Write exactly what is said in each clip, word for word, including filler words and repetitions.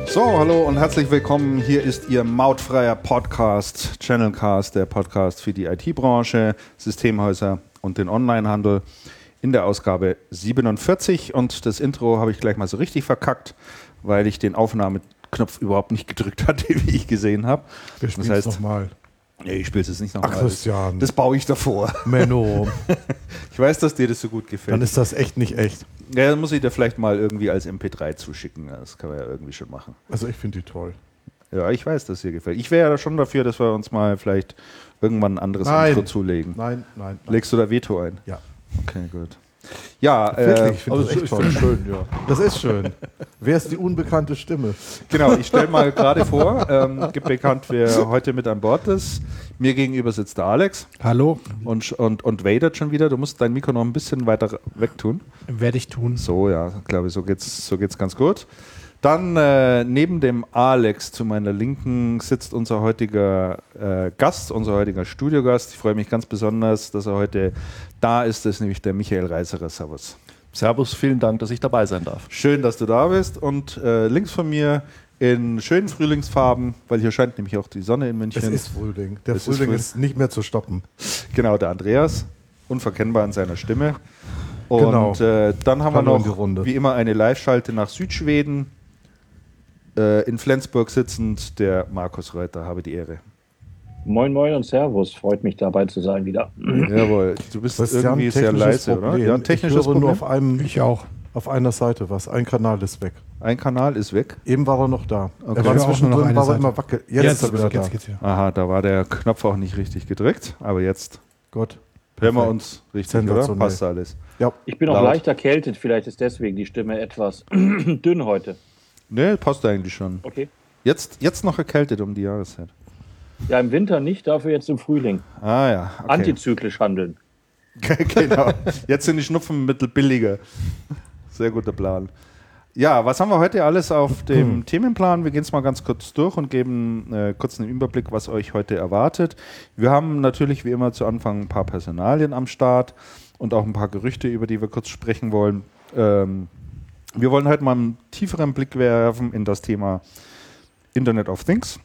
So, hallo und herzlich willkommen. Hier ist Ihr mautfreier Podcast, Channelcast, der Podcast für die I T-Branche, Systemhäuser und den Onlinehandel in der Ausgabe siebenundvierzig. Und das Intro habe ich gleich mal so richtig verkackt, weil ich den Aufnahmeknopf überhaupt nicht gedrückt hatte, wie ich gesehen habe. Wir spielen es nochmal. Nee, ich spiele es jetzt nicht nochmal. Ach, Christian. Das baue ich davor. Menno. Ich weiß, dass dir das so gut gefällt. Dann ist das echt nicht echt. Ja, dann muss ich dir vielleicht mal irgendwie als M P drei zuschicken. Das kann man ja irgendwie schon machen. Also ich finde die toll. Ja, ich weiß, dass es dir gefällt. Ich wäre ja schon dafür, dass wir uns mal vielleicht irgendwann ein anderes Nein. Intro zulegen. Nein, nein, nein. Legst du da Veto ein? Ja. Okay, gut. Ja, Wirklich, äh, ich finde das echt toll. Schön, ja. Das ist schön. Wer ist die unbekannte Stimme? genau, ich stelle mal gerade vor, ähm, gibt bekannt, wer heute mit an Bord ist. Mir gegenüber sitzt der Alex. Hallo. Und, und, und Vader schon wieder. Du musst dein Mikro noch ein bisschen weiter weg tun. Werde ich tun. So, ja, glaube ich, so geht's, so geht's ganz gut. Dann äh, neben dem Alex zu meiner Linken sitzt unser heutiger äh, Gast, unser heutiger Studiogast. Ich freue mich ganz besonders, dass er heute da ist. Das ist nämlich der Michael Reiserer. Servus. Servus, vielen Dank, dass ich dabei sein darf. Schön, dass du da bist. Und äh, links von mir in schönen Frühlingsfarben, weil hier scheint nämlich auch die Sonne in München. Es ist Frühling. Der Es Frühling ist, Früh- ist nicht mehr zu stoppen. Genau, der Andreas. Unverkennbar in seiner Stimme. Und Genau. äh, dann haben Hallo wir in die noch, Runde. wie immer, eine Live-Schalte nach Südschweden. Äh, in Flensburg sitzend der Markus Reuter. Habe die Ehre. Moin Moin und Servus, freut mich dabei zu sein wieder. Jawohl, du bist Das ist irgendwie ja ein sehr technisches leise, Problem. oder? Ja, ein technisches ich höre Problem. nur auf, einem, Ich auch. auf einer Seite was. Ein Kanal ist weg. Ein Kanal ist weg. Eben war er noch da. Okay. Er war Ich höre auch nur noch zwischendrin, eine war er Seite. immer wackel. Jetzt, ist er wieder jetzt da. geht's ja. Aha, da war der Knopf auch nicht richtig gedrückt. Aber jetzt Gott. hören wir Perfekt. uns richtig, oder? Sensationell. Passt alles. Ja. Ich bin auch Laut. leicht erkältet, vielleicht ist deswegen die Stimme etwas dünn heute. Ne, passt eigentlich schon. Okay. Jetzt, jetzt noch erkältet um die Jahreszeit. Ja, im Winter nicht, dafür jetzt im Frühling. Ah ja, okay. Antizyklisch handeln. Genau. Jetzt sind die Schnupfenmittel billiger. Sehr guter Plan. Ja, was haben wir heute alles auf dem Hm. Themenplan? Wir gehen es mal ganz kurz durch und geben äh, kurz einen Überblick, was euch heute erwartet. Wir haben natürlich wie immer zu Anfang ein paar Personalien am Start und auch ein paar Gerüchte, über die wir kurz sprechen wollen. Ähm, wir wollen heute mal einen tieferen Blick werfen in das Thema Internet of Things.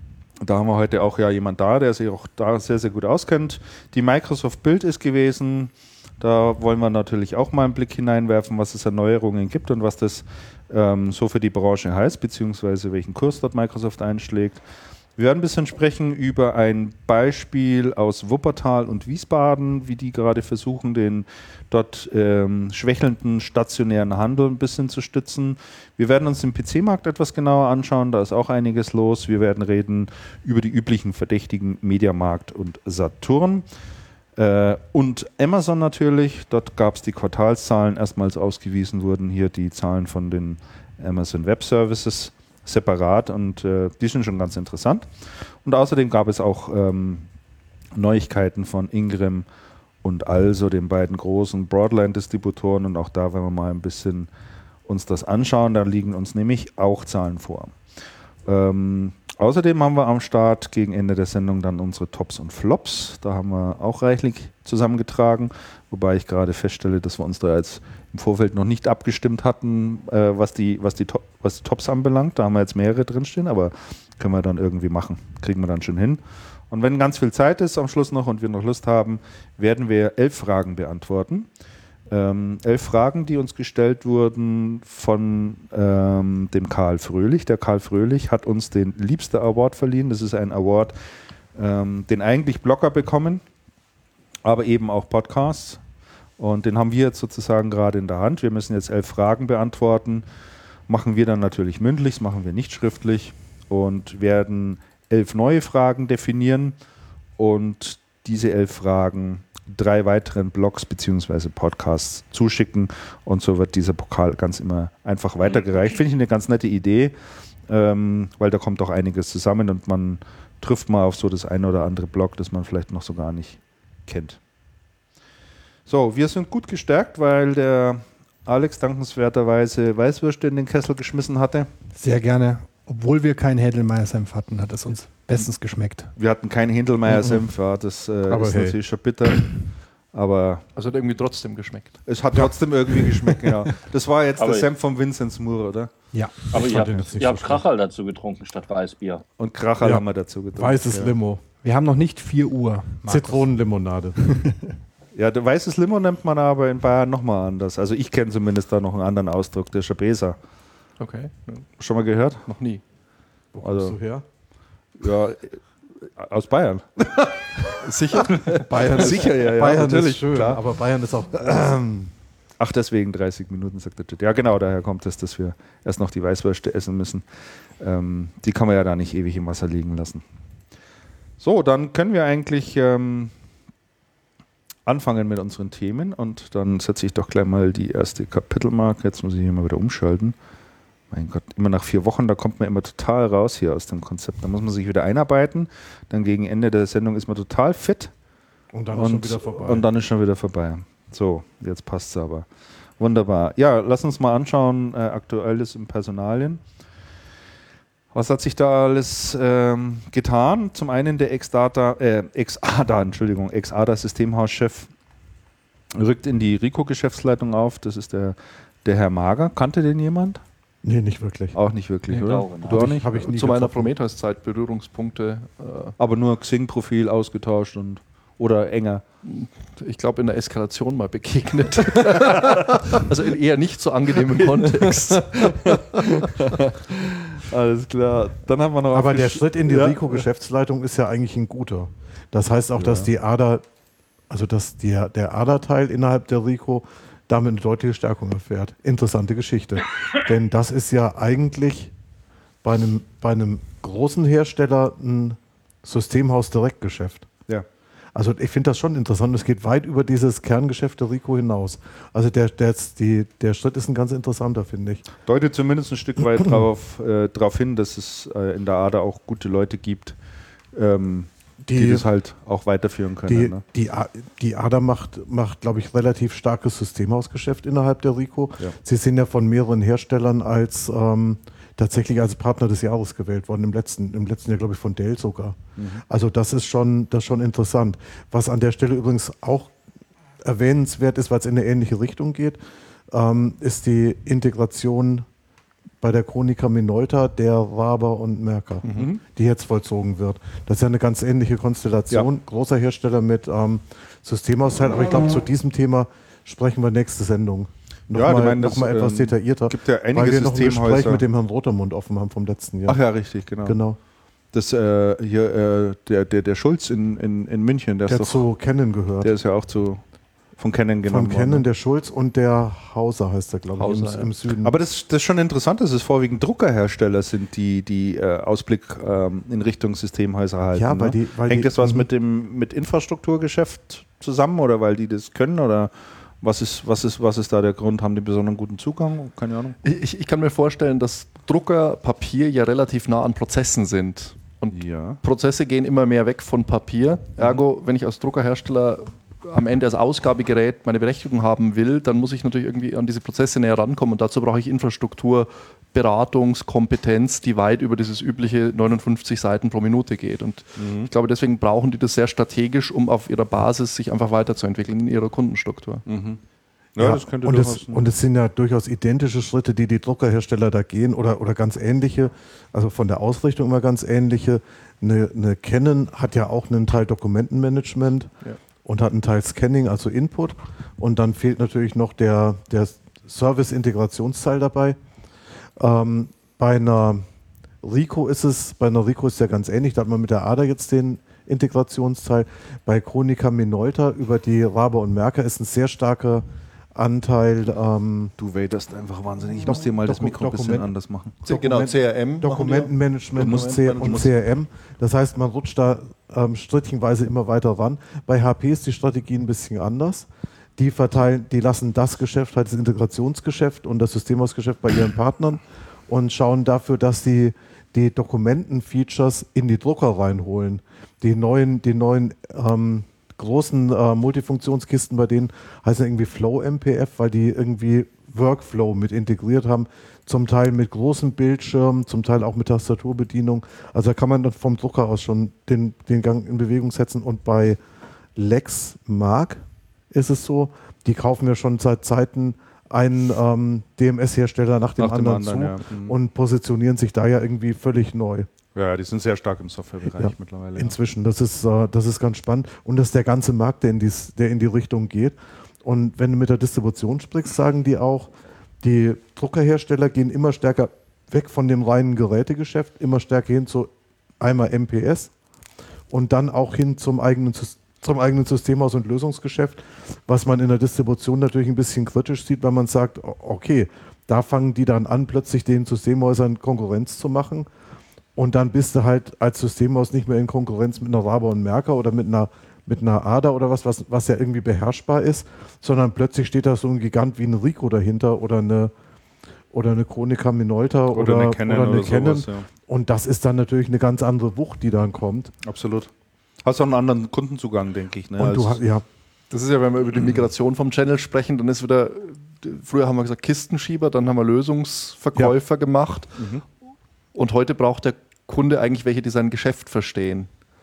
Da haben wir heute auch ja jemand da, der sich auch da sehr, sehr gut auskennt. Die Microsoft Build ist gewesen. Da wollen wir natürlich auch mal einen Blick hineinwerfen, was es an Neuerungen gibt und was das ähm, so für die Branche heißt, beziehungsweise welchen Kurs dort Microsoft einschlägt. Wir werden ein bisschen sprechen über ein Beispiel aus Wuppertal und Wiesbaden, wie die gerade versuchen, den dort ähm, schwächelnden stationären Handel ein bisschen zu stützen. Wir werden uns den P C-Markt etwas genauer anschauen, da ist auch einiges los. Wir werden reden über die üblichen Verdächtigen Mediamarkt und Saturn. Äh, und Amazon natürlich, dort gab es die Quartalszahlen, erstmals ausgewiesen wurden hier die Zahlen von den Amazon Web Services separat und äh, die sind schon ganz interessant. Und außerdem gab es auch ähm, Neuigkeiten von Ingram und Also, den beiden großen Broadline-Distributoren, und auch da werden wir mal ein bisschen uns das anschauen, da liegen uns nämlich auch Zahlen vor. Ähm, außerdem haben wir am Start gegen Ende der Sendung dann unsere Tops und Flops, da haben wir auch reichlich zusammengetragen, wobei ich gerade feststelle, dass wir uns da jetzt im Vorfeld noch nicht abgestimmt hatten, äh, was, die, was, die Top, was die Tops anbelangt. Da haben wir jetzt mehrere drinstehen, aber können wir dann irgendwie machen. Kriegen wir dann schon hin. Und wenn ganz viel Zeit ist am Schluss noch und wir noch Lust haben, werden wir elf Fragen beantworten. Ähm, elf Fragen, die uns gestellt wurden von ähm, dem Karl Fröhlich. Der Karl Fröhlich hat uns den Liebster Award verliehen. Das ist ein Award, ähm, den eigentlich Blogger bekommen, aber eben auch Podcasts. Und den haben wir jetzt sozusagen gerade in der Hand. Wir müssen jetzt elf Fragen beantworten. Machen wir dann natürlich mündlich, das machen wir nicht schriftlich. Und werden elf neue Fragen definieren und diese elf Fragen drei weiteren Blogs bzw. Podcasts zuschicken. Und so wird dieser Pokal ganz immer einfach weitergereicht. Finde ich eine ganz nette Idee, ähm, weil da kommt auch einiges zusammen und man trifft mal auf so das eine oder andere Blog, das man vielleicht noch so gar nicht kennt. So, wir sind gut gestärkt, weil der Alex dankenswerterweise Weißwürste in den Kessel geschmissen hatte. Sehr gerne. Obwohl wir keinen Hädelmeier-Senf hatten, hat es uns bestens geschmeckt. Wir hatten keinen Hindelmeier-Senf, ja, das äh, Aber ist hey. natürlich schon bitter. Aber Also hat irgendwie trotzdem geschmeckt. es hat trotzdem irgendwie geschmeckt, genau. Das war jetzt Aber der Senf von Vinzenz Moore, oder? Ja. Aber Ich ihr fand habt, den jetzt nicht ihr habt so schlecht. Kracherl dazu getrunken statt Weißbier. Und Kracherl Ja. haben wir dazu getrunken. Weißes ja. Limo. Wir haben noch nicht vier Uhr. Markus. Zitronenlimonade. Ja, der weißes Limo nennt man aber in Bayern nochmal anders. Also ich kenne zumindest da noch einen anderen Ausdruck, der Schabesa. Okay, ja, Schon mal gehört? noch nie. Wo Also- kommst du her? Ja, äh, aus Bayern. Sicher? Bayern Sicher, ja, ja, Bayern natürlich, ist schön, klar. aber Bayern ist auch. Ach, deswegen dreißig Minuten, sagt der Chat. Ja, genau, daher kommt es, dass wir erst noch die Weißwürste essen müssen. Ähm, die kann man ja da nicht ewig im Wasser liegen lassen. So, dann können wir eigentlich ähm, anfangen mit unseren Themen und dann setze ich doch gleich mal die erste Kapitelmarke. Jetzt muss ich hier mal wieder umschalten. Mein Gott, immer nach vier Wochen, da kommt man immer total raus hier aus dem Konzept. Da muss man sich wieder einarbeiten. Dann gegen Ende der Sendung ist man total fit. Und dann ist schon wieder vorbei. Und dann ist schon wieder vorbei. So, jetzt passt es aber. Wunderbar. Ja, lass uns mal anschauen, äh, Aktuelles im Personalien. Was hat sich da alles ähm, getan? Zum einen der Ex-Data, äh, Ex-A D A, Entschuldigung, Ex-A D A-Systemhauschef rückt in die Rico-Geschäftsleitung auf. Das ist der, der Herr Mager. Kannte den jemand? Nee, nicht wirklich. Auch nicht wirklich, Nee, oder? glaube, nein. Du auch Hab ich- nicht? hab ich nie Zu meiner getroffen. Prometheus-Zeit Berührungspunkte. Äh, Aber nur Xing-Profil ausgetauscht und oder enger. ich glaube, in der Eskalation mal begegnet. Also in eher nicht so angenehmem Kontext. Alles klar. Dann haben wir noch Aber der aufgesch- Schritt in die Ja. Rico-Geschäftsleitung ist ja eigentlich ein guter. Das heißt auch, dass die A D A, also dass der, der A D A-Teil innerhalb der Rico damit eine deutliche Stärkung erfährt. Interessante Geschichte. Denn das ist ja eigentlich bei einem, bei einem großen Hersteller ein Systemhaus-Direktgeschäft. Ja. Also ich finde das schon interessant. Es geht weit über dieses Kerngeschäft der Rico hinaus. Also der, der, die, der Schritt ist ein ganz interessanter, finde ich. Deutet zumindest ein Stück weit darauf, äh, darauf hin, dass es äh, in der A D A auch gute Leute gibt, ähm, die, Die- das halt auch weiterführen können. Die, Ne? die, A- die A D A macht, macht glaube ich, relativ starkes Systemhausgeschäft innerhalb der Rico. Ja. Sie sind ja von mehreren Herstellern als ähm, tatsächlich als Partner des Jahres gewählt worden, im letzten, im letzten Jahr, glaube ich, von Dell sogar. Also das ist schon, das ist schon interessant. Was an der Stelle übrigens auch erwähnenswert ist, weil es in eine ähnliche Richtung geht, ähm, ist die Integration bei der Chronica Minolta der Waber und Merker, die jetzt vollzogen wird. Das ist ja eine ganz ähnliche Konstellation. Ja. Großer Hersteller mit ähm, Systemhausteilen. Aber ich glaube, zu diesem Thema sprechen wir nächste Sendung. Ja, Nochmal ich meine, noch das, mal etwas ähm, detaillierter. gibt ja einige weil wir noch ein Gespräch Systemhäuser. mit dem Herrn Rotermund offen haben vom letzten Jahr. Ach ja, richtig, genau. Genau. Das äh, hier äh, der, der, der Schulz in, in, in München, der, Der ist doch, zu Canon gehört. der ist ja auch zu von Canon genommen Von Canon, worden. der Schulz und der Hauser heißt er, glaube ich, Hauser, im, ja. im Süden. Aber das, das ist schon interessant, dass es vorwiegend Druckerhersteller sind, die die äh, Ausblick ähm, in Richtung Systemhäuser halten. Ja, ne? weil die- weil Hängt die- das was mhm. mit dem mit Infrastrukturgeschäft zusammen oder weil die das können oder was ist, was ist, was ist da der Grund? Haben die besonderen guten Zugang? Keine Ahnung. Ich, ich kann mir vorstellen, dass Drucker, Papier ja relativ nah an Prozessen sind. Und Ja. Prozesse gehen immer mehr weg von Papier. Ergo, wenn ich als Druckerhersteller am Ende als Ausgabegerät meine Berechtigung haben will, dann muss ich natürlich irgendwie an diese Prozesse näher rankommen. Und dazu brauche ich Infrastruktur, Beratungskompetenz, die weit über dieses übliche neunundfünfzig Seiten pro Minute geht. Und ich glaube, deswegen brauchen die das sehr strategisch, um auf ihrer Basis sich einfach weiterzuentwickeln in ihrer Kundenstruktur. Ja, das könnte und, durchaus es, und es sind ja durchaus identische Schritte, die die Druckerhersteller da gehen oder, oder ganz ähnliche, also von der Ausrichtung immer ganz ähnliche. Eine, eine Canon hat ja auch einen Teil Dokumentenmanagement Ja. und hat einen Teil Scanning, also Input. Und dann fehlt natürlich noch der, der Service-Integrationsteil dabei. Ähm, bei einer Rico ist es, bei einer Rico ist es ja ganz ähnlich, da hat man mit der A D A jetzt den Integrationsteil. Bei Chronica Minolta über die Raber und Merker ist ein sehr starker Anteil ähm, Du waderst einfach wahnsinnig. Ich Dok- muss dir mal das Doku- Mikro ein bisschen Dokument- anders machen. Genau, C R M. Dokumentenmanagement Du und, C musst- und musst- C R M. Das heißt, man rutscht da ähm, strittchenweise immer weiter ran. Bei H P ist die Strategie ein bisschen anders. Die verteilen, die lassen das Geschäft, halt das Integrationsgeschäft und das Systemhausgeschäft bei ihren Partnern und schauen dafür, dass sie die Dokumenten-Features in die Drucker reinholen. Die neuen, die neuen ähm, großen äh, Multifunktionskisten bei denen heißen irgendwie Flow M P F, weil die irgendwie Workflow mit integriert haben, zum Teil mit großen Bildschirmen, zum Teil auch mit Tastaturbedienung. Also da kann man dann vom Drucker aus schon den, den Gang in Bewegung setzen. Und bei Lexmark ist es so, die kaufen wir schon seit Zeiten einen ähm, D M S-Hersteller nach dem Nach dem anderen, anderen, zu ja. Mhm. und positionieren sich da ja irgendwie völlig neu. Ja, die sind sehr stark im Softwarebereich Ja, mittlerweile. Ja. Inzwischen, das ist, äh, das ist ganz spannend. Und das ist der ganze Markt, der in, dies, der in die Richtung geht. Und wenn du mit der Distribution sprichst, sagen die auch, die Druckerhersteller gehen immer stärker weg von dem reinen Gerätegeschäft, immer stärker hin zu einmal M P S und dann auch hin zum eigenen, zum eigenen Systemhaus- und Lösungsgeschäft, was man in der Distribution natürlich ein bisschen kritisch sieht, weil man sagt, okay, da fangen die dann an, plötzlich den Systemhäusern Konkurrenz zu machen. Und dann bist du halt als Systemhaus nicht mehr in Konkurrenz mit einer Raber und Merker oder mit einer, mit einer A D A oder was, was, was ja irgendwie beherrschbar ist, sondern plötzlich steht da so ein Gigant wie ein Ricoh dahinter oder eine, oder eine Konica Minolta oder, Oder eine Canon. oder eine oder Canon. sowas, ja. Und das ist dann natürlich eine ganz andere Wucht, die dann kommt. Absolut. Hast auch einen anderen Kundenzugang, denke ich. Ne? Und du als- hast, ja, Das ist ja, wenn wir über die Migration vom Channel sprechen, dann ist wieder, früher haben wir gesagt Kistenschieber, dann haben wir Lösungsverkäufer gemacht Mhm. und heute braucht der Kunde eigentlich welche, die sein Geschäft verstehen.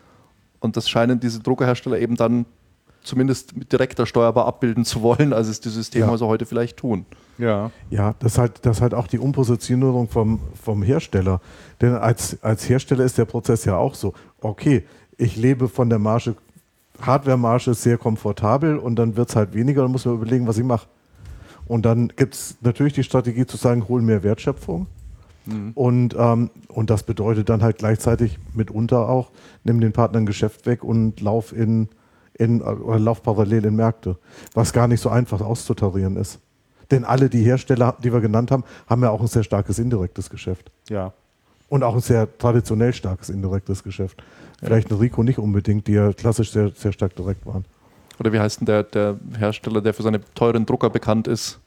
Und das scheinen diese Druckerhersteller eben dann zumindest mit direkter steuerbar abbilden zu wollen, als es die Systemhäuser heute vielleicht tun. Ja. ja, das ist halt, das ist halt auch die Umpositionierung vom, vom Hersteller. Denn als, als Hersteller ist der Prozess ja auch so, okay, ich lebe von der Marge, Hardware-Marge ist sehr komfortabel und dann wird es halt weniger, dann muss man überlegen, was ich mache. Und dann gibt es natürlich die Strategie zu sagen, hol mehr Wertschöpfung. Mhm. Und, ähm, und das bedeutet dann halt gleichzeitig mitunter auch, nimm den Partner ein Geschäft weg und lauf, in, in, oder lauf parallel in Märkte, was gar nicht so einfach auszutarieren ist. Denn alle die Hersteller, die wir genannt haben, haben ja auch ein sehr starkes indirektes Geschäft. Ja. Und auch ein sehr traditionell starkes indirektes Geschäft. Vielleicht ein Ricoh nicht unbedingt, die ja klassisch sehr, sehr stark direkt waren. Oder wie heißt denn der, der Hersteller, der für seine teuren Drucker bekannt ist,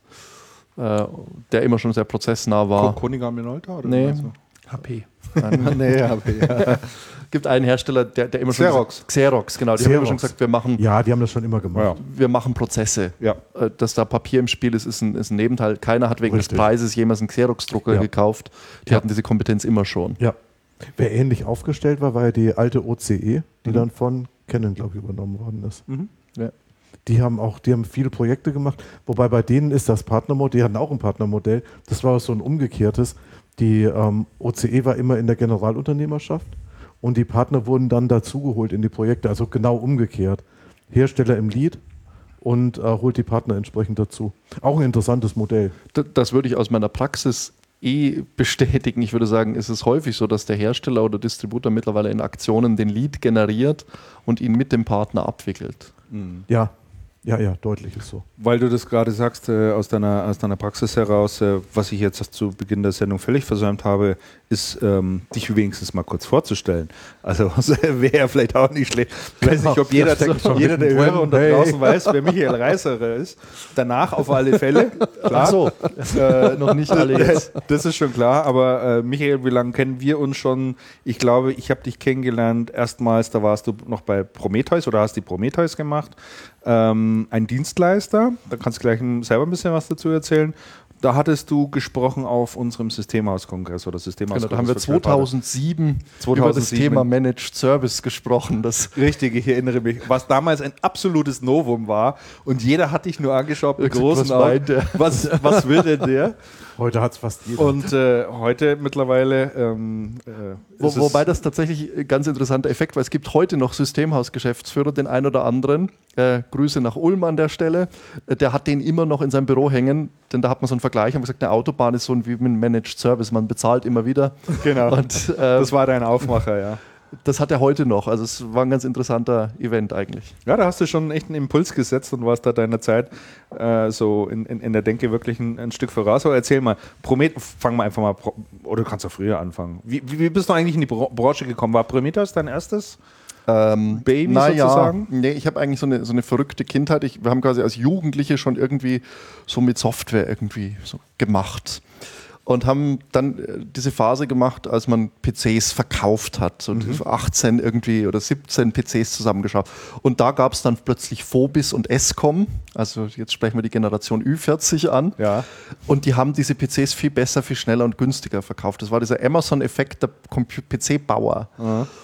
äh, der immer schon sehr prozessnah war? Konica Minolta? Oder Nee. so? H P. nee, aber ja. gibt einen Hersteller, der, der immer Xerox. schon Xerox, genau, die haben immer schon Xerox. gesagt, wir machen, Ja, die haben das schon immer gemacht. Ja. wir machen Prozesse. Ja. Äh, Dass da Papier im Spiel ist, ist ein, ist ein Nebenteil. Keiner hat wegen Richtig. des Preises jemals einen Xerox-Drucker Ja. gekauft. Die Ja. hatten diese Kompetenz immer schon. Ja. Wer ähnlich aufgestellt war, war ja die alte O C E, die Mhm. dann von Canon, glaube ich, übernommen worden ist. Mhm. Ja. Die haben auch, die haben viele Projekte gemacht, wobei bei denen ist das Partnermodell, die hatten auch ein Partnermodell, das war so ein umgekehrtes. Die ähm, O C E war immer in der Generalunternehmerschaft und die Partner wurden dann dazugeholt in die Projekte, also genau umgekehrt. Hersteller im Lead und äh, holt die Partner entsprechend dazu. Auch ein interessantes Modell. D- Das würde ich aus meiner Praxis eh bestätigen. Ich würde sagen, es ist häufig so, dass der Hersteller oder Distributor mittlerweile in Aktionen den Lead generiert und ihn mit dem Partner abwickelt. Mhm. Ja, ja, ja, deutlich ist so. Weil du das gerade sagst, äh, aus, deiner, aus deiner Praxis heraus, äh, was ich jetzt zu Beginn der Sendung völlig versäumt habe, ist, ähm, dich wenigstens mal kurz vorzustellen. Also wäre ja vielleicht auch nicht schlecht. Ich weiß nicht, ob jeder, jeder der Hörer und da Hey. draußen weiß, wer Michael Reißerer ist. Danach auf alle Fälle. Klar. Ach so, äh, noch nicht alle jetzt. Das ist schon klar, aber äh, Michael, wie lange kennen wir uns schon? Ich glaube, ich habe dich kennengelernt erstmals, da warst du noch bei Prometheus oder hast die Prometheus gemacht. Ähm, ein Dienstleister, da kannst du gleich selber ein bisschen was dazu erzählen. Da hattest du gesprochen auf unserem Systemhauskongress oder Systemhauskongress. Genau, da haben wir für Kleinbauer. zweitausendsieben über das zweitausendsieben. Thema Managed Service gesprochen. Das Richtig, ich erinnere mich, was damals ein absolutes Novum war und jeder hat dich nur angeschaut mit Irgendwas großen Augen. meint der. Was, was will denn der? Heute hat es fast jeder. Und äh, heute mittlerweile ähm, äh, Wo, ist es- wobei das tatsächlich ein ganz interessanter Effekt war. Es gibt heute noch Systemhausgeschäftsführer, den einen oder anderen. Äh, Grüße nach Ulm an der Stelle. Äh, der hat den immer noch in seinem Büro hängen, denn da hat man so einen Vergleich. Haben gesagt, eine Autobahn ist so ein wie ein Managed Service. Man bezahlt immer wieder. Genau. Und äh, Das war dein Aufmacher, ja. das hat er heute noch. Also es war ein ganz interessanter Event eigentlich. Ja, da hast du schon echt einen Impuls gesetzt und warst da deiner Zeit äh, so in, in, in der Denke wirklich ein, ein Stück voraus. Aber erzähl mal, Promet, fang mal einfach mal, Pro- oder du kannst auch früher anfangen. Wie, wie wie bist du eigentlich in die Bra- Branche gekommen? War Prometheus dein erstes Ähm, Baby na sozusagen? Ja, nee, ich habe eigentlich so eine, so eine verrückte Kindheit. Ich, wir haben quasi als Jugendliche schon irgendwie so mit Software irgendwie so gemacht. Und haben dann äh, diese Phase gemacht, als man P Cs verkauft hat. So Mhm. achtzehn irgendwie oder siebzehn P Cs zusammengeschafft. Und da gab es dann plötzlich Phobis und Escom. Also jetzt sprechen wir die Generation Ü vierzig an. Ja. Und die haben diese P Cs viel besser, viel schneller und günstiger verkauft. Das war dieser Amazon-Effekt der Compu- P C-Bauer.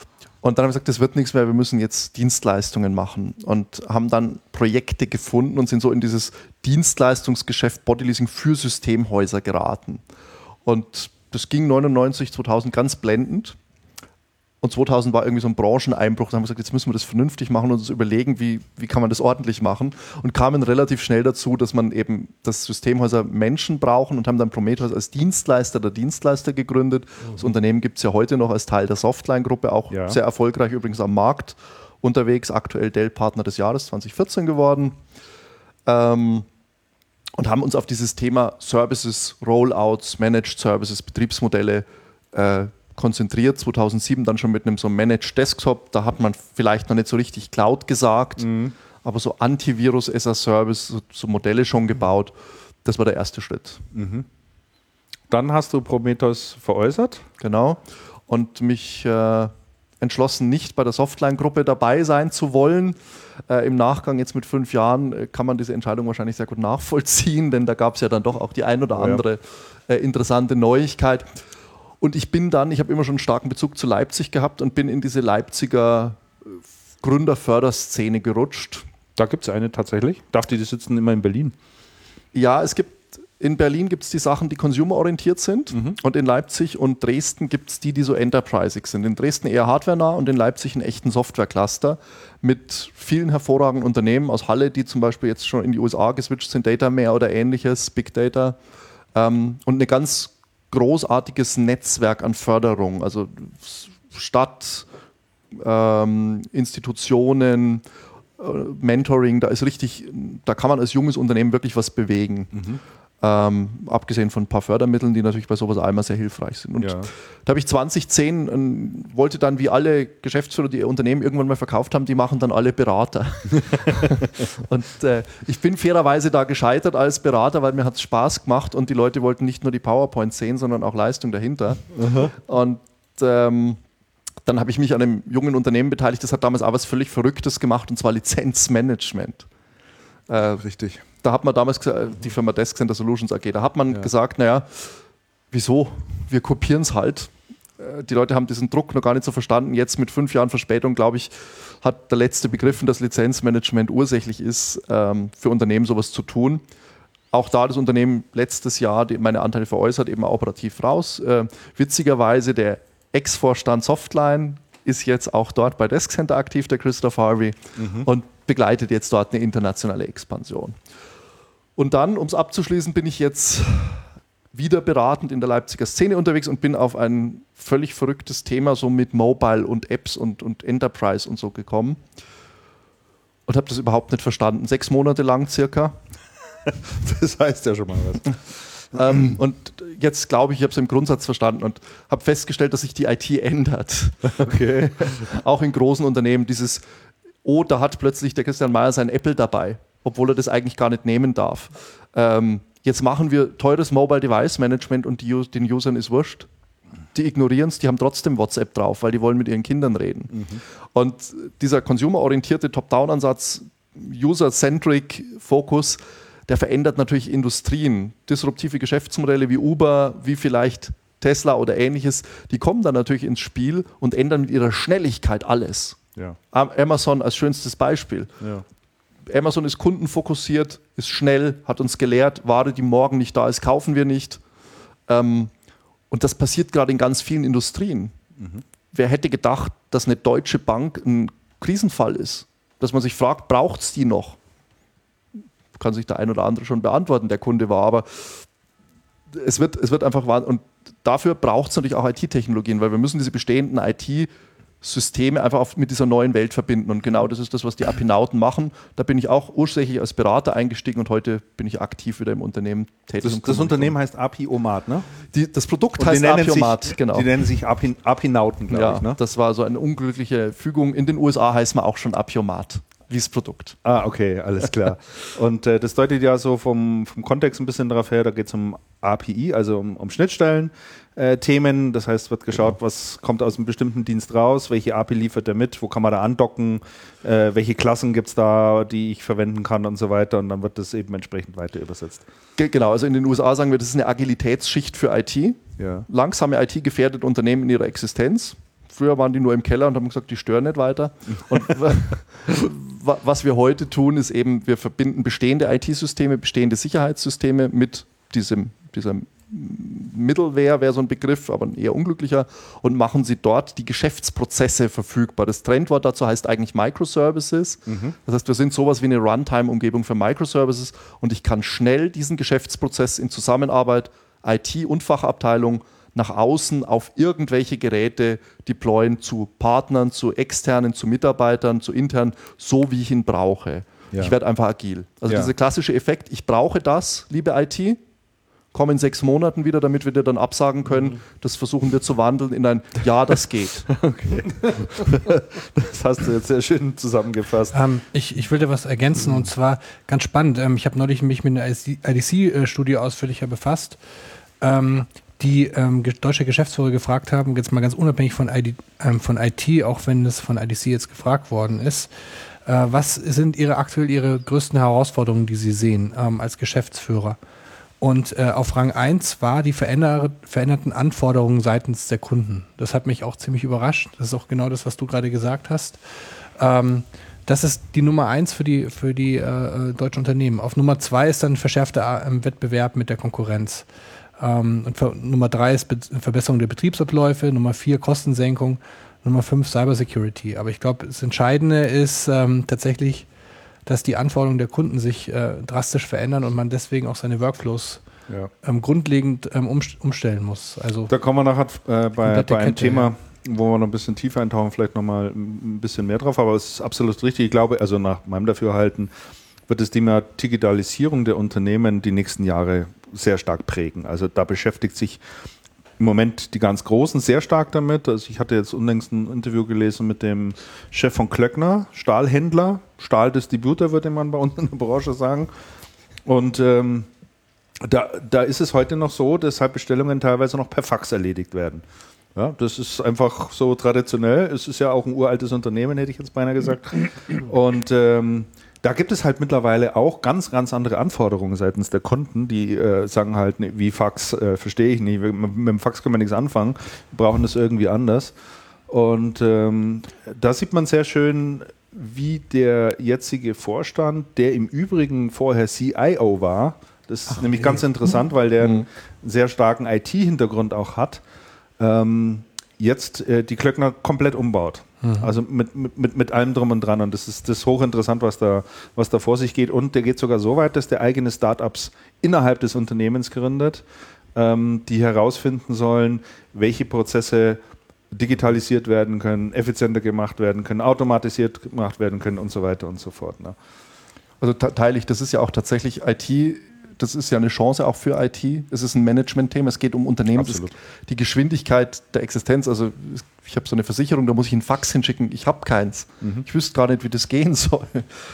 Und dann haben wir gesagt, das wird nichts mehr, wir müssen jetzt Dienstleistungen machen und haben dann Projekte gefunden und sind so in dieses Dienstleistungsgeschäft Bodyleasing für Systemhäuser geraten. Und das ging neunundneunzig, zweitausend ganz blendend. Und zweitausend war irgendwie so ein Brancheneinbruch. Da haben wir gesagt, jetzt müssen wir das vernünftig machen und uns überlegen, wie, wie kann man das ordentlich machen. Und kamen relativ schnell dazu, dass man eben, dass Systemhäuser Menschen brauchen und haben dann Prometheus als Dienstleister der Dienstleister gegründet. Mhm. Das Unternehmen gibt es ja heute noch als Teil der Softline-Gruppe, auch ja. sehr erfolgreich übrigens am Markt unterwegs. Aktuell Dell-Partner des Jahres zwanzig vierzehn geworden. Ähm, und haben uns auf dieses Thema Services, Rollouts, Managed Services, Betriebsmodelle äh, konzentriert, zweitausendsieben dann schon mit einem so Managed Desktop, da hat man vielleicht noch nicht so richtig Cloud gesagt, mhm. aber so Antivirus as a Service, so, so Modelle schon gebaut, das war der erste Schritt. Mhm. Dann hast du Prometheus veräußert. Genau, und mich äh, entschlossen, nicht bei der Softline-Gruppe dabei sein zu wollen. Äh, Im Nachgang jetzt mit fünf Jahren äh, kann man diese Entscheidung wahrscheinlich sehr gut nachvollziehen, denn da gab es ja dann doch auch die ein oder andere äh, interessante Neuigkeit. Und ich bin dann, ich habe immer schon einen starken Bezug zu Leipzig gehabt und bin in diese Leipziger Gründerförderszene gerutscht. Da gibt es eine tatsächlich. Ich dachte, die sitzen immer in Berlin. Ja, es gibt, in Berlin gibt es die Sachen, die consumerorientiert sind. Mhm. Und in Leipzig und Dresden gibt es die, die so enterprisig sind. In Dresden eher hardwarenah und in Leipzig einen echten Software-Cluster mit vielen hervorragenden Unternehmen aus Halle, die zum Beispiel jetzt schon in die U S A geswitcht sind, Datamare oder ähnliches, Big Data. Ähm, und eine ganz großartiges Netzwerk an Förderung, also Stadt, ähm, Institutionen, äh, Mentoring, da ist richtig, da kann man als junges Unternehmen wirklich was bewegen. Mhm. Ähm, abgesehen von ein paar Fördermitteln, die natürlich bei sowas einmal sehr hilfreich sind. Und ja. da habe ich zwanzig zehn, ähm, wollte dann wie alle Geschäftsführer, die ihr Unternehmen irgendwann mal verkauft haben, die machen dann alle Berater. Und äh, ich bin fairerweise da gescheitert als Berater, weil mir hat es Spaß gemacht und die Leute wollten nicht nur die PowerPoint sehen, sondern auch Leistung dahinter. Aha. Und ähm, dann habe ich mich an einem jungen Unternehmen beteiligt, das hat damals auch was völlig Verrücktes gemacht, und zwar Lizenzmanagement. Äh, Richtig. Da hat man damals gesagt, die Firma Desk Center Solutions A G, da hat man ja. gesagt, naja, wieso? Wir kopieren es halt. Die Leute haben diesen Druck noch gar nicht so verstanden. Jetzt mit fünf Jahren Verspätung, glaube ich, hat der Letzte begriffen, dass Lizenzmanagement ursächlich ist, ähm, für Unternehmen sowas zu tun. Auch da das Unternehmen letztes Jahr die, meine Anteile veräußert, eben operativ raus. Äh, witzigerweise der Ex-Vorstand Softline ist jetzt auch dort bei Desk Center aktiv, der Christoph Harvey, mhm. und begleitet jetzt dort eine internationale Expansion. Und dann, um es abzuschließen, bin ich jetzt wieder beratend in der Leipziger Szene unterwegs und bin auf ein völlig verrücktes Thema so mit Mobile und Apps und, und Enterprise und so gekommen und habe das überhaupt nicht verstanden. Sechs Monate lang circa. Das heißt ja schon mal was. ähm, und jetzt glaube ich, ich habe es im Grundsatz verstanden und habe festgestellt, dass sich die I T ändert. Okay. Auch in großen Unternehmen dieses, oh, da hat plötzlich der Christian Mayer sein Apple dabei, obwohl er das eigentlich gar nicht nehmen darf. Ähm, jetzt machen wir teures Mobile Device Management und die, den Usern ist wurscht. Die ignorieren es, die haben trotzdem WhatsApp drauf, weil die wollen mit ihren Kindern reden. Mhm. Und dieser consumerorientierte Top-Down-Ansatz, User-Centric Fokus, der verändert natürlich Industrien. Disruptive Geschäftsmodelle wie Uber, wie vielleicht Tesla oder ähnliches, die kommen dann natürlich ins Spiel und ändern mit ihrer Schnelligkeit alles. Ja. Amazon als schönstes Beispiel. Ja. Amazon ist kundenfokussiert, ist schnell, hat uns gelehrt, Ware, die morgen nicht da ist, kaufen wir nicht. Ähm, und das passiert gerade in ganz vielen Industrien. Mhm. Wer hätte gedacht, dass eine Deutsche Bank ein Krisenfall ist? Dass man sich fragt, braucht es die noch? Kann sich der ein oder andere schon beantworten, der Kunde war, aber es wird, es wird einfach wahr. Und dafür braucht es natürlich auch I T-Technologien, weil wir müssen diese bestehenden I T Systeme einfach auf, mit dieser neuen Welt verbinden. Und genau das ist das, was die Apinauten machen. Da bin ich auch ursächlich als Berater eingestiegen und heute bin ich aktiv wieder im Unternehmen tätig. Das, das Unternehmen heißt Apiomat, ne? Die, das Produkt und heißt Apiomat, genau. Die nennen sich Apin, Apinauten, glaube ja, ich. Ne? Das war so eine unglückliche Fügung. In den U S A heißt man auch schon Apiomat, wie das Produkt. Ah, okay, alles klar. Und äh, das deutet ja so vom, vom Kontext ein bisschen darauf her, da geht es um A P I, also um, um Schnittstellen. Äh, Themen, das heißt, wird geschaut, was kommt aus einem bestimmten Dienst raus, welche A P I liefert er mit, wo kann man da andocken, äh, welche Klassen gibt es da, die ich verwenden kann und so weiter, und dann wird das eben entsprechend weiter übersetzt. Ge- genau, also in den U S A sagen wir, das ist eine Agilitätsschicht für I T. Ja. Langsame I T gefährdet Unternehmen in ihrer Existenz. Früher waren die nur im Keller und haben gesagt, die stören nicht weiter. Und was wir heute tun, ist eben, wir verbinden bestehende I T-Systeme, bestehende Sicherheitssysteme mit diesem, diesem Middleware, wäre so ein Begriff, aber ein eher unglücklicher, und machen sie dort die Geschäftsprozesse verfügbar. Das Trendwort dazu heißt eigentlich Microservices. Mhm. Das heißt, wir sind sowas wie eine Runtime-Umgebung für Microservices und ich kann schnell diesen Geschäftsprozess in Zusammenarbeit I T und Fachabteilung nach außen auf irgendwelche Geräte deployen, zu Partnern, zu externen, zu Mitarbeitern, zu internen, so wie ich ihn brauche. Ja. Ich werde einfach agil. Also ja. dieser klassische Effekt, ich brauche das, liebe I T, komm in sechs Monaten wieder, damit wir dir dann absagen können. Mhm. Das versuchen wir zu wandeln in ein Ja, das geht. Okay. Das hast du jetzt sehr schön zusammengefasst. Ähm, ich, ich will da was ergänzen mhm. und zwar ganz spannend. Ähm, ich habe neulich mich mit einer I D C-Studie ausführlicher befasst. Ähm, die ähm, deutsche Geschäftsführer gefragt haben, jetzt mal ganz unabhängig von, I D, ähm, von I T, auch wenn es von I D C jetzt gefragt worden ist, äh, was sind ihre aktuell ihre größten Herausforderungen, die sie sehen ähm, als Geschäftsführer? Und äh, auf Rang eins war die veränder- veränderten Anforderungen seitens der Kunden. Das hat mich auch ziemlich überrascht. Das ist auch genau das, was du gerade gesagt hast. Ähm, das ist die Nummer eins für die, für die äh, deutschen Unternehmen. Auf Nummer zwei ist dann verschärfter äh, Wettbewerb mit der Konkurrenz. Ähm, und für, Nummer drei ist Be- Verbesserung der Betriebsabläufe, Nummer vier Kostensenkung, Nummer fünf Cybersecurity. Aber ich glaube, das Entscheidende ist ähm, tatsächlich, dass die Anforderungen der Kunden sich äh, drastisch verändern und man deswegen auch seine Workflows ja. ähm, grundlegend ähm, umst- umstellen muss. Also da kommen wir nachher äh, bei, bei einem Kette, Thema, ja. wo wir noch ein bisschen tiefer eintauchen, vielleicht nochmal ein bisschen mehr drauf, aber es ist absolut richtig. Ich glaube, also nach meinem Dafürhalten wird das Thema Digitalisierung der Unternehmen die nächsten Jahre sehr stark prägen. Also da beschäftigt sich im Moment die ganz Großen sehr stark damit. Also ich hatte jetzt unlängst ein Interview gelesen mit dem Chef von Klöckner, Stahlhändler, Stahldistributor würde man bei uns in der Branche sagen. Und ähm, da, da ist es heute noch so, dass halt Bestellungen teilweise noch per Fax erledigt werden. Ja, das ist einfach so traditionell. Es ist ja auch ein uraltes Unternehmen, hätte ich jetzt beinahe gesagt. Und ähm, da gibt es halt mittlerweile auch ganz, ganz andere Anforderungen seitens der Kunden, die äh, sagen halt, nee, wie Fax äh, verstehe ich nicht, mit, mit dem Fax können wir nichts anfangen, wir brauchen das irgendwie anders. Und ähm, da sieht man sehr schön, wie der jetzige Vorstand, der im Übrigen vorher C I O war, das ist Ach, nämlich okay. ganz interessant, weil der einen sehr starken I T-Hintergrund auch hat, ähm, jetzt äh, die Klöckner komplett umbaut. Mhm. Also mit, mit, mit allem drum und dran. Und das ist, das ist hochinteressant, was da, was da vor sich geht. Und der geht sogar so weit, dass der eigene Startups innerhalb des Unternehmens gründet, ähm, die herausfinden sollen, welche Prozesse digitalisiert werden können, effizienter gemacht werden können, automatisiert gemacht werden können und so weiter und so fort. Ne? Also teile ich, das ist ja auch tatsächlich I T, das ist ja eine Chance auch für I T. Es ist ein Management-Thema, es geht um Unternehmen. Die Geschwindigkeit der Existenz, also ich habe so eine Versicherung, da muss ich einen Fax hinschicken, ich habe keins. Mhm. Ich wüsste gar nicht, wie das gehen soll.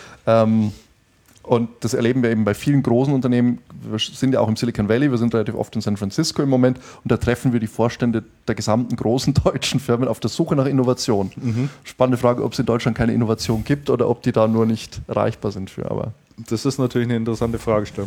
Ähm, und das erleben wir eben bei vielen großen Unternehmen. Wir sind ja auch im Silicon Valley, wir sind relativ oft in San Francisco im Moment und da treffen wir die Vorstände der gesamten großen deutschen Firmen auf der Suche nach Innovation. Mhm. Spannende Frage, ob es in Deutschland keine Innovation gibt oder ob die da nur nicht erreichbar sind für. Aber das ist natürlich eine interessante Fragestellung.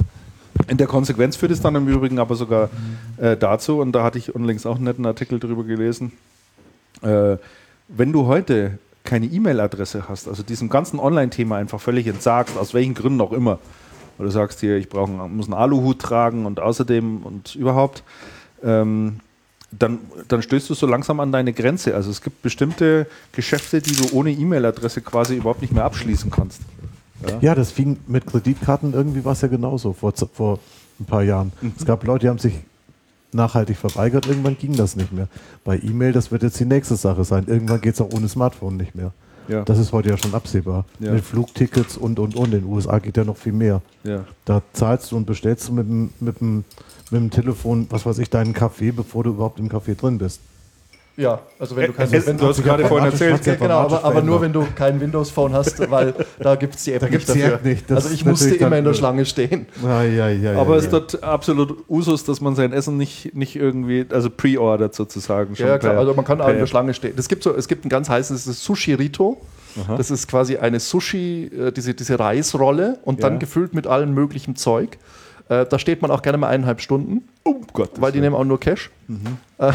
In der Konsequenz führt es dann im Übrigen aber sogar äh, dazu, und da hatte ich unlängst auch einen netten Artikel drüber gelesen, äh, wenn du heute keine E-Mail-Adresse hast, also diesem ganzen Online-Thema einfach völlig entsagst, aus welchen Gründen auch immer, weil du sagst hier, ich brauch, muss einen Aluhut tragen und außerdem und überhaupt, ähm, dann, dann stößt du so langsam an deine Grenze. Also es gibt bestimmte Geschäfte, die du ohne E-Mail-Adresse quasi überhaupt nicht mehr abschließen kannst. Ja, ja, das fing mit Kreditkarten irgendwie was ja genauso vor, vor ein paar Jahren. Mhm. Es gab Leute, die haben sich nachhaltig verweigert, irgendwann ging das nicht mehr. Bei E-Mail, das wird jetzt die nächste Sache sein. Irgendwann geht es auch ohne Smartphone nicht mehr. Ja. Das ist heute ja schon absehbar. Ja. Mit Flugtickets und, und, und. In den U S A geht ja noch viel mehr. Ja. Da zahlst du und bestellst du mit dem, mit dem, mit dem Telefon, was weiß ich, deinen Kaffee, bevor du überhaupt im Café drin bist. Ja, also wenn du kein es, wenn du hast gerade vorhin erzählt, ja, genau, aber, aber nur wenn du kein Windows-Phone hast, weil da gibt es die App da nicht dafür. Die App nicht. Also ich musste immer in der Schlange stehen. Ja, ja, ja, aber ja, es ist ja. dort absolut Usus, dass man sein Essen nicht, nicht irgendwie, also pre-ordert sozusagen. Schon ja, klar, per, also man kann auch in der Schlange stehen. Es gibt, so, es gibt ein ganz heißes, das ist Sushi-Rito. Aha. Das ist quasi eine Sushi, äh, diese, diese Reisrolle und ja. dann gefüllt mit allem möglichen Zeug. Äh, da steht man auch gerne mal eineinhalb Stunden, oh Gott, weil die nehmen auch nur Cash. Mhm. Äh,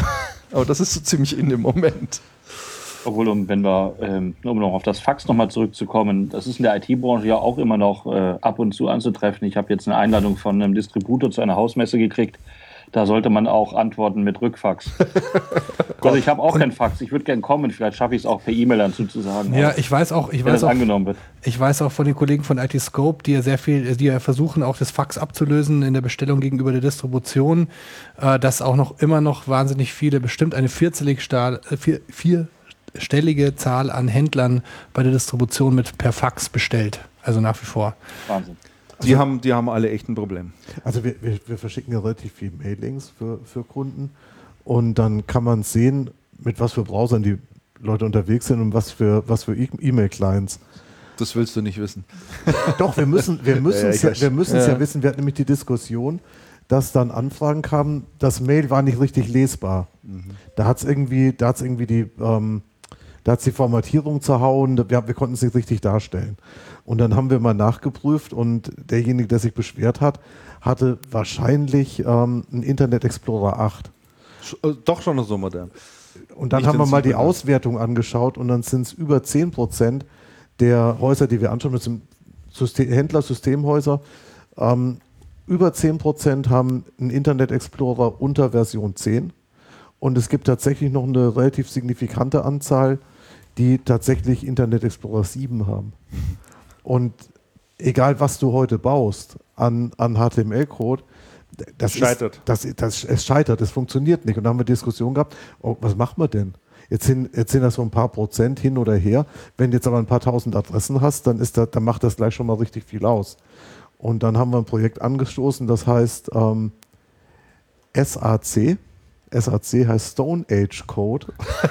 Aber das ist so ziemlich in dem Moment. Obwohl, um, wenn wir, ähm, um noch auf das Fax nochmal zurückzukommen, das ist in der I T-Branche ja auch immer noch äh, ab und zu anzutreffen. Ich habe jetzt eine Einladung von einem Distributor zu einer Hausmesse gekriegt. Da sollte man auch antworten mit Rückfax. Also ich habe auch kein Fax. Ich würde gerne kommen. Vielleicht schaffe ich es auch per E-Mail dann zuzusagen. Ja, ich weiß auch, ich wenn weiß das auch, angenommen wird. ich weiß auch von den Kollegen von I T Scope, die ja sehr viel, die ja versuchen, auch das Fax abzulösen in der Bestellung gegenüber der Distribution, äh, dass auch noch immer noch wahnsinnig viele, bestimmt eine vierstellige, Stahl, äh, vier, vierstellige Zahl an Händlern bei der Distribution mit per Fax bestellt. Also nach wie vor. Wahnsinn. Die, also, haben, die haben alle echt ein Problem. Also wir, wir, wir verschicken ja relativ viel Mailings für, für Kunden und dann kann man sehen, mit was für Browsern die Leute unterwegs sind und was für, was für E-Mail-Clients. Das willst du nicht wissen. Doch, wir müssen wir müssen es ja, wir müssen es ja. ja wissen. Wir hatten nämlich die Diskussion, dass dann Anfragen kamen, das Mail war nicht richtig lesbar. Mhm. Da hat es irgendwie, da hat's irgendwie die, ähm, da hat's die Formatierung zerhauen, wir, wir konnten es nicht richtig darstellen. Und dann haben wir mal nachgeprüft und derjenige, der sich beschwert hat, hatte wahrscheinlich ähm, einen Internet Explorer acht. Sch- äh, doch schon noch so modern. Und dann Nicht haben wir mal die modern. Auswertung angeschaut und dann sind es über zehn Prozent der Häuser, die wir anschauen, das sind System- Händler, Systemhäuser, ähm, über zehn Prozent haben einen Internet Explorer unter Version zehn. Und es gibt tatsächlich noch eine relativ signifikante Anzahl, die tatsächlich Internet Explorer sieben haben. Und egal, was du heute baust an, an H T M L-Code, das scheitert. Ist, das, das, es scheitert, es funktioniert nicht. Und da haben wir Diskussionen gehabt, oh, was machen wir denn? Jetzt sind, jetzt sind das so ein paar Prozent hin oder her. Wenn du jetzt aber ein paar tausend Adressen hast, dann, ist das, dann macht das gleich schon mal richtig viel aus. Und dann haben wir ein Projekt angestoßen, das heißt ähm, S A C. S A C heißt Stone Age Code.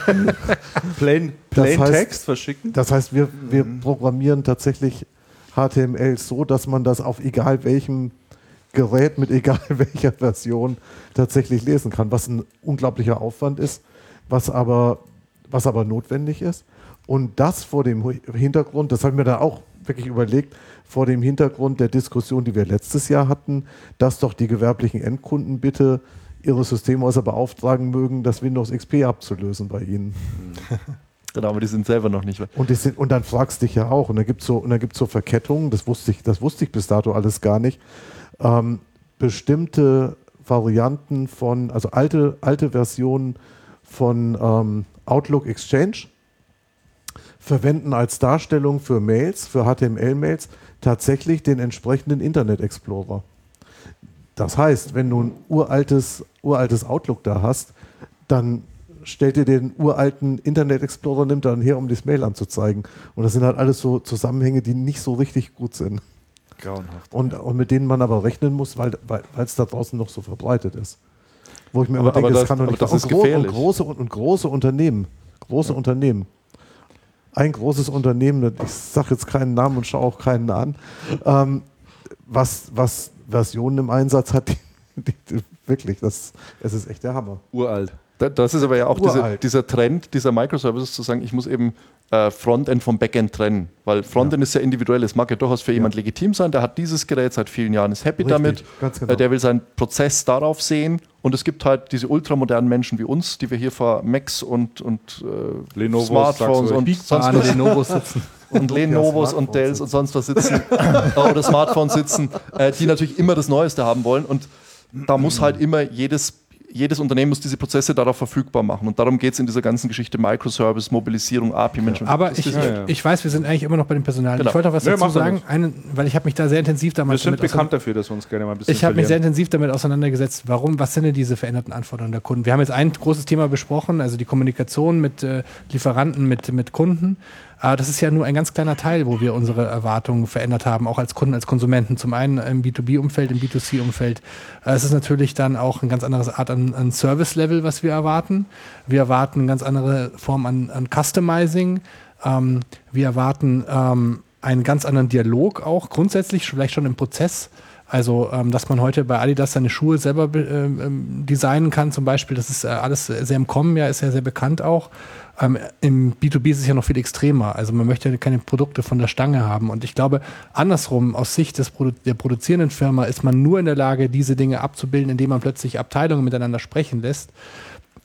Plain, plain heißt, Text verschicken? Das heißt, wir, wir mhm. programmieren tatsächlich H T M L so, dass man das auf egal welchem Gerät mit egal welcher Version tatsächlich lesen kann, was ein unglaublicher Aufwand ist, was aber, was aber notwendig ist. Und das vor dem Hintergrund, das haben wir da auch wirklich überlegt, vor dem Hintergrund der Diskussion, die wir letztes Jahr hatten, dass doch die gewerblichen Endkunden bitte ihre Systemhäuser beauftragen mögen, das Windows X P abzulösen bei ihnen. Genau, aber die sind selber noch nicht. Und, die sind, und dann fragst du dich ja auch, und da gibt es so, so Verkettungen, das wusste, ich, das wusste ich bis dato alles gar nicht, ähm, bestimmte Varianten von, also alte, alte Versionen von ähm, Outlook Exchange verwenden als Darstellung für Mails, für H T M L-Mails, tatsächlich den entsprechenden Internet Explorer. Das heißt, wenn du ein uraltes, uraltes Outlook da hast, dann stellt dir den uralten Internet Explorer, nimmt dann her, um das Mail anzuzeigen. Und das sind halt alles so Zusammenhänge, die nicht so richtig gut sind. Grauenhaft. Und, und mit denen man aber rechnen muss, weil weil es da draußen noch so verbreitet ist. Wo ich mir aber, immer denke, aber das, das kann doch nicht das und, ist gro gefährlich. und, große, und, und große Unternehmen, große ja. Unternehmen. Ein großes Unternehmen, ich sage jetzt keinen Namen und schaue auch keinen an, ähm, was, was Versionen im Einsatz hat, die, die, die, wirklich, das, es ist echt der Hammer. Uralt. Das ist aber ja auch diese, dieser Trend, dieser Microservices zu sagen, ich muss eben äh, Frontend vom Backend trennen. Weil Frontend ja. ist ja individuell. Es mag ja durchaus für ja. jemand legitim sein, der hat dieses Gerät seit vielen Jahren, ist happy Richtig, damit, ganz genau. äh, der will seinen Prozess darauf sehen. Und es gibt halt diese ultramodernen Menschen wie uns, die wir hier vor Macs und, und äh, Lenovo, Smartphones und sonst was Lenovos sitzen. und Lenovos und Dells und sonst was sitzen oder Smartphones sitzen, äh, die natürlich immer das Neueste haben wollen. Und da muss halt immer jedes Jedes Unternehmen muss diese Prozesse darauf verfügbar machen. Und darum geht es in dieser ganzen Geschichte Microservice, Mobilisierung, A P I-Management. Aber ich, ja, ja. ich weiß, wir sind eigentlich immer noch bei dem Personal. Genau. Ich wollte noch was nee, dazu sagen, einen, weil ich habe mich da sehr intensiv damals Wir sind damit bekannt dafür, dass wir uns gerne mal ein bisschen Ich habe mich sehr intensiv damit auseinandergesetzt, warum, was sind denn diese veränderten Anforderungen der Kunden? Wir haben jetzt ein großes Thema besprochen, also die Kommunikation mit äh, Lieferanten, mit, mit Kunden. Aber das ist ja nur ein ganz kleiner Teil, wo wir unsere Erwartungen verändert haben, auch als Kunden, als Konsumenten. Zum einen im B zwei B-Umfeld, im B zwei C-Umfeld. Es ist natürlich dann auch eine ganz andere Art an, an Service-Level, was wir erwarten. Wir erwarten eine ganz andere Form an, an Customizing. Ähm, wir erwarten ähm, einen ganz anderen Dialog auch, grundsätzlich, vielleicht schon im Prozess. Also, ähm, dass man heute bei Adidas seine Schuhe selber ähm, designen kann zum Beispiel, das ist äh, alles sehr im Kommen, ja, ist ja sehr bekannt auch. Ähm, im B zwei B ist es ja noch viel extremer. Also man möchte keine Produkte von der Stange haben. Und ich glaube, andersrum, aus Sicht des Produ- der produzierenden Firma ist man nur in der Lage, diese Dinge abzubilden, indem man plötzlich Abteilungen miteinander sprechen lässt.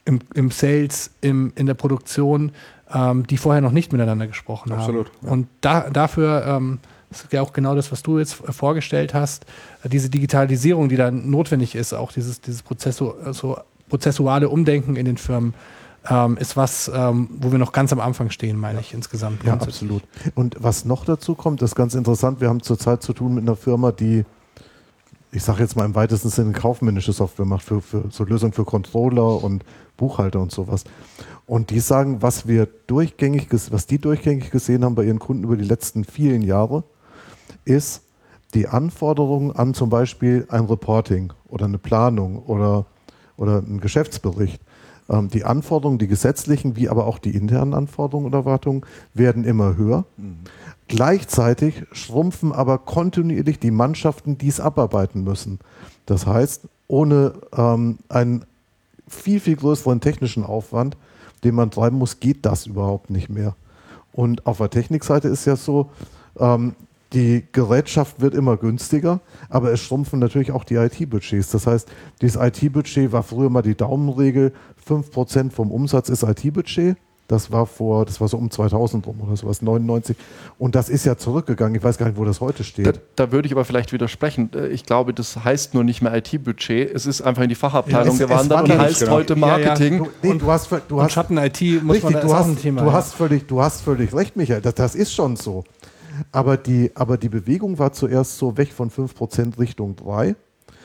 im, im Sales, im, in der Produktion, ähm, die vorher noch nicht miteinander gesprochen Absolut, haben. ja. Und da, dafür, ähm, das ist ja auch genau das, was du jetzt vorgestellt hast, äh, diese Digitalisierung, die da notwendig ist, auch dieses, dieses Prozessu so prozessuale Umdenken in den Firmen, ähm, ist was, ähm, wo wir noch ganz am Anfang stehen, meine ich, insgesamt. Ja, absolut. Und was noch dazu kommt, ist ganz interessant, wir haben zurzeit zu tun mit einer Firma, die, ich sage jetzt mal im weitesten Sinne, kaufmännische Software macht, für, für so Lösungen für Controller und Buchhalter und sowas. Und die sagen, was wir durchgängig, was die durchgängig gesehen haben bei ihren Kunden über die letzten vielen Jahre, ist die Anforderungen an zum Beispiel ein Reporting oder eine Planung oder, oder einen Geschäftsbericht. Ähm, die Anforderungen, die gesetzlichen, wie aber auch die internen Anforderungen und Erwartungen werden immer höher. Mhm. Gleichzeitig schrumpfen aber kontinuierlich die Mannschaften, die es abarbeiten müssen. Das heißt, ohne ähm, einen viel, viel größeren technischen Aufwand, den man treiben muss, geht das überhaupt nicht mehr. Und auf der Technikseite ist ja so, ähm, die Gerätschaft wird immer günstiger, aber es schrumpfen natürlich auch die I T-Budgets. Das heißt, dieses I T-Budget war früher mal die Daumenregel, fünf Prozent vom Umsatz ist I T-Budget. Das war vor, das war so um zweitausend rum oder sowas, neunundneunzig. Und das ist ja zurückgegangen. Ich weiß gar nicht, wo das heute steht. Da, da würde ich aber vielleicht widersprechen. Ich glaube, das heißt nur nicht mehr I T-Budget. Es ist einfach in die Fachabteilung ja, es, gewandert es und heißt genau. heute Marketing. Ja, ja. Du, nee, du hast, du hast Schatten-I T muss richtig, man, du hast, ein Thema. Du, ja. hast völlig, du hast völlig recht, Michael. Das, das ist schon so. Aber die, aber die Bewegung war zuerst so weg von fünf Prozent Richtung drei.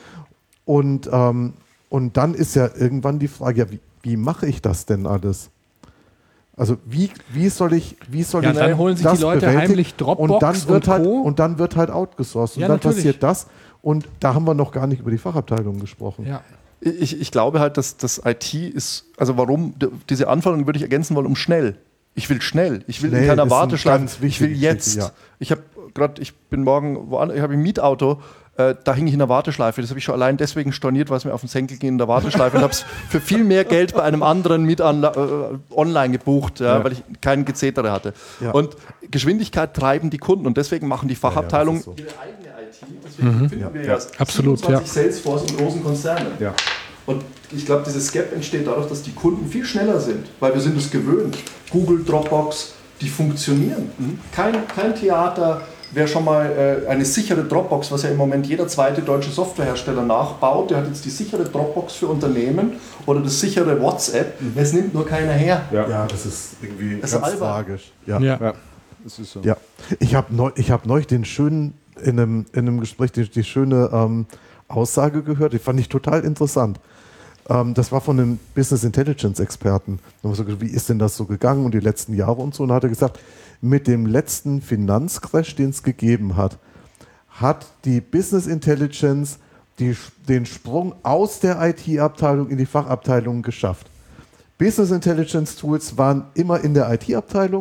Und, ähm, und dann ist ja irgendwann die Frage, ja, wie, wie mache ich das denn alles? Also wie, wie soll ich, wie soll ja, ich dann holen sich das die Leute bewältigen? heimlich Dropbox und dann wird und halt Co. und dann wird halt outgesourced und ja, dann natürlich. passiert das und da haben wir noch gar nicht über die Fachabteilung gesprochen. Ja. Ich, ich glaube halt, dass das I T ist, also warum, diese Anforderungen würde ich ergänzen wollen, um schnell. Ich will schnell, ich will Schnell in keiner ist ein Warteschleife, ganz ich will wichtige jetzt. Geschichte, ja. Ich habe gerade, ich bin morgen woanders, ich habe ein Mietauto, äh, da hing ich in der Warteschleife. Das habe ich schon allein deswegen storniert, weil es mir auf den Senkel ging in der Warteschleife und habe es für viel mehr Geld bei einem anderen Mietanla äh, online gebucht, ja, ja. weil ich keinen Gezetere hatte. Ja. Und Geschwindigkeit treiben die Kunden und deswegen machen die Fachabteilungen ja, ja, so. ihre eigene I T. Deswegen mhm. finden ja. wir ja, ja absolut, ja. Salesforce und großen Konzerne. Ja. Und ich glaube, dieses Gap entsteht dadurch, dass die Kunden viel schneller sind, weil wir sind es gewöhnt. Google, Dropbox, die funktionieren. Mhm. Kein, kein Theater. Wer schon mal äh, eine sichere Dropbox, was ja im Moment jeder zweite deutsche Softwarehersteller nachbaut, der hat jetzt die sichere Dropbox für Unternehmen oder das sichere WhatsApp. Mhm. Es nimmt nur keiner her. Ja, ja das ist irgendwie das ganz ist tragisch. Ja. Ja. Ja. Das ist so. Ja. Ich habe neu, hab neulich den schönen, in einem, in einem Gespräch die, die schöne ähm, Aussage gehört, die fand ich total interessant. Ähm, das war von einem Business Intelligence Experten. So, wie ist denn das so gegangen und die letzten Jahre und so? Und hat er gesagt, mit dem letzten Finanzcrash, den es gegeben hat, hat die Business Intelligence die, den Sprung aus der I T-Abteilung in die Fachabteilung geschafft. Business Intelligence Tools waren immer in der I T-Abteilung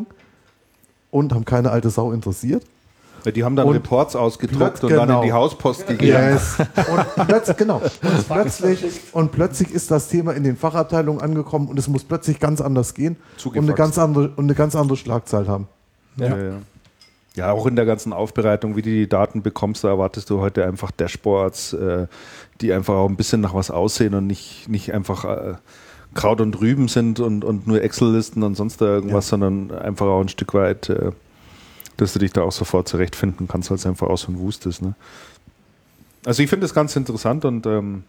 und haben keine alte Sau interessiert. Ja, die haben dann und Reports ausgedruckt und genau. dann in die Hauspost gegeben. Yes. Und, plötzlich, genau. und, plötzlich, und plötzlich ist das Thema in den Fachabteilungen angekommen und es muss plötzlich ganz anders gehen und eine ganz andere, und eine ganz andere Schlagzahl haben. Ja. Ja, ja. ja, auch in der ganzen Aufbereitung, wie du die Daten bekommst, da erwartest du heute einfach Dashboards, äh, die einfach auch ein bisschen nach was aussehen und nicht, nicht einfach äh, Kraut und Rüben sind und, und nur Excel-Listen und sonst irgendwas, ja. sondern einfach auch ein Stück weit, äh, dass du dich da auch sofort zurechtfinden kannst, weil es einfach auch so ein Wust ist. Ne? Also ich finde das ganz interessant und ähm,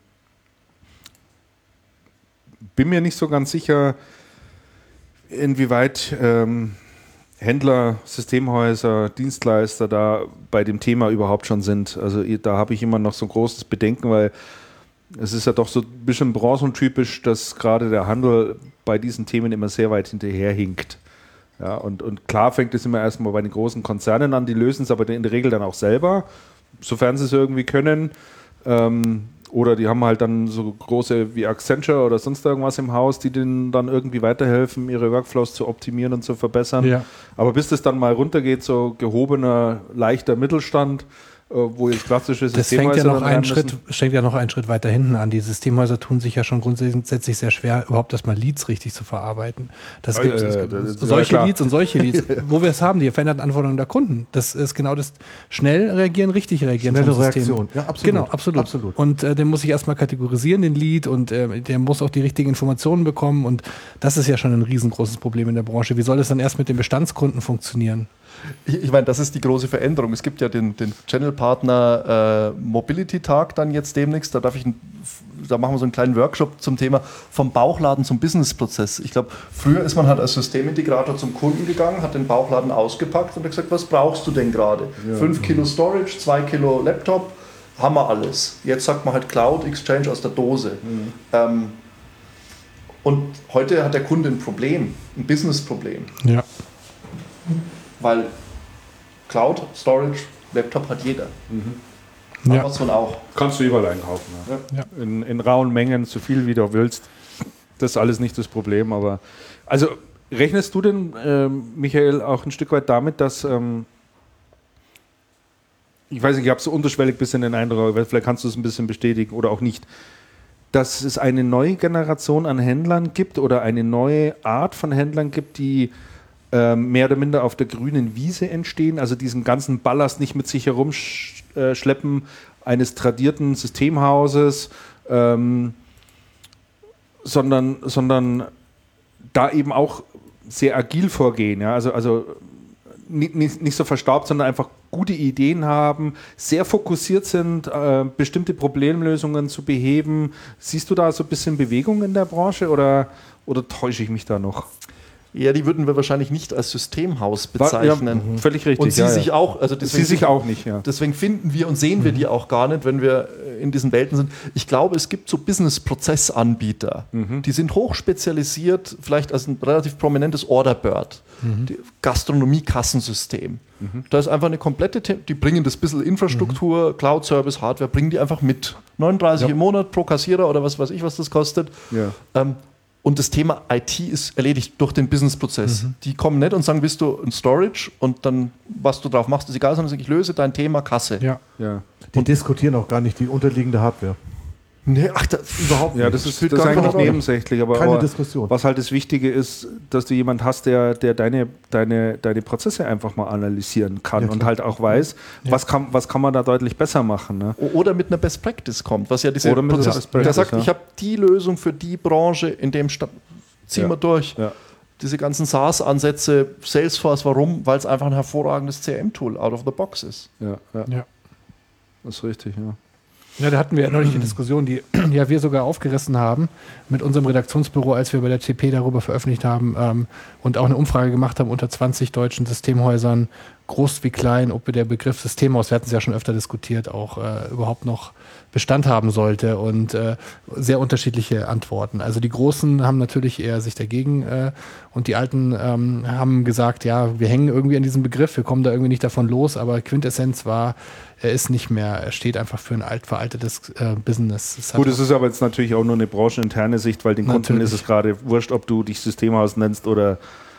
bin mir nicht so ganz sicher, inwieweit ähm, Händler, Systemhäuser, Dienstleister da bei dem Thema überhaupt schon sind. Also da habe ich immer noch so ein großes Bedenken, weil es ist ja doch so ein bisschen branchentypisch, dass gerade der Handel bei diesen Themen immer sehr weit hinterherhinkt. Ja, und, und klar fängt es immer erstmal bei den großen Konzernen an, die lösen es aber in der Regel dann auch selber, sofern sie es irgendwie können. Ähm, Oder die haben halt dann so große wie Accenture oder sonst irgendwas im Haus, die denen dann irgendwie weiterhelfen, ihre Workflows zu optimieren und zu verbessern. Ja. Aber bis das dann mal runtergeht, so gehobener, leichter Mittelstand, wo jetzt klassische Das fängt ja Systemhäuser noch dann einen rein Schritt, müssen. steckt ja noch einen Schritt weiter hinten an. Die Systemhäuser tun sich ja schon grundsätzlich sehr schwer, überhaupt erstmal Leads richtig zu verarbeiten. Das Ja, gibt, ja, es ja, gibt das ist- solche ja, klar. Leads und solche Leads, wo wir es haben, die veränderten Anforderungen der Kunden. Das ist genau das schnell reagieren, richtig reagieren Schnelle vom System. Reaktion. Ja, absolut. Genau, absolut. Absolut. Und äh, den muss ich erstmal kategorisieren, den Lead, und äh, der muss auch die richtigen Informationen bekommen. Und das ist ja schon ein riesengroßes Problem in der Branche. Wie soll das dann erst mit den Bestandskunden funktionieren? Ich, ich meine, das ist die große Veränderung. Es gibt ja den, den Channel-Partner äh, Mobility-Tag dann jetzt demnächst. Da, darf ich, ein- da machen wir so einen kleinen Workshop zum Thema vom Bauchladen zum Business-Prozess. Ich glaube, früher ist man halt als Systemintegrator zum Kunden gegangen, hat den Bauchladen ausgepackt und hat gesagt, was brauchst du denn gerade? Fünf Kilo Storage, zwei Kilo Laptop, haben wir alles. Jetzt sagt man halt Cloud, Exchange aus der Dose. Ähm, und heute hat der Kunde ein Problem, ein Business-Problem. Ja. Weil Cloud, Storage, Laptop hat jeder. Ja. Amazon auch. Kannst du überall einkaufen. Ja. Ja. In, in rauen Mengen, so viel wie du willst. Das ist alles nicht das Problem. Aber also rechnest du denn, ähm, Michael, auch ein Stück weit damit, dass ähm, ich weiß nicht, ich habe so unterschwellig ein bisschen den Eindruck, aber vielleicht kannst du es ein bisschen bestätigen oder auch nicht, dass es eine neue Generation an Händlern gibt oder eine neue Art von Händlern gibt, die ähm, mehr oder minder auf der grünen Wiese entstehen, also diesen ganzen Ballast nicht mit sich herumschleppen eines tradierten Systemhauses, ähm, sondern, sondern da eben auch sehr agil vorgehen. Ja? Also, also nicht, nicht, nicht so verstaubt, sondern einfach gute Ideen haben, sehr fokussiert sind, äh, bestimmte Problemlösungen zu beheben. Siehst du da so ein bisschen Bewegung in der Branche oder, oder täusche ich mich da noch? Ja, die würden wir wahrscheinlich nicht als Systemhaus Wa- bezeichnen. Ja, völlig richtig. Und sie ja, sich ja. auch, also deswegen, Sie sich auch nicht, ja. deswegen finden wir und sehen wir die auch gar nicht, wenn wir äh, in diesen Welten sind. Ich glaube, es gibt so Business-Prozessanbieter, die sind hochspezialisiert, vielleicht als ein relativ prominentes Orderbird, die Gastronomie-Kassensystem. Da ist einfach eine komplette, The- die bringen das bisschen Infrastruktur, Cloud-Service, Hardware, bringen die einfach mit. neununddreißig Ja. im Monat pro Kassierer oder was weiß ich, was das kostet. Ja. Ähm, und das Thema I T ist erledigt durch den Business-Prozess. Die kommen nicht und sagen, bist du ein Storage und dann, was du drauf machst, ist egal, sondern sagen, ich löse dein Thema Kasse. Ja. Ja. Die diskutieren auch gar nicht die unterliegende Hardware. Nee, ach, da, Überhaupt nicht. Ja, das ist, spielt das ist gar keine eigentlich Rolle. nebensächlich, aber, Keine aber Diskussion. was halt das Wichtige ist, dass du jemanden hast, der, der deine, deine, deine Prozesse einfach mal analysieren kann Ja, und klar. halt auch weiß, was, kann, was kann man da deutlich besser machen. Ne? O- Oder mit einer Best Practice kommt, was ja diese Oder mit einer Prozess, Best Practice, der sagt, ja. ich habe die Lösung für die Branche, in dem Sta- ziehen Ja. wir durch. Ja. Diese ganzen SaaS-Ansätze, Salesforce, warum? Weil es einfach ein hervorragendes C R M-Tool out of the box ist. Ja, ja, Ja. das ist richtig, ja. Ja, da hatten wir neulich eine Diskussion, die ja wir sogar aufgerissen haben mit unserem Redaktionsbüro, als wir bei der T P darüber veröffentlicht haben ähm, und auch eine Umfrage gemacht haben unter zwanzig deutschen Systemhäusern, groß wie klein, ob der Begriff Systemhaus, wir hatten es ja schon öfter diskutiert, auch äh, überhaupt noch Bestand haben sollte, und äh, sehr unterschiedliche Antworten. Also die Großen haben natürlich eher sich dagegen äh, und die Alten ähm, haben gesagt, ja, wir hängen irgendwie an diesem Begriff, wir kommen da irgendwie nicht davon los, aber Quintessenz war, er ist nicht mehr, er steht einfach für ein alt veraltetes äh, Business. Es hat Gut, es ist aber jetzt natürlich auch nur eine brancheninterne Sicht, weil den Kunden Natürlich. ist es gerade wurscht, ob du dich Systemhaus nennst oder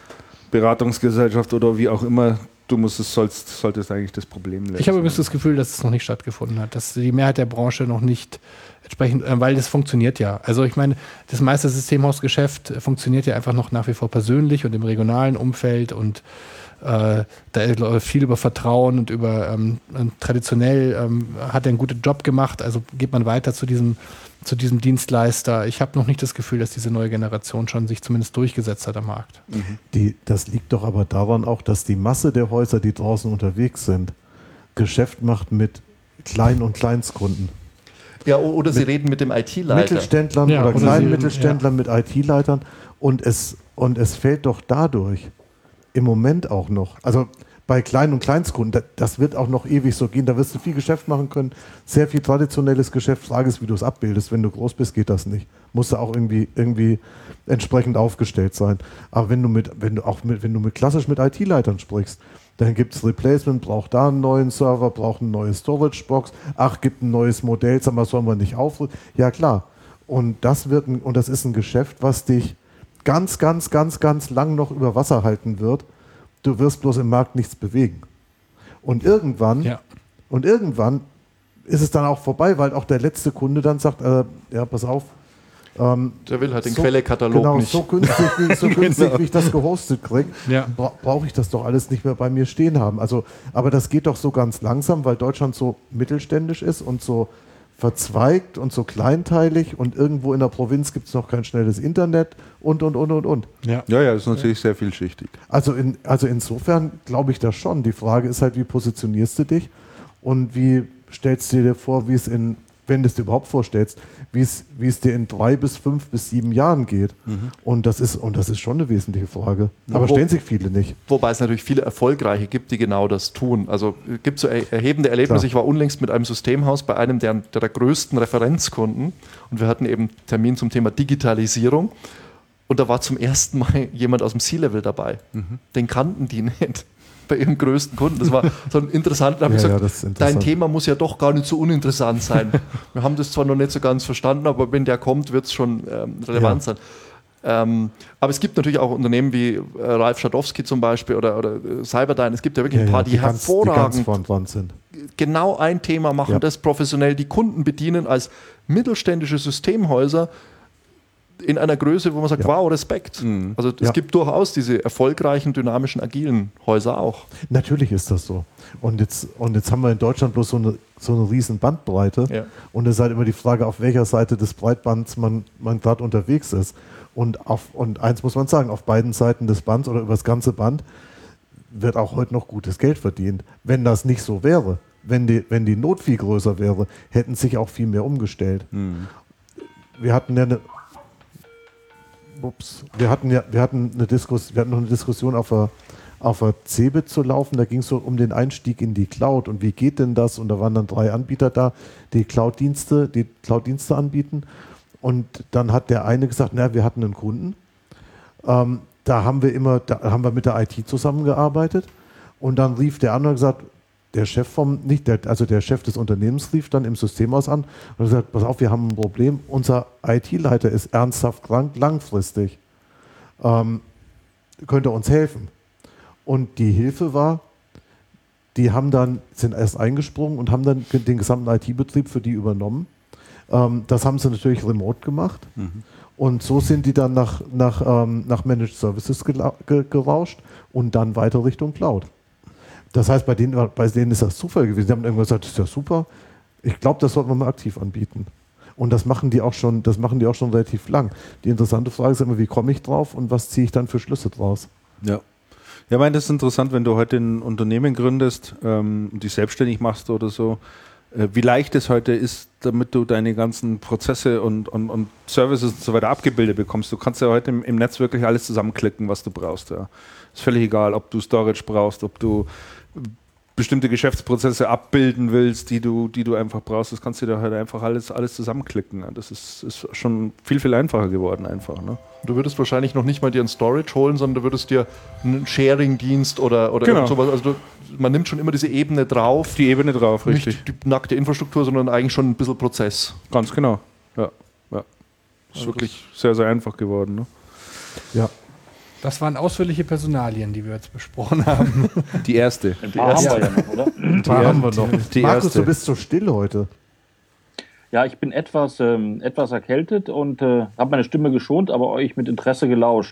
Beratungsgesellschaft oder wie auch immer. Du musst es, sollst, solltest eigentlich das Problem lösen. Ich habe übrigens das Gefühl, dass es noch nicht stattgefunden hat, dass die Mehrheit der Branche noch nicht entsprechend, äh, weil das funktioniert ja. Also ich meine, das meiste Systemhausgeschäft funktioniert ja einfach noch nach wie vor persönlich und im regionalen Umfeld, und äh, da läuft viel über Vertrauen und über ähm, traditionell ähm, hat er einen guten Job gemacht, also geht man weiter zu diesem, zu diesem Dienstleister. Ich habe noch nicht das Gefühl, dass diese neue Generation schon sich zumindest durchgesetzt hat am Markt. Die, das liegt doch aber daran auch, dass die Masse der Häuser, die draußen unterwegs sind, Geschäft macht mit Klein- und Kleinstkunden. Ja, o- oder sie reden mit dem I T-Leiter. Mittelständlern Ja, oder oder kleinen sie- Mittelständlern mit I T-Leitern. Und es, und es fällt doch dadurch im Moment auch noch, also bei Klein- und Kleinstkunden, da- das wird auch noch ewig so gehen, da wirst du viel Geschäft machen können, sehr viel traditionelles Geschäft. Frage ist, wie du es abbildest. Wenn du groß bist, geht das nicht. Musst du auch irgendwie, irgendwie entsprechend aufgestellt sein. Aber wenn du mit, wenn du auch mit, wenn du mit klassisch mit I T-Leitern sprichst, dann gibt es Replacement, braucht da einen neuen Server, braucht eine neue Storage-Box, ach, gibt ein neues Modell, sag mal, sollen wir nicht aufrüsten? Ja, klar. Und das wird ein, und das ist ein Geschäft, was dich ganz, ganz, ganz, ganz lang noch über Wasser halten wird. Du wirst bloß im Markt nichts bewegen. Und irgendwann, Ja. Und irgendwann ist es dann auch vorbei, weil auch der letzte Kunde dann sagt, äh, ja, pass auf. Ähm, Der will halt den so, Quellekatalog genau, nicht. so günstig, wie, so günstig wie ich das gehostet kriege, Ja. bra brauche ich das doch alles nicht mehr bei mir stehen haben. Also, aber das geht doch so ganz langsam, weil Deutschland so mittelständisch ist und so verzweigt und so kleinteilig und irgendwo in der Provinz gibt es noch kein schnelles Internet und, und, und, und, und. Ja. Ja, ja, ist natürlich sehr vielschichtig. Also, in, also insofern glaube ich das schon. Die Frage ist halt, wie positionierst du dich und wie stellst du dir vor, wie es in, wenn du es dir überhaupt vorstellst, wie es, wie es dir in drei bis fünf bis sieben Jahren geht. Mhm. Und, das ist, und das ist schon eine wesentliche Frage. Aber Wo- stellen sich viele nicht. Wobei es natürlich viele Erfolgreiche gibt, die genau das tun. Also es gibt so er erhebende Erlebnisse. Klar. Ich war unlängst mit einem Systemhaus bei einem der, der größten Referenzkunden und wir hatten eben Termin zum Thema Digitalisierung und da war zum ersten Mal jemand aus dem C-Level dabei. Mhm. Den kannten die nicht bei ihrem größten Kunden. Das war so ein interessant. Da habe ich Ja, ja, gesagt, das ist interessant. dein Thema muss ja doch gar nicht so uninteressant sein. Wir haben das zwar noch nicht so ganz verstanden, aber wenn der kommt, wird es schon ähm, relevant Ja. sein. Ähm, aber es gibt natürlich auch Unternehmen wie äh, Ralf Schadowski zum Beispiel oder, oder äh, Cyberdyne. Es gibt ja wirklich Ja, ein paar, ja, die, die ganz, die ganz hervorragend vorn dran sind. genau ein Thema machen, Ja. das professionell die Kunden bedienen als mittelständische Systemhäuser in einer Größe, wo man sagt, Ja. wow, Respekt. Mhm. Also es Ja. gibt durchaus diese erfolgreichen, dynamischen, agilen Häuser auch. Natürlich ist das so. Und jetzt, und jetzt haben wir in Deutschland bloß so eine, so eine riesen Bandbreite. Ja. Und es ist halt immer die Frage, auf welcher Seite des Breitbands man, man gerade unterwegs ist. Und, auf, und eins muss man sagen, auf beiden Seiten des Bands oder über das ganze Band wird auch heute noch gutes Geld verdient. Wenn das nicht so wäre, wenn die, wenn die Not viel größer wäre, hätten sich auch viel mehr umgestellt. Mhm. Wir hatten ja eine Ups, wir hatten ja, wir hatten eine Diskussion, wir hatten noch eine Diskussion auf der, auf der Cebit zu laufen, da ging es so um den Einstieg in die Cloud und wie geht denn das? Und da waren dann drei Anbieter da, die Cloud-Dienste, die Cloud-Dienste anbieten. Und dann hat der eine gesagt, na, wir hatten einen Kunden, ähm, da haben wir immer, da haben wir mit der I T zusammengearbeitet und dann rief der andere und gesagt, der Chef vom, nicht der, also der Chef des Unternehmens rief dann im Systemhaus an und hat gesagt, pass auf, wir haben ein Problem, unser I T-Leiter ist ernsthaft krank, langfristig. Ähm, könnt ihr uns helfen? Und die Hilfe war, die haben dann, sind erst eingesprungen und haben dann den gesamten I T-Betrieb für die übernommen. Ähm, das haben sie natürlich remote gemacht. Mhm. Und so sind die dann nach, nach, ähm, nach Managed Services gela- ge- gerauscht und dann weiter Richtung Cloud. Das heißt, bei denen, bei denen ist das Zufall gewesen. Die haben irgendwann gesagt, das ist ja super. Ich glaube, das sollten wir mal aktiv anbieten. Und das machen die auch schon, das machen die auch schon relativ lang. Die interessante Frage ist immer, wie komme ich drauf und was ziehe ich dann für Schlüsse draus? Ja. Ja, ich meine, das ist interessant, wenn du heute ein Unternehmen gründest, ähm, dich selbstständig machst oder so, äh, wie leicht es heute ist, damit du deine ganzen Prozesse und, und, und Services und so weiter abgebildet bekommst. Du kannst ja heute im, im Netz wirklich alles zusammenklicken, was du brauchst. Ja. Ist völlig egal, ob du Storage brauchst, ob du bestimmte Geschäftsprozesse abbilden willst, die du, die du einfach brauchst. Das kannst du dir heute einfach alles, alles zusammenklicken. Ja. Das ist, ist schon viel, viel einfacher geworden einfach. Ne? Du würdest wahrscheinlich noch nicht mal dir ein Storage holen, sondern du würdest dir einen Sharing-Dienst oder, oder Genau. irgend sowas. Also du, man nimmt schon immer diese Ebene drauf. Die Ebene drauf, richtig. Nicht die nackte Infrastruktur, sondern eigentlich schon ein bisschen Prozess. Ganz genau. Ja, ja. Ist Also wirklich sehr, sehr einfach geworden. Ne? Ja. Das waren ausführliche Personalien, die wir jetzt besprochen haben. Die erste. Ein paar haben wir ja noch, oder? Ein paar haben wir noch. die Markus, erste. du bist so still heute. Ja, ich bin etwas, ähm, etwas erkältet und äh, habe meine Stimme geschont, aber euch mit Interesse gelauscht.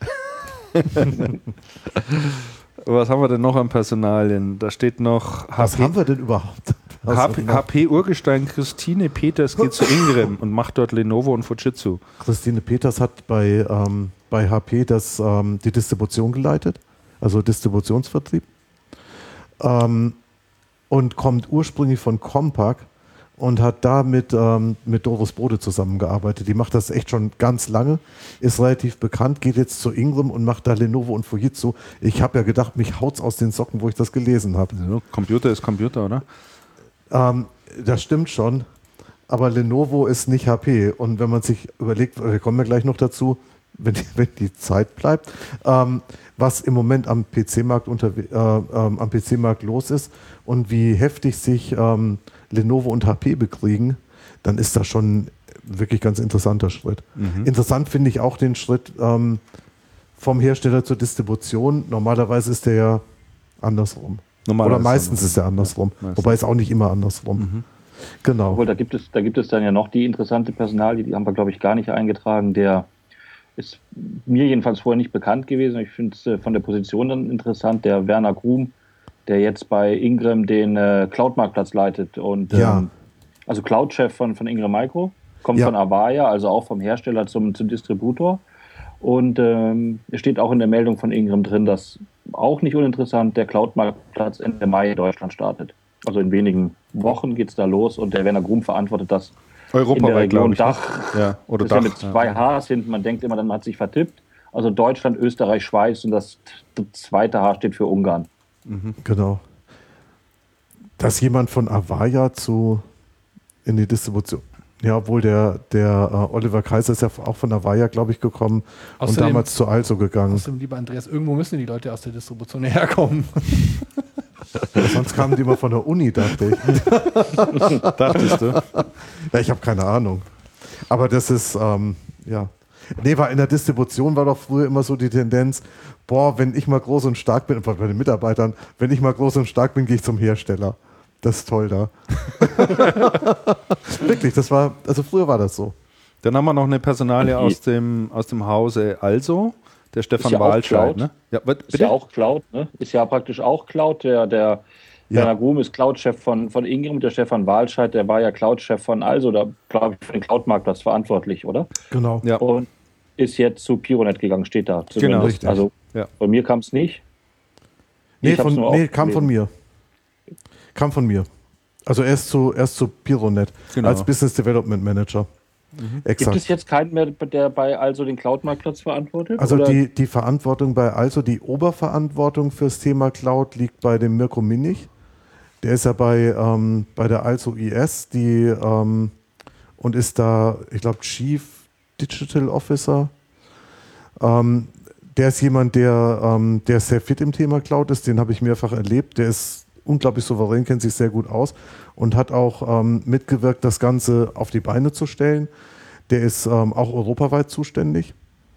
Was haben wir denn noch an Personalien? Da steht noch Was H P, haben wir denn überhaupt? Was H P, H P Urgestein Christine Peters geht zu Ingram und macht dort Lenovo und Fujitsu. Christine Peters hat bei, ähm, bei H P das, ähm, die Distribution geleitet, also Distributionsvertrieb. Ähm, und kommt ursprünglich von Compaq und hat da mit, ähm, mit Doris Bode zusammengearbeitet. Die macht das echt schon ganz lange, ist relativ bekannt, geht jetzt zu Ingram und macht da Lenovo und Fujitsu. Ich habe ja gedacht, mich haut's aus den Socken, wo ich das gelesen habe. Also, Computer ist Computer, oder? Ähm, das stimmt schon, aber Lenovo ist nicht H P. Und wenn man sich überlegt, wir kommen ja gleich noch dazu, wenn die, wenn die Zeit bleibt, ähm, was im Moment am P C-Markt unterwe- äh, ähm, am P C-Markt los ist und wie heftig sich ähm, Lenovo und H P bekriegen, dann ist das schon ein wirklich ganz interessanter Schritt. Mhm. Interessant finde ich auch den Schritt ähm, vom Hersteller zur Distribution. Normalerweise ist der ja andersrum. Oder meistens ist er andersrum. Ja, Wobei es auch nicht immer andersrum. Mhm. Genau. Obwohl, da gibt es, da gibt es dann ja noch die interessante Personalie, die haben wir, glaube ich, gar nicht eingetragen. Der ist mir jedenfalls vorher nicht bekannt gewesen. Ich finde es äh, von der Position dann interessant. Der Werner Grum, der jetzt bei Ingram den äh, Cloud-Marktplatz leitet. Und, Ja. ähm, also Cloud-Chef von, von Ingram Micro, kommt Ja. von Avaya, also auch vom Hersteller zum, zum Distributor. Und ähm, es steht auch in der Meldung von Ingram drin, dass auch nicht uninteressant der Cloud-Marktplatz Ende Mai in Deutschland startet. Also in wenigen Wochen geht es da los und der Werner Grum verantwortet das in der Europaweit, Region glaube ich. ne? Dach. Ja, oder Das ist ja Dach. mit zwei Hs hinten. Man denkt immer, dann hat sich vertippt. Also Deutschland, Österreich, Schweiz und das t- zweite H steht für Ungarn. Genau. Dass jemand von Avaya zu in die Distribution. Ja, obwohl der, der äh, Oliver Kaiser ist ja auch von Avaya, glaube ich, gekommen und Außerdem- damals zu Also gegangen. Außerdem, lieber Andreas, irgendwo müssen die Leute aus der Distribution herkommen. Sonst kamen die immer von der Uni, dachte ich. Dachtest du? Ja, ich habe keine Ahnung. Aber das ist, ähm, ja. Nee, war in der Distribution war doch früher immer so die Tendenz, boah, wenn ich mal groß und stark bin, bei den Mitarbeitern, wenn ich mal groß und stark bin, gehe ich zum Hersteller. Das ist toll da. Wirklich, das war, also früher war das so. Dann haben wir noch eine Personalie Und die- aus dem, aus dem Hause Also, der Stefan ja auch Wahlscheid. Cloud. Ne? Ja, wat- Ist bitte? ja auch Cloud, ne? Ist ja praktisch auch Cloud. Der, der Ja. Werner Grum ist Cloud-Chef von, von Ingram. Der Stefan Wahlscheid, der war ja Cloud-Chef von Also, da glaube ich für den Cloud-Marktplatz verantwortlich, oder? Genau. Ja. Und ist jetzt zu Pironet gegangen, steht da. zumindest. Genau, richtig. Also Ja. von mir kam es nicht. Nee, Ich hab's von, nur nee kam aufgelesen. von mir. Kam von mir. Also erst zu, erst zu Pironet Genau. als Business Development Manager. Gibt Exakt. es jetzt keinen mehr, der bei Also den Cloud-Marktplatz verantwortet? Also oder? die, die Verantwortung bei Also, die Oberverantwortung fürs Thema Cloud liegt bei dem Mirko Minich. Der ist ja bei, ähm, bei der Also I S die, ähm, und ist da, ich glaube, Chief Digital Officer. Ähm, der ist jemand, der, ähm, der sehr fit im Thema Cloud ist. Den habe ich mehrfach erlebt. Der ist unglaublich souverän, kennt sich sehr gut aus und hat auch ähm, mitgewirkt, das Ganze auf die Beine zu stellen. Der ist ähm, auch europaweit zuständig.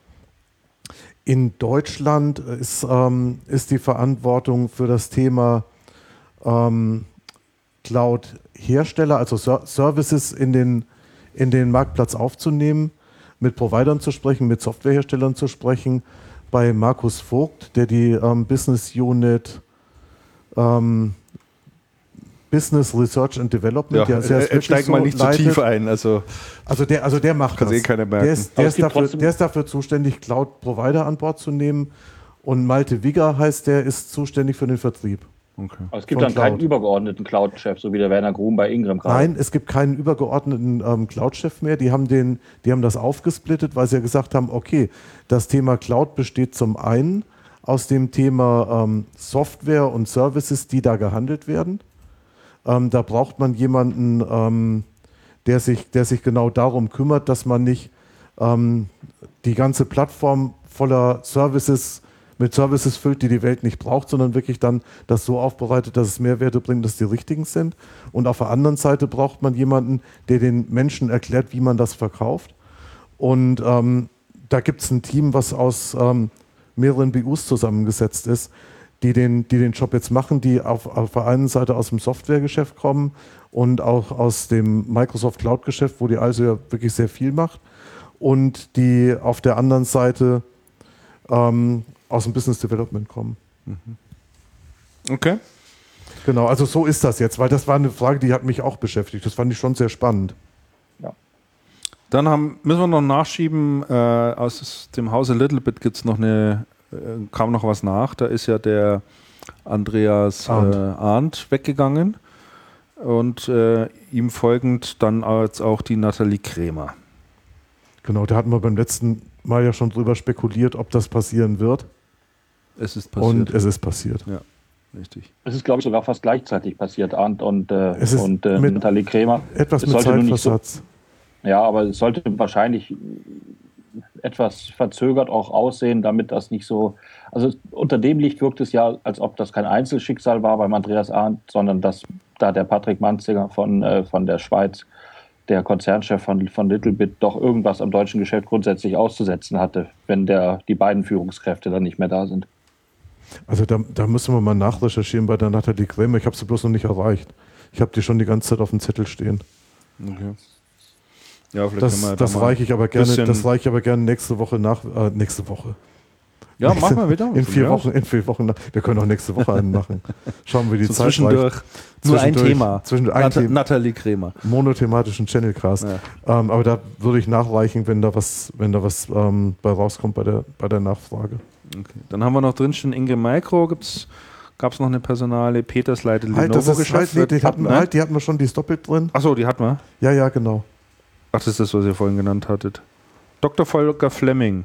In Deutschland ist, ähm, ist die Verantwortung für das Thema ähm, Cloud-Hersteller, also Ser- Services in den, in den Marktplatz aufzunehmen, mit Providern zu sprechen, mit Softwareherstellern zu sprechen, bei Markus Vogt, der die ähm, Business Unit ähm, Business Research and Development, Ja, ja, sehr äh, äh, steig mal nicht zu tief ein. Also, also der, also der macht Kann das. eh keiner merken. Der ist, Aber der, es ist gibt dafür, trotzdem- der ist dafür zuständig, Cloud-Provider an Bord zu nehmen. Und Malte Wigger heißt, der ist zuständig für den Vertrieb. okay. Aber es gibt von dann keinen Cloud. übergeordneten Cloud-Chef, so wie der Werner Grum bei Ingram gerade. Nein, es gibt keinen übergeordneten ähm, Cloud-Chef mehr. Die haben, den, die haben das aufgesplittet, weil sie ja gesagt haben, okay, das Thema Cloud besteht zum einen aus dem Thema ähm, Software und Services, die da gehandelt werden. Ähm, da braucht man jemanden, ähm, der, sich, der sich genau darum kümmert, dass man nicht ähm, die ganze Plattform voller Services mit Services füllt, die die Welt nicht braucht, sondern wirklich dann das so aufbereitet, dass es Mehrwerte bringt, dass die richtigen sind. Und auf der anderen Seite braucht man jemanden, der den Menschen erklärt, wie man das verkauft. Und ähm, da gibt es ein Team, was aus ähm, mehreren B Us zusammengesetzt ist, die den, die den Job jetzt machen, die auf, auf der einen Seite aus dem Softwaregeschäft kommen und auch aus dem Microsoft Cloud-Geschäft, wo die also ja wirklich sehr viel macht, und die auf der anderen Seite ähm, aus dem Business Development kommen. Okay. Genau, also so ist das jetzt, weil das war eine Frage, die hat mich auch beschäftigt. Das fand ich schon sehr spannend. Dann haben, müssen wir noch nachschieben, äh, aus dem Hause Little Bit gibt es noch eine, äh, kam noch was nach. Da ist ja der Andreas Arndt. äh, Arndt weggegangen und äh, ihm folgend dann als auch die Nathalie Krämer. Genau, da hatten wir beim letzten Mal ja schon drüber spekuliert, ob das passieren wird. Es ist passiert. Und es ist passiert. ja, richtig. Es ist, glaube ich, sogar fast gleichzeitig passiert, Arndt und, äh, Es ist und äh, mit- Nathalie Krämer. Etwas Es mit sollte nur nicht so- Zeitversatz. Ja, aber es sollte wahrscheinlich etwas verzögert auch aussehen, damit das nicht so. Also unter dem Licht wirkt es ja, als ob das kein Einzelschicksal war beim Andreas Arndt, sondern dass da der Patrick Manziger von, äh, von der Schweiz, der Konzernchef von, von Littlebit, doch irgendwas am deutschen Geschäft grundsätzlich auszusetzen hatte, wenn der, die beiden Führungskräfte dann nicht mehr da sind. Also da, da müssen wir mal nachrecherchieren bei der Nathalie Krämer. Ich habe sie bloß noch nicht erreicht. Ich habe die schon die ganze Zeit auf dem Zettel stehen. Okay. Ja, vielleicht Das, können wir das da mal reiche ich aber gerne. bisschen- Das reiche ich aber gerne nächste Woche nach. Äh, nächste Woche. Ja, Nächste- machen wir wieder. In Von vier mir aus. Wochen. In vier Wochen. Nach. Wir können auch nächste Woche einen machen. Schauen wir, wie die So Zeit zwischendurch. reicht. Nur ein Zwischendurch- Thema. Zwischen ein Nat Thema. Nathalie Krämer. Monothematischen Channelcast. Ja. Ähm, aber da würde ich nachreichen, wenn da was, wenn da was ähm, bei rauskommt bei der, bei der Nachfrage. Okay. Dann haben wir noch drinstehen Inge Micro. Gab es noch eine Personale? Peters leitet Halt, das ist Lenovo-Geschäft. halt, nee, die hatten, ne? halt, die hatten wir schon, die ist doppelt drin. Achso, die hatten wir. Ja, ja, genau. Ach, das ist das, was ihr vorhin genannt hattet. Doktor Volker Fleming.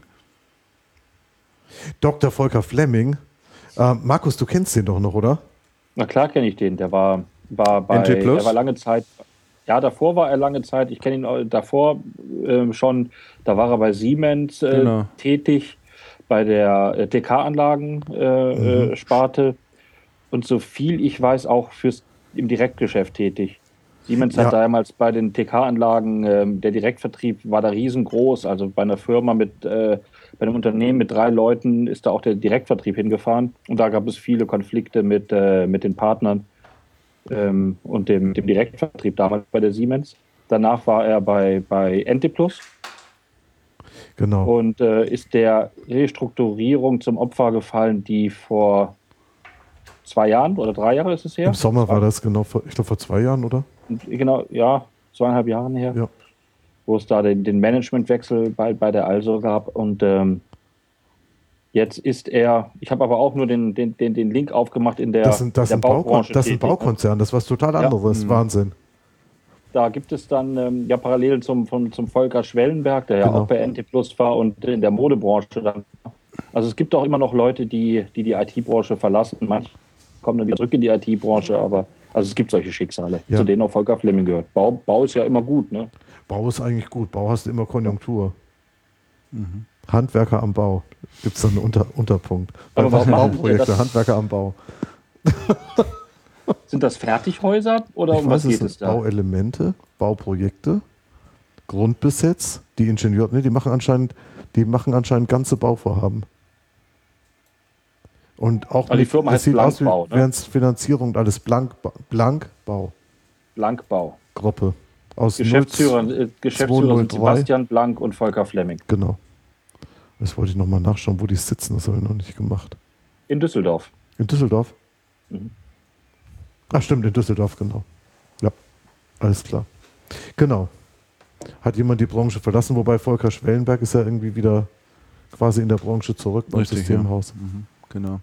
Doktor Volker Fleming. Ähm, Markus, du kennst den doch noch, oder? Na klar kenne ich den. Der war, war bei, N T Plus? er war lange Zeit, ja, davor war er lange Zeit, ich kenne ihn auch davor ähm, schon, da war er bei Siemens äh, Genau. tätig, bei der äh, T K-Anlagen-Sparte äh, Sparte. Und so viel ich weiß, auch fürs, im Direktgeschäft tätig. Siemens Ja. hat damals bei den T K-Anlagen, ähm, der Direktvertrieb war da riesengroß, also bei einer Firma mit, äh, bei einem Unternehmen mit drei Leuten ist da auch der Direktvertrieb hingefahren und da gab es viele Konflikte mit, äh, mit den Partnern ähm, und dem, dem Direktvertrieb damals bei der Siemens. Danach war er bei, bei N T Plus Genau. und äh, ist der Restrukturierung zum Opfer gefallen, die vor zwei Jahren oder drei Jahre ist es her? Im Sommer war das genau, vor, ich glaube vor zwei Jahren, oder? Genau, ja, zweieinhalb Jahren her. Ja. Wo es da den, den Managementwechsel bei, bei der Also gab. Und ähm, jetzt ist er, ich habe aber auch nur den, den, den, den Link aufgemacht in der, Das sind, das der sind, Baukon Baubranche. das sind tätig, ne? Baukonzerne, das ist was total Ja. anderes. Mhm. Wahnsinn. Da gibt es dann ähm, ja parallel zum, vom, zum Volker Schwellenberg, der ja Genau. auch bei N T Plus war und in der Modebranche dann. Also es gibt auch immer noch Leute, die die, die I T-Branche verlassen. Manche kommen dann wieder zurück in die I T-Branche, aber also es gibt solche Schicksale, Ja. zu denen auch Volker Fleming gehört. Bau, Bau ist ja immer gut, ne? Bau ist eigentlich gut. Bau hast du immer Konjunktur. Handwerker am Bau. Gibt es da einen Unter Unterpunkt. Bei Aber was machen Bauprojekte, Sie das? Handwerker am Bau. Sind das Fertighäuser oder Ich um was weiß, geht es es sind da? Bauelemente, Bauprojekte, Grundbesitz, die Ingenieure, ne, die machen anscheinend, die machen anscheinend ganze Bauvorhaben. Und auch Aber die Firma es heißt sieht aus wie Blankbau, ne? wären es Finanzierung und alles Blankba Blankbau, Blankbau. Gruppe. Aus Geschäftsführer, null- äh, Geschäftsführer sind zweihundertdrei. Sebastian Blank und Volker Fleming. Genau. Das wollte ich nochmal nachschauen, wo die sitzen, das habe ich noch nicht gemacht. In Düsseldorf. In Düsseldorf? Mhm. Ach stimmt, in Düsseldorf, genau. Ja, alles klar. Genau. Hat jemand die Branche verlassen, wobei Volker Schwellenberg ist ja irgendwie wieder quasi in der Branche zurück beim Richtig, Systemhaus. Mhm, genau.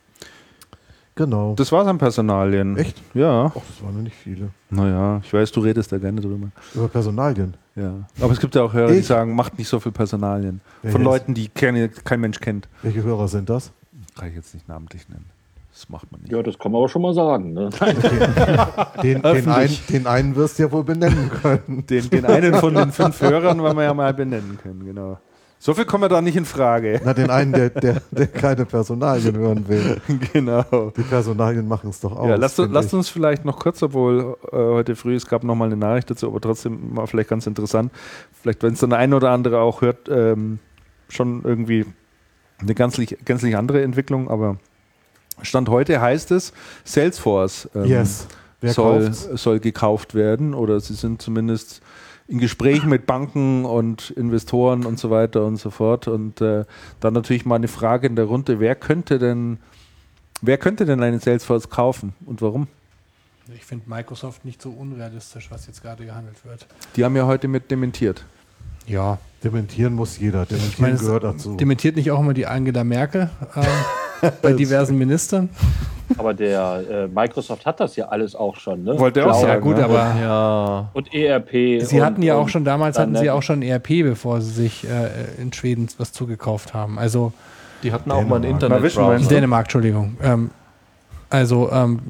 Genau. Das war's an Personalien. Echt? Ja. Ach, das waren ja nicht viele. Naja, ich weiß, du redest da gerne drüber. Über Personalien. Ja. Aber es gibt ja auch Hörer, die Ich? sagen, macht nicht so viel Personalien. Wer Von ist- Leuten, die keine, kein Mensch kennt. Welche Hörer sind das? Kann ich jetzt nicht namentlich nennen. Das macht man nicht. Ja, das kann man aber schon mal sagen. Ne? Den, den, Öffentlich. einen, den einen wirst du ja wohl benennen können. Den, den einen von den fünf Hörern wollen wir ja mal benennen können, genau. So viel kommen wir da nicht in Frage. Na, den einen, der, der, der keine Personalien hören will. Genau. Die Personalien machen es doch aus. Ja, lasst, find lasst ich. uns vielleicht noch kurz, obwohl äh, heute früh, es gab noch mal eine Nachricht dazu, aber trotzdem mal vielleicht ganz interessant. Vielleicht, wenn es dann ein oder andere auch hört, ähm, schon irgendwie eine gänzlich, gänzlich andere Entwicklung, aber Stand heute heißt es, Salesforce ähm, Yes. Wer soll, kauft's? soll gekauft werden oder sie sind zumindest in Gesprächen mit Banken und Investoren und so weiter und so fort. Und äh, dann natürlich mal eine Frage in der Runde, wer könnte denn, wer könnte denn einen Salesforce kaufen und warum? Ich finde Microsoft nicht so unrealistisch, was jetzt gerade gehandelt wird. Die haben ja heute mit dementiert. Ja, Dementieren muss jeder. Dementieren ich meine, es gehört dazu. dementiert nicht auch immer die Angela Merkel ähm, bei diversen Ministern? Aber der äh, Microsoft hat das ja alles auch schon. Ne? Wollte er auch Cloud sagen. Ja gut, ne? aber Ja. Und E R P. sie und, hatten ja auch und schon, damals dann hatten sie nennen- auch schon E R P, bevor sie sich äh, in Schweden was zugekauft haben. Also Die hatten auch mal einen Dänemark. Navision meinst Internetbrowser. du? Dänemark, Entschuldigung. Ähm, also ähm,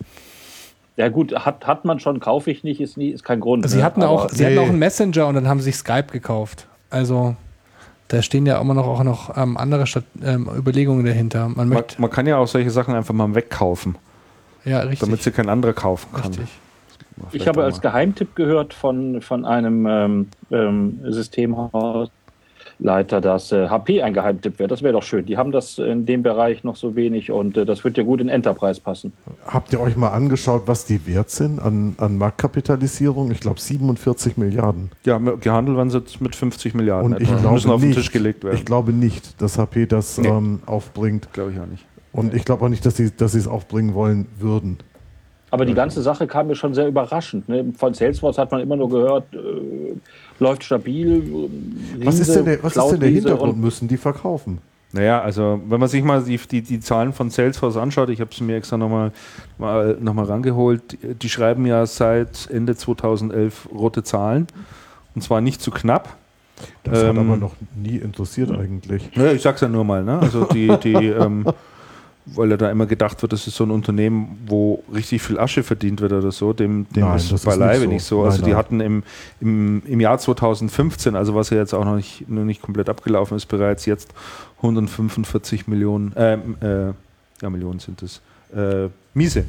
Ja gut, hat, hat man schon, kaufe ich nicht, ist, nie, ist kein Grund. sie ne? hatten Aber auch, sie hatten nee. auch einen Messenger und dann haben sie sich Skype gekauft. Also da stehen ja immer noch auch noch ähm, andere Stat ähm, Überlegungen dahinter. Man Man, möchte man kann ja auch solche Sachen einfach mal wegkaufen, ja richtig. damit sie kein anderer kaufen kann. richtig. Ich habe als Geheimtipp gehört von, von einem ähm, ähm, Systemhaus, Leiter, dass äh, H P ein Geheimtipp wäre. Das wäre doch schön. Die haben das in dem Bereich noch so wenig und äh, das wird ja gut in Enterprise passen. Habt ihr euch mal angeschaut, was die wert sind an, an Marktkapitalisierung? Ich glaube siebenundvierzig Milliarden. Ja, gehandelt werden sie jetzt mit fünfzig Milliarden. Und ich etwa. glaube Müssen auf den nicht, Tisch gelegt werden. Ich glaube nicht, dass H P das Nee. ähm, aufbringt. Glaube ich auch nicht. Und ich glaube auch nicht, dass sie dass sie es aufbringen wollen würden. Aber die ganze Sache kam mir schon sehr überraschend. Ne? Von Salesforce hat man immer nur gehört, äh, läuft stabil. Riese, Was ist denn der, was ist denn der Cloud-Riese Hintergrund? und- Müssen die verkaufen? Naja, also wenn man sich mal die, die, die Zahlen von Salesforce anschaut, ich habe es mir extra nochmal mal, noch mal rangeholt, die, die schreiben ja seit Ende zweitausendelf rote Zahlen und zwar nicht zu knapp. Das hat Ähm, aber noch nie interessiert eigentlich. Ja, ich sag's ja nur mal, ne? Also die, die ähm, weil ja da immer gedacht wird, das ist so ein Unternehmen, wo richtig viel Asche verdient wird oder so, dem, dem Nein, ist das ist beileibe nicht so. nicht so. Nein, Also die nein. hatten im, im, im Jahr zweitausendfünfzehn, also was ja jetzt auch noch nicht, noch nicht komplett abgelaufen ist, bereits jetzt hundertfünfundvierzig Millionen, ähm, äh, ja Millionen sind es, äh, Miese.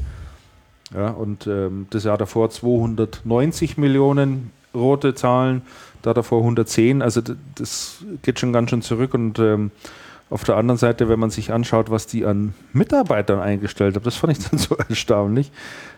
Ja, und ähm, das Jahr davor zweihundertneunzig Millionen rote Zahlen, da davor hundertzehn, also d- das geht schon ganz schön zurück und ähm, auf der anderen Seite, wenn man sich anschaut, was die an Mitarbeitern eingestellt haben, das fand ich dann so erstaunlich.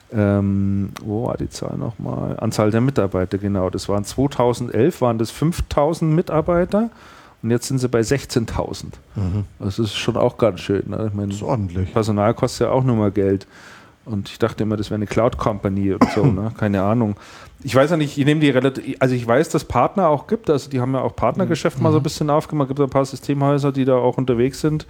Ähm, wo war die Zahl nochmal? Anzahl der Mitarbeiter, genau. Das waren zweitausendelf, waren das fünftausend Mitarbeiter und jetzt sind sie bei sechzehntausend. Mhm. Das ist schon auch ganz schön. Ne? Ich meine, Das ist ordentlich. Personal kostet ja auch nur mal Geld. Und ich dachte immer, das wäre eine Cloud-Company oder so, ne? Keine Ahnung. Ich weiß ja nicht, ich nehme die relativ, also ich weiß, dass Partner auch gibt, also die haben ja auch Partnergeschäft mal so ein bisschen aufgemacht, gibt ein paar Systemhäuser, die da auch unterwegs sind.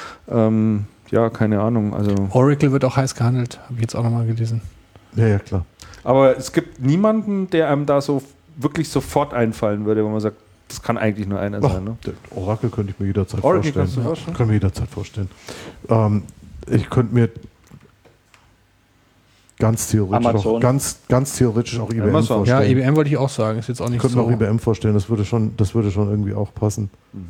Ähm, ja, keine Ahnung, also. Oracle wird auch heiß gehandelt, habe ich jetzt auch nochmal gelesen. Ja, ja, klar. Aber es gibt niemanden, der einem da so wirklich sofort einfallen würde, wo man sagt, das kann eigentlich nur einer Ach, sein, ne? der Oracle könnte ich mir jederzeit Oracle vorstellen. kannst du vorstellen? Kann mir jederzeit vorstellen. Ähm, ich könnte mir ganz theoretisch Amazon. auch, ganz, ganz theoretisch auch I B M Amazon. vorstellen. Ja, I B M wollte ich auch sagen, ist jetzt auch Ich nicht könnte mir so. auch I B M vorstellen, das würde schon, das würde schon irgendwie auch passen.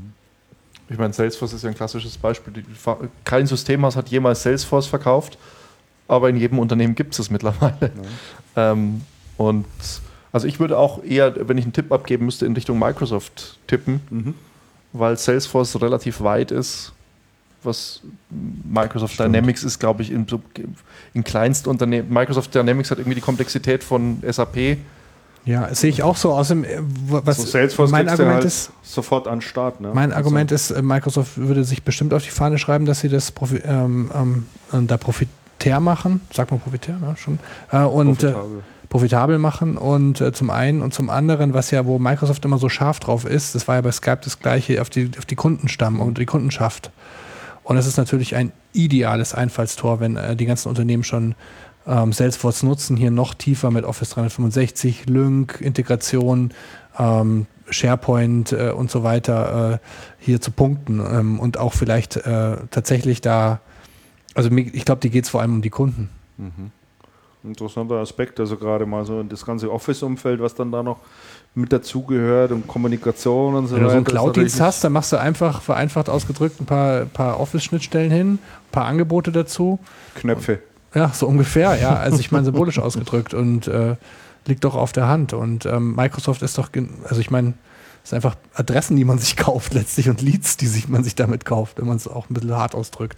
Ich meine, Salesforce ist ja ein klassisches Beispiel. Die- Kein Systemhaus hat jemals Salesforce verkauft, aber in jedem Unternehmen gibt es es mittlerweile. Ähm, und also ich würde auch eher, wenn ich einen Tipp abgeben müsste, in Richtung Microsoft tippen, Mhm. weil Salesforce relativ weit ist. Was Microsoft Stimmt. Dynamics ist, glaube ich, in, so- in Kleinstunternehmen. Microsoft Dynamics hat irgendwie die Komplexität von S A P. Ja, das sehe ich auch so. Außerdem, äh, wo- was So Salesforce mein kriegst du Argument halt ist, sofort an den Start, ne? mein Also, Argument ist, äh, Microsoft würde sich bestimmt auf die Fahne schreiben, dass sie das Profi ähm, ähm, da profitär machen. Sagt man profitär, ne? Schon. Äh, und äh, profitabel. profitabel machen und äh, zum einen und zum anderen, was ja, wo Microsoft immer so scharf drauf ist, das war ja bei Skype das gleiche, auf die, auf die Kundenstamm und die Kundenschaft. Und es ist natürlich ein ideales Einfallstor, wenn äh, die ganzen Unternehmen schon ähm, Salesforce nutzen, hier noch tiefer mit Office dreihundertfünfundsechzig, Lync, Integration, ähm, SharePoint äh, und so weiter äh, hier zu punkten ähm, und auch vielleicht äh, tatsächlich da, also mir, ich glaube, die geht es vor allem um die Kunden. Interessanter Aspekt, also gerade mal so in das ganze Office-Umfeld, was dann da noch mit dazugehört und Kommunikation und so Wenn du so einen weiter, ist Cloud-Dienst natürlich- hast, dann machst du einfach, vereinfacht ausgedrückt, ein paar, paar Office-Schnittstellen hin, ein paar Angebote dazu. Knöpfe. Ja, so ungefähr, ja. Also ich meine symbolisch ausgedrückt und äh, liegt doch auf der Hand. Und ähm, Microsoft ist doch, gen- also ich meine, es sind einfach Adressen, die man sich kauft letztlich und Leads, die sich, man sich damit kauft, wenn man es auch ein bisschen hart ausdrückt.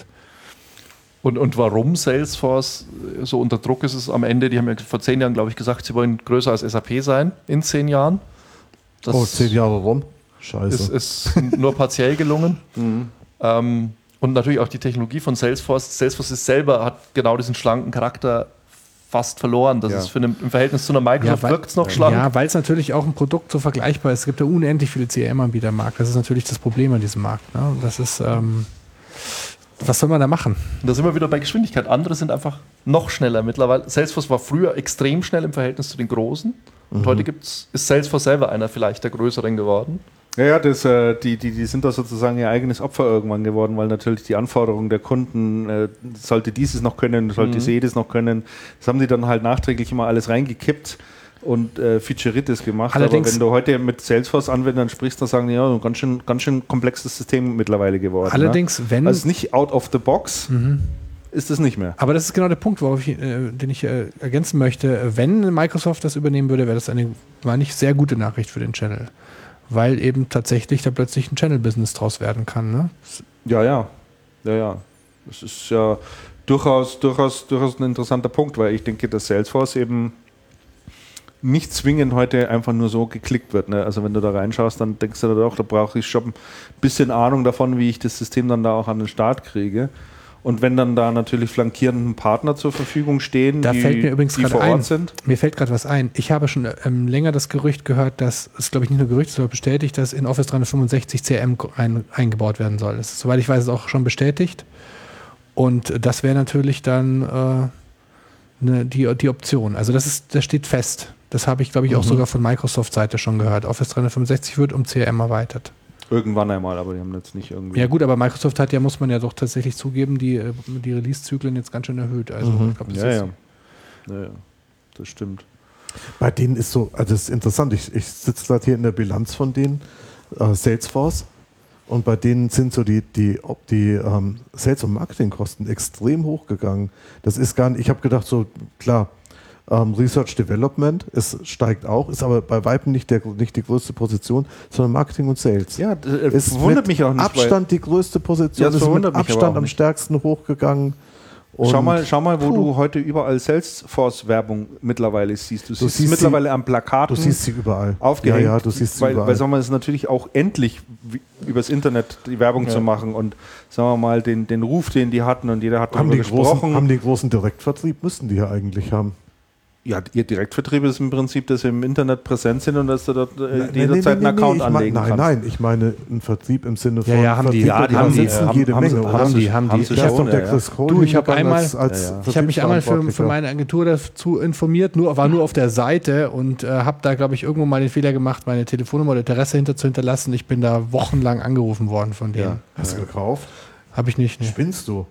Und, und warum Salesforce so unter Druck ist, ist am Ende, die haben ja vor zehn Jahren, glaube ich, gesagt, sie wollen größer als S A P sein in zehn Jahren. Das Oh, zehn Jahre rum? Scheiße. ist, ist nur partiell gelungen. ähm, und natürlich auch die Technologie von Salesforce. Salesforce ist selber hat genau diesen schlanken Charakter fast verloren. Das Ja. ist für einen, im Verhältnis zu einer Microsoft weil- wirkt es noch schlank. Ja, weil es natürlich auch ein Produkt so vergleichbar ist. Es gibt ja unendlich viele C R M-Anbieter im Markt. Das ist natürlich das Problem an diesem Markt. Ne? Das ist, ähm, was soll man da machen? Und da sind wir wieder bei Geschwindigkeit. Andere sind einfach noch schneller mittlerweile. Salesforce war früher extrem schnell im Verhältnis zu den Großen. Und heute gibt's, ist Salesforce selber einer vielleicht der größeren geworden. Ja, ja, das, äh, die, die, die sind da sozusagen ihr eigenes Opfer irgendwann geworden, weil natürlich die Anforderungen der Kunden, äh, sollte dieses noch können, sollte Mhm. jedes noch können, das haben die dann halt nachträglich immer alles reingekippt und äh, Featureitis gemacht. Allerdings- Aber wenn du heute mit Salesforce-Anwendern sprichst, dann sagen die, ja, ein ganz schön, ganz schön komplexes System mittlerweile geworden. Allerdings, ne? wenn. Also nicht out of the box, Mhm. ist es nicht mehr. Aber das ist genau der Punkt, worauf ich, äh, den ich äh, ergänzen möchte. Wenn Microsoft das übernehmen würde, wäre das eine, war nicht sehr gute Nachricht für den Channel. weil eben tatsächlich da plötzlich ein Channel-Business draus werden kann. Ne? Ja, ja. Ja, ja. Das ist ja durchaus, durchaus, durchaus ein interessanter Punkt, weil ich denke, dass Salesforce eben nicht zwingend heute einfach nur so geklickt wird. Ne? Also wenn du da reinschaust, dann denkst du da doch, da brauche ich schon ein bisschen Ahnung davon, wie ich das System dann da auch an den Start kriege. Und wenn dann da natürlich flankierenden Partner zur Verfügung stehen, da die, fällt mir übrigens die gerade vor ein, Ort sind. Mir fällt gerade was ein. Ich habe schon ähm, länger das Gerücht gehört, dass, es glaube ich nicht nur Gerücht, sondern bestätigt, dass in Office dreihundertfünfundsechzig C R M ein, eingebaut werden soll. Das ist, soweit ich weiß, ist auch schon bestätigt. Und das wäre natürlich dann äh, ne, die, die Option. Also das ist, das steht fest. Das habe ich, glaube ich, auch Mhm. sogar von Microsoft-Seite schon gehört. Office dreihundertfünfundsechzig wird um C R M erweitert. Irgendwann einmal, aber die haben jetzt nicht irgendwie... Ja gut, aber Microsoft hat ja, muss man ja doch tatsächlich zugeben, die, äh, die Release-Zyklen jetzt ganz schön erhöht. Also Mhm. ich glaube, das Ja, ist ja. Ja, ja. Das stimmt. Bei denen ist so, also das ist interessant, ich, ich sitze gerade hier in der Bilanz von denen, äh, Salesforce, und bei denen sind so die, die, ob die ähm, Sales- und Marketingkosten extrem hochgegangen. Das ist gar nicht, ich habe gedacht, so klar, ähm, Research Development, es steigt auch, ist aber bei Weitem nicht, der, nicht die größte Position, sondern Marketing und Sales. Ja, das äh, Ist wundert mit mich auch nicht. Abstand die größte Position, Ja, das ist mit verwundert mich aber Abstand auch am nicht. stärksten hochgegangen. weil, schau Und- mal, schau mal, wo Puh. du heute überall Salesforce-Werbung mittlerweile siehst. Du, siehst, siehst mittlerweile am Plakaten Du siehst sie überall. aufgehängt. Ja, ja, du siehst sie weil, überall. weil sagen wir, es ist natürlich auch endlich wie, übers Internet die Werbung Ja. zu machen und sagen wir mal den, den Ruf, den die hatten und jeder hat haben, darüber die großen, gesprochen. haben die großen Direktvertrieb, müssten die ja eigentlich haben. Ja, ihr Direktvertrieb ist im Prinzip, dass sie im Internet präsent sind und dass du dort äh, Nein, jederzeit nein, einen Account ich mein- anlegen nein, kannst. Nein, ich meine einen Vertrieb im Sinne von Ja, ja, haben die. Vertrieb, Ja, die da haben die. sitzen Haben- jede haben Menge. sie- oder? haben die, haben die. sie Ich Da hab ist schon, doch der ja, Chris Cole Du, ich habe hingegangen einmal- als, als Ja, ja. Ich habe mich einmal für, für Vertriebsverantwortlicher. meine Agentur dazu informiert, nur, war nur auf der Seite und äh, habe da, glaube ich, irgendwo mal den Fehler gemacht, meine Telefonnummer oder Adresse hinter zu hinterlassen. Ich bin da wochenlang angerufen worden von denen. Hast du gekauft? Habe ich nicht. Nee. Spinnst du?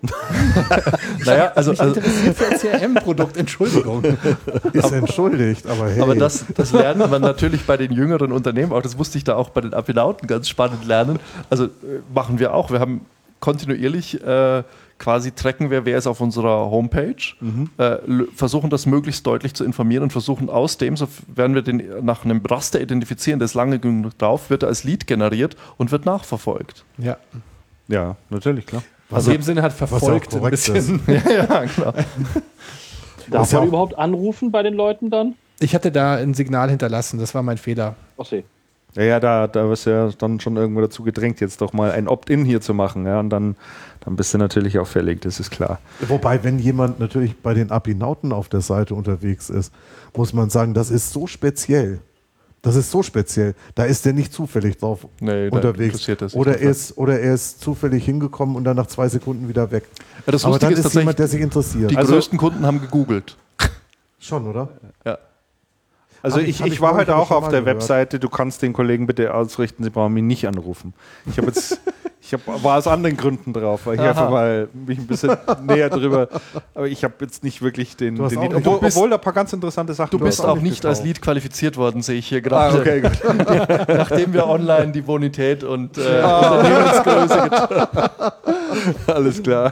Naja, also, Ich also interessiert für ein C R M-Produkt, Entschuldigung. Ist entschuldigt, aber hey. aber das, das lernt man natürlich bei den jüngeren Unternehmen auch. Das musste ich da auch bei den Apinauten ganz spannend lernen. Also äh, machen wir auch. Wir haben kontinuierlich äh, quasi tracken wir, wer ist auf unserer Homepage, äh, l- versuchen das möglichst deutlich zu informieren und versuchen aus dem, so werden wir den nach einem Raster identifizieren, der ist lange genug drauf, wird er als Lead generiert und wird nachverfolgt. Ja. Ja, natürlich, klar. Also in dem Sinne hat was auch verfolgt ein korrekt bisschen. Ja, genau. Darf Ist ja man auch- überhaupt anrufen bei den Leuten dann? Ich hatte da ein Signal hinterlassen, das war mein Fehler. Ach see. Ja, ja, da, da wirst du ja dann schon irgendwo dazu gedrängt, jetzt doch mal ein Opt-in hier zu machen. Ja, und dann, dann bist du natürlich auch fällig, das ist klar. Wobei, wenn jemand natürlich bei den Apinauten auf der Seite unterwegs ist, muss man sagen, das ist so speziell. Das ist so speziell. Da ist der nicht zufällig drauf Nee, da unterwegs. interessiert er sich Oder nicht. er, ist, oder er ist zufällig hingekommen und dann nach zwei Sekunden wieder weg. Ja, das Aber Lustige dann ist ist jemand, der tatsächlich, sich interessiert. die Also- größten Kunden haben gegoogelt. Schon, oder? Ja. Also Hab ich- ich, hab ich, ich war neulich heute aber auch schon auf mal der gehört. Webseite, du kannst den Kollegen bitte ausrichten, sie brauchen mich nicht anrufen. Ich habe jetzt, ich hab, war aus anderen Gründen drauf, weil ich Aha. einfach mal mich ein bisschen näher drüber, aber ich habe jetzt nicht wirklich den, Du hast den auch Lied, nicht- obwohl, du bist- obwohl da ein paar ganz interessante Sachen Du drauf bist sind. auch nicht nicht als gekauft. Lead qualifiziert worden, sehe ich hier Ah, gerade. okay, gut. Nachdem wir online die Bonität und äh, Unternehmensgröße get- Alles klar.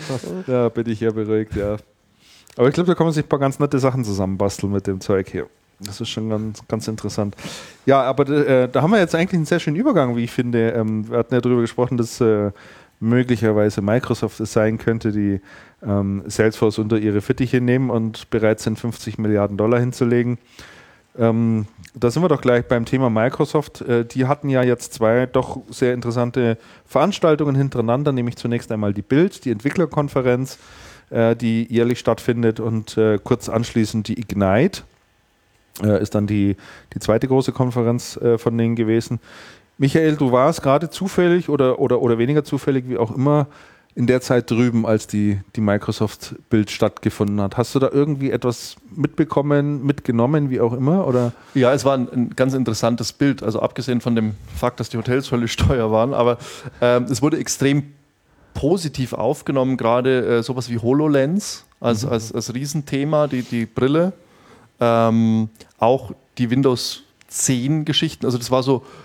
Da bin ich ja beruhigt, ja. Aber ich glaube, da kann man sich ein paar ganz nette Sachen zusammenbasteln mit dem Zeug hier. Das ist schon ganz, ganz interessant. Ja, aber äh, da haben wir jetzt eigentlich einen sehr schönen Übergang, wie ich finde. Ähm, wir hatten ja darüber gesprochen, dass äh, möglicherweise Microsoft es sein könnte, die ähm, Salesforce unter ihre Fittiche nehmen und bereit sind, fünfzig Milliarden Dollar hinzulegen. Ähm, da sind wir doch gleich beim Thema Microsoft. Äh, die hatten ja jetzt zwei doch sehr interessante Veranstaltungen hintereinander, nämlich zunächst einmal die Build, die Entwicklerkonferenz, äh, die jährlich stattfindet, und äh, kurz anschließend die Ignite. Äh, ist dann die, die zweite große Konferenz äh, von denen gewesen. Michael, du warst gerade zufällig oder, oder, oder weniger zufällig, wie auch immer, in der Zeit drüben, als die, die Microsoft-Build stattgefunden hat. Hast du da irgendwie etwas mitbekommen, mitgenommen, wie auch immer? Oder? Ja, es war ein, ein ganz interessantes Bild. Also abgesehen von dem Fakt, dass die Hotels völlig teuer waren, aber ähm, es wurde extrem positiv aufgenommen, gerade äh, sowas wie HoloLens als, Mhm. als, als Riesenthema, die, die Brille. Ähm, auch die Windows zehn Geschichten. Also das war so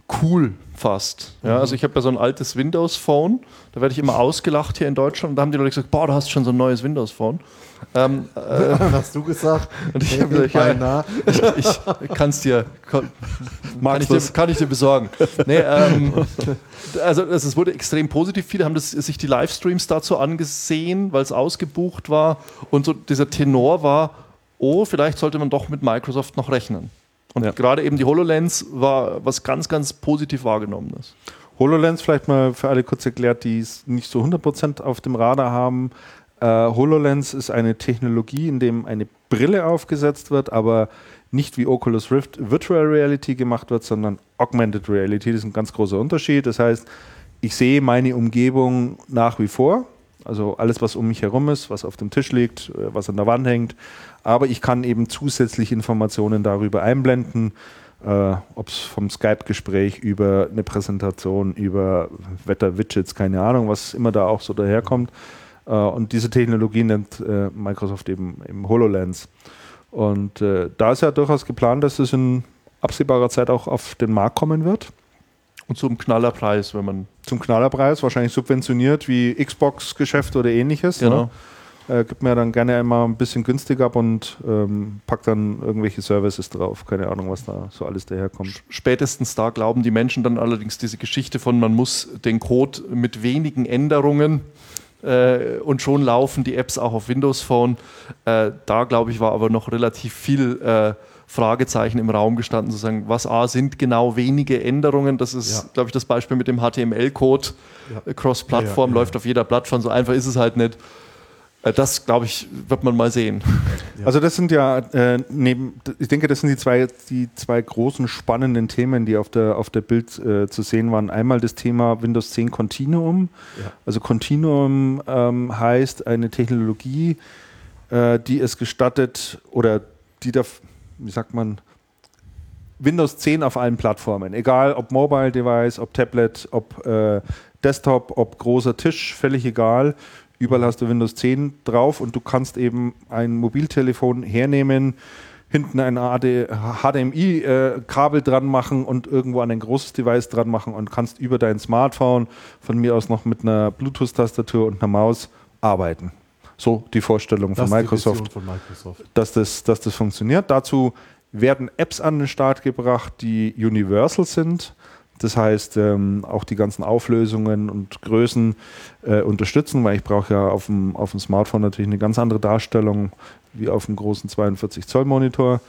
cool fast. Ja, Mhm. also ich habe ja so ein altes Windows-Phone, da werde ich immer ausgelacht hier in Deutschland und da haben die Leute gesagt, boah, du hast schon so ein neues Windows-Phone. Ähm, äh, Hast du gesagt? und ich habe gesagt, ja, ich, ich kann es dir, kann, kann, ich dir, kann ich dir besorgen. Nee, ähm, also es wurde extrem positiv, viele haben das, sich die Livestreams dazu angesehen, weil es ausgebucht war und so dieser Tenor war, oh, vielleicht sollte man doch mit Microsoft noch rechnen. Und ja. gerade eben die HoloLens war was ganz, ganz positiv wahrgenommenes. HoloLens, vielleicht mal für alle kurz erklärt, die es nicht so hundert Prozent auf dem Radar haben. Äh, HoloLens ist eine Technologie, in dem eine Brille aufgesetzt wird, aber nicht wie Oculus Rift Virtual Reality gemacht wird, sondern Augmented Reality. Das ist ein ganz großer Unterschied. Das heißt, ich sehe meine Umgebung nach wie vor, also alles, was um mich herum ist, was auf dem Tisch liegt, was an der Wand hängt, aber ich kann eben zusätzlich Informationen darüber einblenden, äh, ob es vom Skype-Gespräch über eine Präsentation, über Wetter-Widgets, keine Ahnung, was immer da auch so daherkommt. Äh, und diese Technologie nennt äh, Microsoft eben, eben HoloLens. Und äh, da ist ja durchaus geplant, dass es in absehbarer Zeit auch auf den Markt kommen wird. Und zum Knallerpreis, wenn man... Zum Knallerpreis, wahrscheinlich subventioniert wie Xbox-Geschäft oder ähnliches. Genau. Ne? Äh, gibt mir dann gerne einmal ein bisschen günstiger ab und ähm, packt dann irgendwelche Services drauf. Keine Ahnung, was da so alles daherkommt. Spätestens da glauben die Menschen dann allerdings diese Geschichte von, man muss den Code mit wenigen Änderungen äh, und schon laufen die Apps auch auf Windows Phone. Äh, da, glaube ich, war aber noch relativ viel äh, Fragezeichen im Raum gestanden, zu sagen, was A, sind genau wenige Änderungen. Das ist, ja. glaube ich, das Beispiel mit dem H T M L-Code. Ja. Cross-Plattform, ja, ja, ja. läuft auf jeder Plattform. So einfach ist es halt nicht. Das, glaube ich, wird man mal sehen. Also das sind ja, äh, neben, ich denke, das sind die zwei, die zwei großen spannenden Themen, die auf der, auf der Bild äh, zu sehen waren. Einmal das Thema Windows zehn Continuum. Ja. Also Continuum ähm, heißt eine Technologie, äh, die es gestattet oder die da, wie sagt man, Windows zehn auf allen Plattformen, egal ob Mobile Device, ob Tablet, ob äh, Desktop, ob großer Tisch, völlig egal. Überall hast du Windows zehn drauf und du kannst eben ein Mobiltelefon hernehmen, hinten ein H D M I-Kabel dran machen und irgendwo an ein großes Device dran machen und kannst über dein Smartphone von mir aus noch mit einer Bluetooth-Tastatur und einer Maus arbeiten. So die Vorstellung von Microsoft, von Microsoft. Dass, das, dass das funktioniert. Dazu werden Apps an den Start gebracht, die universal sind. Das heißt, ähm, auch die ganzen Auflösungen und Größen äh, unterstützen, weil ich brauche ja auf dem, auf dem Smartphone natürlich eine ganz andere Darstellung wie auf dem großen zweiundvierzig Zoll Monitor.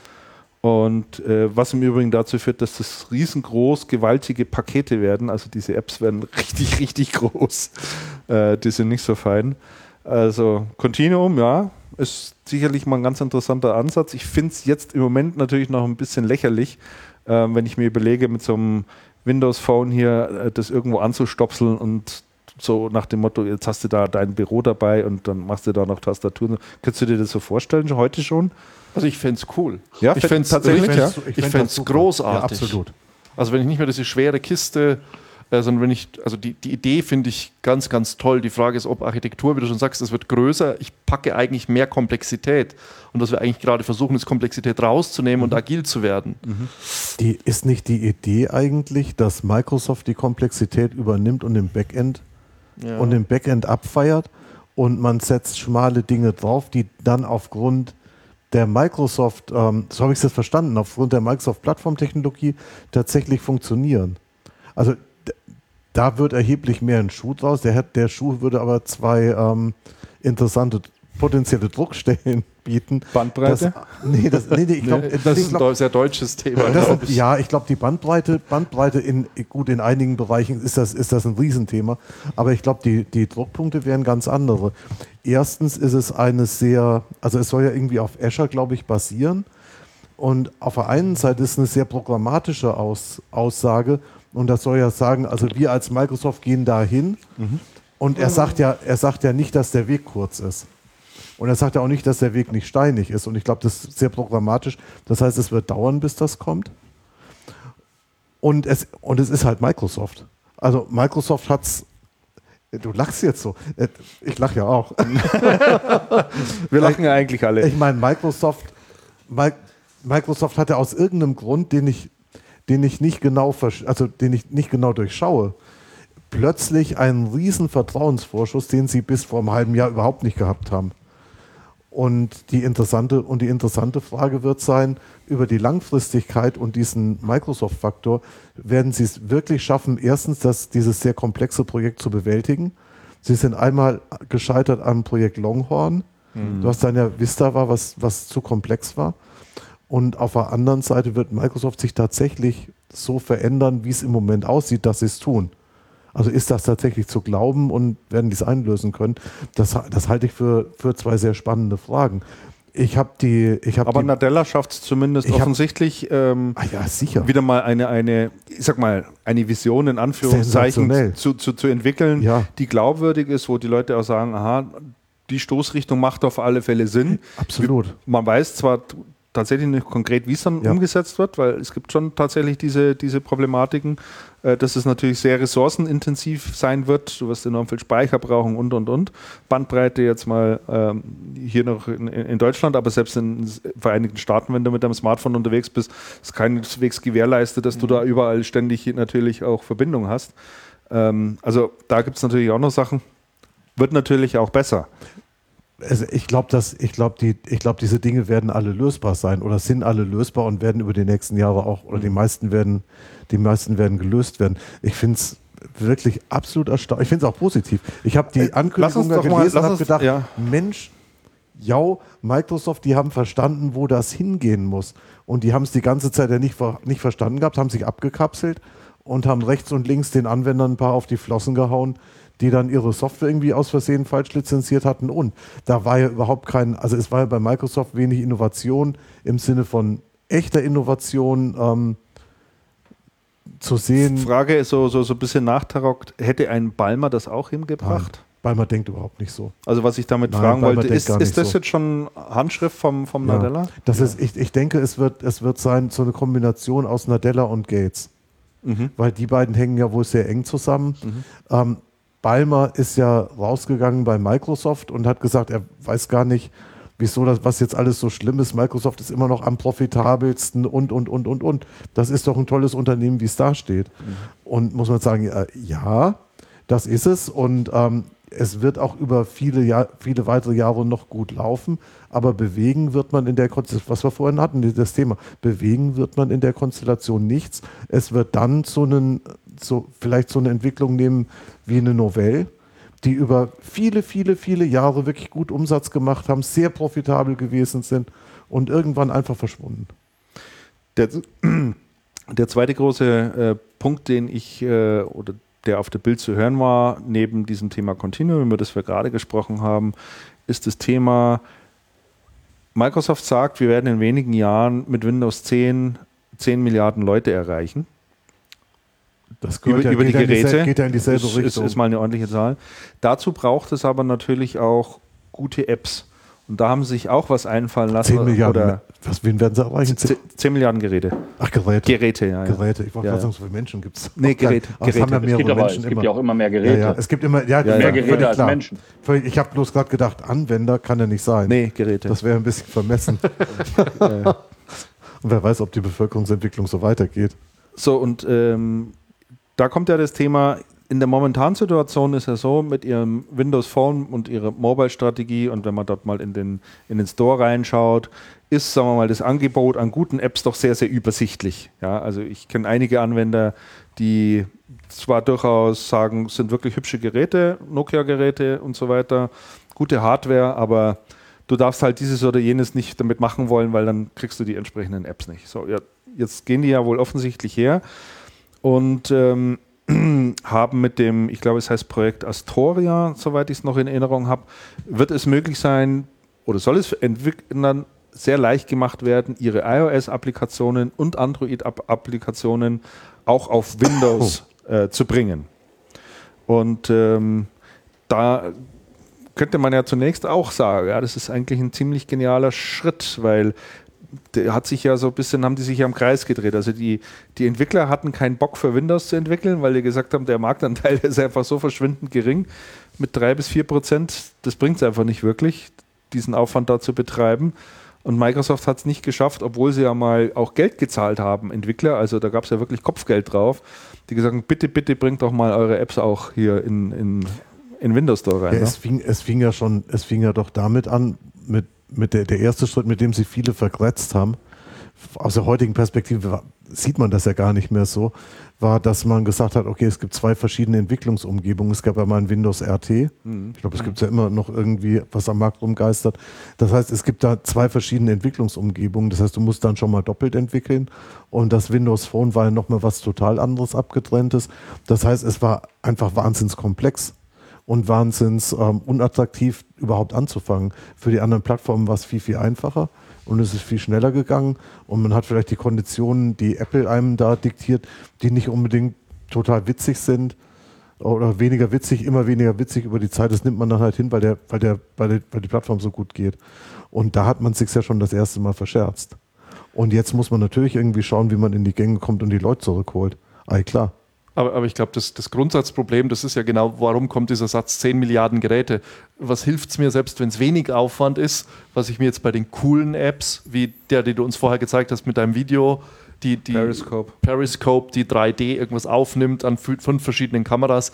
Und äh, was im Übrigen dazu führt, dass das riesengroß gewaltige Pakete werden. Also diese Apps werden richtig, richtig groß. Äh, die sind nicht so fein. Also Continuum, ja, ist sicherlich mal ein ganz interessanter Ansatz. Ich finde es jetzt im Moment natürlich noch ein bisschen lächerlich, äh, wenn ich mir überlege, mit so einem Windows Phone hier das irgendwo anzustopseln und so nach dem Motto, jetzt hast du da dein Büro dabei und dann machst du da noch Tastaturen. Könntest du dir das so vorstellen, heute schon? Also ich fände es cool. Ja, ich fände es tatsächlich, ja. Ich fände es großartig. Ja, absolut. Also wenn ich nicht mehr diese schwere Kiste, äh, sondern wenn ich, also die, die Idee finde ich ganz, ganz toll. Die Frage ist, ob Architektur, wie du schon sagst, es wird größer. Ich packe eigentlich mehr Komplexität. Und was wir eigentlich gerade versuchen, ist Komplexität rauszunehmen mhm. und agil zu werden. Mhm. Die, ist nicht die Idee eigentlich, dass Microsoft die Komplexität übernimmt und im Backend ja. und im Backend abfeiert und man setzt schmale Dinge drauf, die dann aufgrund der Microsoft, ähm, so habe ich es jetzt verstanden, aufgrund der Microsoft-Plattformtechnologie tatsächlich funktionieren. Also d- da wird erheblich mehr ein Schuh draus. Der, der Schuh würde aber zwei ähm, interessante potenzielle Druckstellen bieten. Bandbreite? Das, nee, das, nee, nee, ich glaub, nee, das ich ist glaub, ein sehr deutsches Thema. Das, ich. Ja, ich glaube, die Bandbreite, Bandbreite in, gut, in einigen Bereichen ist das, ist das ein Riesenthema, aber ich glaube, die, die Druckpunkte wären ganz andere. Erstens ist es eine sehr, also es soll ja irgendwie auf Azure, glaube ich, basieren und auf der einen Seite ist es eine sehr programmatische Aus, Aussage und das soll ja sagen, also wir als Microsoft gehen dahin mhm. und er sagt ja, er sagt ja nicht, dass der Weg kurz ist. Und er sagt ja auch nicht, dass der Weg nicht steinig ist. Und ich glaube, das ist sehr programmatisch. Das heißt, es wird dauern, bis das kommt. Und es, und es ist halt Microsoft. Also Microsoft hat es. Du lachst jetzt so. Ich lache ja auch. Wir lachen ja eigentlich alle. Ich meine, Microsoft, Microsoft hat ja aus irgendeinem Grund, den ich, den ich nicht genau, also den ich nicht genau durchschaue, plötzlich einen riesen Vertrauensvorschuss, den sie bis vor einem halben Jahr überhaupt nicht gehabt haben. Und die interessante, und die interessante Frage wird sein, über die Langfristigkeit und diesen Microsoft-Faktor, werden sie es wirklich schaffen, erstens das, dieses sehr komplexe Projekt zu bewältigen. Sie sind einmal gescheitert am Projekt Longhorn, mhm. was dann ja Vista war, was, was zu komplex war. Und auf der anderen Seite wird Microsoft sich tatsächlich so verändern, wie es im Moment aussieht, dass sie es tun. Also ist das tatsächlich zu glauben und werden die es einlösen können? Das, das halte ich für, für zwei sehr spannende Fragen. Ich habe die, ich hab Aber die, Nadella schafft es zumindest offensichtlich ähm, ah ja, sicher. wieder mal eine, eine, ich sag mal, eine Vision in Anführungszeichen zu, zu, zu entwickeln, ja. die glaubwürdig ist, wo die Leute auch sagen, aha, die Stoßrichtung macht auf alle Fälle Sinn. Absolut. Man weiß zwar tatsächlich nicht konkret, wie es dann ja. umgesetzt wird, weil es gibt schon tatsächlich diese, diese Problematiken, äh, dass es natürlich sehr ressourcenintensiv sein wird. Du wirst enorm viel Speicher brauchen und, und, und. Bandbreite jetzt mal ähm, hier noch in, in Deutschland, aber selbst in den Vereinigten Staaten, wenn du mit deinem Smartphone unterwegs bist, ist keineswegs gewährleistet, dass mhm. du da überall ständig natürlich auch Verbindung hast. Ähm, also da gibt es natürlich auch noch Sachen. Wird natürlich auch besser. Also ich glaube, dass ich glaube, die, ich glaube, diese Dinge werden alle lösbar sein oder sind alle lösbar und werden über die nächsten Jahre auch oder die meisten werden, die meisten werden gelöst werden. Ich finde es wirklich absolut erstaunlich. Ich finde es auch positiv. Ich habe die Ankündigung gelesen und habe gedacht, ja. Mensch, ja, Microsoft, die haben verstanden, wo das hingehen muss und die haben es die ganze Zeit ja nicht, nicht verstanden gehabt, haben sich abgekapselt und haben rechts und links den Anwendern ein paar auf die Flossen gehauen, die dann ihre Software irgendwie aus Versehen falsch lizenziert hatten. Und da war ja überhaupt kein, also es war ja bei Microsoft wenig Innovation im Sinne von echter Innovation ähm, zu sehen. Frage ist so, so, so ein bisschen nachtarockt, hätte ein Balmer das auch hingebracht? Nein, Balmer denkt überhaupt nicht so. Also was ich damit Nein, fragen Balmer wollte, ist, ist das so. jetzt schon Handschrift vom, vom ja, Nadella? Das ja. ist, ich, ich denke, es wird, es wird sein so eine Kombination aus Nadella und Gates. Mhm. Weil die beiden hängen ja wohl sehr eng zusammen. Mhm. Ähm, Balmer ist ja rausgegangen bei Microsoft und hat gesagt, er weiß gar nicht, wieso das, was jetzt alles so schlimm ist. Microsoft ist immer noch am profitabelsten und, und, und, und, und. Das ist doch ein tolles Unternehmen, wie es da steht. Mhm. Und muss man sagen, äh, ja, das ist es. Und ähm, es wird auch über viele, Jahr, viele weitere Jahre noch gut laufen. Aber bewegen wird man in der Konstellation, was wir vorhin hatten, das Thema, bewegen wird man in der Konstellation nichts. Es wird dann so einen, so, vielleicht so eine Entwicklung nehmen wie eine Novell, die über viele, viele, viele Jahre wirklich gut Umsatz gemacht haben, sehr profitabel gewesen sind und irgendwann einfach verschwunden. Der, der zweite große äh, Punkt, den ich, äh, oder der auf der Bild zu hören war, neben diesem Thema Continuum, über das wir gerade gesprochen haben, ist das Thema, Microsoft sagt, wir werden in wenigen Jahren mit Windows zehn zehn Milliarden Leute erreichen. Das über, ja, über die Geräte. Ja geht ja in dieselbe ist, Richtung. Ist, ist mal eine ordentliche Zahl. Dazu braucht es aber natürlich auch gute Apps. Und da haben sie sich auch was einfallen lassen. zehn Milliarden. Oder was, wen werden sie erreichen? zehn Milliarden Geräte. Ach, Geräte. Geräte, ja. ja. Geräte. Ich wollte ja, gerade ja. sagen, so viele Menschen gibt es. Nee, Geräte. Geräte. Es, haben ja mehrere es, gibt, aber, Menschen es gibt immer. ja auch immer mehr Geräte. Ja, ja. Es gibt immer ja, ja, mehr Geräte als klar. Menschen. Ich habe bloß gerade gedacht, Anwender kann ja nicht sein. Nee, Geräte. Das wäre ein bisschen vermessen. Und wer weiß, ob die Bevölkerungsentwicklung so weitergeht. So, und ähm, da kommt ja das Thema, in der momentanen Situation ist ja so, mit ihrem Windows Phone und ihrer Mobile-Strategie und wenn man dort mal in den, in den Store reinschaut, ist, sagen wir mal, das Angebot an guten Apps doch sehr, sehr übersichtlich. Ja, also ich kenne einige Anwender, die zwar durchaus sagen, es sind wirklich hübsche Geräte, Nokia-Geräte und so weiter, gute Hardware, aber du darfst halt dieses oder jenes nicht damit machen wollen, weil dann kriegst du die entsprechenden Apps nicht. So, ja, jetzt gehen die ja wohl offensichtlich her und ähm, haben mit dem, ich glaube es heißt Projekt Astoria, soweit ich es noch in Erinnerung habe, wird es möglich sein oder soll es Entwicklern sehr leicht gemacht werden, ihre iOS-Applikationen und Android-Applikationen auch auf Windows oh. äh, zu bringen. Und ähm, da könnte man ja zunächst auch sagen, ja, das ist eigentlich ein ziemlich genialer Schritt, weil der hat sich ja so ein bisschen, haben die sich ja im Kreis gedreht. Also die, die Entwickler hatten keinen Bock für Windows zu entwickeln, weil die gesagt haben, der Marktanteil ist einfach so verschwindend gering. Mit drei bis vier Prozent, das bringt es einfach nicht wirklich, diesen Aufwand da zu betreiben. Und Microsoft hat es nicht geschafft, obwohl sie ja mal auch Geld gezahlt haben, Entwickler, also da gab es ja wirklich Kopfgeld drauf, die gesagt haben, bitte, bitte bringt doch mal eure Apps auch hier in, in, in Windows Store rein. Ja, ne? es, fing, es fing ja schon, es fing ja doch damit an, mit, mit der, der erste Schritt, mit dem sich viele vergrätzt haben. Aus der heutigen Perspektive war, sieht man das ja gar nicht mehr so, war, dass man gesagt hat, okay, es gibt zwei verschiedene Entwicklungsumgebungen. Es gab ja mal ein Windows R T. Mhm. Ich glaube, es gibt ja immer noch irgendwie, was am Markt rumgeistert. Das heißt, es gibt da zwei verschiedene Entwicklungsumgebungen. Das heißt, du musst dann schon mal doppelt entwickeln. Und das Windows Phone war ja nochmal was total anderes, abgetrenntes. Das heißt, es war einfach wahnsinns komplex und wahnsinns ähm, unattraktiv, überhaupt anzufangen. Für die anderen Plattformen war es viel, viel einfacher. Und es ist viel schneller gegangen und man hat vielleicht die Konditionen, die Apple einem da diktiert, die nicht unbedingt total witzig sind oder weniger witzig, immer weniger witzig über die Zeit. Das nimmt man dann halt hin, weil, der, weil, der, weil, der, weil die Plattform so gut geht. Und da hat man sich ja schon das erste Mal verscherzt. Und jetzt muss man natürlich irgendwie schauen, wie man in die Gänge kommt und die Leute zurückholt. Ei, klar. Aber, aber ich glaube, das, das Grundsatzproblem, das ist ja genau, warum kommt dieser Satz zehn Milliarden Geräte? Was hilft es mir, selbst wenn es wenig Aufwand ist, was ich mir jetzt bei den coolen Apps, wie der, die du uns vorher gezeigt hast mit deinem Video, die, die Periscope. Periscope, die drei D irgendwas aufnimmt an fünf verschiedenen Kameras,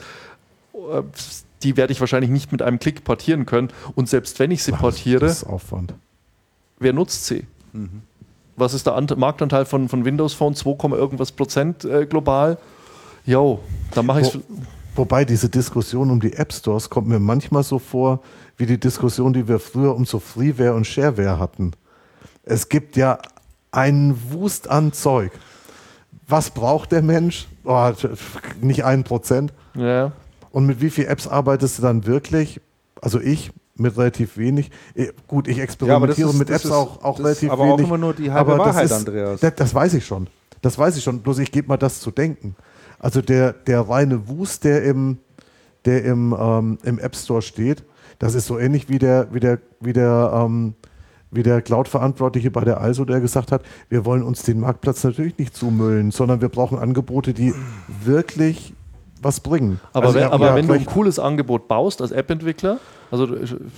die werde ich wahrscheinlich nicht mit einem Klick portieren können. Und selbst wenn ich sie portiere, das ist Aufwand. Wer nutzt sie? Mhm. Was ist der Ant- Marktanteil von, von Windows Phone? zwei, irgendwas Prozent äh, global? Jo, dann mache ich es. Wo, wobei diese Diskussion um die App Stores kommt mir manchmal so vor, wie die Diskussion, die wir früher um so Freeware und Shareware hatten. Es gibt ja einen Wust an Zeug. Was braucht der Mensch? Oh, nicht ein Prozent. Ja. Und mit wie vielen Apps arbeitest du dann wirklich? Also ich mit relativ wenig. Gut, ich experimentiere ja, ist, mit Apps ist, auch, auch relativ aber wenig. Aber auch immer nur die halbe aber Wahrheit, das ist, Andreas. Das, das weiß ich schon. Das weiß ich schon. Bloß ich gebe mal das zu denken. Also der, der reine Wust, der im, der im, ähm, im App Store steht, das ist so ähnlich wie der, wie der, wie der, ähm, wie der Cloud-Verantwortliche bei der Also, der gesagt hat, wir wollen uns den Marktplatz natürlich nicht zumüllen, sondern wir brauchen Angebote, die wirklich was bringen. Aber, also, wenn, ja, aber ja, wenn du ein cooles Angebot baust als App-Entwickler, also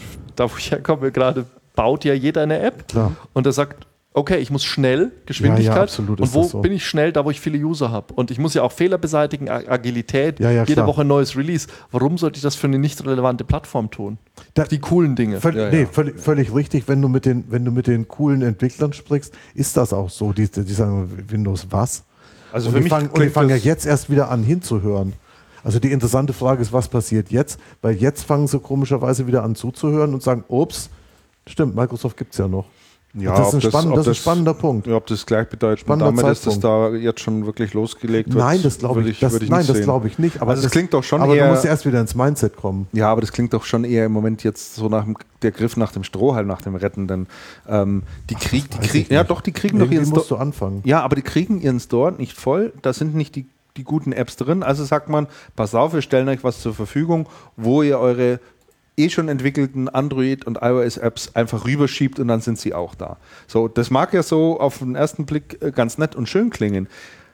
da wo ich herkomme gerade, baut ja jeder eine App. Klar. Und der sagt, okay, ich muss schnell, Geschwindigkeit. Ja, ja, absolut und wo ist das so. bin ich schnell? Da, wo ich viele User habe. Und ich muss ja auch Fehler beseitigen, Agilität, ja, ja, jede klar. Woche ein neues Release. Warum sollte ich das für eine nicht relevante Plattform tun? Da, die coolen Dinge. Völ ja, nee, ja. völlig, völlig richtig, wenn du, mit den, wenn du mit den coolen Entwicklern sprichst, ist das auch so. Die, die sagen, Windows was? Also und für die mich fangen, und die fangen ja jetzt erst wieder an hinzuhören. Also die interessante Frage ist, was passiert jetzt? Weil jetzt fangen sie komischerweise wieder an zuzuhören und sagen, ups, stimmt, Microsoft gibt es ja noch. Ja, das ist ein, das, spann das das, ein spannender Punkt. Ja, ob das gleichbedeutend Spannender damit ist, dass Zeitpunkt. da jetzt schon wirklich losgelegt wird, Nein, das glaube ich, ich, das, würde ich nein, nicht das sehen. glaube ich nicht. Aber Also das klingt doch schon aber eher, du musst erst wieder ins Mindset kommen. Ja, aber das klingt doch schon eher im Moment jetzt so nach dem, der Griff nach dem Strohhalm, nach dem Rettenden. Ähm, die Ach, krieg, das die weiß krieg, ich ja nicht. doch, die kriegen doch Irgendwie ihren musst Store. du anfangen. Ja, aber die kriegen ihren Store nicht voll. Da sind nicht die, die guten Apps drin. Also sagt man, pass auf, wir stellen euch was zur Verfügung, wo ihr eure eh schon entwickelten Android- und iOS-Apps einfach rüberschiebt und dann sind sie auch da. So, das mag ja so auf den ersten Blick ganz nett und schön klingen.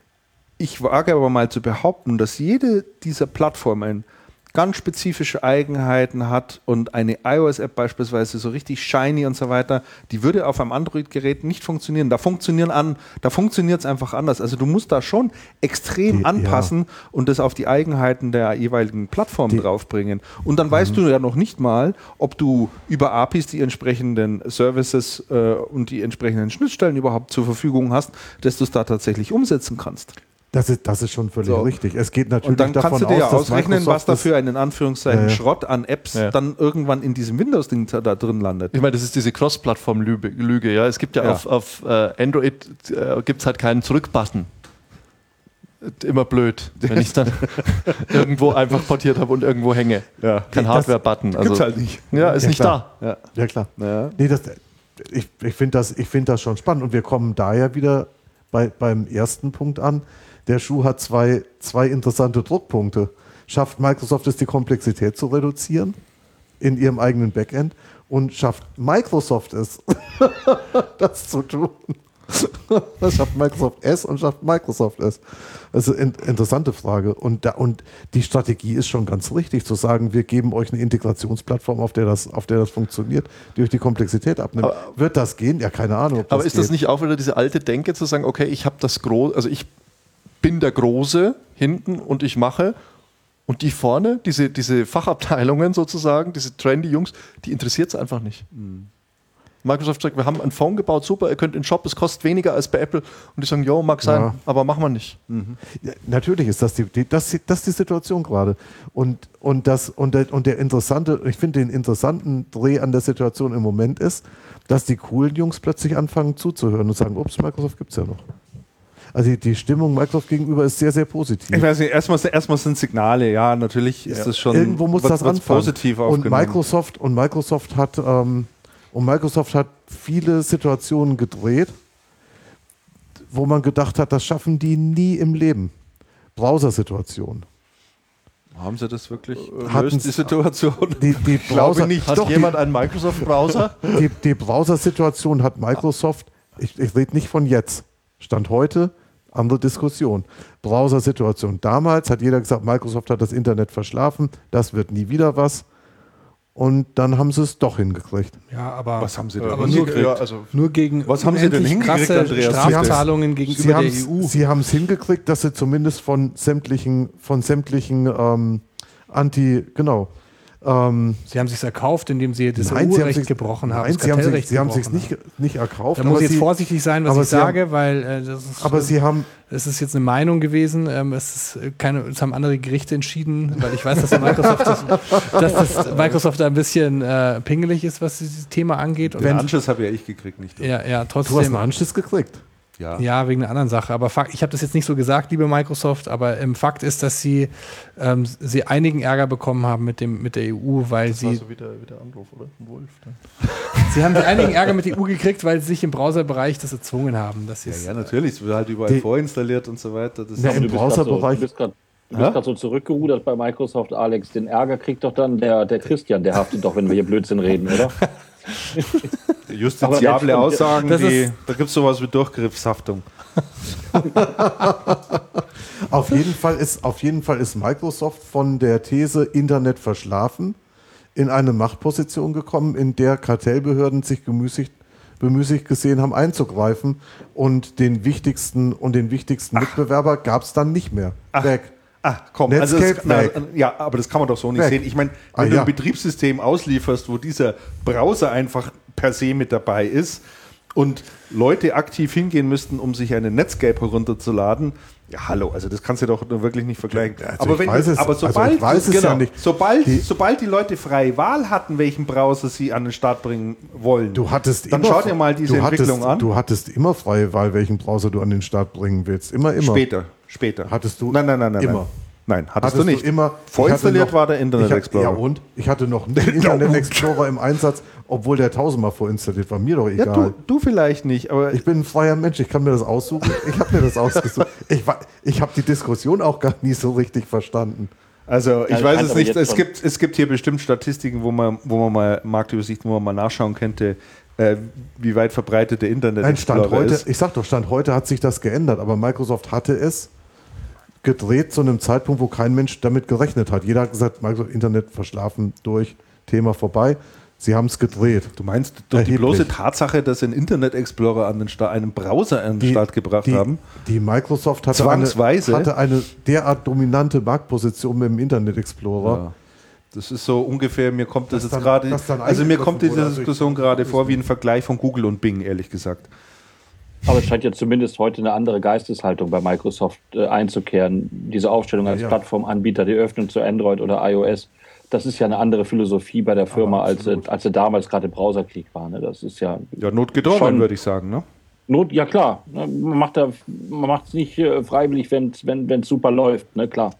Ich wage aber mal zu behaupten, dass jede dieser Plattformen ganz spezifische Eigenheiten hat und eine iOS-App beispielsweise so richtig shiny und so weiter, die würde auf einem Android-Gerät nicht funktionieren. Da funktionieren an, da funktioniert es einfach anders. Also du musst da schon extrem Die, anpassen ja. und das auf die Eigenheiten der jeweiligen Plattform Die, draufbringen. Und dann weißt du ja noch nicht mal, ob du über A P Is die entsprechenden Services äh, und die entsprechenden Schnittstellen überhaupt zur Verfügung hast, dass du es da tatsächlich umsetzen kannst. Das ist, das ist schon völlig So. richtig. Es geht natürlich Und dann davon kannst du dir ja aus, dass ausrechnen, Microsoft was dafür einen in Anführungszeichen Ja, ja. Schrott an Apps Ja. dann irgendwann in diesem Windows-Ding da da drin landet. Ich meine, das ist diese Cross-Plattform-Lüge. Ja? Es gibt ja, Ja. auf, auf äh, Android äh, gibt's halt keinen Zurück-Button. Immer blöd, wenn ich dann irgendwo einfach portiert habe und irgendwo hänge. Ja. Kein Das Hardware-Button. Also, Gibt's halt nicht. Ja, ist Ja, nicht klar. da. Ja. Ja, klar. Ja. Nee, das, ich ich finde das, ich find das schon spannend. Und wir kommen da ja wieder bei, beim ersten Punkt an. Der Schuh hat zwei, zwei interessante Druckpunkte. Schafft Microsoft es, die Komplexität zu reduzieren in ihrem eigenen Backend? Und schafft Microsoft es, das zu tun? Was schafft Microsoft S und schafft Microsoft S? Also in, interessante Frage. Und, da, und die Strategie ist schon ganz richtig, zu sagen, wir geben euch eine Integrationsplattform, auf der das, auf der das funktioniert, die euch die Komplexität abnimmt. Aber, Wird das gehen? Ja, keine Ahnung. Ob das aber ist geht. das nicht auch wieder diese alte Denke, zu sagen, okay, ich habe das Große, also ich bin der Große hinten und ich mache, und die vorne, diese, diese Fachabteilungen sozusagen, diese trendy Jungs, die interessiert es einfach nicht. Mhm. Microsoft sagt, wir haben ein Phone gebaut, super, ihr könnt in den Shop, es kostet weniger als bei Apple. Und die sagen, jo, mag sein, ja. aber machen wir nicht. Mhm. Ja, natürlich ist das die, die, das, das ist die Situation gerade. Und, und, das, und, der, und der interessante, ich finde den interessanten Dreh an der Situation im Moment ist, dass die coolen Jungs plötzlich anfangen zuzuhören und sagen, ups, Microsoft gibt es ja noch. Also die, die Stimmung Microsoft gegenüber ist sehr, sehr positiv. Ich weiß nicht, erstmal, erstmal sind Signale, ja, natürlich ist ja. das schon irgendwo muss das anfangen. Positiv aufgenommen. Und Microsoft, und Microsoft hat ähm, und Microsoft hat viele Situationen gedreht, wo man gedacht hat, das schaffen die nie im Leben. Browser-Situationen. Haben sie das wirklich löst, die Situation? Die, die Browser, nicht. Hat doch, jemand die, einen Microsoft-Browser? Die, die Browser-Situation hat Microsoft, ich, ich rede nicht von jetzt, Stand heute, andere Diskussion. Browser-Situation. Damals hat jeder gesagt, Microsoft hat das Internet verschlafen, das wird nie wieder was. Und dann haben sie es doch hingekriegt. Ja, aber was haben sie denn aber nur, ja, also nur gegen was haben sie denn hingekriegt, krasse Strafzahlungen gegenüber der E U. Sie haben es hingekriegt, dass sie zumindest von sämtlichen, von sämtlichen ähm, Anti, genau. Ähm, sie haben es sich erkauft, indem sie das E U-Recht gebrochen haben. Nein, sie haben sich, sie haben sich nicht, nicht erkauft. Da muss ich jetzt vorsichtig sein, was ich sage, haben, weil äh, das ist, aber sie haben, es ist jetzt eine Meinung gewesen. Ähm, es, ist keine, es haben andere Gerichte entschieden, weil ich weiß, dass, Microsoft das, dass das Microsoft da ein bisschen äh, pingelig ist, was dieses Thema angeht. Den Anschluss habe ja ich gekriegt, nicht du. Ja, ja, trotzdem. Du hast einen Anschluss gekriegt. Ja. ja, wegen einer anderen Sache. Aber Fakt, ich habe das jetzt nicht so gesagt, liebe Microsoft, aber ähm, Fakt ist, dass sie, ähm, sie einigen Ärger bekommen haben mit, dem, mit der E U, weil das sie... war so wie der, wie der Anruf, oder? Ein Wolf. Dann. Sie haben einigen Ärger mit der E U gekriegt, weil sie sich im Browserbereich das erzwungen haben. Das ja, ja, natürlich. Es wird halt überall vorinstalliert und so weiter. Das ja, im Browserbereich... Du bist gerade so zurückgerudert bei Microsoft, Alex. Den Ärger kriegt doch dann der, der Christian, der haftet doch, wenn wir hier Blödsinn reden, oder? Justiziable Aussagen, die, da gibt es sowas wie Durchgriffshaftung. auf, jeden Fall ist, auf jeden Fall ist Microsoft von der These Internet verschlafen in eine Machtposition gekommen, in der Kartellbehörden sich gemüßigt, bemüßigt gesehen haben, einzugreifen, und den wichtigsten, und den wichtigsten Mitbewerber gab es dann nicht mehr. Ach. Weg. Ach komm, Netscape also das, na, ja, aber das kann man doch so nicht weg. sehen. Ich meine, wenn ah, du ja. ein Betriebssystem auslieferst, wo dieser Browser einfach per se mit dabei ist und Leute aktiv hingehen müssten, um sich einen Netscape herunterzuladen, ja hallo, also das kannst du doch wirklich nicht vergleichen. Also aber wenn es, aber sobald, also ich weiß es genau, ja nicht. Sobald, die, sobald die Leute freie Wahl hatten, welchen Browser sie an den Start bringen wollen, du hattest dann immer, schau dir mal diese du hattest, Entwicklung an. Du hattest immer freie Wahl, welchen Browser du an den Start bringen willst. Immer, immer. Später, später. Hattest du nein, nein, nein, nein, immer. Nein. Nein, hattest, hattest du nicht. Du immer, Vorinstalliert noch, war der Internet hatte, Explorer. Ja und? Ich hatte noch nie Internet Explorer im Einsatz, obwohl der tausendmal vorinstalliert war. Mir doch egal. Ja, du, du vielleicht nicht, aber... Ich bin ein freier Mensch, ich kann mir das aussuchen. Ich habe mir das ausgesucht. Ich, ich habe die Diskussion auch gar nie so richtig verstanden. Also ich ja, weiß es nicht, es schon. gibt, es gibt hier bestimmt Statistiken, wo man, wo man mal Marktübersichten, wo man mal nachschauen könnte, äh, wie weit verbreitet der Internet Nein, Stand Explorer heute, ist. ich sag doch, Stand heute hat sich das geändert, aber Microsoft hatte es gedreht zu einem Zeitpunkt, wo kein Mensch damit gerechnet hat. Jeder hat gesagt, Microsoft Internet verschlafen durch, Thema vorbei. Sie haben es gedreht. Du meinst, durch die bloße Tatsache, dass sie einen Internet Explorer an den Start, einen Browser an den die, Start gebracht die, haben? Die Microsoft hatte Zwangsweise. eine, hatte eine derart dominante Marktposition mit dem Internet Explorer. Ja. Das ist so ungefähr, mir kommt das, das jetzt dann, gerade, das also mir kommt diese wurde, Diskussion also gerade vor wie ein Vergleich von Google und Bing, ehrlich gesagt. Aber es scheint ja zumindest heute eine andere Geisteshaltung bei Microsoft äh, einzukehren. Diese Aufstellung als ja, ja. Plattformanbieter, die Öffnung zu Android oder iOS, das ist ja eine andere Philosophie bei der Firma, als, als sie damals gerade im Browserkrieg war. Ne? Das ist ja, ja notgedrungen, würde ich sagen. Ne? Not, ja klar, ne? man macht da, man macht es nicht äh, freiwillig, wenn es wenn, super läuft, ne? Klar.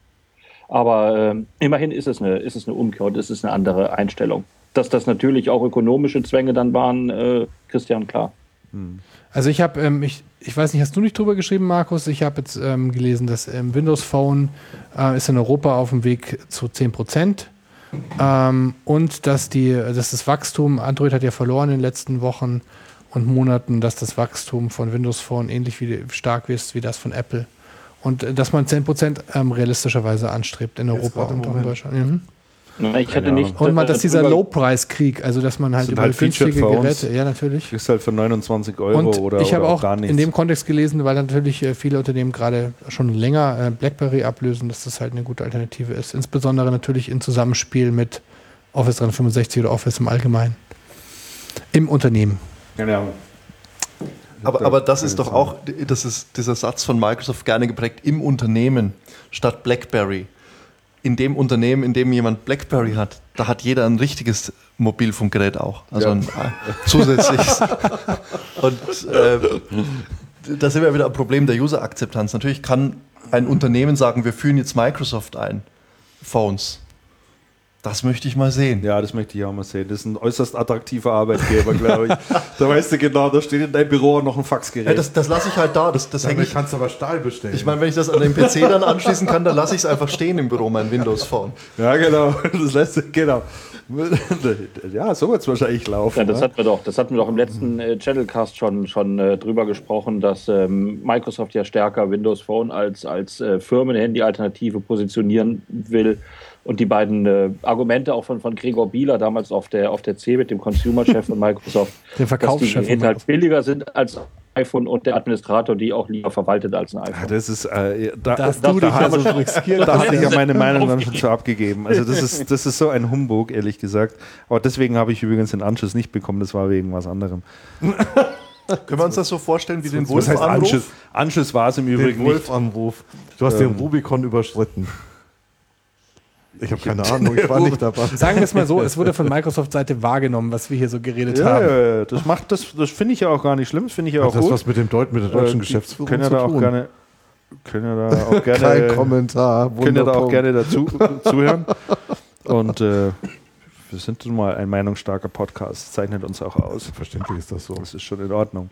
Aber äh, immerhin ist es, eine, ist es eine Umkehr und ist es eine andere Einstellung. Dass das natürlich auch ökonomische Zwänge dann waren, äh, Christian, klar. Hm. Also ich habe, ähm, ich, ich weiß nicht, hast du nicht drüber geschrieben, Markus? Ich habe jetzt ähm, gelesen, dass ähm, Windows Phone äh, ist in Europa auf dem Weg zu zehn Prozent ähm, und dass, die, dass das Wachstum, Android hat ja verloren in den letzten Wochen, und Monaten, dass das Wachstum von Windows Phone ähnlich wie, stark ist wie das von Apple. Und äh, dass man zehn Prozent ähm, realistischerweise anstrebt in Europa und auch in Deutschland. Mhm. Ich hätte nicht, und man, dass dieser drüber- Low-Price-Krieg, also dass man halt Sind über halt günstige Featured Phones. Geräte, ja natürlich. Kriegst halt für neunundzwanzig Euro Und oder, ich habe oder auch gar nichts. in dem Kontext gelesen, weil natürlich äh, viele Unternehmen gerade schon länger äh, BlackBerry ablösen, dass das halt eine gute Alternative ist. Insbesondere natürlich im Zusammenspiel mit Office dreihundertfünfundsechzig oder Office im Allgemeinen. Im Unternehmen. Genau. Aber, aber das ist doch auch, das ist dieser Satz von Microsoft gerne geprägt, im Unternehmen statt BlackBerry. In dem Unternehmen, in dem jemand BlackBerry hat, da hat jeder ein richtiges Mobilfunkgerät auch. Also Ja. ein äh, zusätzliches. Und äh, da sind wir wieder am Problem der User-Akzeptanz. Natürlich kann ein Unternehmen sagen, wir führen jetzt Microsoft ein. Phones. Das möchte ich mal sehen. Ja, das möchte ich auch mal sehen. Das ist ein äußerst attraktiver Arbeitgeber, glaube ich. Da weißt du genau, da steht in deinem Büro noch ein Faxgerät. Ja, das das lasse ich halt da. Das, das hänge Damit ich. kannst du aber Stahl bestellen. Ich meine, wenn ich das an den P C dann anschließen kann, dann lasse ich es einfach stehen im Büro, mein Windows Phone. Ja, genau. Das lässt sich, genau. Ja, so wird es wahrscheinlich laufen. Ja, das ne? hatten wir doch. Das hatten wir doch im letzten äh, Channelcast schon, schon äh, drüber gesprochen, dass ähm, Microsoft ja stärker Windows Phone als, als äh, Firmen-Handy-Alternative positionieren will. Und die beiden äh, Argumente auch von, von Gregor Bieler damals auf der, auf der C mit dem Consumer-Chef von Microsoft, Der Verkaufschef dass die von Geräte halt billiger sind als iPhone und der Administrator die auch lieber verwaltet als ein Ja, iPhone. das ist, äh, da, Da hast da, du da, dich da, aber da, schon riskiert. da hatte ich ja meine Meinung dann schon zu abgegeben. Also das ist, das ist so ein Humbug, ehrlich gesagt. Aber deswegen habe ich übrigens den Anschluss nicht bekommen, das war wegen was anderem. Können wir uns das so vorstellen wie den Was heißt Wolf-Anruf? Anschluss? Anschluss war es im den Übrigen nicht. Wolf-Anruf. Du hast Ähm. den Rubikon überschritten. Ich habe keine Ahnung, ich war nicht dabei. Sagen wir es mal so, es wurde von Microsoft-Seite wahrgenommen, was wir hier so geredet Ja, haben. ja, ja, das macht das, das finde ich ja auch gar nicht schlimm, das finde ich ja auch Hat das gut. was mit, dem Deut mit der deutschen Äh, die Geschäftsführung können ja zu da auch tun? gerne, können ja da auch Kein gerne, Kommentar. können ja da auch Wunderpunkt. gerne dazu zuhören. Und äh, wir sind nun mal ein meinungsstarker Podcast, zeichnet uns auch aus. Verständlich ist das so. Das ist schon in Ordnung.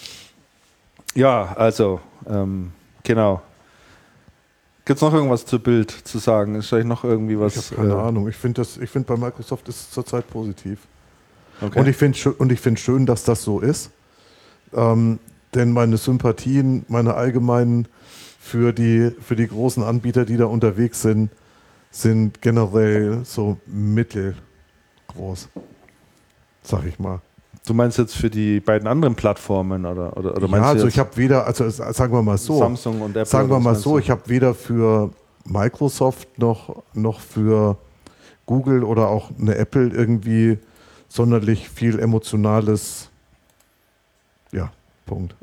Ja, also, ähm, genau. Gibt es noch irgendwas zu Bild zu sagen? Ist vielleicht noch irgendwie was? Ich habe keine äh, Ahnung. Ich finde find bei Microsoft ist es zurzeit positiv. Okay. Und ich finde schö- und ich finde schön, dass das so ist. Ähm, denn meine Sympathien, meine allgemeinen für die, für die großen Anbieter, die da unterwegs sind, sind generell so mittelgroß. Sag ich mal. Du meinst jetzt für die beiden anderen Plattformen oder, oder, oder Ja, meinst du also jetzt ich habe weder, also es- sagen wir mal so, Samsung und Apple? sagen wir oder was mal meinst so, du? ich habe weder für Microsoft noch, noch für Google oder auch eine Apple irgendwie sonderlich viel emotionales, ja, Punkt.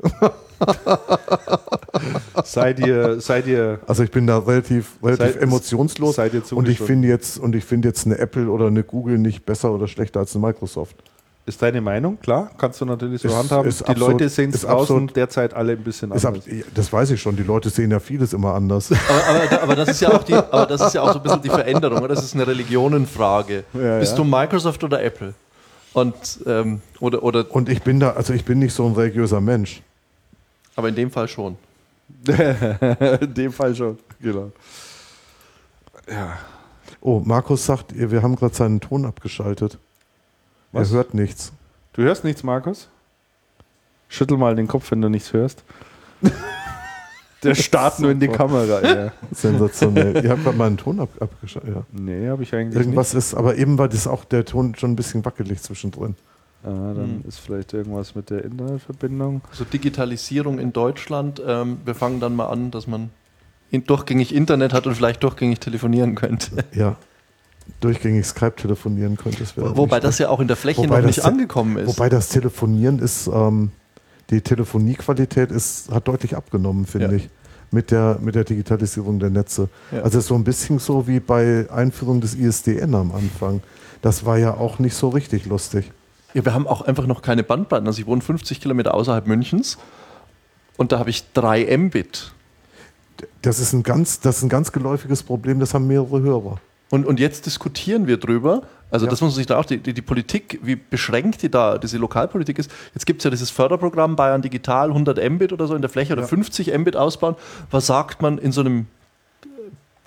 Seid ihr, seid ihr, Also ich bin da relativ, relativ Seid- emotionslos seid ihr und ich zugestimmt? finde jetzt, und ich finde jetzt eine Apple oder eine Google nicht besser oder schlechter als eine Microsoft. Ist deine Meinung, klar, kannst du natürlich so Ist- handhaben. ist Die absolut- Leute sehen es ist draußen absolut- derzeit alle ein bisschen Ist ab, anders. das weiß ich schon, die Leute sehen ja vieles immer anders. Aber, aber, aber, das ist ja auch die, aber das ist ja auch so ein bisschen die Veränderung, oder? Das ist eine Religionenfrage. Ja, Bist ja. du Microsoft oder Apple? Und, ähm, oder, oder, Und ich bin da, also ich bin nicht so ein religiöser Mensch. aber in dem Fall schon. In dem Fall schon, genau. Ja. Oh, Markus sagt, wir haben gerade seinen Ton abgeschaltet. Was? Er hört nichts. Du hörst nichts, Markus? Schüttel mal den Kopf, wenn du nichts hörst. Der starrt nur in die Kamera. Ja. Sensationell. Ihr habt gerade mal einen Ton ab, abgeschaltet. Ja. Nee, habe ich eigentlich Irgendwas ist, aber eben war das auch der Ton schon ein bisschen wackelig zwischendrin. nicht. Ah, dann ist vielleicht irgendwas mit der Internetverbindung. Also Digitalisierung in Deutschland. Ähm, wir fangen dann mal an, dass man in, durchgängig Internet hat und vielleicht durchgängig telefonieren könnte. Ja. Durchgängig Skype telefonieren könnte. Das wäre Wobei nicht das ja auch in der Fläche Wobei noch das nicht te- angekommen ist. Wobei das Telefonieren ist, ähm, die Telefoniequalität ist, hat deutlich abgenommen, finde Ja. ich, mit der, mit der Digitalisierung der Netze. Ja. Also es ist so ein bisschen so wie bei Einführung des I S D N am Anfang. Das war ja auch nicht so richtig lustig. Ja, wir haben auch einfach noch keine Bandbreiten. Also ich wohne fünfzig Kilometer außerhalb Münchens und da habe ich drei Mbit. Das ist ein ganz, das ist ein ganz geläufiges Problem, das haben mehrere Hörer. Und, und jetzt diskutieren wir drüber, also Ja. das muss man sich da auch, die, die, die Politik, wie beschränkt die da, diese Lokalpolitik ist. Jetzt gibt es ja dieses Förderprogramm Bayern Digital, hundert Mbit oder so in der Fläche oder Ja. fünfzig Mbit ausbauen. Was sagt man in so einem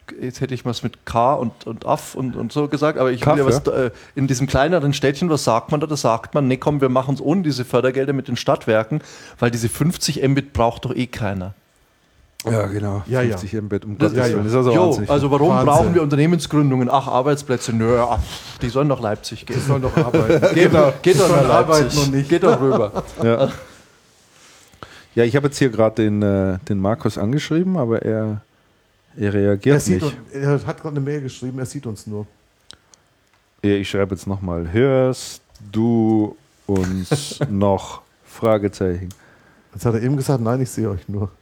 jetzt hätte ich was mit K und, und Aff und, und so gesagt, aber ich Kaff, will ja was, ja. äh, in diesem kleineren Städtchen, was sagt man da? Da sagt man, nee komm, wir machen es ohne diese Fördergelder mit den Stadtwerken, weil diese fünfzig Mbit braucht doch eh keiner. Ja, genau. Ja, ja. fünfzig Mbit, um Das, Gottes Willen. Das ist also jo, wahnsinnig. also warum Wahnsinn. brauchen wir Unternehmensgründungen? Ach, Arbeitsplätze, nö, ach, die sollen nach Leipzig gehen. Die sollen doch arbeiten. Geht, Genau. geht Die doch nach sollen arbeiten Leipzig. und nicht. Geht doch rüber. Ja, ja ich habe jetzt hier gerade den, äh, den Markus angeschrieben, aber er, er reagiert Er, sieht nicht. uns, er hat gerade eine Mail geschrieben, er sieht uns nur. Ja, ich schreibe jetzt nochmal, hörst du uns noch? Fragezeichen. Jetzt hat er eben gesagt, nein, ich sehe euch nur.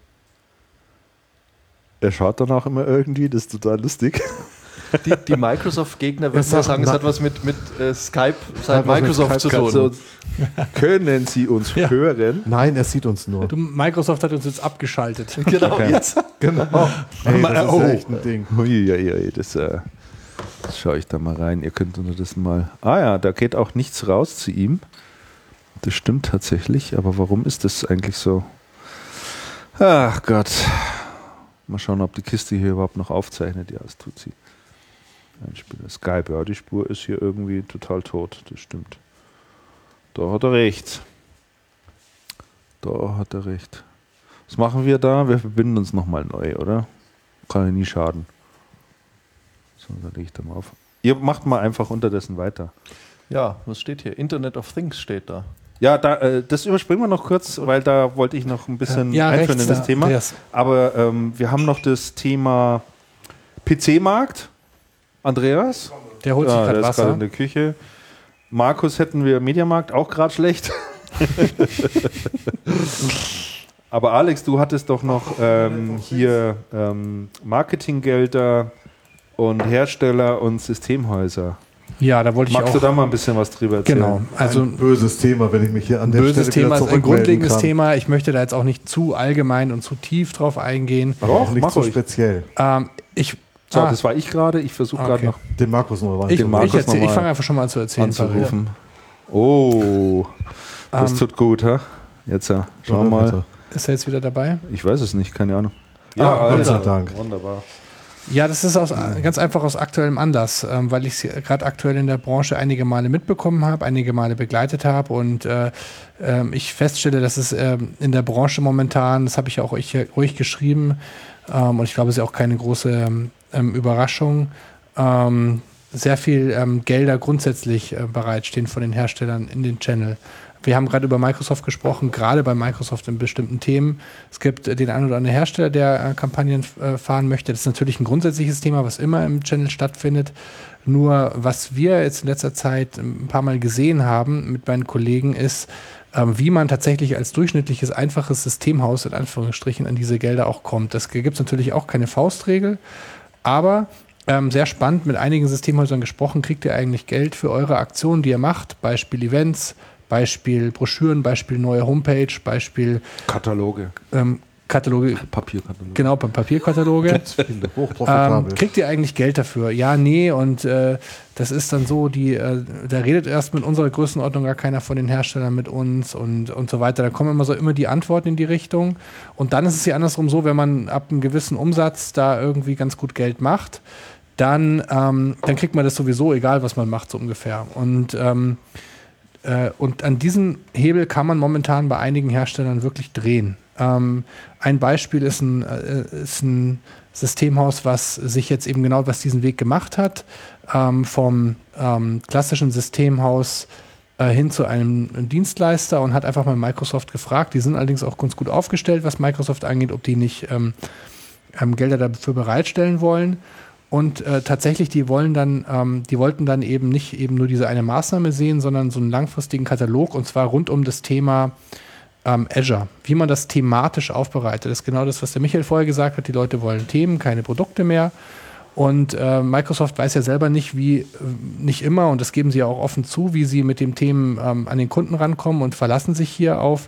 Er schaut danach immer irgendwie, das ist total lustig. Die, die Microsoft-Gegner würden Es ja sagt, sagen, es na- hat was mit, mit äh, Skype seit Hat was mit Microsoft zu Skype tun. Also, können Sie uns Ja. hören? Nein, er sieht uns nur. Du, Microsoft hat uns jetzt abgeschaltet. Genau, Okay. jetzt. Genau. Ey, das ist Oh. ja echt ein Ding. Uiuiui, das, äh, das schaue ich da mal rein. Ihr könnt unter das mal. Ah ja, da geht auch nichts raus zu ihm. Das stimmt tatsächlich, aber warum ist das eigentlich so? Ach Gott. Mal schauen, ob die Kiste hier überhaupt noch aufzeichnet. Ja, das tut sie. Einspieler Skype, ja, die Spur ist hier irgendwie total tot. Das stimmt. Da hat er recht. Da hat er recht. Was machen wir da? Wir verbinden uns nochmal neu, oder? Kann ja nie schaden. So, da lege ich da mal auf. Ihr macht mal einfach unterdessen weiter. Ja, was steht hier? Internet of Things steht da. Ja, da, äh, das überspringen wir noch kurz, weil da wollte ich noch ein bisschen Ja, einführen rechts in das da, Thema. Andreas. Aber ähm, wir haben noch das Thema P C-Markt. Andreas? Der holt sich Ja, gerade der ist gerade Wasser. in der Küche. Markus hätten wir Mediamarkt, auch gerade schlecht. Aber Alex, du hattest doch noch ähm, hier ähm, Marketinggelder und Hersteller und Systemhäuser. Ja, da wollte ich Magst auch. du da mal ein bisschen was drüber erzählen? Genau, also ein böses Thema, wenn ich mich hier an der böses Stelle Thema, wieder ist ein zurückmelden grundlegendes kann. Thema. Ich möchte da jetzt auch nicht zu allgemein und zu tief drauf eingehen. Aber auch Doch, nicht mach so ruhig. speziell. Ähm, ich So, ah, das war ich gerade. Ich versuche gerade Okay. noch Den Markus noch rein. ich, den Markus ich, erzähl- noch ich mal fange einfach schon mal an zu erzählen. anzurufen. Oh, das Ähm, tut gut, ha? Jetzt ja. Schau Oder mal. weiter. Ist er jetzt wieder dabei? Ich weiß es nicht, keine Ahnung. Ah, Gott sei also, Dank. Wunderbar. Ja, das ist aus, ganz einfach aus aktuellem Anlass, ähm, weil ich es gerade aktuell in der Branche einige Male mitbekommen habe, einige Male begleitet habe und äh, ähm, ich feststelle, dass es ähm, in der Branche momentan, das habe ich auch euch, euch geschrieben ähm, und ich glaube, es ist auch keine große ähm, Überraschung, ähm, sehr viel ähm, Gelder grundsätzlich äh, bereitstehen von den Herstellern in den Channel. Wir haben gerade über Microsoft gesprochen, gerade bei Microsoft in bestimmten Themen. Es gibt äh, den einen oder anderen Hersteller, der äh, Kampagnen äh, fahren möchte. Das ist natürlich ein grundsätzliches Thema, was immer im Channel stattfindet. Nur was wir jetzt in letzter Zeit ein paar Mal gesehen haben mit meinen Kollegen ist, ähm, wie man tatsächlich als durchschnittliches, einfaches Systemhaus in Anführungsstrichen an diese Gelder auch kommt. Das gibt es natürlich auch keine Faustregel, aber ähm, sehr spannend, mit einigen Systemhäusern gesprochen, kriegt ihr eigentlich Geld für eure Aktionen, die ihr macht, Beispiel Events, Beispiel Broschüren, Beispiel neue Homepage, Beispiel Kataloge. ähm, Kataloge, Papierkataloge. genau, Pa- Papierkataloge. Viele, Ähm, hochprofitabel. kriegt ihr eigentlich Geld dafür? Ja, nee, und äh, das ist dann so, die, äh, da redet erst mit unserer Größenordnung gar keiner von den Herstellern mit uns und, und so weiter. Da kommen immer so immer die Antworten in die Richtung. Und dann ist es ja andersrum so, wenn man ab einem gewissen Umsatz da irgendwie ganz gut Geld macht, dann, ähm, dann kriegt man das sowieso, egal was man macht, so ungefähr. Und ähm, Äh, und an diesen Hebel kann man momentan bei einigen Herstellern wirklich drehen. Ähm, ein Beispiel ist ein, äh, ist ein Systemhaus, was sich jetzt eben genau was diesen Weg gemacht hat, ähm, vom ähm, klassischen Systemhaus äh, hin zu einem Dienstleister und hat einfach mal Microsoft gefragt. Die sind allerdings auch ganz gut aufgestellt, was Microsoft angeht, ob die nicht ähm, ähm, Gelder dafür bereitstellen wollen. Und äh, tatsächlich, die wollen dann, ähm, die wollten dann eben nicht eben nur diese eine Maßnahme sehen, sondern so einen langfristigen Katalog und zwar rund um das Thema ähm, Azure. Wie man das thematisch aufbereitet. Das ist genau das, was der Michael vorher gesagt hat. Die Leute wollen Themen, keine Produkte mehr. Und äh, Microsoft weiß ja selber nicht, wie, äh, nicht immer, und das geben sie ja auch offen zu, wie sie mit den Themen ähm, an den Kunden rankommen und verlassen sich hier auf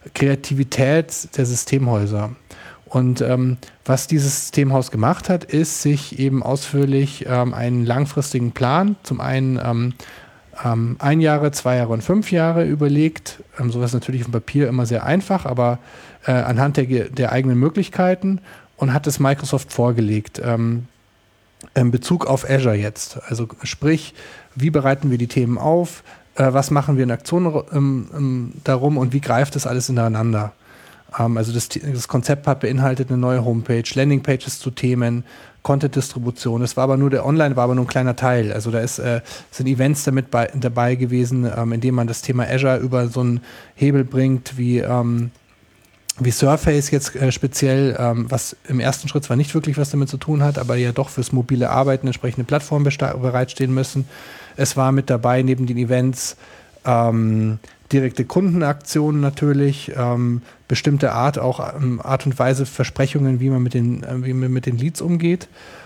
Kreativität der Systemhäuser. Und ähm, was dieses Systemhaus gemacht hat, ist, sich eben ausführlich ähm, einen langfristigen Plan, zum einen ähm, ähm, ein Jahre, zwei Jahre und fünf Jahre überlegt. Ähm, sowas ist natürlich auf dem Papier immer sehr einfach, aber äh, anhand der, der eigenen Möglichkeiten und hat es Microsoft vorgelegt. Ähm, in Bezug auf Azure jetzt. Also sprich, wie bereiten wir die Themen auf, äh, was machen wir in Aktionen ähm, ähm, darum und wie greift das alles ineinander. Ähm, also das, das Konzept hat beinhaltet eine neue Homepage, Landingpages zu Themen, Content-Distribution. Das war aber nur der Online, war aber nur ein kleiner Teil. Also da ist, äh, sind Events damit bei, dabei gewesen, ähm, indem man das Thema Azure über so einen Hebel bringt, wie ähm, wie Surface jetzt äh, speziell, ähm, was im ersten Schritt zwar nicht wirklich was damit zu tun hat, aber ja doch fürs mobile Arbeiten entsprechende Plattformen bereitstehen müssen. Es war mit dabei neben den Events ähm, direkte Kundenaktionen natürlich, ähm, bestimmte Art, auch ähm, Art und Weise Versprechungen, wie man mit den, äh, wie man mit den Leads umgeht.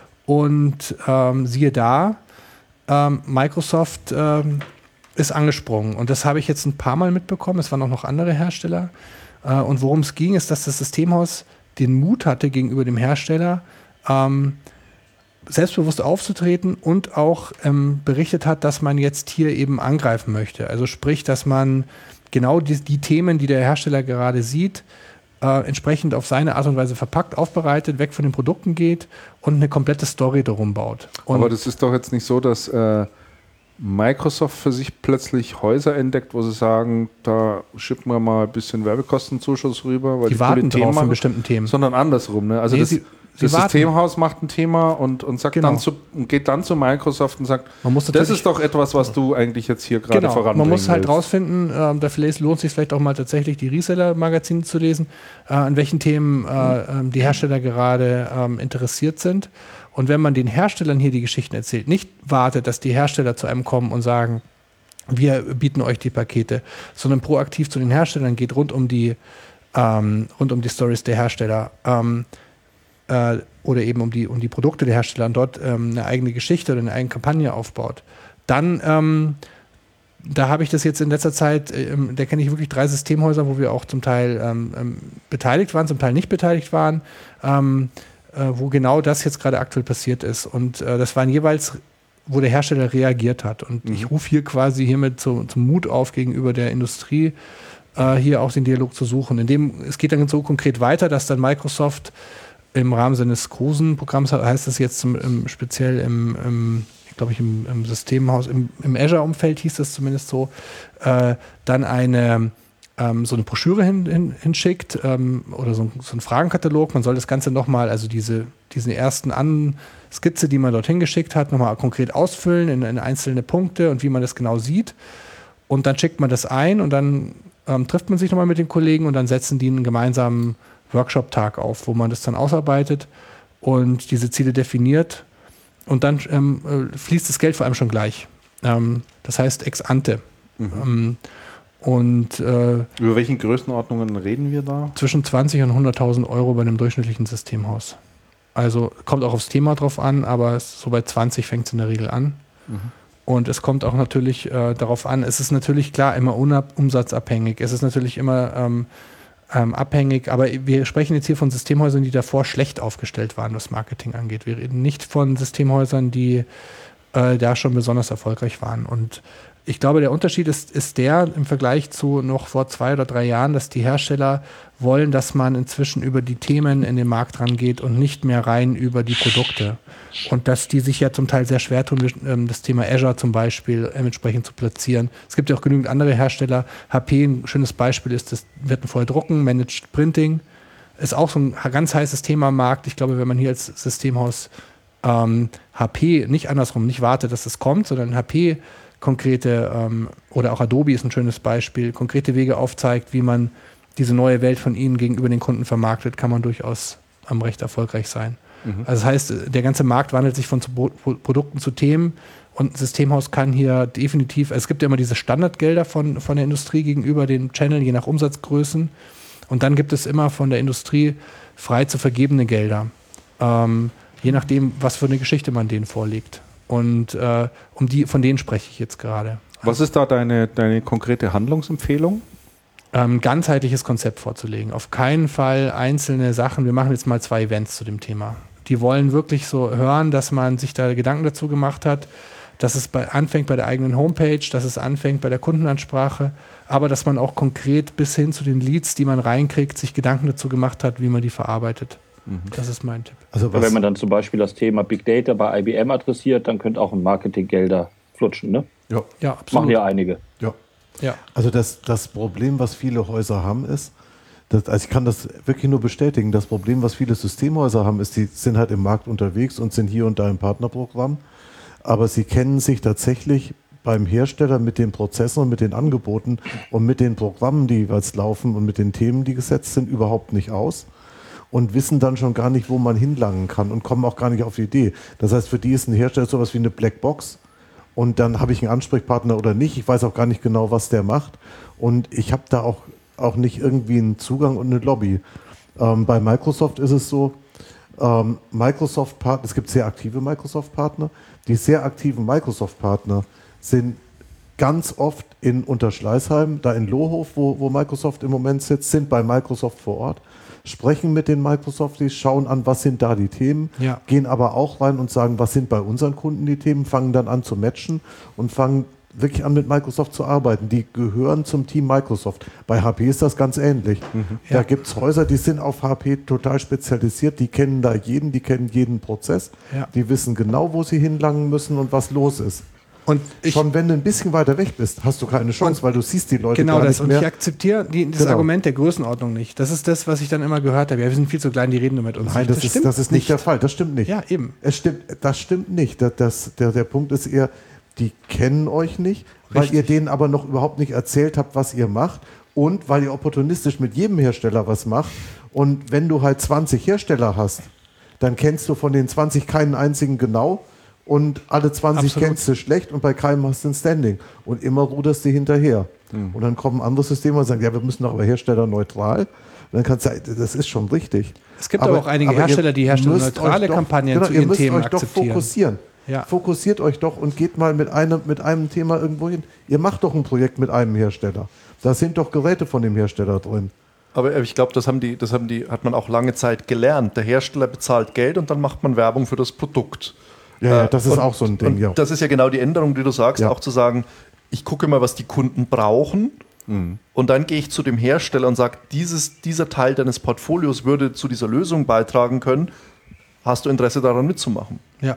Und ähm, siehe da, ähm, Microsoft ähm, ist angesprungen. Und das habe ich jetzt ein paar Mal mitbekommen. Es waren auch noch andere Hersteller. Und worum es ging, ist, dass das Systemhaus den Mut hatte, gegenüber dem Hersteller ähm, selbstbewusst aufzutreten und auch ähm, berichtet hat, dass man jetzt hier eben angreifen möchte. Also sprich, dass man genau die, die Themen, die der Hersteller gerade sieht, äh, entsprechend auf seine Art und Weise verpackt, aufbereitet, weg von den Produkten geht und eine komplette Story darum baut. Und aber das ist doch jetzt nicht so, dass äh Microsoft für sich plötzlich Häuser entdeckt, wo sie sagen, da schippen wir mal ein bisschen Werbekostenzuschuss rüber, weil die, die warten Themen drauf machen, in bestimmten Themen. sondern andersrum. Ne? Also Nee, das, sie- das sie warten. Systemhaus macht ein Thema und, und sagt Genau. dann zu, und geht dann zu Microsoft und sagt, Man muss das natürlich- ist doch etwas, was du eigentlich jetzt hier gerade Genau, voranbringen man muss halt willst. rausfinden, ähm, da vielleicht lohnt sich vielleicht auch mal tatsächlich die Reseller-Magazine zu lesen, äh, an welchen Themen äh, ähm, die Hersteller gerade ähm, interessiert sind. Und wenn man den Herstellern hier die Geschichten erzählt, nicht wartet, dass die Hersteller zu einem kommen und sagen, wir bieten euch die Pakete, sondern proaktiv zu den Herstellern geht, rund um die, ähm, rund um die Stories der Hersteller ähm, äh, oder eben um die, um die Produkte der Hersteller und dort ähm, eine eigene Geschichte oder eine eigene Kampagne aufbaut, dann ähm, da habe ich das jetzt in letzter Zeit, ähm, da kenne ich wirklich drei Systemhäuser, wo wir auch zum Teil ähm, ähm, beteiligt waren, zum Teil nicht beteiligt waren, ähm, äh, wo genau das jetzt gerade aktuell passiert ist. Und äh, das waren jeweils, wo der Hersteller reagiert hat. Und Mhm. ich rufe hier quasi hiermit zu, zum Mut auf gegenüber der Industrie, äh, hier auch den Dialog zu suchen. Indem, es geht dann so konkret weiter, dass dann Microsoft im Rahmen seines Cruisen-Programms, heißt das jetzt zum, im, speziell im, im glaube ich, im, im Systemhaus, im, im Azure-Umfeld hieß das zumindest so, äh, dann eine ähm, so eine Broschüre hin, hin, hinschickt ähm, oder so, ein- so einen Fragenkatalog. Man soll das Ganze nochmal, also diese, diese ersten An Skizze, die man dorthin geschickt hat, nochmal konkret ausfüllen in, in einzelne Punkte und wie man das genau sieht. Und dann schickt man das ein und dann ähm, trifft man sich nochmal mit den Kollegen und dann setzen die einen gemeinsamen Workshop-Tag auf, wo man das dann ausarbeitet und diese Ziele definiert. Und dann ähm, äh, fließt das Geld vor allem schon gleich. Ähm, das heißt ex ante. Mhm. Ähm, und äh, Über welchen Größenordnungen reden wir da? zwischen zwanzig und hunderttausend Euro bei einem durchschnittlichen Systemhaus. Also kommt auch aufs Thema drauf an, aber es, so bei zwanzig fängt es in der Regel an. Mhm. Und es kommt auch natürlich äh, darauf an, es ist natürlich klar immer unab- umsatzabhängig. Es ist natürlich immer ähm, ähm, abhängig, aber wir sprechen jetzt hier von Systemhäusern, die davor schlecht aufgestellt waren, was Marketing angeht. Wir reden nicht von Systemhäusern, die äh, da schon besonders erfolgreich waren. Und ich glaube, der Unterschied ist, ist der im Vergleich zu noch vor zwei oder drei Jahren, dass die Hersteller wollen, dass man inzwischen über die Themen in den Markt rangeht und nicht mehr rein über die Produkte. Und dass die sich ja zum Teil sehr schwer tun, ähm, das Thema Azure zum Beispiel ähm, entsprechend zu platzieren. Es gibt ja auch genügend andere Hersteller. H P, ein schönes Beispiel ist, das wir hatten vorher Drucken, Managed Printing. Ist auch so ein ganz heißes Thema am Markt. Ich glaube, wenn man hier als Systemhaus ähm, H P nicht andersrum, nicht wartet, dass es kommt, sondern H P konkrete, ähm, oder auch Adobe ist ein schönes Beispiel, konkrete Wege aufzeigt, wie man diese neue Welt von ihnen gegenüber den Kunden vermarktet, kann man durchaus ähm, recht erfolgreich sein. Mhm. Also das heißt, der ganze Markt wandelt sich von zu Pro Pro Produkten zu Themen und ein Systemhaus kann hier definitiv, also es gibt ja immer diese Standardgelder von, von der Industrie gegenüber den Channel, je nach Umsatzgrößen, und dann gibt es immer von der Industrie frei zu vergebene Gelder, ähm, je nachdem, was für eine Geschichte man denen vorlegt. Und äh, um die, von denen spreche ich jetzt gerade. Was ist da deine, deine konkrete Handlungsempfehlung? Ähm, ganzheitliches Konzept vorzulegen. Auf keinen Fall einzelne Sachen. Wir machen jetzt mal zwei Events zu dem Thema. Die wollen wirklich so hören, dass man sich da Gedanken dazu gemacht hat, dass es bei, anfängt bei der eigenen Homepage, dass es anfängt bei der Kundenansprache, aber dass man auch konkret bis hin zu den Leads, die man reinkriegt, sich Gedanken dazu gemacht hat, wie man die verarbeitet. Das ist mein Tipp. Also was, Wenn man dann zum Beispiel das Thema Big Data bei I B M adressiert, dann könnte auch ein Marketinggelder flutschen. Ne? ja, Ja, absolut. Machen ja einige. ja. Ja. Also das, das Problem, was viele Häuser haben, ist, dass, also ich kann das wirklich nur bestätigen, das Problem, was viele Systemhäuser haben, ist, die sind halt im Markt unterwegs und sind hier und da im Partnerprogramm, aber sie kennen sich tatsächlich beim Hersteller mit den Prozessen und mit den Angeboten und mit den Programmen, die jeweils laufen und mit den Themen, die gesetzt sind, überhaupt nicht aus und wissen dann schon gar nicht, wo man hinlangen kann und kommen auch gar nicht auf die Idee. Das heißt, für die ist ein Hersteller sowas wie eine Blackbox. Und dann habe ich einen Ansprechpartner oder nicht. Ich weiß auch gar nicht genau, was der macht. Und ich habe da auch, auch nicht irgendwie einen Zugang und eine Lobby. Ähm, bei Microsoft ist es so, ähm, Microsoft-Partner, es gibt sehr aktive Microsoft-Partner. Die sehr aktiven Microsoft-Partner sind ganz oft in Unterschleißheim, da in Lohhof, wo, wo Microsoft im Moment sitzt, sind bei Microsoft vor Ort, sprechen mit den Microsofties, schauen an, was sind da die Themen, Ja. gehen aber auch rein und sagen, was sind bei unseren Kunden die Themen, fangen dann an zu matchen und fangen wirklich an mit Microsoft zu arbeiten. Die gehören zum Team Microsoft. Bei H P ist das ganz ähnlich. Da Ja. gibt es Häuser, die sind auf H P total spezialisiert, die kennen da jeden, die kennen jeden Prozess, Ja. die wissen genau, wo sie hinlangen müssen und was los ist. Und ich, Schon wenn du ein bisschen weiter weg bist, hast du keine Chance, Und weil du siehst die Leute genau gar das. nicht Und mehr. ich akzeptiere die, dieses Genau. Argument der Größenordnung nicht. Das ist das, was ich dann immer gehört habe. Ja, wir sind viel zu klein, die reden nur mit uns. Nein, nicht. das, ist, das ist nicht der Fall. Das stimmt nicht. Ja, eben. Es stimmt, das stimmt nicht. Das, das, der, der Punkt ist eher, die kennen euch nicht, weil Richtig. ihr denen aber noch überhaupt nicht erzählt habt, was ihr macht und weil ihr opportunistisch mit jedem Hersteller was macht. Und wenn du halt zwanzig Hersteller hast, dann kennst du von den zwanzig keinen einzigen genau und alle zwanzig Absolut. kennst du schlecht und bei keinem hast du ein Standing. Und immer ruderst du hinterher. Hm. Und dann kommen andere Systeme und sagen, ja, wir müssen doch aber herstellerneutral. Und dann kannst du sagen, das ist schon richtig. Es gibt aber auch einige ihr Hersteller, die müsst herstellerneutrale euch doch- Kampagnen genau, zu ihr ihren müsst Themen euch doch akzeptieren. fokussieren. Ja. Fokussiert euch doch und geht mal mit einem, mit einem Thema irgendwo hin. Ihr macht doch ein Projekt mit einem Hersteller. Da sind doch Geräte von dem Hersteller drin. Aber ich glaube, das haben die, das haben die, hat man auch lange Zeit gelernt. Der Hersteller bezahlt Geld und dann macht man Werbung für das Produkt. Ja, ja, Äh, das ist und, auch so ein Ding, und ja. Das ist ja genau die Änderung, die du sagst, Ja. auch zu sagen, ich gucke mal, was die Kunden brauchen und dann gehe ich zu dem Hersteller und sage, dieses, dieser Teil deines Portfolios würde zu dieser Lösung beitragen können. Hast du Interesse daran mitzumachen? Ja.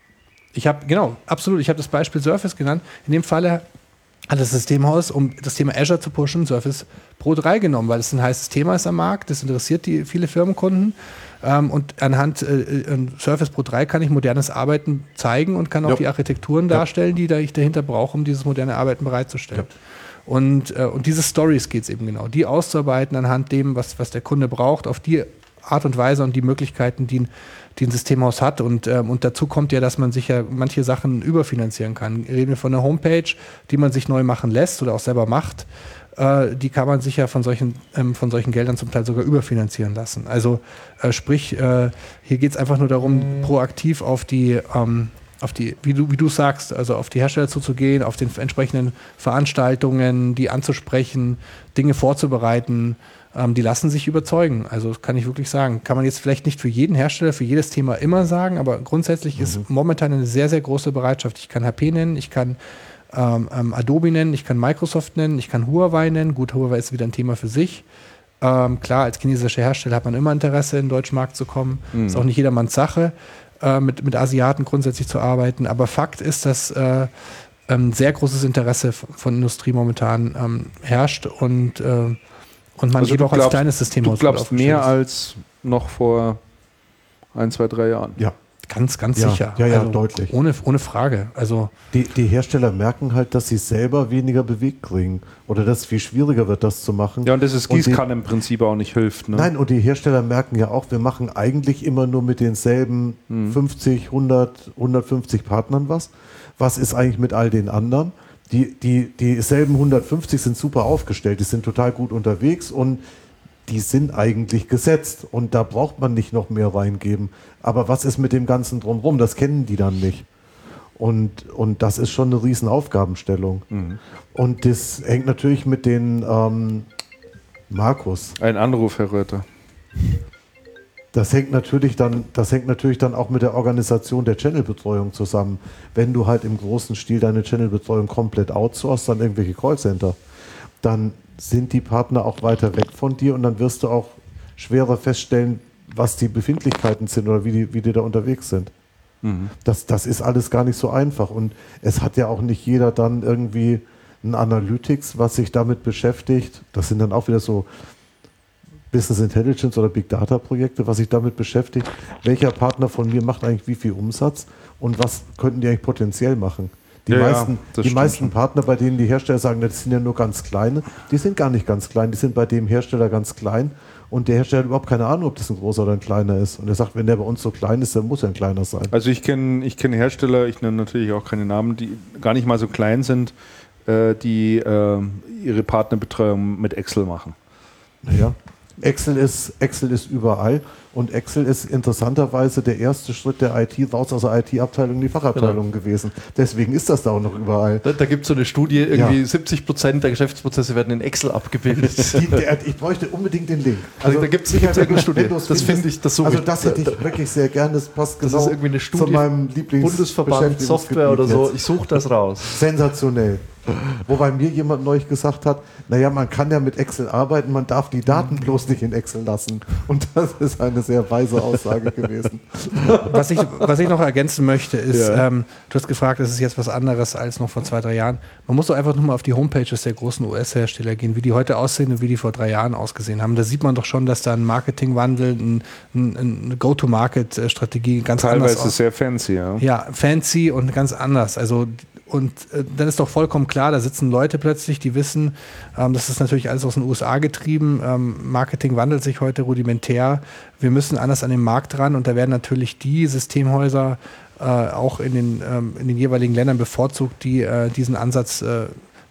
Ich habe, genau, absolut. Ich habe das Beispiel Surface genannt. In dem Falle hat das Systemhaus, um das Thema Azure zu pushen, Surface Pro drei genommen, weil es ein heißes Thema ist am Markt. Das interessiert die viele Firmenkunden. Ähm, und anhand äh, äh, Surface Pro drei kann ich modernes Arbeiten zeigen und kann auch Ja. die Architekturen darstellen, die da ich dahinter brauche, um dieses moderne Arbeiten bereitzustellen. Und, äh, und diese Stories geht es eben genau, die auszuarbeiten anhand dem, was, was der Kunde braucht, auf die Art und Weise und die Möglichkeiten, die, ein- die ein Systemhaus hat. Und, ähm, und dazu kommt ja, dass man sich ja manche Sachen überfinanzieren kann. Reden wir von einer Homepage, die man sich neu machen lässt oder auch selber macht, äh, die kann man sich ja von solchen, ähm, von solchen Geldern zum Teil sogar überfinanzieren lassen. Also äh, sprich, äh, hier geht es einfach nur darum, proaktiv auf die ähm, auf die, wie du, wie du sagst, also auf die Hersteller zuzugehen, auf den entsprechenden Veranstaltungen, die anzusprechen, Dinge vorzubereiten, ähm, die lassen sich überzeugen. Also das kann ich wirklich sagen. Kann man jetzt vielleicht nicht für jeden Hersteller, für jedes Thema immer sagen, aber grundsätzlich Mhm. ist momentan eine sehr, sehr große Bereitschaft. Ich kann H P nennen, ich kann ähm, ähm, Adobe nennen, ich kann Microsoft nennen, ich kann Huawei nennen. Gut, Huawei ist wieder ein Thema für sich. Ähm, klar, als chinesischer Hersteller hat man immer Interesse, in den deutschen Markt zu kommen. Ist auch nicht jedermanns Sache, äh, mit, mit Asiaten grundsätzlich zu arbeiten. Aber Fakt ist, dass äh, ein sehr großes Interesse f- von Industrie momentan ähm, herrscht und, äh, und man Also eben du auch als glaubst- kleines System Du aus- glaubst aufgestellt mehr ist. als noch vor ein, zwei, drei Jahren. Ja, Ganz, ganz Ja, sicher. ja, ja, also deutlich. Ohne, ohne Frage. Also die, die Hersteller merken halt, dass sie selber weniger bewegt kriegen oder dass es viel schwieriger wird, das zu machen. Ja, und das ist Und die- Gießkanne im Prinzip auch nicht hilft. Ne? Nein, und die Hersteller merken ja auch, wir machen eigentlich immer nur mit denselben fünfzig, hundert, hundertfünfzig Partnern was. Was ist eigentlich mit all den anderen? Die, die, dieselben hundertfünfzig sind super aufgestellt, die sind total gut unterwegs und die sind eigentlich gesetzt und da braucht man nicht noch mehr reingeben. Aber was ist mit dem Ganzen drumherum? Das kennen die dann nicht. Und, und das ist schon eine riesen Aufgabenstellung. Und das hängt natürlich mit den ähm, Markus. Ein Anruf, Herr Röther. Das hängt natürlich dann, das hängt natürlich dann auch mit der Organisation der Channelbetreuung zusammen. Wenn du halt im großen Stil deine Channelbetreuung komplett outsourcest an irgendwelche Callcenter, dann sind die Partner auch weiter weg von dir und dann wirst du auch schwerer feststellen, was die Befindlichkeiten sind oder wie die, wie die da unterwegs sind. Mhm. Das, das ist alles gar nicht so einfach. Und es hat ja auch nicht jeder dann irgendwie ein Analytics, was sich damit beschäftigt. Das sind dann auch wieder so Business Intelligence oder Big Data Projekte, was sich damit beschäftigt. Welcher Partner von mir macht eigentlich wie viel Umsatz und was könnten die eigentlich potenziell machen? Die, Ja, ja, meisten, das die stimmt meisten schon. Partner, bei denen die Hersteller sagen, das sind ja nur ganz kleine, die sind gar nicht ganz klein, die sind bei dem Hersteller ganz klein und der Hersteller hat überhaupt keine Ahnung, ob das ein großer oder ein kleiner ist. Und er sagt, wenn der bei uns so klein ist, dann muss er ein kleiner sein. Also ich kenne ich kenn Hersteller, ich nenne natürlich auch keine Namen, die gar nicht mal so klein sind, äh, die äh, ihre Partnerbetreuung mit Excel machen. Ja. Excel ist, Excel ist überall und Excel ist interessanterweise der erste Schritt der I T raus aus der I T-Abteilung in die Fachabteilung Genau. gewesen. Deswegen ist das da auch noch überall. Da, da gibt es so eine Studie, irgendwie Ja. siebzig Prozent der Geschäftsprozesse werden in Excel abgebildet. Die, der, ich bräuchte unbedingt den Link. Also da gibt's- sicher, gibt's wenn du irgendeine Studie. Windows Das findest. finde ich- das suche Also ich. das hätte ich wirklich sehr gerne. Das passt Das genau ist irgendwie eine Studie, zu meinem Lieblings Bundesverband Software oder so. Ich suche das raus. Sensationell. Wobei mir jemand neulich gesagt hat, naja, man kann ja mit Excel arbeiten, man darf die Daten bloß nicht in Excel lassen. Und das ist eine sehr weise Aussage gewesen. Was ich, was ich noch ergänzen möchte, ist, Ja. ähm, du hast gefragt, das ist jetzt was anderes als noch vor zwei, drei Jahren. Man muss doch einfach nur mal auf die Homepages der großen U S-Hersteller gehen, wie die heute aussehen und wie die vor drei Jahren ausgesehen haben. Da sieht man doch schon, dass da ein Marketingwandel, ein, ein, eine Go-to-Market-Strategie ganz anders Teilweise aus. sehr fancy, ja. Ja, fancy und ganz anders. Also und äh, dann ist doch vollkommen klar, da sitzen Leute plötzlich, die wissen, ähm, das ist natürlich alles aus den U S A getrieben. Ähm, Marketing wandelt sich heute rudimentär. Wir müssen anders an den Markt ran und da werden natürlich die Systemhäuser äh, auch in den, ähm, in den jeweiligen Ländern bevorzugt, die äh, diesen Ansatz äh,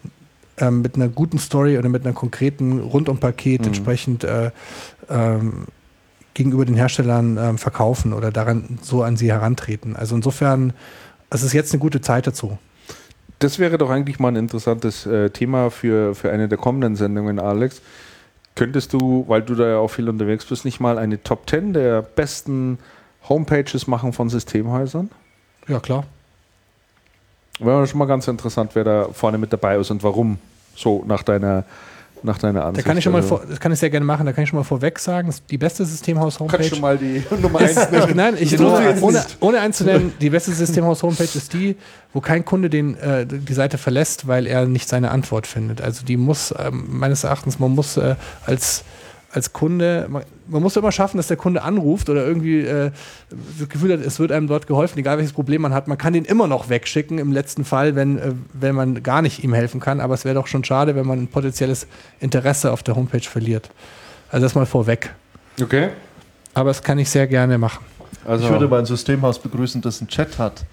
äh, mit einer guten Story oder mit einer konkreten Rundum-Paket entsprechend äh, ähm, gegenüber den Herstellern ähm, verkaufen oder daran so an sie herantreten. Also insofern, es ist jetzt eine gute Zeit dazu. Das wäre doch eigentlich mal ein interessantes äh, Thema für, für eine der kommenden Sendungen, Alex. Könntest du, weil du da ja auch viel unterwegs bist, nicht mal eine Top zehn der besten Homepages machen von Systemhäusern? Ja, klar. Wäre schon mal ganz interessant, wer da vorne mit dabei ist und warum, so nach deiner, nach deiner Da Ansicht. kann ich schon mal Also- vor, das kann ich sehr gerne machen, da kann ich schon mal vorweg sagen, das ist die beste Systemhaus-Homepage. Kannst du mal die Nummer eins Ich, nein, ich Die nur, tust du jetzt ohne, nicht. ohne einzunennen, die beste Systemhaus-Homepage ist die, wo kein Kunde den, äh, die Seite verlässt, weil er nicht seine Antwort findet. Also die muss, ähm, meines Erachtens, man muss äh, als, als Kunde, man, man muss immer schaffen, dass der Kunde anruft oder irgendwie äh, das Gefühl hat, es wird einem dort geholfen, egal welches Problem man hat. Man kann den immer noch wegschicken im letzten Fall, wenn, äh, wenn man gar nicht ihm helfen kann. Aber es wäre doch schon schade, wenn man ein potenzielles Interesse auf der Homepage verliert. Also das mal vorweg. Okay. Aber das kann ich sehr gerne machen. Also, Ich würde mal ein Systemhaus begrüßen, das einen Chat hat.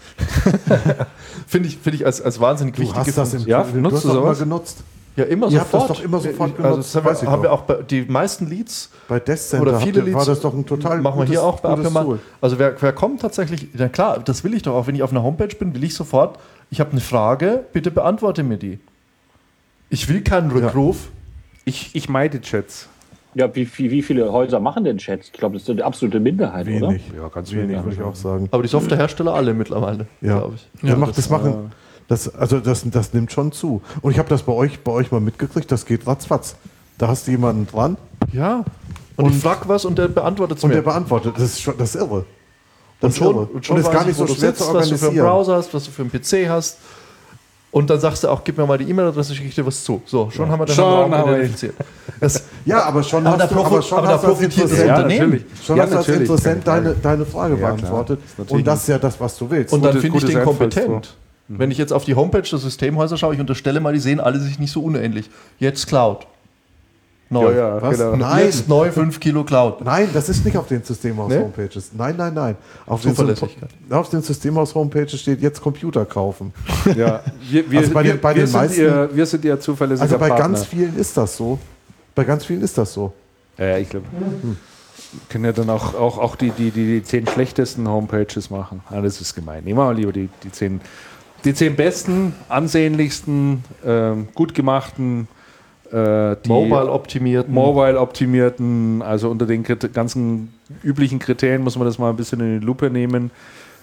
Finde ich, find ich als, als wahnsinnig Du wichtige hast das im Funktion. Ja, du nutzt hast du das immer sowas? genutzt. Ja, immer Ihr habt sofort. das doch immer sofort Also genutzt, das haben weiß wir, ich haben wir doch. auch bei, die meisten Leads Bei Desk Center oder habt viele ihr- Leads war das doch ein total machen wir hier gutes- auch bei gutes Appelmann. Tool. Also wer, wer kommt tatsächlich, na klar, das will ich doch auch, wenn ich auf einer Homepage bin, will ich sofort, ich habe eine Frage, bitte beantworte mir die. Ich will keinen Rückruf. ich, ich meide Chats. Ja, wie, wie, wie viele Häuser machen denn Chats? Ich glaube, das ist eine absolute Minderheit, oder? Wenig. Ja, ganz Wenig, wenig. würde ich auch sagen. Aber die Softwarehersteller alle mittlerweile, Ja. glaube ich. Ja, macht, das, das, machen, das, also das, das nimmt schon zu. Und ich habe das bei euch, bei euch mal mitgekriegt, das geht ratzfatz. Da hast du jemanden dran Ja. Und, Und- ich frag was und der beantwortet es und mir. der beantwortet. Das ist, schon, das ist irre. Das und schon, irre. und schon ist weiß gar ich, nicht wo so du schwer sitzt, zu was du für einen organisieren. Browser hast, was du für einen P C hast. Und dann sagst du auch, gib mir mal die E-Mail-Adresse, schicke ich dir was zu. So, schon haben wir den Schon Raum haben wir- identifiziert. Das, Ja, aber schon Aber da hast du, profi- aber schon aber da hast du als profitiert das Interessent, Unternehmen. natürlich. schon Ja, hast du als natürlich, Interessent keine Frage. deine, deine Frage Ja, klar. beantwortet. Das ist natürlich Und das ist ja das, was du willst. und dann Gutes- finde ich gutes den Einfallstor. kompetent. Wenn ich jetzt auf die Homepage der Systemhäuser schaue, ich unterstelle mal, die sehen alle sich nicht so unähnlich. Jetzt Cloud. Neu. Ja, ja, Was? genau. Nein. Jetzt neu fünf Kilo Cloud. Nein, das ist nicht auf den Systemhaus-Homepages. Nein, nein, nein. Auf den, Zuverlässigkeit. auf den Systemhaus-Homepages steht jetzt Computer kaufen. Ja, wir, wir, Also bei wir, den- bei wir, den sind meisten- ihr, wir sind ihr zuverlässiger Also bei Partner. ganz vielen ist das so. Bei ganz vielen ist das so. Ja, ich glaube, wir können ja dann auch, auch, auch die, die, die, die zehn schlechtesten Homepages machen. Ah, das ist gemein. Nehmen wir mal lieber die, die, zehn, die zehn besten, ansehnlichsten, ähm, gut gemachten, äh, die Mobile optimiert. mobile optimierten, also unter den Kriter- ganzen üblichen Kriterien muss man das mal ein bisschen in die Lupe nehmen.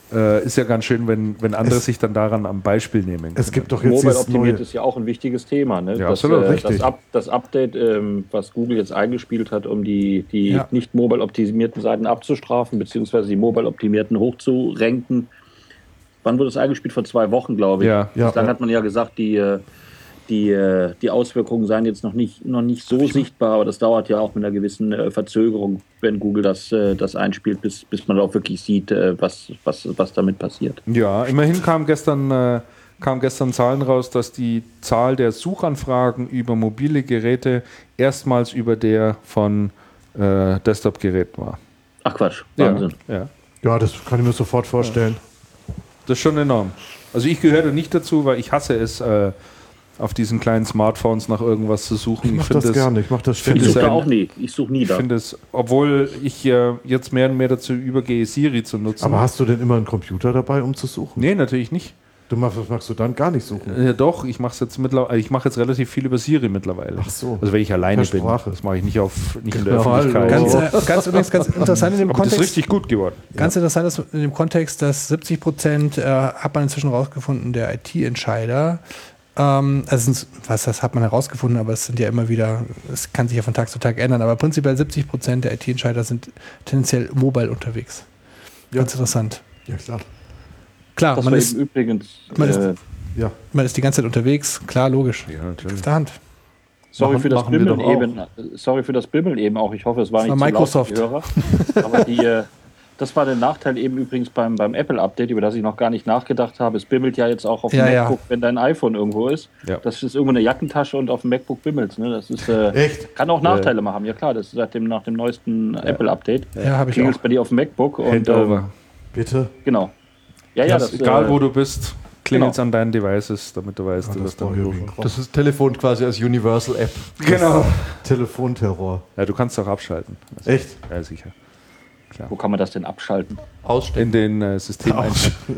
äh, ist ja ganz schön, wenn, wenn andere Es- sich dann daran am Beispiel nehmen können. Es gibt doch jetzt Mobile dieses optimiert neue. ist ja auch ein wichtiges Thema. Ne? Ja, das, absolut, äh, richtig. das, Up, das Update, ähm, was Google jetzt eingespielt hat, um die, die Ja. nicht mobile optimierten Seiten abzustrafen, beziehungsweise die mobile optimierten hochzurenken. Wann wurde das eingespielt? Vor zwei Wochen, glaube ich. Ja. Ja. Bislang hat man ja gesagt, die, äh, die, äh, die Auswirkungen seien jetzt noch nicht, noch nicht so sichtbar, aber das dauert ja auch mit einer gewissen äh, Verzögerung, wenn Google das, äh, das einspielt, bis, bis man auch wirklich sieht, äh, was, was, was damit passiert. Ja, immerhin kam gestern, äh, kam gestern Zahlen raus, dass die Zahl der Suchanfragen über mobile Geräte erstmals über der von äh, Desktop-Geräten war. Ach Quatsch, Wahnsinn. Ja, ja. Ja, das kann ich mir sofort vorstellen. Das ist schon enorm. Also ich gehöre da nicht dazu, weil ich hasse es, äh, auf diesen kleinen Smartphones nach irgendwas zu suchen. Ich mache finde das es- gerne, ich mache das Ich finde ständig. es suche da ein- auch nie. Ich suche nie Ich da. finde es, obwohl ich äh, jetzt mehr und mehr dazu übergehe, Siri zu nutzen. Aber hast du denn immer einen Computer dabei, um zu suchen? nee, natürlich nicht. Du machst, was machst du dann? Gar nicht suchen. Äh, doch, ich mache jetzt mittlerweile, ich mache jetzt relativ viel über Siri mittlerweile. Ach so. Also wenn ich alleine Per bin. Sprache. Das mache ich nicht auf nicht in der Genau. Öffentlichkeit. Ganz, Oh. äh, ganz übrigens ganz interessant in dem Aber das ist Kontext. richtig gut geworden. Ganz interessant ist in dem Kontext, dass siebzig Prozent äh, hat man inzwischen rausgefunden, der I T-Entscheider, ähm, also es sind, was das hat man herausgefunden, aber es sind ja immer wieder, es kann sich ja von Tag zu Tag ändern, aber prinzipiell siebzig Prozent der I T-Entscheider sind tendenziell mobile unterwegs. Ganz interessant. Ja, klar. Klar, Das man war ist, eben übrigens, man ist- äh, Ja. man ist die ganze Zeit unterwegs, klar, logisch. Ja, natürlich. Auf der Hand. sorry Machen- für das machen wir Bimmeln doch auch. eben, sorry für das Bimmeln eben auch. Ich hoffe, es war Das nicht war zu laut für Microsoft. die Hörer. Aber die, äh, das war der Nachteil eben übrigens beim, beim Apple-Update, über das ich noch gar nicht nachgedacht habe. Es bimmelt ja jetzt auch auf dem Ja, ja. MacBook, wenn dein iPhone irgendwo ist. Ja. Das ist irgendwo eine Jackentasche und auf dem MacBook bimmelt. Ne? Das ist, äh, Echt? kann auch Nachteile machen. Ja klar, das ist seit dem, nach dem neuesten Apple-Update. Ja, habe ich Klingelt auch. bei dir auf dem MacBook. Und, ähm, Handover. Bitte? genau. Ja, ja, das, Egal äh, wo du bist, klingelt es genau. an deinen Devices, damit du weißt, Ah, du das wirst dann brauche ich gerufen. irgendwie. Das ist Telefon quasi als Universal App. Genau. Telefonterror. Ja, du kannst auch abschalten. Also, Echt? Ja, sicher. wo kann man das denn abschalten? Ausstellen. In den äh, Systemeinstellungen.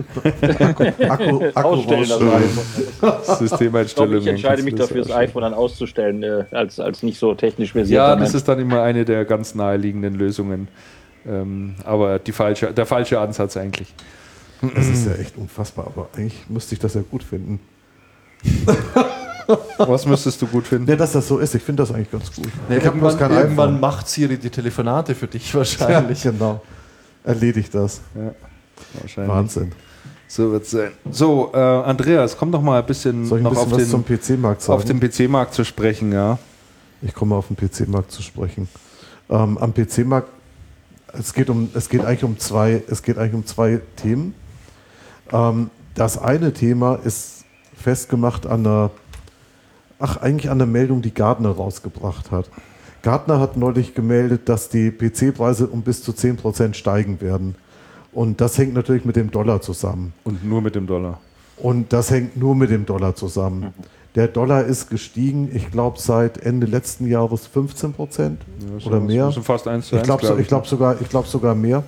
Akku, Akku Ausstellen, das rausschneiden. Ich glaube, Systemeinstellungen. ich entscheide mich kannst du dafür, das das iPhone dann auszustellen, äh, als, als nicht so technisch versiert. Ja, das ist dann immer eine der ganz naheliegenden Lösungen. Ähm, aber die falsche, der falsche Ansatz eigentlich. Das ist ja echt unfassbar, aber eigentlich müsste ich das ja gut finden. Was müsstest du gut finden? Ja, dass das so ist, ich finde das eigentlich ganz gut. Nee, ich habe bloß irgendwann kein irgendwann iPhone. macht Siri die Telefonate für dich Ja, wahrscheinlich. genau. Erledigt das. Ja, wahrscheinlich. Wahnsinn. So wird es sein. So, äh, Andreas, komm doch mal ein bisschen Soll ich ein noch bisschen auf was zum den, P C-Markt sagen? auf den P C-Markt zu sprechen, ja. Ich komme auf den P C-Markt zu sprechen. Ähm, am P C-Markt, es geht um, es geht eigentlich um zwei, es geht eigentlich um zwei Themen. Ähm, das eine Thema ist festgemacht an einer, ach eigentlich an der Meldung, die Gartner rausgebracht hat. Gartner hat neulich gemeldet, dass die P C-Preise um bis zu zehn Prozent steigen werden. Und das hängt natürlich mit dem Dollar zusammen. Und nur mit dem Dollar. Und das hängt nur mit dem Dollar zusammen. Der Dollar ist gestiegen, ich glaube, seit Ende letzten Jahres fünfzehn Prozent oder mehr. Das sind fast eins zu Ich eins, glaube glaub ich glaub sogar, ich glaub sogar mehr.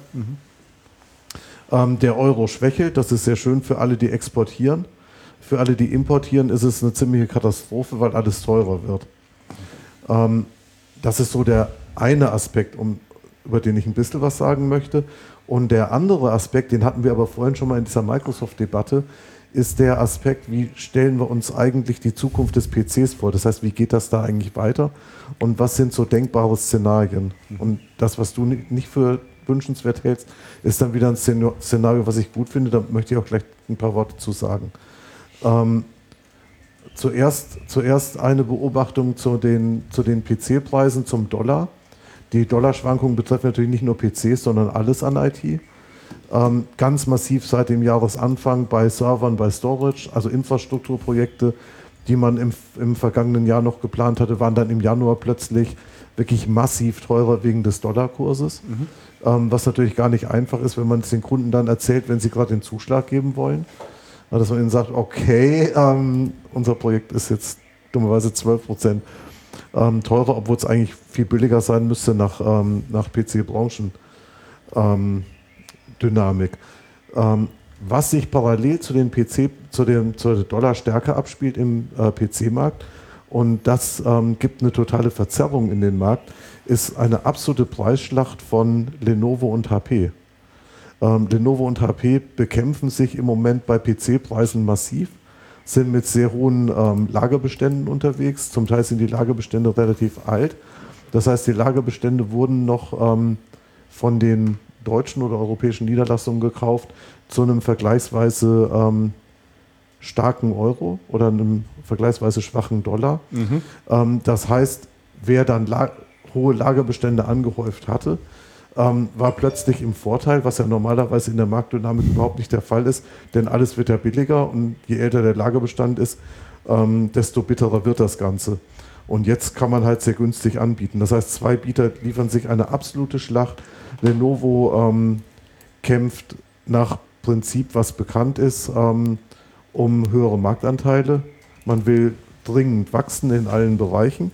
Ähm, der Euro schwächelt, das ist sehr schön für alle, die exportieren. Für alle, die importieren, ist es eine ziemliche Katastrophe, weil alles teurer wird. Ähm, das ist so der eine Aspekt, um, über den ich ein bisschen was sagen möchte. Und der andere Aspekt, den hatten wir aber vorhin schon mal in dieser Microsoft-Debatte, ist der Aspekt, wie stellen wir uns eigentlich die Zukunft des P Cs vor? Das heißt, wie geht das da eigentlich weiter? Und was sind so denkbare Szenarien? Und das, was du ni- nicht für wünschenswert hältst, ist dann wieder ein Szen- Szenario, was ich gut finde. Da möchte ich auch gleich ein paar Worte zu sagen. Ähm, zuerst, zuerst eine Beobachtung zu den, zu den P C-Preisen, zum Dollar. Die Dollarschwankungen betreffen natürlich nicht nur P Cs, sondern alles an I T. Ähm, ganz massiv seit dem Jahresanfang bei Servern, bei Storage, also Infrastrukturprojekte, die man im, im vergangenen Jahr noch geplant hatte, waren dann im Januar plötzlich wirklich massiv teurer wegen des Dollarkurses. Ähm, was natürlich gar nicht einfach ist, wenn man es den Kunden dann erzählt, wenn sie gerade den Zuschlag geben wollen. Ja, dass man ihnen sagt, okay, ähm, unser Projekt ist jetzt dummerweise zwölf Prozent ähm, teurer, obwohl es eigentlich viel billiger sein müsste nach, ähm, nach P C-Branchen. Ähm, Dynamik. Ähm, was sich parallel zu den P C, zu dem zur Dollarstärke abspielt im äh, P C-Markt, und das ähm, gibt eine totale Verzerrung in den Markt, ist eine absolute Preisschlacht von Lenovo und H P. Ähm, Lenovo und H P bekämpfen sich im Moment bei P C-Preisen massiv, sind mit sehr hohen ähm, Lagerbeständen unterwegs. Zum Teil sind die Lagerbestände relativ alt. Das heißt, die Lagerbestände wurden noch ähm, von den deutschen oder europäischen Niederlassungen gekauft zu einem vergleichsweise ähm, starken Euro oder einem vergleichsweise schwachen Dollar. Mhm. Ähm, das heißt, wer dann la- hohe Lagerbestände angehäuft hatte, ähm, war plötzlich im Vorteil, was ja normalerweise in der Marktdynamik überhaupt nicht der Fall ist, denn alles wird ja billiger und je älter der Lagerbestand ist, ähm, desto bitterer wird das Ganze. Und jetzt kann man halt sehr günstig anbieten. Das heißt, zwei Bieter liefern sich eine absolute Schlacht. Lenovo ähm, kämpft nach Prinzip, was bekannt ist, ähm, um höhere Marktanteile. Man will dringend wachsen in allen Bereichen.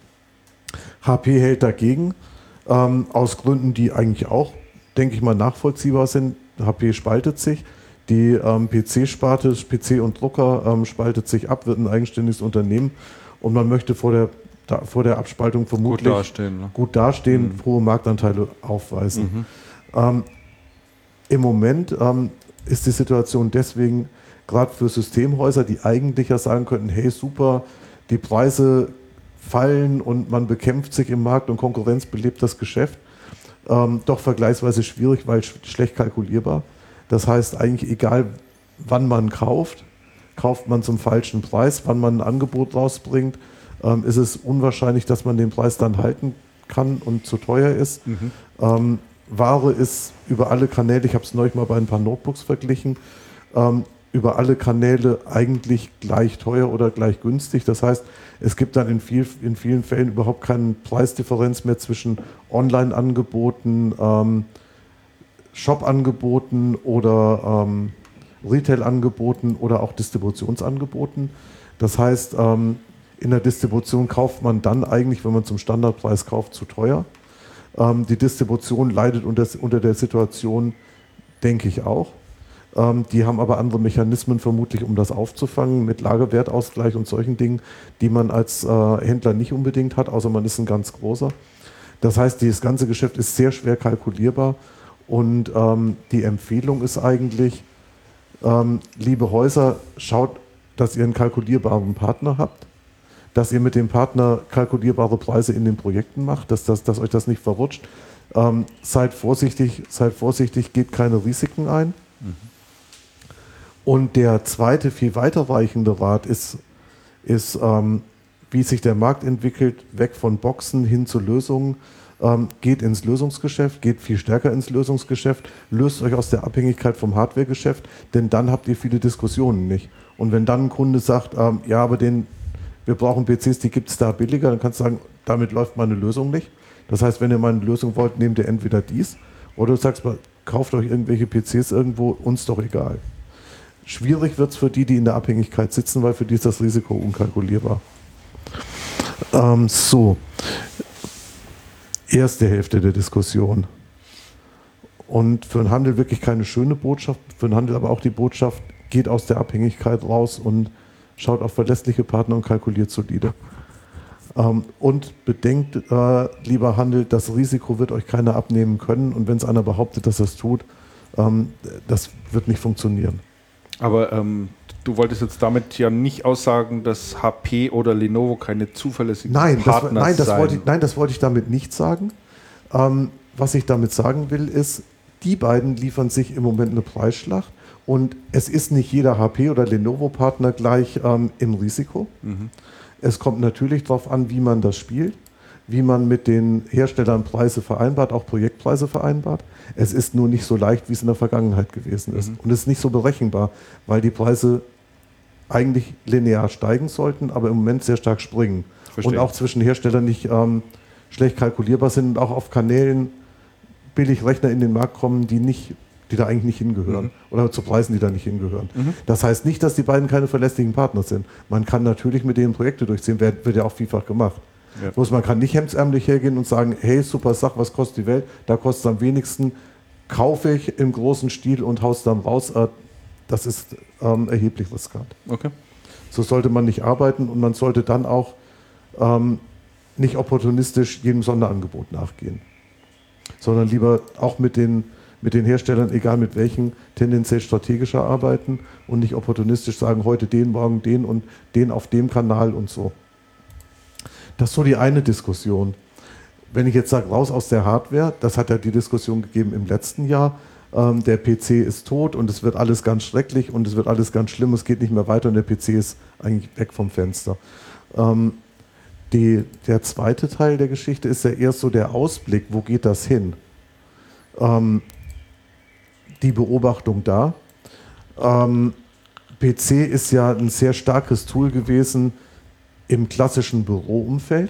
H P hält dagegen, ähm, aus Gründen, die eigentlich auch, denke ich mal, nachvollziehbar sind. H P spaltet sich. Die ähm, P C-Sparte, P C und Drucker ähm, spaltet sich ab, wird ein eigenständiges Unternehmen. Und man möchte vor der, da, vor der Abspaltung vermutlich Gut dastehen, ne? gut dastehen, Mhm. hohe Marktanteile aufweisen. Mhm. Ähm, Im Moment ähm, ist die Situation deswegen, gerade für Systemhäuser, die eigentlich ja sagen könnten, hey super, die Preise fallen und man bekämpft sich im Markt und Konkurrenz belebt das Geschäft, ähm, doch vergleichsweise schwierig, weil sch schlecht kalkulierbar. Das heißt eigentlich egal, wann man kauft, kauft man zum falschen Preis, wann man ein Angebot rausbringt, ähm, ist es unwahrscheinlich, dass man den Preis dann halten kann und zu teuer ist. Mhm. Ähm, Ware ist über alle Kanäle, ich habe es neulich mal bei ein paar Notebooks verglichen, ähm, über alle Kanäle eigentlich gleich teuer oder gleich günstig. Das heißt, es gibt dann in, viel, in vielen Fällen überhaupt keine Preisdifferenz mehr zwischen Online-Angeboten, ähm, Shop-Angeboten oder ähm, Retail-Angeboten oder auch Distributionsangeboten. Das heißt, ähm, in der Distribution kauft man dann eigentlich, wenn man zum Standardpreis kauft, zu teuer. Ähm, die Distribution leidet unter, unter der Situation, denke ich auch. Ähm, die haben aber andere Mechanismen vermutlich, um das aufzufangen, mit Lagerwertausgleich und solchen Dingen, die man als äh, Händler nicht unbedingt hat, außer man ist ein ganz großer. Das heißt, das ganze Geschäft ist sehr schwer kalkulierbar und ähm, die Empfehlung ist eigentlich, ähm, liebe Häuser, schaut, dass ihr einen kalkulierbaren Partner habt, dass ihr mit dem Partner kalkulierbare Preise in den Projekten macht, dass, dass, dass euch das nicht verrutscht. Ähm, seid vorsichtig, seid vorsichtig, geht keine Risiken ein. Mhm. Und der zweite, viel weiterreichende Rat ist, ist ähm, wie sich der Markt entwickelt, weg von Boxen hin zu Lösungen. Ähm, geht ins Lösungsgeschäft, geht viel stärker ins Lösungsgeschäft, löst euch aus der Abhängigkeit vom Hardwaregeschäft, denn dann habt ihr viele Diskussionen nicht. Und wenn dann ein Kunde sagt, ähm, ja, aber den, wir brauchen P Cs, die gibt es da billiger, dann kannst du sagen, damit läuft meine Lösung nicht. Das heißt, wenn ihr meine Lösung wollt, nehmt ihr entweder dies oder du sagst, kauft euch irgendwelche P Cs irgendwo, uns doch egal. Schwierig wird es für die, die in der Abhängigkeit sitzen, weil für die ist das Risiko unkalkulierbar. Ähm, so, erste Hälfte der Diskussion. Und für den Handel wirklich keine schöne Botschaft, für den Handel aber auch die Botschaft, geht aus der Abhängigkeit raus und schaut auf verlässliche Partner und kalkuliert solide. Ähm, und bedenkt, äh, lieber Handel, das Risiko wird euch keiner abnehmen können und wenn es einer behauptet, dass er es tut, ähm, das wird nicht funktionieren. Aber ähm, du wolltest jetzt damit ja nicht aussagen, dass H P oder Lenovo keine zuverlässigen nein, Partner das, nein, das seien. wollte ich, nein, das wollte ich damit nicht sagen. Ähm, was ich damit sagen will, ist, die beiden liefern sich im Moment eine Preisschlacht und es ist nicht jeder H P- oder Lenovo-Partner gleich ähm, im Risiko. Mhm. Es kommt natürlich darauf an, wie man das spielt, wie man mit den Herstellern Preise vereinbart, auch Projektpreise vereinbart. Es ist nur nicht so leicht, wie es in der Vergangenheit gewesen ist. Mhm. Und es ist nicht so berechenbar, weil die Preise eigentlich linear steigen sollten, aber im Moment sehr stark springen. Verstehe. Und auch zwischen Herstellern nicht ähm, schlecht kalkulierbar sind und auch auf Kanälen billig Rechner in den Markt kommen, die nicht, die da eigentlich nicht hingehören. Mhm. Oder zu Preisen, die da nicht hingehören. Mhm. Das heißt nicht, dass die beiden keine verlässlichen Partner sind. Man kann natürlich mit denen Projekte durchziehen, wird, wird ja auch vielfach gemacht. Ja. Bloß man kann nicht hemdsärmlich hergehen und sagen, hey, super Sache, was kostet die Welt? Da kostet es am wenigsten, kaufe ich im großen Stil und haus dann raus. Das ist ähm, erheblich riskant. Okay. So sollte man nicht arbeiten und man sollte dann auch ähm, nicht opportunistisch jedem Sonderangebot nachgehen, sondern lieber auch mit den, mit den Herstellern, egal mit welchen, tendenziell strategischer arbeiten und nicht opportunistisch sagen, heute den, morgen den und den auf dem Kanal und so. Das ist so die eine Diskussion. Wenn ich jetzt sage, raus aus der Hardware, das hat ja die Diskussion gegeben im letzten Jahr, ähm, der P C ist tot und es wird alles ganz schrecklich und es wird alles ganz schlimm, es geht nicht mehr weiter und der P C ist eigentlich weg vom Fenster. Ähm, die, der zweite Teil der Geschichte ist ja erst so der Ausblick, wo geht das hin? Ähm, die Beobachtung da. Ähm, P C ist ja ein sehr starkes Tool gewesen im klassischen Büroumfeld.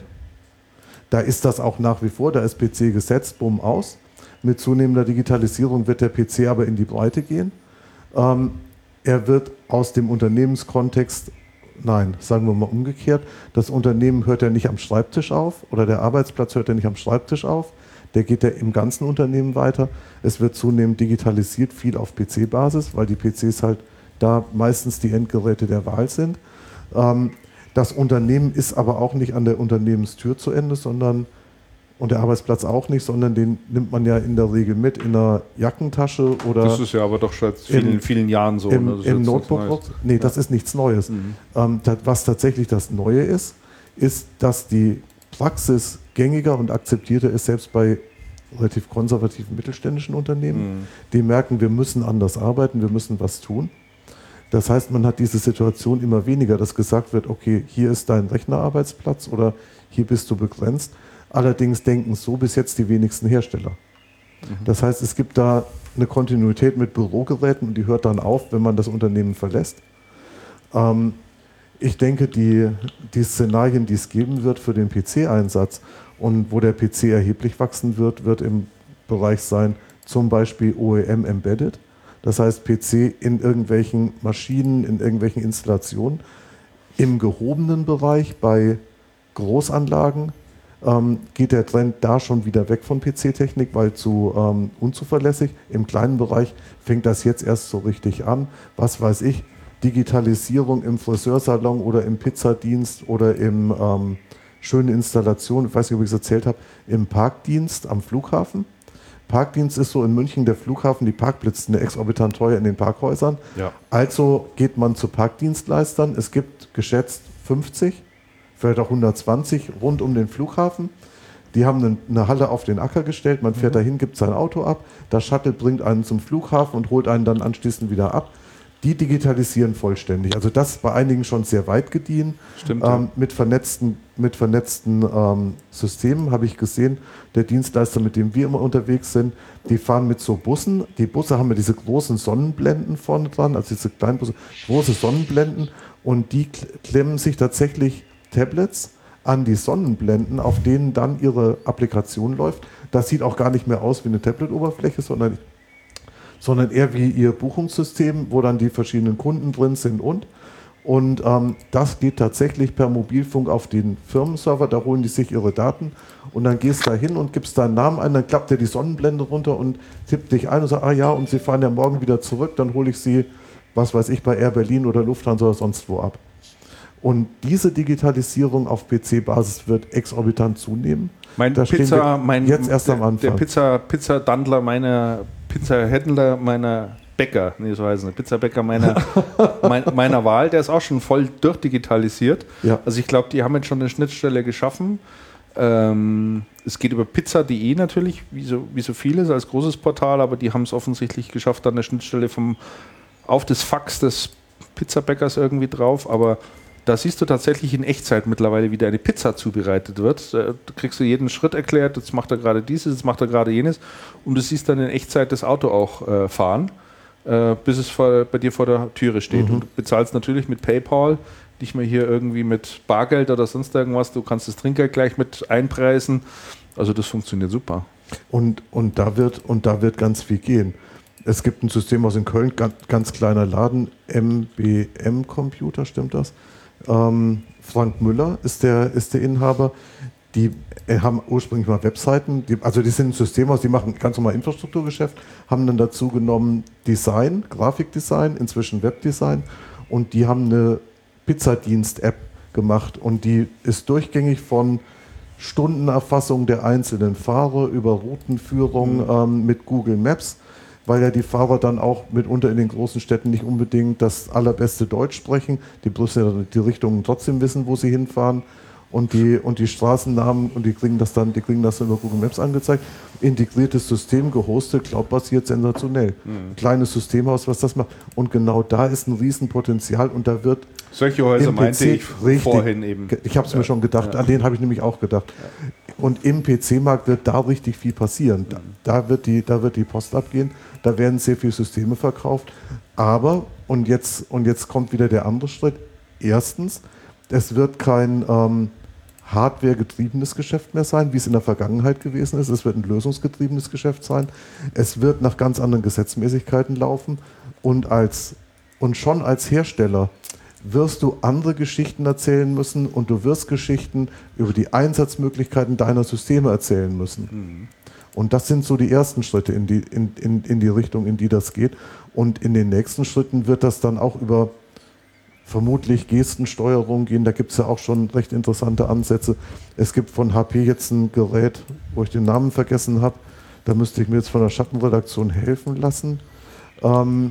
Da ist das auch nach wie vor, da ist P C gesetzt, bumm, aus. Mit zunehmender Digitalisierung wird der P C aber in die Breite gehen. Ähm, er wird aus dem Unternehmenskontext, nein, sagen wir mal umgekehrt, das Unternehmen hört ja nicht am Schreibtisch auf oder der Arbeitsplatz hört ja nicht am Schreibtisch auf, der geht ja im ganzen Unternehmen weiter. Es wird zunehmend digitalisiert, viel auf P C-Basis, weil die P Cs halt da meistens die Endgeräte der Wahl sind. Ähm, Das Unternehmen ist aber auch nicht an der Unternehmenstür zu Ende, sondern, und der Arbeitsplatz auch nicht, sondern den nimmt man ja in der Regel mit in einer Jackentasche oder. Das ist ja aber doch schon seit vielen, im, vielen Jahren so. Im, ne? im Notebook. Nee, ja. Das ist nichts Neues. Mhm. Ähm, das, was tatsächlich das Neue ist, ist, dass die Praxis gängiger und akzeptierter ist, selbst bei relativ konservativen mittelständischen Unternehmen. Mhm. Die merken, wir müssen anders arbeiten, wir müssen was tun. Das heißt, man hat diese Situation immer weniger, dass gesagt wird, okay, hier ist dein Rechnerarbeitsplatz oder hier bist du begrenzt. Allerdings denken so bis jetzt die wenigsten Hersteller. Mhm. Das heißt, es gibt da eine Kontinuität mit Bürogeräten und die hört dann auf, wenn man das Unternehmen verlässt. Ähm, ich denke, die, die Szenarien, die es geben wird für den P C-Einsatz und wo der P C erheblich wachsen wird, wird im Bereich sein, zum Beispiel O E M Embedded. Das heißt, P C in irgendwelchen Maschinen, in irgendwelchen Installationen. Im gehobenen Bereich bei Großanlagen ähm, geht der Trend da schon wieder weg von P C-Technik, weil zu ähm, unzuverlässig. Im kleinen Bereich fängt das jetzt erst so richtig an. Was weiß ich, Digitalisierung im Friseursalon oder im Pizzadienst oder im ähm, schöne Installation, ich weiß nicht, ob ich es erzählt habe, im Parkdienst am Flughafen. Parkdienst ist so in München der Flughafen, die Parkplätze sind exorbitant teuer in den Parkhäusern. Ja. Also geht man zu Parkdienstleistern. Es gibt geschätzt fünfzig, vielleicht auch hundertzwanzig rund um den Flughafen. Die haben eine Halle auf den Acker gestellt, man fährt mhm. dahin, gibt sein Auto ab, das Shuttle bringt einen zum Flughafen und holt einen dann anschließend wieder ab. Die digitalisieren vollständig. Also das ist bei einigen schon sehr weit gediehen. Stimmt, ähm, ja. Mit vernetzten, mit vernetzten ähm, Systemen habe ich gesehen, der Dienstleister, mit dem wir immer unterwegs sind, die fahren mit so Bussen. Die Busse haben ja diese großen Sonnenblenden vorne dran, also diese kleinen Busse, große Sonnenblenden und die klemmen sich tatsächlich Tablets an die Sonnenblenden, auf denen dann ihre Applikation läuft. Das sieht auch gar nicht mehr aus wie eine Tablet-Oberfläche, sondern sondern eher wie ihr Buchungssystem, wo dann die verschiedenen Kunden drin sind und. Und ähm, das geht tatsächlich per Mobilfunk auf den Firmenserver, da holen die sich ihre Daten und dann gehst du da hin und gibst deinen Namen ein, dann klappt dir die Sonnenblende runter und tippt dich ein und sagt, ah ja, und sie fahren ja morgen wieder zurück, dann hole ich sie, was weiß ich, bei Air Berlin oder Lufthansa oder sonst wo ab. Und diese Digitalisierung auf P C-Basis wird exorbitant zunehmen. Mein da Pizza, mein, jetzt erst der, am Anfang. Der Pizza, Pizzadandler meiner, Pizzahändler meiner Bäcker, nee, so heißt es nicht, Pizzabäcker meiner, mein, meiner Wahl, der ist auch schon voll durchdigitalisiert. Ja. Also ich glaube, die haben jetzt schon eine Schnittstelle geschaffen. Ähm, es geht über pizza punkt de natürlich, wie so, wie so vieles als großes Portal, aber die haben es offensichtlich geschafft, dann eine Schnittstelle vom, auf das Fax des Pizzabäckers irgendwie drauf, aber da siehst du tatsächlich in Echtzeit mittlerweile, wie deine Pizza zubereitet wird. Da kriegst du jeden Schritt erklärt, jetzt macht er gerade dieses, jetzt macht er gerade jenes und du siehst dann in Echtzeit das Auto auch äh, fahren, äh, bis es vor, bei dir vor der Türe steht. Mhm. Und du bezahlst natürlich mit PayPal, nicht mehr hier irgendwie mit Bargeld oder sonst irgendwas, du kannst das Trinkgeld gleich mit einpreisen. Also das funktioniert super. Und, und, da wird, und da wird ganz viel gehen. Es gibt ein System aus in Köln, ganz, ganz kleiner Laden, M B M Computer, stimmt das? Ähm, Frank Müller ist der, ist der Inhaber. Die äh, haben ursprünglich mal Webseiten, die, also die sind ein System aus, die machen ganz normal Infrastrukturgeschäft, haben dann dazu genommen Design, Grafikdesign, inzwischen Webdesign und die haben eine Pizzadienst-App gemacht und die ist durchgängig von Stundenerfassung der einzelnen Fahrer über Routenführung mhm. ähm, mit Google Maps weil ja die Fahrer dann auch mitunter in den großen Städten nicht unbedingt das allerbeste Deutsch sprechen, die bloß ja die Richtungen trotzdem wissen, wo sie hinfahren. Und die, und die Straßennamen, und die kriegen das dann, die kriegen das über Google Maps angezeigt. Integriertes System, gehostet, cloudbasiert, sensationell. Mhm. Kleines Systemhaus, was das macht. Und genau da ist ein Riesenpotenzial und da wird solche Häuser meinte ich richtig, vorhin eben. Ich habe es ja. mir schon gedacht, ja. an den habe ich nämlich auch gedacht. Ja. Und im P C-Markt wird da richtig viel passieren. Da, da, wird die, da wird die Post abgehen, da werden sehr viele Systeme verkauft. Aber, und jetzt, und jetzt kommt wieder der andere Schritt, erstens, es wird kein ähm, Hardware-getriebenes Geschäft mehr sein, wie es in der Vergangenheit gewesen ist. Es wird ein lösungsgetriebenes Geschäft sein. Es wird nach ganz anderen Gesetzmäßigkeiten laufen. Und, als, und schon als Hersteller wirst du andere Geschichten erzählen müssen und du wirst Geschichten über die Einsatzmöglichkeiten deiner Systeme erzählen müssen. Mhm. Und das sind so die ersten Schritte in die, in, in, in die Richtung, in die das geht. Und in den nächsten Schritten wird das dann auch über vermutlich Gestensteuerung gehen. Da gibt es ja auch schon recht interessante Ansätze. Es gibt von H P jetzt ein Gerät, wo ich den Namen vergessen habe. Da müsste ich mir jetzt von der Schattenredaktion helfen lassen. Ähm,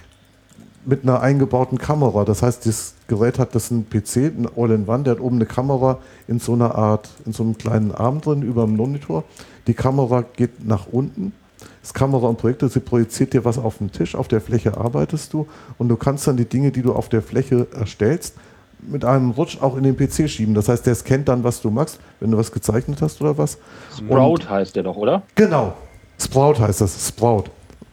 mit einer eingebauten Kamera. Das heißt, das Gerät hat, das ist ein P C, ein All-in-One, der hat oben eine Kamera in so einer Art, in so einem kleinen Arm drin, über dem Monitor. Die Kamera geht nach unten. Das Kamera und Projektor, sie projiziert dir was auf den Tisch, auf der Fläche arbeitest du und du kannst dann die Dinge, die du auf der Fläche erstellst, mit einem Rutsch auch in den P C schieben. Das heißt, der scannt dann, was du machst, wenn du was gezeichnet hast oder was. Sprout und heißt der doch, oder? Genau, Sprout heißt das, Sprout.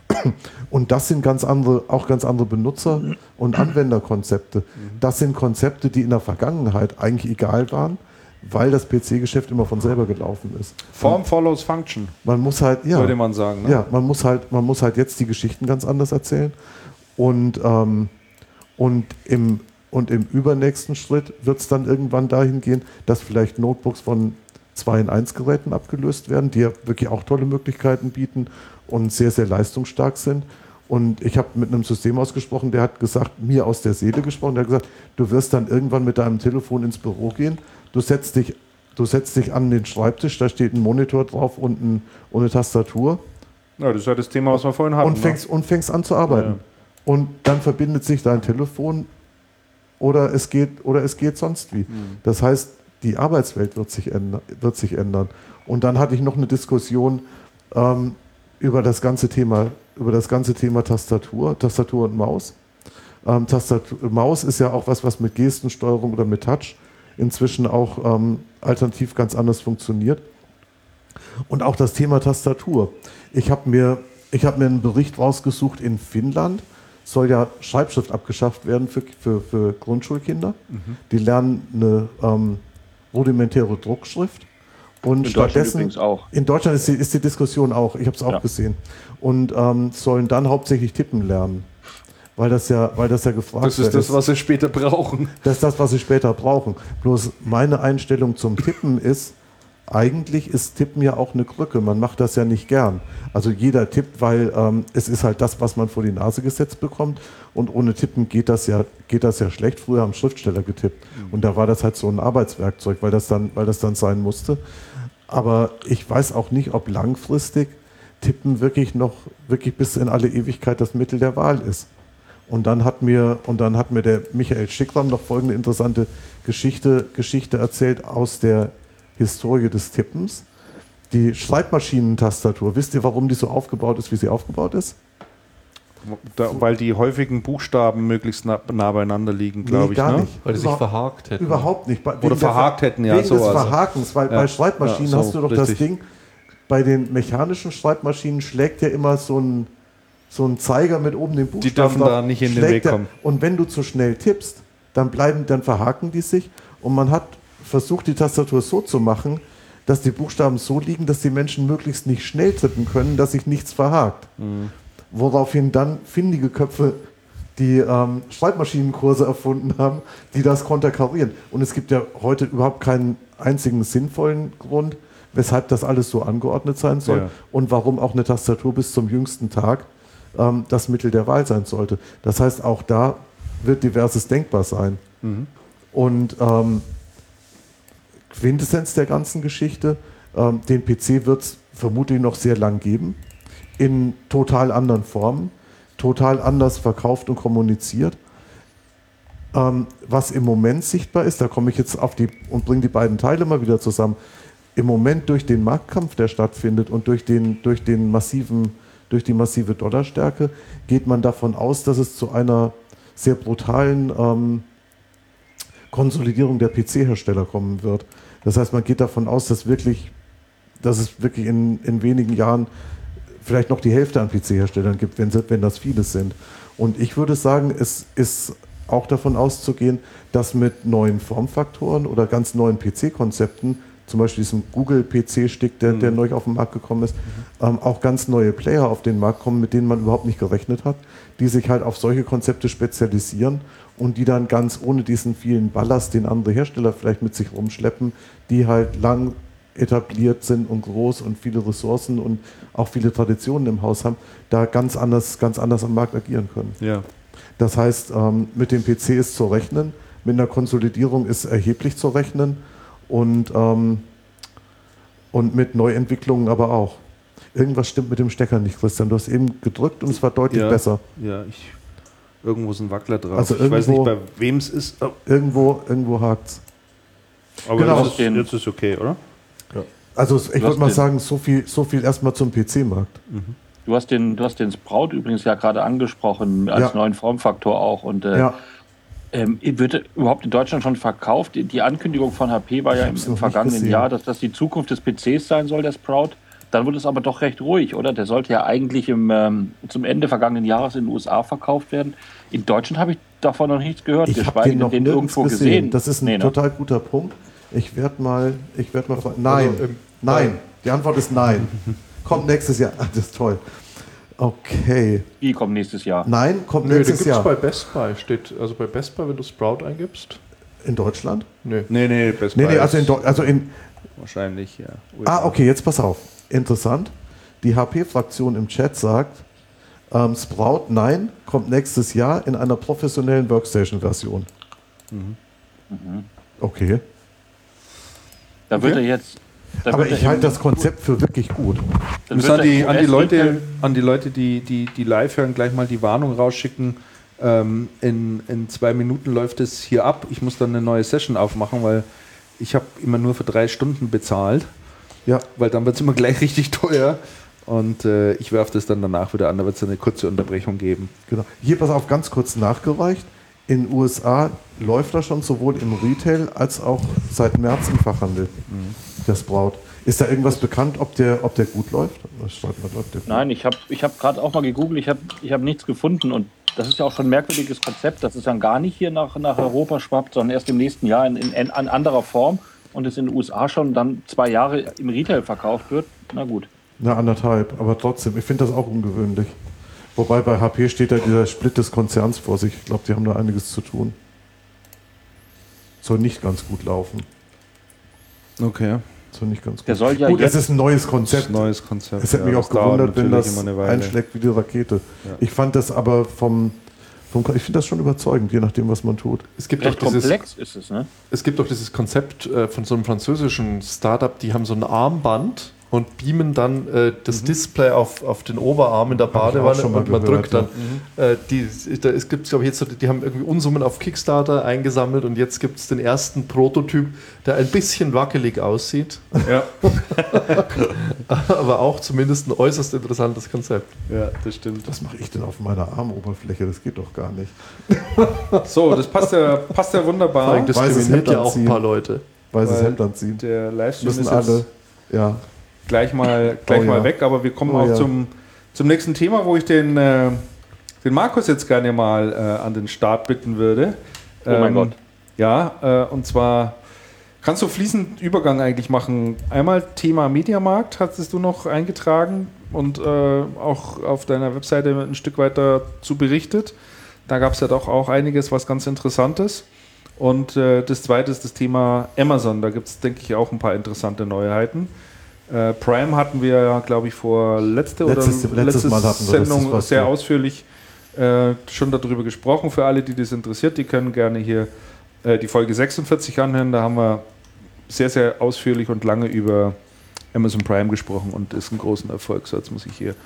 Und das sind ganz andere, auch ganz andere Benutzer- und Anwenderkonzepte. Das sind Konzepte, die in der Vergangenheit eigentlich egal waren, weil das P C-Geschäft immer von selber gelaufen ist. Form follows Function. Man muss halt, ja, sollte man sagen. Ne? Ja, man muss halt, man muss halt jetzt die Geschichten ganz anders erzählen. Und, ähm, und, im, und im übernächsten Schritt wird es dann irgendwann dahin gehen, dass vielleicht Notebooks von zwei in eins Geräten abgelöst werden, die ja wirklich auch tolle Möglichkeiten bieten und sehr, sehr leistungsstark sind. Und ich habe mit einem System ausgesprochen, der hat gesagt, mir aus der Seele gesprochen, der hat gesagt, du wirst dann irgendwann mit deinem Telefon ins Büro gehen, du setzt dich, du setzt dich an den Schreibtisch, da steht ein Monitor drauf und, ein, und eine Tastatur. Ja, das ist ja das Thema, was wir vorhin hatten. Und fängst, ne? und fängst an zu arbeiten. Ja. Und dann verbindet sich dein Telefon oder es geht, oder es geht sonst wie. Mhm. Das heißt, die Arbeitswelt wird sich ändern. Wird sich ändern. Und dann hatte ich noch eine Diskussion ähm, über das ganze Thema, über das ganze Thema Tastatur, Tastatur und Maus. Ähm, Tastatur, Maus ist ja auch was, was mit Gestensteuerung oder mit Touch inzwischen auch ähm, alternativ ganz anders funktioniert. Und auch das Thema Tastatur. Ich habe mir, ich hab mir einen Bericht rausgesucht, in Finnland soll ja Schreibschrift abgeschafft werden für, für, für Grundschulkinder. Mhm. Die lernen eine ähm, rudimentäre Druckschrift. Und in Deutschland übrigens auch. In Deutschland ist die, ist die Diskussion auch, ich habe es auch ja. gesehen. Und ähm, sollen dann hauptsächlich tippen lernen. Weil das ja, weil das ja gefragt wird. Das ist das, was sie später brauchen. Das ist das, was sie später brauchen. Bloß meine Einstellung zum Tippen ist, eigentlich ist Tippen ja auch eine Krücke. Man macht das ja nicht gern. Also jeder tippt, weil ähm, es ist halt das, was man vor die Nase gesetzt bekommt. Und ohne Tippen geht das ja, geht das ja schlecht. Früher haben Schriftsteller getippt. Mhm. Und da war das halt so ein Arbeitswerkzeug, weil das dann, weil das dann sein musste. Aber ich weiß auch nicht, ob langfristig Tippen wirklich noch, wirklich bis in alle Ewigkeit das Mittel der Wahl ist. Und dann hat mir, und dann hat mir der Michael Schickram noch folgende interessante Geschichte, Geschichte erzählt aus der Historie des Tippens. Die Schreibmaschinentastatur, wisst ihr, warum die so aufgebaut ist, wie sie aufgebaut ist? Da, weil die häufigen Buchstaben möglichst nah, nah beieinander liegen, glaube nee, ich. Gar ne? nicht. Weil die sich verhakt hätten. Überhaupt nicht. Wegen Oder verhakt hätten, ja. Wegen so des also. Verhakens, weil ja. bei Schreibmaschinen ja, so, hast du doch richtig. das Ding, bei den mechanischen Schreibmaschinen schlägt ja immer so ein, so ein Zeiger mit oben den Buchstaben. Die dürfen drauf, da nicht in den Weg kommen. Der, und wenn du zu schnell tippst, dann bleiben, dann verhaken die sich und man hat versucht, die Tastatur so zu machen, dass die Buchstaben so liegen, dass die Menschen möglichst nicht schnell tippen können, dass sich nichts verhakt. Mhm. Woraufhin dann findige Köpfe die ähm, Schreibmaschinenkurse erfunden haben, die das konterkarieren. Und es gibt ja heute überhaupt keinen einzigen sinnvollen Grund, weshalb das alles so angeordnet sein soll ja. und warum auch eine Tastatur bis zum jüngsten Tag ähm, das Mittel der Wahl sein sollte. Das heißt, auch da wird Diverses denkbar sein. Mhm. Und ähm, Quintessenz der ganzen Geschichte, ähm, den P C wird es vermutlich noch sehr lang geben. in total anderen Formen, total anders verkauft und kommuniziert. Ähm, was im Moment sichtbar ist, da komme ich jetzt auf die und bringe die beiden Teile mal wieder zusammen. Im Moment durch den Marktkampf, der stattfindet und durch, den, durch, den massiven, durch die massive Dollarstärke, geht man davon aus, dass es zu einer sehr brutalen ähm, Konsolidierung der P C-Hersteller kommen wird. Das heißt, man geht davon aus, dass, wirklich, dass es wirklich in, in wenigen Jahren vielleicht noch die Hälfte an P C-Herstellern gibt, wenn, wenn das viele sind. Und ich würde sagen, es ist auch davon auszugehen, dass mit neuen Formfaktoren oder ganz neuen P C-Konzepten, zum Beispiel diesem Google-P C-Stick, der, der mhm. neu auf den Markt gekommen ist, mhm. ähm, auch ganz neue Player auf den Markt kommen, mit denen man überhaupt nicht gerechnet hat, die sich halt auf solche Konzepte spezialisieren und die dann ganz ohne diesen vielen Ballast, den andere Hersteller vielleicht mit sich rumschleppen, die halt lang etabliert sind und groß und viele Ressourcen und auch viele Traditionen im Haus haben, da ganz anders, ganz anders am Markt agieren können. Ja. Das heißt, ähm, mit dem P C ist zu rechnen, mit einer Konsolidierung ist erheblich zu rechnen und, ähm, und mit Neuentwicklungen aber auch. Irgendwas stimmt mit dem Stecker nicht, Christian. Du hast eben gedrückt und es war deutlich ja, besser. Ja, ich, irgendwo ist ein Wackler drauf. Also ich weiß irgendwo- nicht, bei wem es ist. Oh, Irgendwo, irgendwo hakt's. aber Genau. jetzt, ist, jetzt ist okay, oder? Also ich Du würde hast mal den- sagen, so viel, so viel erstmal zum P C-Markt. Du hast den, du hast den Sprout übrigens ja gerade angesprochen, als Ja. neuen Formfaktor auch. Und äh, Ja, ähm, wird überhaupt in Deutschland schon verkauft? Die, die Ankündigung von H P war ja im, hab's im noch nicht vergangenen gesehen. Jahr, dass das die Zukunft des P Cs sein soll, der Sprout. Dann wurde es aber doch recht ruhig, oder? Der sollte ja eigentlich im, ähm, zum Ende vergangenen Jahres in den U S A verkauft werden. In Deutschland habe ich davon noch nichts gehört, ich habe geschweige den noch denn nirgends irgendwo gesehen. gesehen. Das ist ein Nee, ne? total guter Punkt. Ich werde mal, ich werde mal, fra- nein, Also, ähm, nein. Die Antwort ist nein. Kommt nächstes Jahr. Ah, das ist toll. Okay. Die kommen nächstes Jahr. Nein, kommt Nö, den nächstes gibt es Jahr. bei Best Buy. Steht, also bei Best Buy, wenn du Sprout eingibst. In Deutschland? Nö. Nee, nee, Best Nee, Buy nee, also in, ist Deu- also in. wahrscheinlich, ja. Ah, okay, jetzt pass auf. Interessant. Die H P-Fraktion im Chat sagt, ähm, Sprout, nein, kommt nächstes Jahr in einer professionellen Workstation-Version. Okay. Da wird Okay. er jetzt. Da Aber wird er ich halte im- das Konzept für wirklich gut. dann müssen wird an die, er an die im Leute, U S-Retail an die Leute, die, die, die live hören, gleich mal die Warnung rausschicken. Ähm, in, in zwei Minuten läuft es hier ab. Ich muss dann eine neue Session aufmachen, weil ich habe immer nur für drei Stunden bezahlt. Ja. Weil dann wird es immer gleich richtig teuer. Und äh, ich werfe das dann danach wieder an. Da wird es eine kurze Unterbrechung geben. Genau. Hier, pass auf, ganz kurz nachgereicht. In den U S A läuft das schon sowohl im Retail als auch seit März im Fachhandel. Der Sprout. Ist da irgendwas bekannt, ob der, ob der gut läuft? Was schreibt man, läuft der gut? Nein, ich habe ich hab gerade auch mal gegoogelt, ich habe ich hab nichts gefunden. Und das ist ja auch schon ein merkwürdiges Konzept, dass es dann gar nicht hier nach, nach Europa schwappt, sondern erst im nächsten Jahr in, in, in anderer Form und es in den U S A schon dann zwei Jahre im Retail verkauft wird. Na gut. Na, anderthalb, aber trotzdem, ich finde das auch ungewöhnlich. Wobei bei H P steht da dieser Split des Konzerns vor sich. Ich glaube, die haben da einiges zu tun. Soll nicht ganz gut laufen. Okay. Soll nicht ganz gut. Der soll ja gut, jetzt- es ist ein neues Das ist Konzept. ein neues Konzept. Es hätte mich ja, auch das dauert gewundert, wenn natürlich das immer eine Weile. einschlägt wie die Rakete. Ja. Ich fand das aber vom, vom ich finde das schon überzeugend, je nachdem, was man tut. Es gibt, doch Recht dieses, komplex ist es, ne? es gibt doch dieses Konzept äh, von so einem französischen Startup, die haben so ein Armband und beamen dann äh, das Display auf, auf den Oberarm in der Hab ich auch Badewanne schon mal und man gehört, drückt dann. Äh, die, da, es gibt, glaube ich, jetzt so, die haben irgendwie Unsummen auf Kickstarter eingesammelt und jetzt gibt es den ersten Prototyp, der ein bisschen wackelig aussieht, Ja. aber auch zumindest ein äußerst interessantes Konzept. ja, das stimmt. Was mache ich denn auf meiner Armoberfläche? Das geht doch gar nicht. So, das passt ja, passt ja wunderbar. Vor allem Weißes diskriminiert Hemd ja auch ein anziehen. paar Leute. Weißes Weil Hemd anziehen. Der Livestream Müssen ist jetzt alle. Ja. gleich mal, gleich Oh mal ja. weg, aber wir kommen Oh auch ja. zum, zum nächsten Thema, wo ich den, äh, den Markus jetzt gerne mal äh, an den Start bitten würde. Oh mein Gott. Ja, äh, und zwar kannst du fließend Übergang eigentlich machen. Einmal Thema Mediamarkt hattest du noch eingetragen und äh, auch auf deiner Webseite ein Stück weiter zu berichtet. Da gab es ja doch auch einiges, was ganz Interessantes. Und äh, das zweite ist das Thema Amazon. Da gibt es, denke ich, auch ein paar interessante Neuheiten. Äh, Prime hatten wir ja, glaube ich, vor letzte Letztes- oder letztes letzte Mal hatten wir das, Sendung das war's sehr ja. ausführlich äh, schon darüber gesprochen. Für alle, die das interessiert, die können gerne hier äh, die Folge sechsundvierzig anhören. Da haben wir sehr, sehr ausführlich und lange über Amazon Prime gesprochen und ist ein großer Erfolg. So, jetzt muss ich hier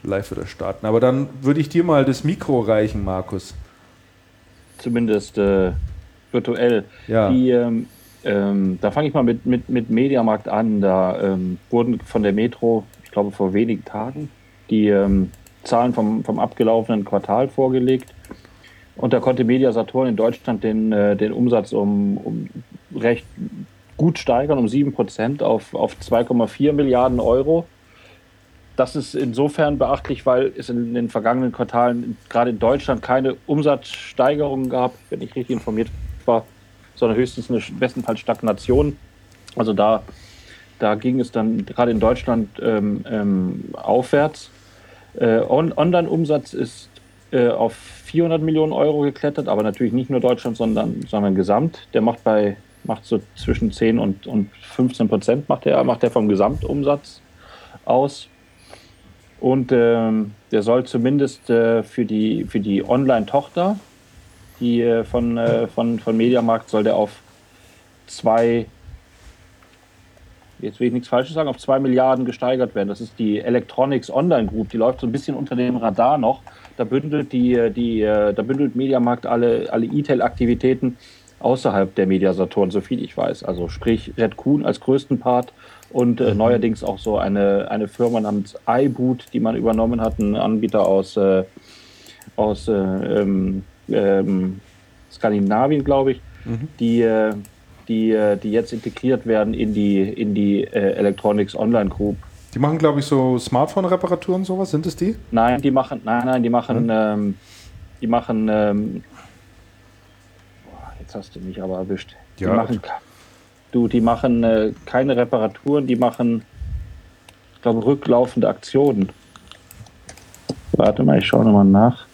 live wieder starten. Aber dann würde ich dir mal das Mikro reichen, Markus. Zumindest äh, virtuell. Ja. Die, ähm, ähm, da fange ich mal mit, mit, mit Mediamarkt an. Da ähm, wurden von der Metro, ich glaube vor wenigen Tagen, die ähm, Zahlen vom, vom abgelaufenen Quartal vorgelegt. Und da konnte Media-Saturn in Deutschland den, äh, den Umsatz um, um recht gut steigern, um sieben Prozent auf, auf zwei Komma vier Milliarden Euro. Das ist insofern beachtlich, weil es in den vergangenen Quartalen gerade in Deutschland keine Umsatzsteigerungen gab, wenn ich richtig informiert war, sondern höchstens eine bestenfalls Stagnation. Also da, da ging es dann gerade in Deutschland ähm, ähm, aufwärts. Äh, On- Online-Umsatz ist äh, auf vierhundert Millionen Euro geklettert, aber natürlich nicht nur Deutschland, sondern, sondern gesamt. Der macht bei macht so zwischen zehn und, und fünfzehn Prozent macht er macht der vom Gesamtumsatz aus. Und ähm, der soll zumindest äh, für die, für die Online-Tochter, die äh, von, äh, von, von Mediamarkt, soll der auf zwei, jetzt will ich nichts Falsches sagen, auf zwei Milliarden gesteigert werden. Das ist die Electronics Online Group, die läuft so ein bisschen unter dem Radar noch. Da bündelt, die, die, da bündelt Mediamarkt alle, alle E-Tail-Aktivitäten außerhalb der Media-Saturn, so viel ich weiß. Also sprich Red Coon als größten Part und äh, neuerdings auch so eine, eine Firma namens iBoot, die man übernommen hat, ein Anbieter aus, äh, aus äh, ähm, ähm, Skandinavien, glaube ich, mhm. die, äh, die, äh, die jetzt integriert werden in die, in die äh, Electronics Online Group. Die machen, glaube ich, so Smartphone-Reparaturen, sowas, sind es die? Nein, die machen, nein, nein, die machen, ja. ähm, die machen, ähm, boah, jetzt hast du mich aber erwischt. Die ja. machen, du, die machen äh, keine Reparaturen, die machen, ich glaube, rücklaufende Aktionen. Warte mal, ich schaue nochmal nach.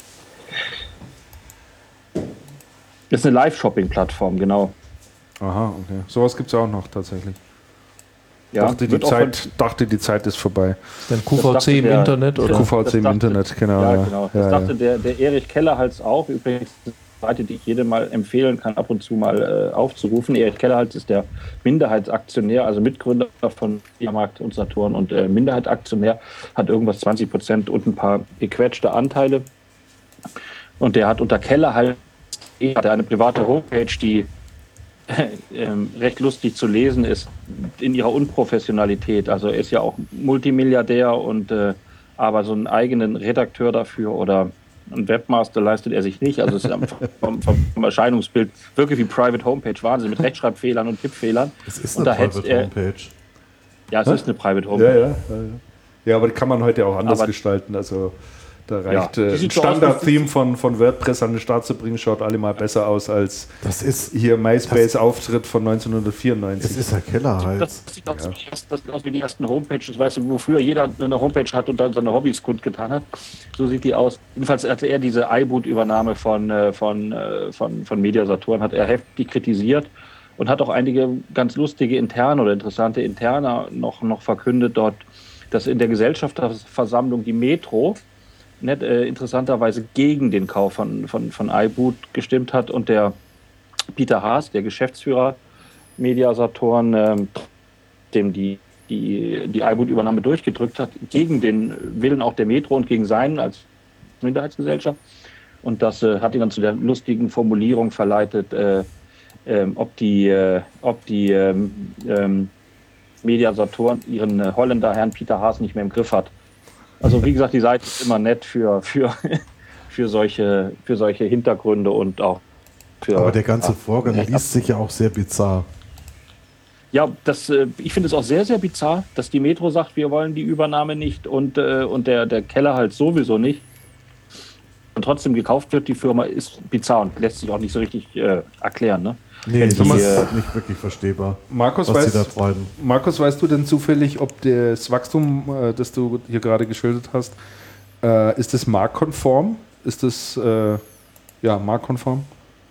Das ist eine Live-Shopping-Plattform, genau. Aha, okay. Sowas gibt es auch noch tatsächlich. Ja, dachte, die Zeit, dachte, die Zeit ist vorbei. Dann Q V C im der, Internet, oder? Q V C im dachte, Internet, genau. Ja, ja. genau. Das ja, dachte ja. der, der Erich Kellerhals auch. Übrigens eine Seite, die ich jedem mal empfehlen kann, ab und zu mal äh, aufzurufen. Erich Kellerhals ist der Minderheitsaktionär, also Mitgründer von Mediamarkt und Saturn und äh, Minderheitsaktionär, hat irgendwas zwanzig Prozent und ein paar gequetschte Anteile. Und der hat unter Kellerhals hat er eine private Homepage, die Ähm, recht lustig zu lesen ist in ihrer Unprofessionalität. Also er ist ja auch Multimilliardär und äh, aber so einen eigenen Redakteur dafür oder einen Webmaster leistet er sich nicht. Also es ist vom, vom Erscheinungsbild wirklich wie Private Homepage, Wahnsinn, mit Rechtschreibfehlern und Tippfehlern. Es ist und eine da Private er, Homepage. Ja, es Hä? ist eine Private Homepage. Ja, ja, ja, ja. ja, aber die kann man heute auch anders aber, gestalten. Also da reicht ja, äh, ein Standard-Theme von, von WordPress an den Start zu bringen, schaut allemal besser aus als das ist, hier MySpace-Auftritt von neunzehnhundertvierundneunzig. Es ist ja Kellerhals. Das sieht aus, ja. das sieht aus wie die ersten Homepages, weißt du, wo früher jeder eine Homepage hat und dann seine Hobbys kundgetan hat. So sieht die aus. Jedenfalls hatte er diese iBoot-Übernahme von, von, von, von Media Saturn, hat er heftig kritisiert und hat auch einige ganz lustige interne oder interessante interne noch, noch verkündet dort, dass in der Gesellschafterversammlung die Metro Net, äh, interessanterweise gegen den Kauf von, von, von iBoot gestimmt hat und der Peter Haas, der Geschäftsführer Media Saturn, ähm, dem die, die, die iBoot-Übernahme durchgedrückt hat, gegen den Willen auch der Metro und gegen seinen als Minderheitsgesellschaft. Und das äh, hat ihn dann zu der lustigen Formulierung verleitet, äh, äh, ob die, äh, ob die ähm, ähm, Media Saturn ihren äh, Holländer Herrn Peter Haas nicht mehr im Griff hat. Also wie gesagt, die Seite ist immer nett für, für, für, solche, für solche Hintergründe und auch für... Aber der ganze ja, Vorgang ja, liest sich ja auch sehr bizarr. Ja, das, äh, ich finde es auch sehr, sehr bizarr, dass die Metro sagt, wir wollen die Übernahme nicht und, äh, und der, der Keller halt sowieso nicht. Und trotzdem gekauft wird, die Firma, ist bizarr und lässt sich auch nicht so richtig äh, erklären. Ne? Nee, das die, ist nicht wirklich verstehbar, Markus, was weißt, sie da treiben. Markus, weißt du denn zufällig, ob das Wachstum, äh, das du hier gerade geschildert hast, äh, ist das marktkonform? Ist das äh, ja, marktkonform?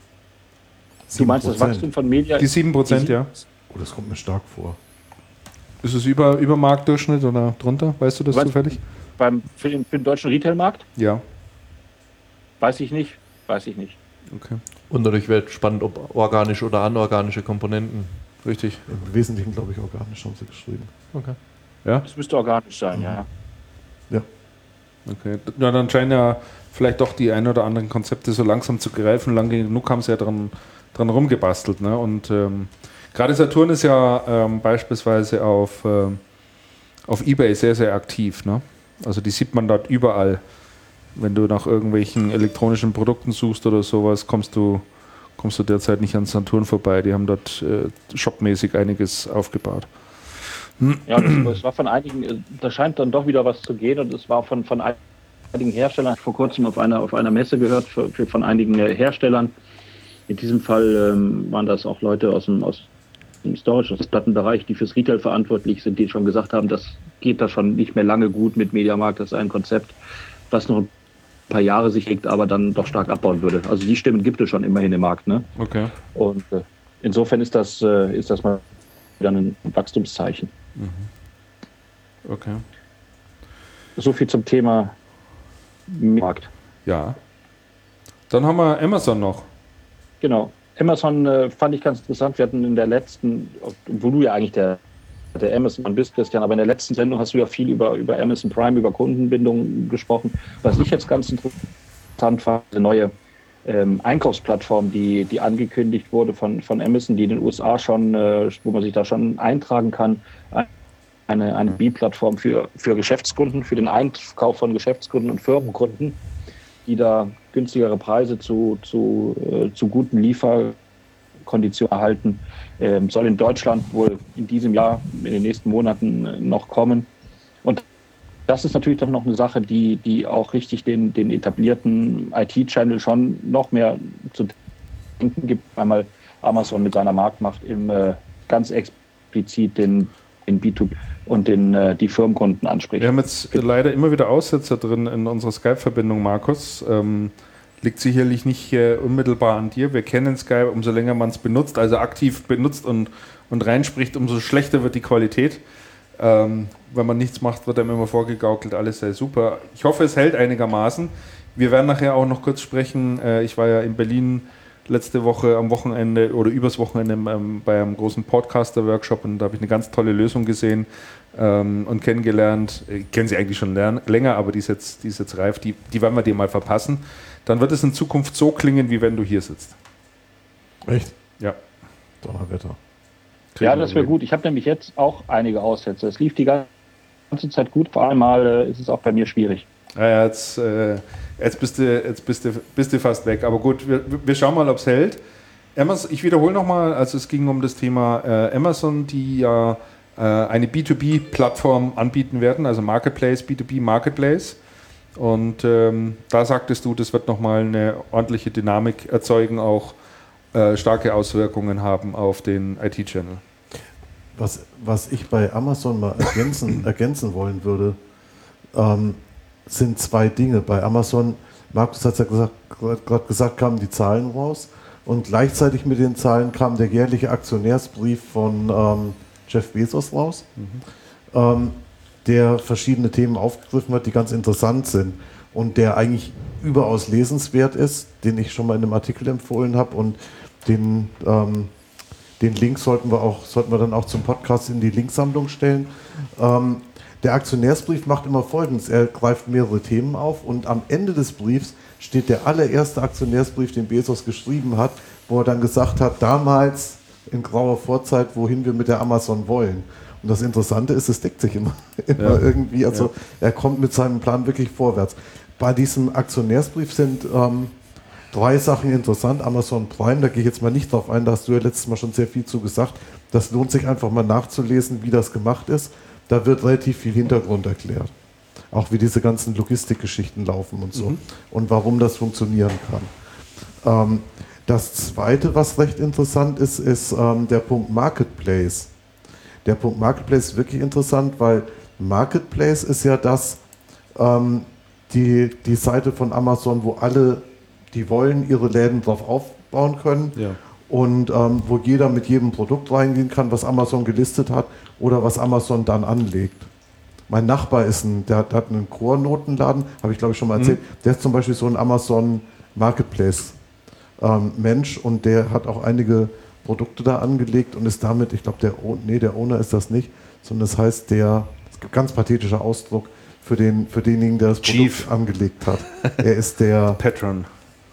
Du meinst das Wachstum von Media? Die sieben Prozent, ja. Oh, das kommt mir stark vor. Ist es über, über Marktdurchschnitt oder drunter? Weißt du das Was? zufällig? Beim, für, den, für den deutschen Retailmarkt? Ja. Weiß ich nicht. Weiß ich nicht. Okay. Und natürlich wäre spannend, ob organische oder anorganische Komponenten. Richtig. Im Wesentlichen, glaube ich, organisch haben sie geschrieben. Okay. Ja? Das müsste organisch sein, ja. Ja. Okay. Ja, dann scheinen ja vielleicht doch die ein oder anderen Konzepte so langsam zu greifen. Lang genug haben sie ja dran, dran rumgebastelt. Ne? Und ähm, gerade Saturn ist ja ähm, beispielsweise auf, ähm, auf eBay sehr, sehr aktiv. Ne? Also die sieht man dort überall. Wenn du nach irgendwelchen elektronischen Produkten suchst oder sowas, kommst du, kommst du derzeit nicht an Saturn vorbei. Die haben dort äh, shopmäßig einiges aufgebaut. Ja, das, das war von einigen, da scheint dann doch wieder was zu gehen und es war von, von einigen Herstellern, vor kurzem auf einer, auf einer Messe gehört, für, für von einigen Herstellern. In diesem Fall ähm, waren das auch Leute aus dem, aus dem Storage, aus dem Plattenbereich, die fürs Retail verantwortlich sind, die schon gesagt haben, das geht da schon nicht mehr lange gut mit Mediamarkt, das ist ein Konzept, was noch ein paar Jahre sich legt, aber dann doch stark abbauen würde. Also die Stimmen gibt es schon immerhin im Markt. Ne? Okay. Und äh, insofern ist das, äh, ist das mal wieder ein Wachstumszeichen. Okay. So viel zum Thema Markt. Ja. Dann haben wir Amazon noch. Genau. Amazon äh, fand ich ganz interessant. Wir hatten in der letzten, wo du ja eigentlich der, der Amazon bist, Christian, aber in der letzten Sendung hast du ja viel über, über Amazon Prime, über Kundenbindung gesprochen. Was ich jetzt ganz interessant fand, eine neue ähm, Einkaufsplattform, die, die angekündigt wurde von, von Amazon, die in den U S A schon, äh, wo man sich da schon eintragen kann. Eine, eine B-Plattform für, für Geschäftskunden, für den Einkauf von Geschäftskunden und Firmenkunden, die da günstigere Preise zu, zu, äh, zu guten Lieferkonditionen erhalten. Ähm, soll in Deutschland wohl in diesem Jahr, in den nächsten Monaten äh, noch kommen. Und das ist natürlich dann noch eine Sache, die, die auch richtig den, den etablierten I T-Channel schon noch mehr zu denken gibt. Einmal Amazon mit seiner Marktmacht im äh, ganz explizit den, den B zwei B und den, äh, die Firmenkunden anspricht. Wir haben jetzt leider immer wieder Aussetzer drin in unserer Skype-Verbindung, Markus. Ähm, liegt sicherlich nicht äh, unmittelbar an dir. Wir kennen Skype, umso länger man es benutzt, also aktiv benutzt und, und reinspricht, umso schlechter wird die Qualität. Ähm, wenn man nichts macht, wird einem immer vorgegaukelt, alles sei super. Ich hoffe, es hält einigermaßen. Wir werden nachher auch noch kurz sprechen. Äh, ich war ja in Berlin letzte Woche am Wochenende oder übers Wochenende ähm, bei einem großen Podcaster-Workshop und da habe ich eine ganz tolle Lösung gesehen ähm, und kennengelernt. Ich kenne sie eigentlich schon lern- länger, aber die ist jetzt, die ist jetzt reif. Die, die werden wir dir mal verpassen. Dann wird es in Zukunft so klingen, wie wenn du hier sitzt. Echt? Ja. Donnerwetter. Ja, das wäre gut. Ich habe nämlich jetzt auch einige Aussätze. Es lief die ganze Zeit gut, vor allem mal äh, ist es auch bei mir schwierig. Ja, ja, jetzt, äh, jetzt, bist du, jetzt bist, du, bist du fast weg. Aber gut, wir, wir schauen mal, ob es hält. Amazon, ich wiederhole nochmal, also es ging um das Thema äh, Amazon, die ja äh, eine B zwei B-Plattform anbieten werden, also Marketplace, B zwei B Marketplace. Und ähm, da sagtest du, das wird nochmal eine ordentliche Dynamik erzeugen, auch äh, starke Auswirkungen haben auf den I T-Channel. Was, was ich bei Amazon mal ergänzen, ergänzen wollen würde, ähm, sind zwei Dinge. Bei Amazon, Markus hat es ja gesagt, gerade gesagt, kamen die Zahlen raus und gleichzeitig mit den Zahlen kam der jährliche Aktionärsbrief von ähm, Jeff Bezos raus, mhm. ähm, der verschiedene Themen aufgegriffen hat, die ganz interessant sind und der eigentlich überaus lesenswert ist, den ich schon mal in einem Artikel empfohlen habe und den, ähm, den Link sollten wir, auch, sollten wir dann auch zum Podcast in die Linksammlung stellen. Ähm, Der Aktionärsbrief macht immer Folgendes, er greift mehrere Themen auf und am Ende des Briefs steht der allererste Aktionärsbrief, den Bezos geschrieben hat, wo er dann gesagt hat, damals in grauer Vorzeit, wohin wir mit der Amazon wollen. Und das Interessante ist, es deckt sich immer, immer ja. irgendwie, also ja. er kommt mit seinem Plan wirklich vorwärts. Bei diesem Aktionärsbrief sind ähm, drei Sachen interessant. Amazon Prime, da gehe ich jetzt mal nicht drauf ein, da hast du ja letztes Mal schon sehr viel zu gesagt. Das lohnt sich einfach mal nachzulesen, wie das gemacht ist. Da wird relativ viel Hintergrund erklärt. Auch wie diese ganzen Logistikgeschichten laufen und so. Mhm. Und warum das funktionieren kann. Ähm, das Zweite, was recht interessant ist, ist ähm, der Punkt Marketplace. Der Punkt Marketplace ist wirklich interessant, weil Marketplace ist ja das, ähm, die, die Seite von Amazon, wo alle, die wollen, ihre Läden drauf aufbauen können. Ja. Und ähm, wo jeder mit jedem Produkt reingehen kann, was Amazon gelistet hat oder was Amazon dann anlegt. Mein Nachbar ist ein, der hat, hat einen Core-Notenladen, habe ich glaube ich schon mal erzählt. Mhm. Der ist zum Beispiel so ein Amazon Marketplace ähm, Mensch und der hat auch einige Produkte da angelegt und ist damit, ich glaube der, nee, der Owner ist das nicht, sondern das heißt der, das ist ein ganz pathetischer Ausdruck, für, den, für denjenigen, der das Chief. Produkt angelegt hat. Er ist der, Patron.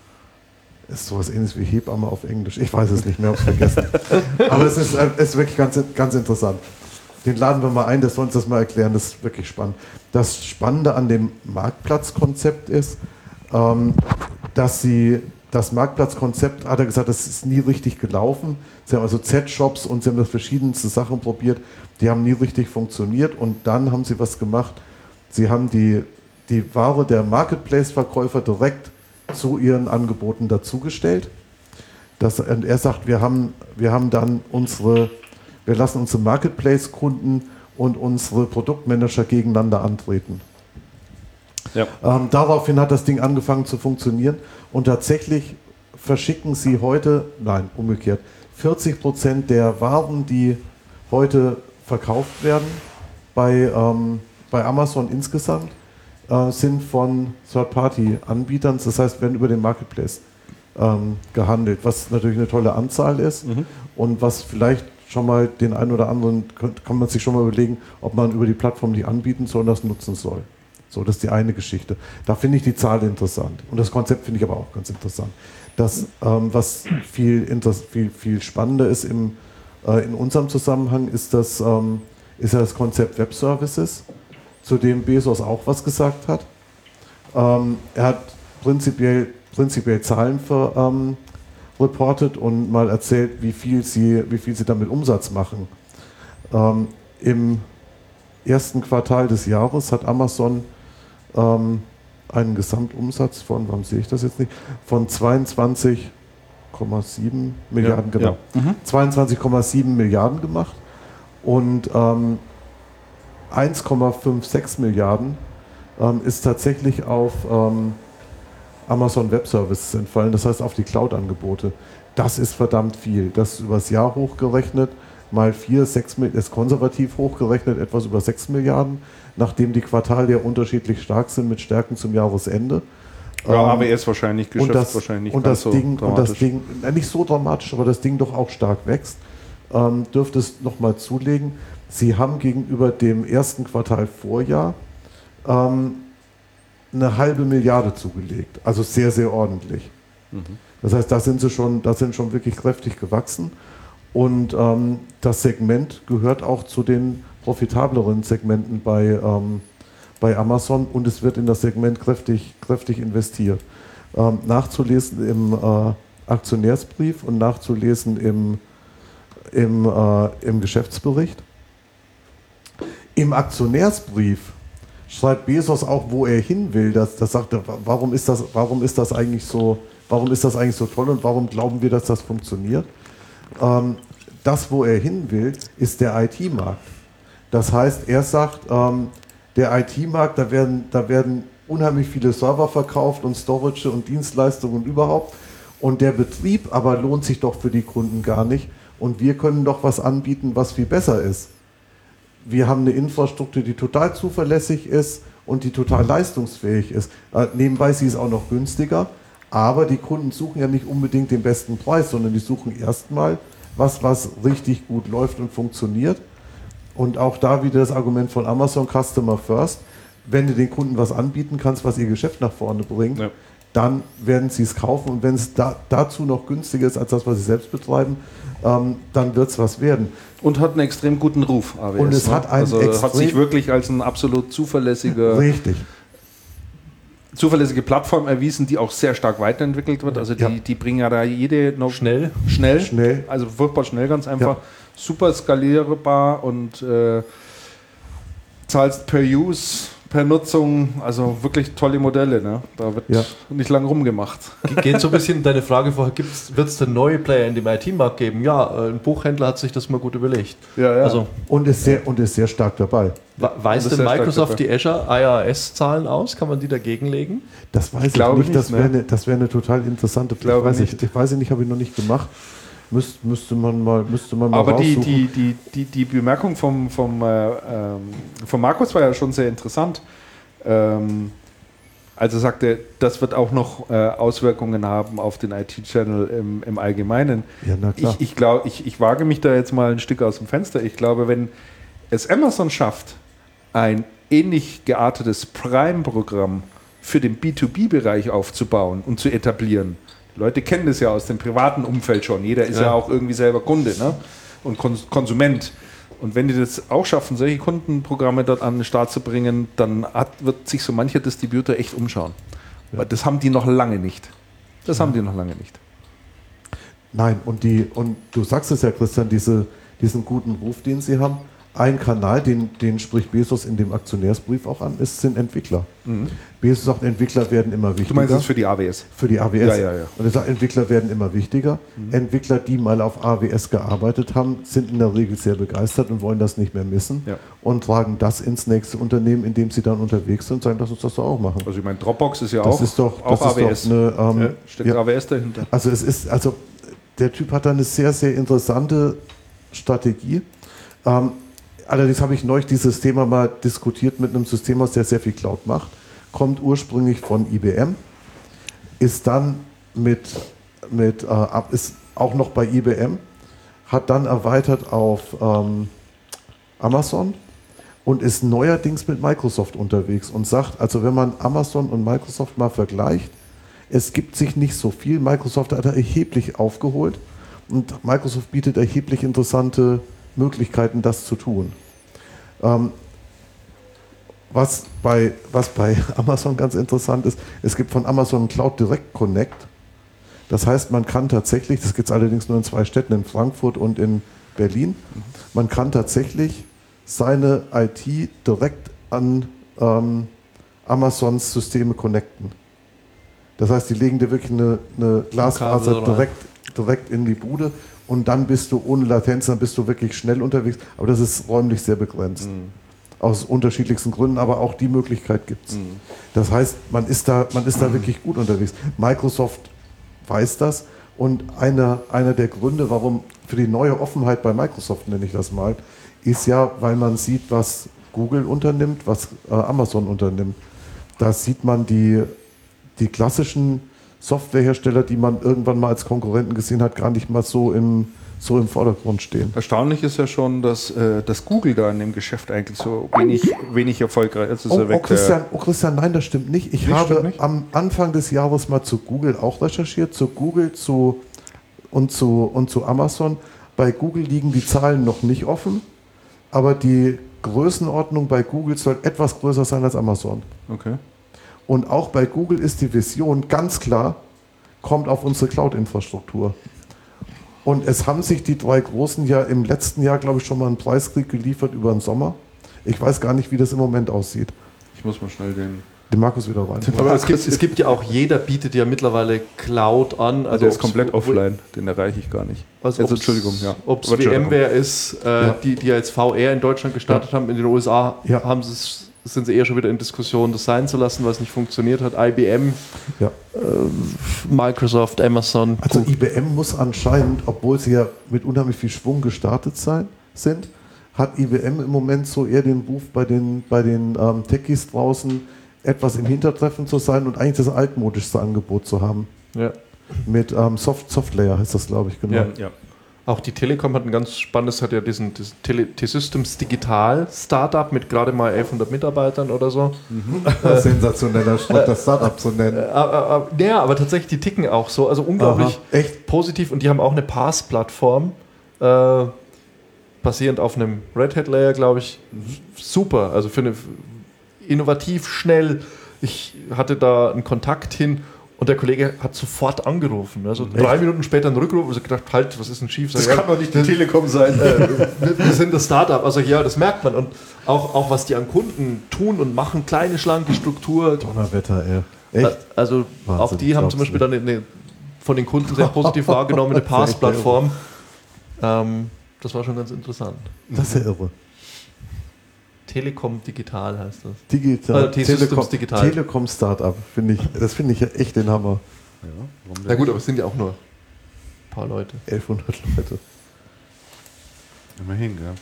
ist sowas ähnliches wie Hebamme auf Englisch. Ich weiß es nicht mehr, habe es vergessen. Aber es ist, äh, ist wirklich ganz, ganz interessant. Den laden wir mal ein, der soll uns das mal erklären, das ist wirklich spannend. Das Spannende an dem Marktplatzkonzept ist, ähm, dass sie, das Marktplatzkonzept, hat er gesagt, das ist nie richtig gelaufen. Sie haben also Z-Shops und sie haben das verschiedenste Sachen probiert, die haben nie richtig funktioniert und dann haben sie was gemacht. Sie haben die, die Ware der Marketplace-Verkäufer direkt zu ihren Angeboten dazugestellt. Das, und er sagt, wir haben, wir haben dann unsere, wir lassen unsere Marketplace-Kunden und unsere Produktmanager gegeneinander antreten. Ja. Ähm, daraufhin hat das Ding angefangen zu funktionieren und tatsächlich verschicken sie heute, nein, umgekehrt, vierzig Prozent der Waren, die heute verkauft werden bei, ähm, bei Amazon insgesamt, äh, sind von Third-Party-Anbietern, das heißt, werden über den Marketplace ähm, gehandelt, was natürlich eine tolle Anzahl ist Mhm. und was vielleicht schon mal den einen oder anderen, kann man sich schon mal überlegen, ob man über die Plattform die anbieten soll und das nutzen soll. So, das ist die eine Geschichte. Da finde ich die Zahl interessant. Und das Konzept finde ich aber auch ganz interessant. Das, ähm, was viel, viel, viel spannender ist im, äh, in unserem Zusammenhang, ist, das, ähm, ist ja das Konzept Web Services, zu dem Bezos auch was gesagt hat. Ähm, er hat prinzipiell, prinzipiell Zahlen ver, ähm, reportet und mal erzählt, wie viel sie, wie viel sie damit Umsatz machen. Ähm, Im ersten Quartal des Jahres hat Amazon ähm, einen Gesamtumsatz von, warum sehe ich das jetzt nicht, von zweiundzwanzig Komma sieben Milliarden Ja, gemacht. ja. Mhm. zweiundzwanzig Komma sieben Milliarden gemacht und ähm, eins Komma sechsundfünfzig Milliarden ähm, ist tatsächlich auf ähm, Amazon Web Services entfallen, das heißt auf die Cloud-Angebote. Das ist verdammt viel. Das ist übers Jahr hochgerechnet, mal vier, sechs, ist konservativ hochgerechnet, etwas über sechs Milliarden, nachdem die Quartale ja unterschiedlich stark sind mit Stärken zum Jahresende. Ja, Ähm, A W S wahrscheinlich, Geschäft und das, wahrscheinlich nicht und ganz das so Ding, und das dramatisch. Ding, na, nicht so dramatisch, aber das Ding doch auch stark wächst, ähm, dürfte es nochmal zulegen. Sie haben gegenüber dem ersten Quartal Vorjahr ähm, eine halbe Milliarde zugelegt, also sehr, sehr ordentlich. Mhm. Das heißt, da sind sie schon, da sind schon wirklich kräftig gewachsen und ähm, das Segment gehört auch zu den profitableren Segmenten bei, ähm, bei Amazon und es wird in das Segment kräftig, kräftig investiert. Ähm, nachzulesen im äh, Aktionärsbrief und nachzulesen im, im, äh, im Geschäftsbericht. Im Aktionärsbrief schreibt Bezos auch, wo er hin will. Das, das sagt er, warum ist das, warum ist das eigentlich so, warum ist das eigentlich so toll und warum glauben wir, dass das funktioniert? Ähm, das, wo er hin will, ist der I T-Markt. Das heißt, er sagt, ähm, der I T-Markt, da werden, da werden unheimlich viele Server verkauft und Storage und Dienstleistungen und überhaupt. Und der Betrieb aber lohnt sich doch für die Kunden gar nicht. Und wir können doch was anbieten, was viel besser ist. Wir haben eine Infrastruktur, die total zuverlässig ist und die total leistungsfähig ist. Äh, nebenbei, sie ist auch noch günstiger, aber die Kunden suchen ja nicht unbedingt den besten Preis, sondern die suchen erstmal was, was richtig gut läuft und funktioniert. Und auch da wieder das Argument von Amazon Customer First. Wenn du den Kunden was anbieten kannst, was ihr Geschäft nach vorne bringt, Ja. dann werden sie es kaufen. Und wenn es da, dazu noch günstiger ist als das, was sie selbst betreiben, ähm, dann wird es was werden. Und hat einen extrem guten Ruf, A W S. Und es ne? hat einen also hat sich extrem- wirklich als ein absolut zuverlässiger, Richtig. zuverlässige Plattform erwiesen, die auch sehr stark weiterentwickelt wird. Also die, Ja. die bringen ja da jede noch Schnell. schnell, Schnell. also furchtbar schnell, ganz einfach, Ja. super skalierbar und äh, zahlst per Use, per Nutzung, also wirklich tolle Modelle. Ne? Da wird Ja. nicht lang rumgemacht. Geht so ein bisschen deine Frage vorher, wird es denn neue Player in dem I T-Markt geben? Ja, äh, ein Buchhändler hat sich das mal gut überlegt. Ja, ja. Also Und ist sehr, und ist sehr stark dabei. wa- weiß das ist denn sehr stark Microsoft dabei. die Azure I A S-Zahlen aus? Kann man die dagegen legen? Das weiß ich, glaube nicht. nicht, Das ne? wäre eine, das wäre eine total interessante glaube ich weiß nicht. Ich weiß ich nicht, habe ich noch nicht gemacht. Müsst, müsste man mal, müsste man mal Aber die, raussuchen. die, die, die, die Bemerkung vom, vom, äh, ähm, vom Markus war ja schon sehr interessant. Ähm, also sagte, das wird auch noch äh, Auswirkungen haben auf den I T-Channel im, im Allgemeinen. Ja, na klar. Ich, ich glaube, ich, ich wage mich da jetzt mal ein Stück aus dem Fenster. Ich glaube, wenn es Amazon schafft, ein ähnlich geartetes Prime-Programm für den B zwei B-Bereich aufzubauen und zu etablieren. Die Leute kennen das ja aus dem privaten Umfeld schon. Jeder ist ja, ja auch irgendwie selber Kunde, ne? Und Kons- Konsument. Und wenn die das auch schaffen, solche Kundenprogramme dort an den Start zu bringen, dann hat, wird sich so mancher Distributor echt umschauen. Ja. Weil das haben die noch lange nicht. Das ja. haben die noch lange nicht. Nein, und, die, und du sagst es ja, Christian, diese, diesen guten Ruf, den sie haben, ein Kanal, den, den spricht Bezos in dem Aktionärsbrief auch an, ist, sind Entwickler. Mhm. Bezos sagt, Entwickler werden immer wichtiger. Du meinst das für die A W S? Für die A W S. Ja, ja, ja. Und er sagt, Entwickler werden immer wichtiger. Mhm. Entwickler, die mal auf A W S gearbeitet haben, sind in der Regel sehr begeistert und wollen das nicht mehr missen ja. und tragen das ins nächste Unternehmen, in dem sie dann unterwegs sind und sagen, lass uns das doch auch machen. Also ich meine, Dropbox ist ja das auch, ist doch, auch das A W S. Ist doch eine, ähm, ja, steckt ja. A W S dahinter. Also es ist, also der Typ hat da eine sehr, sehr interessante Strategie. Ähm, allerdings habe ich neulich dieses Thema mal diskutiert mit einem Systemhaus, der sehr viel Cloud macht. Kommt ursprünglich von I B M, ist dann mit, mit äh, ist auch noch bei I B M, hat dann erweitert auf ähm, Amazon und ist neuerdings mit Microsoft unterwegs und sagt, also wenn man Amazon und Microsoft mal vergleicht, es gibt sich nicht so viel. Microsoft hat erheblich aufgeholt und Microsoft bietet erheblich interessante Möglichkeiten, das zu tun. Ähm, was, bei, was bei Amazon ganz interessant ist, es gibt von Amazon Cloud Direct Connect. Das heißt, man kann tatsächlich, das gibt es allerdings nur in zwei Städten, in Frankfurt und in Berlin, man kann tatsächlich seine I T direkt an ähm, Amazons Systeme connecten. Das heißt, die legen dir wirklich eine, eine Glasfaser direkt, direkt in die Bude und dann bist du ohne Latenz, dann bist du wirklich schnell unterwegs. Aber das ist räumlich sehr begrenzt. Mhm. Aus unterschiedlichsten Gründen, aber auch die Möglichkeit gibt es. Mhm. Das heißt, man ist da, man ist da mhm. wirklich gut unterwegs. Microsoft weiß das und einer, einer der Gründe, warum für die neue Offenheit bei Microsoft, nenne ich das mal, ist ja, weil man sieht, was Google unternimmt, was äh, Amazon unternimmt. Da sieht man die die klassischen Softwarehersteller, die man irgendwann mal als Konkurrenten gesehen hat, gar nicht mal so im, so im Vordergrund stehen. Erstaunlich ist ja schon, dass, äh, dass Google da in dem Geschäft eigentlich so wenig, wenig erfolgreich ist. Oh, oh, Christian, oh Christian, nein, das stimmt nicht. Ich nicht, habe nicht? am Anfang des Jahres mal zu Google auch recherchiert, zu Google zu, und, zu, und zu Amazon. Bei Google liegen die Zahlen noch nicht offen, aber die Größenordnung bei Google soll etwas größer sein als Amazon. Okay. Und auch bei Google ist die Vision ganz klar, kommt auf unsere Cloud-Infrastruktur. Und es haben sich die drei Großen ja im letzten Jahr, glaube ich, schon mal einen Preiskrieg geliefert über den Sommer. Ich weiß gar nicht, wie das im Moment aussieht. Ich muss mal schnell den... Den Markus wieder rein. Aber es gibt, es gibt ja auch, jeder bietet ja mittlerweile Cloud an. Also der ist komplett offline, den erreiche ich gar nicht. Also also Entschuldigung, ja. Ob es VMware ist, äh, ja. die, die jetzt V R in Deutschland gestartet ja. haben, in den U S A ja. haben sie es sind sie eher schon wieder in Diskussion, das sein zu lassen, was nicht funktioniert hat. I B M, ja. äh, Microsoft, Amazon. Also I B M muss anscheinend, obwohl sie ja mit unheimlich viel Schwung gestartet sein, sind, hat I B M im Moment so eher den Ruf bei den, bei den ähm, Techies draußen, etwas im Hintertreffen zu sein und eigentlich das altmodischste Angebot zu haben. Ja. Mit ähm, Soft, Softlayer heißt das, glaube ich, genau. Ja, ja. Auch die Telekom hat ein ganz spannendes, hat ja diesen, diesen T-Systems Digital Startup mit gerade mal elfhundert Mitarbeitern oder so. Mhm. Äh, Sensationeller Schritt, das Startup zu nennen. Äh, äh, äh, ja, aber tatsächlich, die ticken auch so, also unglaublich Aha, echt positiv und die haben auch eine PaaS-Plattform, äh, basierend auf einem Red Hat Layer, glaube ich. Mhm. Super, also für eine innovativ, schnell. Ich hatte da einen Kontakt hin. Und der Kollege hat sofort angerufen. Also Echt? drei Minuten später einen Rückruf. Also gedacht, halt, was ist denn schief? Das Sag, kann doch nicht die Telekom sein. Äh, wir, wir sind das Startup. Also ja, das merkt man. Und auch, auch was die an Kunden tun und machen, kleine, schlanke Struktur. Donnerwetter, ey. Echt? Also Wahnsinn, auch die haben zum Beispiel dann eine, eine von den Kunden sehr positiv wahrgenommene PaaS-Plattform. Ähm, das war schon ganz interessant. Das ist ja irre. Telekom Digital heißt das. Digital. Äh, T-Systems Digital. Telekom Startup, finde ich, das finde ich ja echt den Hammer. Ja, warum Na gut, aber es sind ja auch nur ein paar Leute. elfhundert Leute. Immerhin, ja.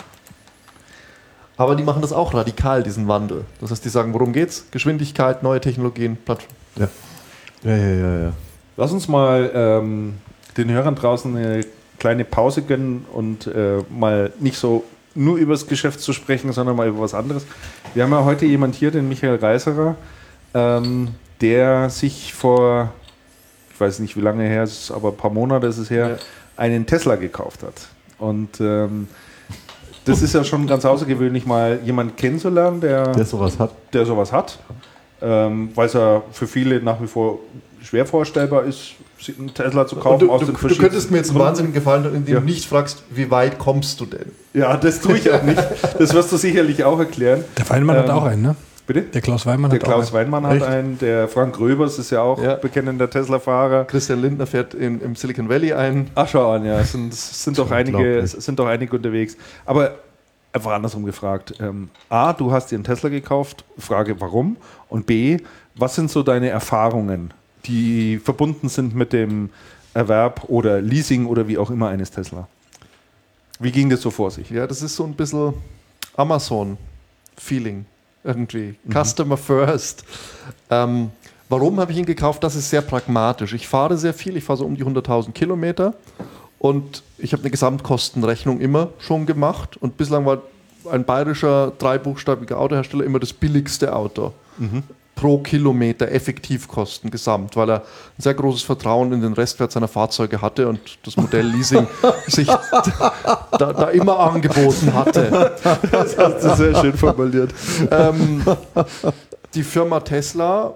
Aber die machen das auch radikal, diesen Wandel. Das heißt, die sagen, worum geht's? Geschwindigkeit, neue Technologien, Plattform. Ja. Ja, ja, ja, ja. Lass uns mal ähm, den Hörern draußen eine kleine Pause gönnen und äh, mal nicht so nur über das Geschäft zu sprechen, sondern mal über was anderes. Wir haben ja heute jemand hier, den Michael Reiserer, ähm, der sich vor, ich weiß nicht wie lange her es ist, aber ein paar Monate ist es her, ja. einen Tesla gekauft hat. Und ähm, das ist ja schon ganz außergewöhnlich, mal jemanden kennenzulernen, der, der sowas hat. Der sowas hat. Ähm, weil es ja für viele nach wie vor schwer vorstellbar ist, einen Tesla zu kaufen. Du, aus du, den du könntest mir jetzt einen wahnsinnigen Gefallen tun, indem ja. du nicht fragst, wie weit kommst du denn? Ja, das tue ich auch nicht. Das wirst du sicherlich auch erklären. Der Weinmann ähm, hat auch einen, ne? Bitte? Der Klaus Weinmann der hat Klaus auch Weinmann einen. hat einen. Der Frank Gröbers ist ja auch ja. bekennender Tesla-Fahrer. Christian Lindner fährt in, im Silicon Valley ein. Ach, schau an, ja. Es sind, es sind, doch einige, es sind doch einige unterwegs. Aber einfach andersrum gefragt. Ähm, A, du hast dir einen Tesla gekauft. Frage, warum? Und B, was sind so deine Erfahrungen, die verbunden sind mit dem Erwerb oder Leasing oder wie auch immer eines Tesla? Wie ging das so vor sich? Ja, das ist so ein bisschen Amazon-Feeling irgendwie. Mhm. Customer first. Ähm, warum habe ich ihn gekauft? Das ist sehr pragmatisch. Ich fahre sehr viel, ich fahre so um die hunderttausend Kilometer und ich habe eine Gesamtkostenrechnung immer schon gemacht und bislang war ein bayerischer dreibuchstabiger Autohersteller immer das billigste Auto. Mhm. Pro Kilometer Effektivkosten gesamt, weil er ein sehr großes Vertrauen in den Restwert seiner Fahrzeuge hatte und das Modell Leasing sich da, da immer angeboten hatte. Das hast du sehr schön formuliert. Ähm, die Firma Tesla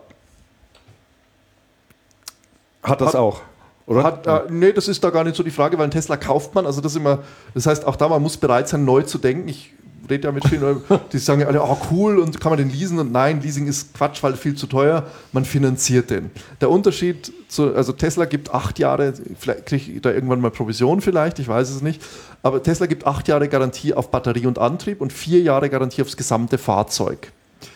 hat das hat, auch, oder? Hat, äh, nee, das ist da gar nicht so die Frage, weil ein Tesla kauft man, also das immer, das heißt auch da, man muss bereit sein, neu zu denken. Ich rede ja mit vielen, die sagen ja alle, oh cool, und kann man den leasen? Und nein, Leasing ist Quatsch, weil viel zu teuer, man finanziert den. Der Unterschied, zu, also Tesla gibt acht Jahre, vielleicht kriege ich da irgendwann mal Provision vielleicht, ich weiß es nicht, aber Tesla gibt acht Jahre Garantie auf Batterie und Antrieb und vier Jahre Garantie aufs gesamte Fahrzeug.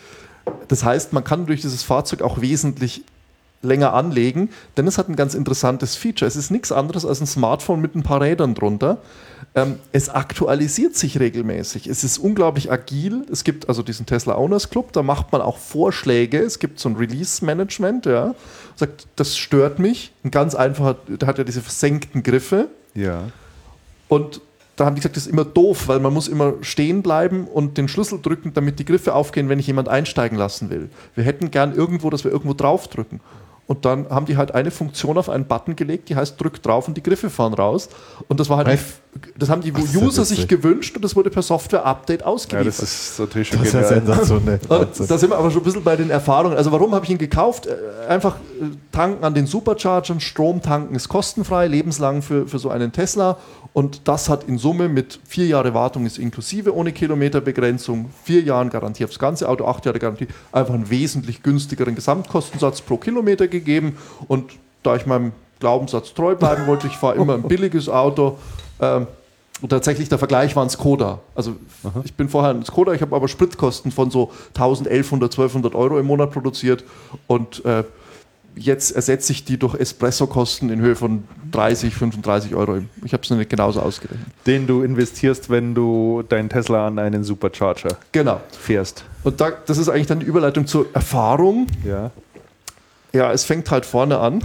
Das heißt, man kann durch dieses Fahrzeug auch wesentlich länger anlegen, denn es hat ein ganz interessantes Feature. Es ist nichts anderes als ein Smartphone mit ein paar Rädern drunter. Ähm, es aktualisiert sich regelmäßig. Es ist unglaublich agil. Es gibt also diesen Tesla Owners Club, da macht man auch Vorschläge. Es gibt so ein Release-Management, ja. Sagt, das stört mich. Ein ganz einfacher, der hat ja diese versenkten Griffe. Ja. Und da haben die gesagt, das ist immer doof, weil man muss immer stehen bleiben und den Schlüssel drücken, damit die Griffe aufgehen, wenn ich jemand einsteigen lassen will. Wir hätten gern irgendwo, dass wir irgendwo draufdrücken. Und dann haben die halt eine Funktion auf einen Button gelegt, die heißt, drück drauf und die Griffe fahren raus. Und das war halt, die, das haben die Ach, User sich gewünscht und das wurde per Software-Update ausgeliefert. Ja, das ist natürlich schon das ist ja sensationell. Da sind wir aber schon ein bisschen bei den Erfahrungen. Also warum habe ich ihn gekauft? Einfach tanken an den Superchargern, Strom tanken ist kostenfrei, lebenslang für, für so einen Tesla. Und das hat in Summe mit vier Jahre Wartung ist inklusive, ohne Kilometerbegrenzung, vier Jahren Garantie aufs ganze Auto, acht Jahre Garantie, einfach einen wesentlich günstigeren Gesamtkostensatz pro Kilometer gegeben. Und da ich meinem Glaubenssatz treu bleiben wollte, ich fahre immer ein billiges Auto. Ähm, und tatsächlich der Vergleich war ein Skoda. Also Aha. ich bin vorher ein Skoda, ich habe aber Spritkosten von so tausend, elfhundert, zwölfhundert Euro im Monat produziert und äh, jetzt ersetze ich die durch Espresso-Kosten in Höhe von dreißig, fünfunddreißig Euro. Ich habe es noch nicht genauso ausgerechnet. Den du investierst, wenn du deinen Tesla an einen Supercharger genau. fährst. Und da, das ist eigentlich dann die Überleitung zur Erfahrung. Ja, ja es fängt halt vorne an.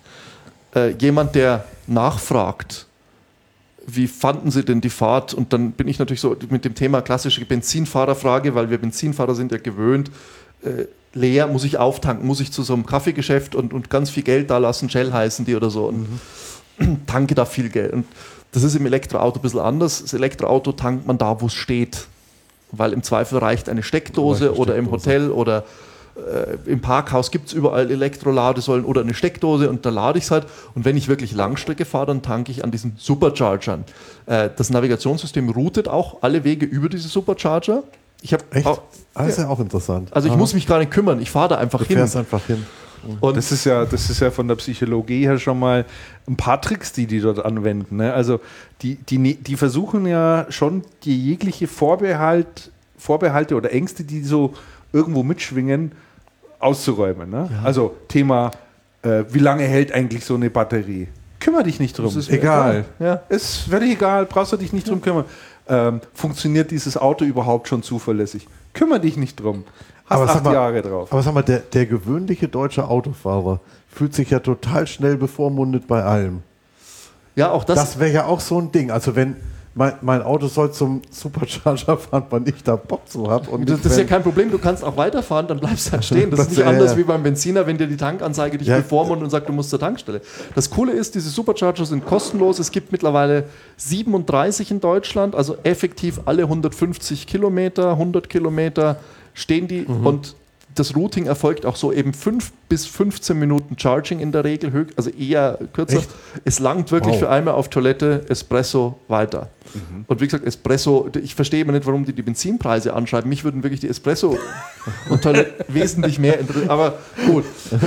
Äh, jemand, der nachfragt, wie fanden Sie denn die Fahrt? Und dann bin ich natürlich so mit dem Thema klassische Benzinfahrerfrage, weil wir Benzinfahrer sind ja gewöhnt, äh, leer, muss ich auftanken, muss ich zu so einem Kaffeegeschäft und, und ganz viel Geld da lassen, Shell heißen die oder so und mhm. tanke da viel Geld. Und das ist im Elektroauto ein bisschen anders. Das Elektroauto tankt man da, wo es steht, weil im Zweifel reicht eine Steckdose reicht oder Steckdose. Im Hotel oder äh, im Parkhaus gibt es überall Elektroladesäulen oder eine Steckdose und da lade ich es halt. Und wenn ich wirklich Langstrecke fahre, dann tanke ich an diesen Superchargern. Äh, das Navigationssystem routet auch alle Wege über diese Supercharger. Ich habe Echt? Ah, ist ja auch interessant. Also ich Aha. muss mich gar nicht kümmern, ich fahre da einfach du hin. Du fährst einfach hin. Und das ist ja, das ist ja von der Psychologie her schon mal ein paar Tricks, die die dort anwenden. Ne? Also die, die, die versuchen ja schon die jegliche Vorbehalt, Vorbehalte oder Ängste, die so irgendwo mitschwingen, auszuräumen. Ne? Ja. Also Thema, äh, wie lange hält eigentlich so eine Batterie? Kümmer dich nicht drum. Das ist egal. Ja. Ist völlig egal, brauchst du dich nicht drum kümmern. Ähm, funktioniert dieses Auto überhaupt schon zuverlässig? Kümmer dich nicht drum. Hast aber acht mal, Jahre drauf. Aber sag mal, der, der gewöhnliche deutsche Autofahrer fühlt sich ja total schnell bevormundet bei allem. Ja, auch das. Das wäre ja auch so ein Ding. Also wenn, mein, mein Auto soll zum Supercharger fahren, wann ich da Bock zu habe. Und Das, das ist ja kein Problem, du kannst auch weiterfahren, dann bleibst du halt stehen. Das ist nicht Ja, anders ja. wie beim Benziner, wenn dir die Tankanzeige dich Ja. bevormundet und sagt, du musst zur Tankstelle. Das Coole ist, diese Supercharger sind kostenlos. Es gibt mittlerweile siebenunddreißig in Deutschland, also effektiv alle hundertfünfzig Kilometer, hundert Kilometer stehen die und das Routing erfolgt auch so eben fünf bis fünfzehn Minuten Charging in der Regel, höch- also eher kürzer. Echt? Es langt wirklich Wow. für einmal auf Toilette, Espresso, weiter. Und wie gesagt, Espresso, ich verstehe immer nicht, warum die die Benzinpreise anschreiben. Mich würden wirklich die Espresso und Toilette wesentlich mehr interessieren. Aber gut.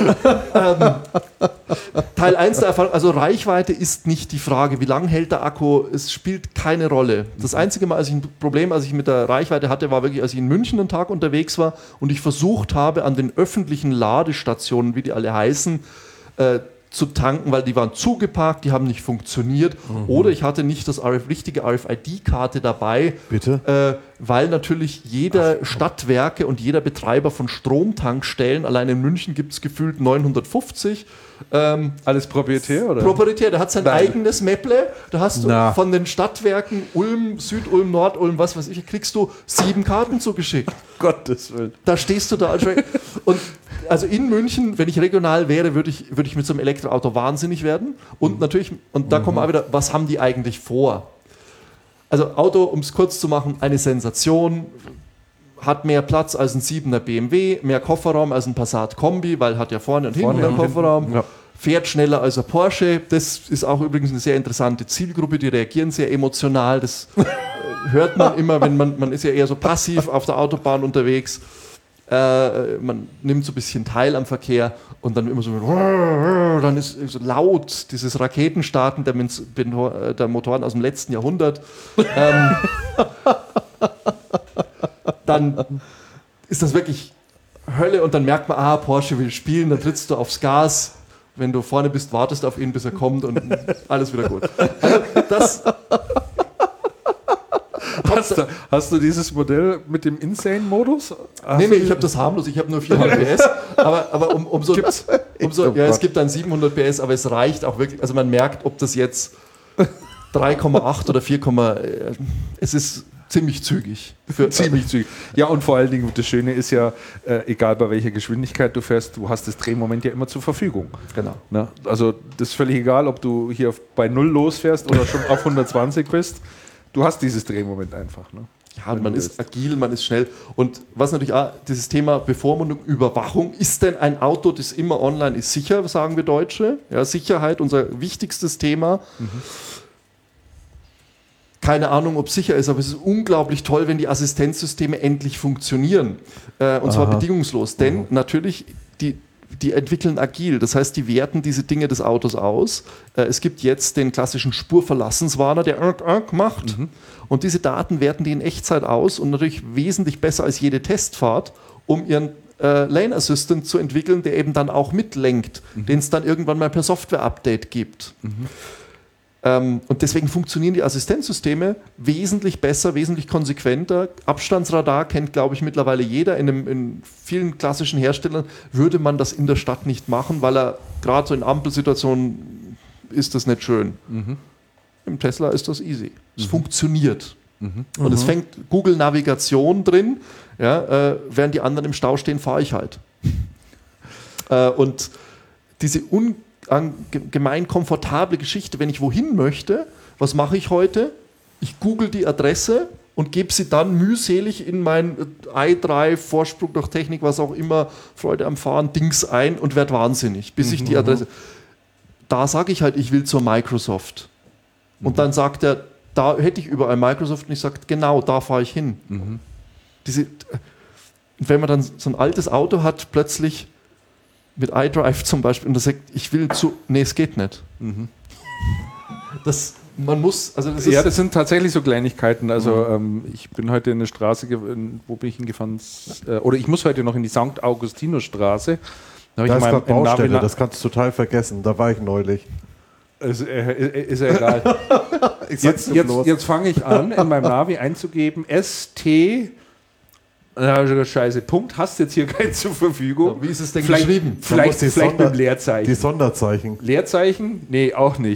ähm, Teil eins der Erfahrung, also Reichweite ist nicht die Frage. Wie lange hält der Akku? Es spielt keine Rolle. Das einzige Mal, als ich ein Problem, als ich mit der Reichweite hatte, war wirklich, als ich in München einen Tag unterwegs war und ich versucht habe, an den öffentlichen Ladestationen, wie die alle heißen, äh, zu tanken, weil die waren zugeparkt, die haben nicht funktioniert. Mhm. Oder ich hatte nicht das R F, richtige R F I D-Karte dabei, Bitte? äh, weil natürlich jeder Stadtwerke und jeder Betreiber von Stromtankstellen, allein in München gibt es gefühlt neunhundertfünfzig, ähm, Alles proprietär, oder? proprietär, der hat sein Nein. eigenes Mäpple, da hast du Na. von den Stadtwerken Ulm, Südulm, Nordulm, was weiß ich, kriegst du sieben Karten zugeschickt. Gottes Willen. Da stehst du da als und also in München, wenn ich regional wäre, würde ich, würde ich mit so einem Elektroauto wahnsinnig werden. Und natürlich, und da kommen wir auch wieder, was haben die eigentlich vor? Also Auto, um es kurz zu machen, eine Sensation, hat mehr Platz als ein siebener B M W, mehr Kofferraum als ein Passat Kombi, weil hat ja vorne und hinten Vorne einen und hinten, Kofferraum. ja. Fährt schneller als ein Porsche. Das ist auch übrigens eine sehr interessante Zielgruppe, die reagieren sehr emotional. Das äh, hört man immer, wenn man, man ist ja eher so passiv auf der Autobahn unterwegs. Äh, man nimmt so ein bisschen teil am Verkehr und dann immer so, dann ist so laut dieses Raketenstarten der, Min- der Motoren aus dem letzten Jahrhundert. Ähm, dann ist das wirklich Hölle und dann merkt man, ah, Porsche will spielen, dann trittst du aufs Gas. Wenn du vorne bist, wartest auf ihn, bis er kommt und alles wieder gut. Also das, Hast du, hast du dieses Modell mit dem Insane-Modus? nee, nee, ich habe das harmlos, ich habe nur vierhundert P S, aber, aber um, um so, um so Oh ja, es Gott. gibt dann siebenhundert P S, aber es reicht auch wirklich, also man merkt, ob das jetzt drei Komma acht oder vier, äh, es ist ziemlich zügig. Für, Ziemlich zügig. Ja, und vor allen Dingen, das Schöne ist ja, äh, egal bei welcher Geschwindigkeit du fährst, du hast das Drehmoment ja immer zur Verfügung. Genau. Ne? Also das ist völlig egal, ob du hier auf, bei null losfährst oder schon auf hundertzwanzig bist. Du hast dieses Drehmoment einfach. Ne? Ja, man ist agil, man ist schnell. Und was natürlich auch, dieses Thema Bevormundung, Überwachung, ist denn ein Auto, das immer online ist, sicher, sagen wir Deutsche? Ja, Sicherheit, unser wichtigstes Thema. Mhm. Keine Ahnung, ob es sicher ist, aber es ist unglaublich toll, wenn die Assistenzsysteme endlich funktionieren. Äh, und zwar Aha. bedingungslos. Denn Mhm. natürlich, die, die entwickeln agil. Das heißt, die werten diese Dinge des Autos aus. Äh, es gibt jetzt den klassischen Spurverlassenswarner, der irk, irk macht. Mhm. Und diese Daten werten die in Echtzeit aus und natürlich wesentlich besser als jede Testfahrt, um ihren äh, Lane Assistant zu entwickeln, der eben dann auch mitlenkt, mhm. den es dann irgendwann mal per Software-Update gibt. Mhm. Ähm, und deswegen funktionieren die Assistenzsysteme wesentlich besser, wesentlich konsequenter. Abstandsradar kennt, glaube ich, mittlerweile jeder. In, einem, in vielen klassischen Herstellern würde man das in der Stadt nicht machen, weil er gerade so in Ampelsituationen ist das nicht schön. Mhm. Im Tesla ist das easy. Es mhm. funktioniert. Mhm. Und mhm. es fängt Google-Navigation drin. Ja, äh, während die anderen im Stau stehen, fahre ich halt. äh, und diese un gemein komfortable Geschichte, wenn ich wohin möchte, was mache ich heute? Ich google die Adresse und gebe sie dann mühselig in mein iDrive, Vorsprung durch Technik, was auch immer, Freude am Fahren, Dings ein und werde wahnsinnig, bis mhm. ich die Adresse... Da sage ich halt, ich will zur Microsoft. Mhm. Und dann sagt er, da hätte ich überall Microsoft und ich sage, genau, da fahre ich hin. Mhm. Diese, wenn man dann so ein altes Auto hat, plötzlich mit iDrive zum Beispiel und das sagt, ich will zu, nee, es geht nicht. Mhm. Das, man muss, also das ist ja, das sind tatsächlich so Kleinigkeiten. Also mhm. ähm, ich bin heute in eine Straße, wo bin ich hingefahren? Äh, oder ich muss heute noch in die Sankt Augustinusstraße. Da, da ich ist gerade Baustelle, Navi das kannst du total vergessen. Da war ich neulich. Ist, äh, ist ja egal. jetzt jetzt, jetzt fange ich an, in meinem Navi einzugeben, S T Na, scheiße, Punkt, hast jetzt hier keinen zur Verfügung. Ja, wie ist es denn vielleicht, geschrieben? Vielleicht, vielleicht Sonder- mit dem Leerzeichen. Die Sonderzeichen. Leerzeichen? Nee, auch nicht.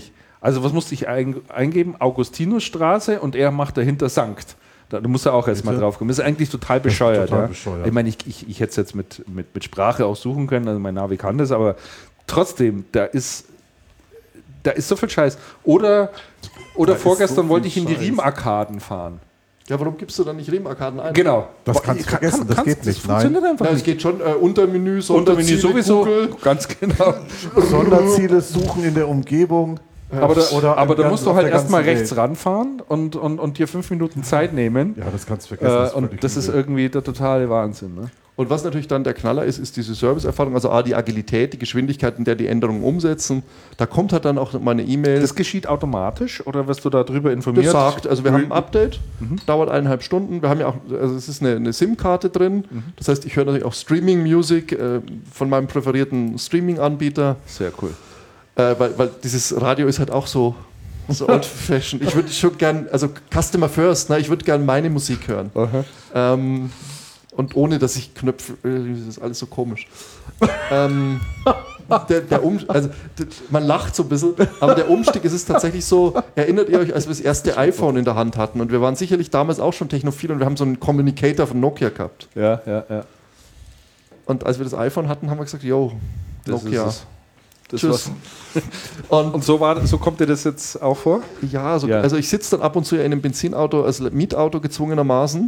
Also was musste ich ein, eingeben? Augustinusstraße und er macht dahinter Sankt. Da, da muss er auch erstmal drauf kommen. Das ist eigentlich total bescheuert. total ja. bescheuert. Ich meine, ich, ich, ich hätte es jetzt mit, mit, mit Sprache auch suchen können, also mein Navi kann das, aber trotzdem, da ist, da ist so viel Scheiß. Oder, oder Da ist vorgestern so wollte ich viel in die Scheiß. Riemarkaden fahren. Ja, warum gibst du dann nicht Riemarkaden ein? Genau. Das kannst du vergessen, das geht nicht, Das funktioniert nein. einfach Ja, es nicht. geht schon äh, Untermenü, Untermenü Sonderziele, sowieso, Google. ganz genau. Sonderziele suchen in der Umgebung. Aber da, Oder aber im da ganz- musst du auf halt der erstmal ganzen rechts Welt. ranfahren und, und, und dir fünf Minuten Zeit nehmen. Ja, das kannst du vergessen. Äh, ist völlig und das ist übel. irgendwie der totale Wahnsinn. Ne? Und was natürlich dann der Knaller ist, ist diese Serviceerfahrung, also A, die Agilität, die Geschwindigkeit, in der die Änderungen umsetzen. Da kommt halt dann auch meine E-Mail. Das geschieht automatisch oder wirst du darüber Das informiert? sagt, also wir haben ein Update, dauert eineinhalb Stunden. Wir haben ja auch, also es ist eine, eine SIM-Karte drin. Das heißt, ich höre natürlich auch Streaming-Music äh, von meinem präferierten Streaming-Anbieter, Sehr cool. äh, weil, weil dieses Radio ist halt auch so, so old-fashioned. Ich würde schon gern, also Customer First, ne, ich würde gern meine Musik hören. Ähm, und ohne, dass ich Knöpfe, äh, das ist alles so komisch. ähm, der, der um, also, der, man lacht so ein bisschen, aber der Umstieg, es ist tatsächlich so, erinnert ihr euch, als wir das erste iPhone in der Hand hatten und wir waren sicherlich damals auch schon technophil und wir haben so einen Communicator von Nokia gehabt. Ja, ja, ja. Und als wir das iPhone hatten, haben wir gesagt, yo, Das Nokia. ist es. Das Tschüss. war's. Und Und so, war, so kommt dir das jetzt auch vor? ja, so, Ja. also ich sitze dann ab und zu in einem Benzinauto, also Mietauto gezwungenermaßen.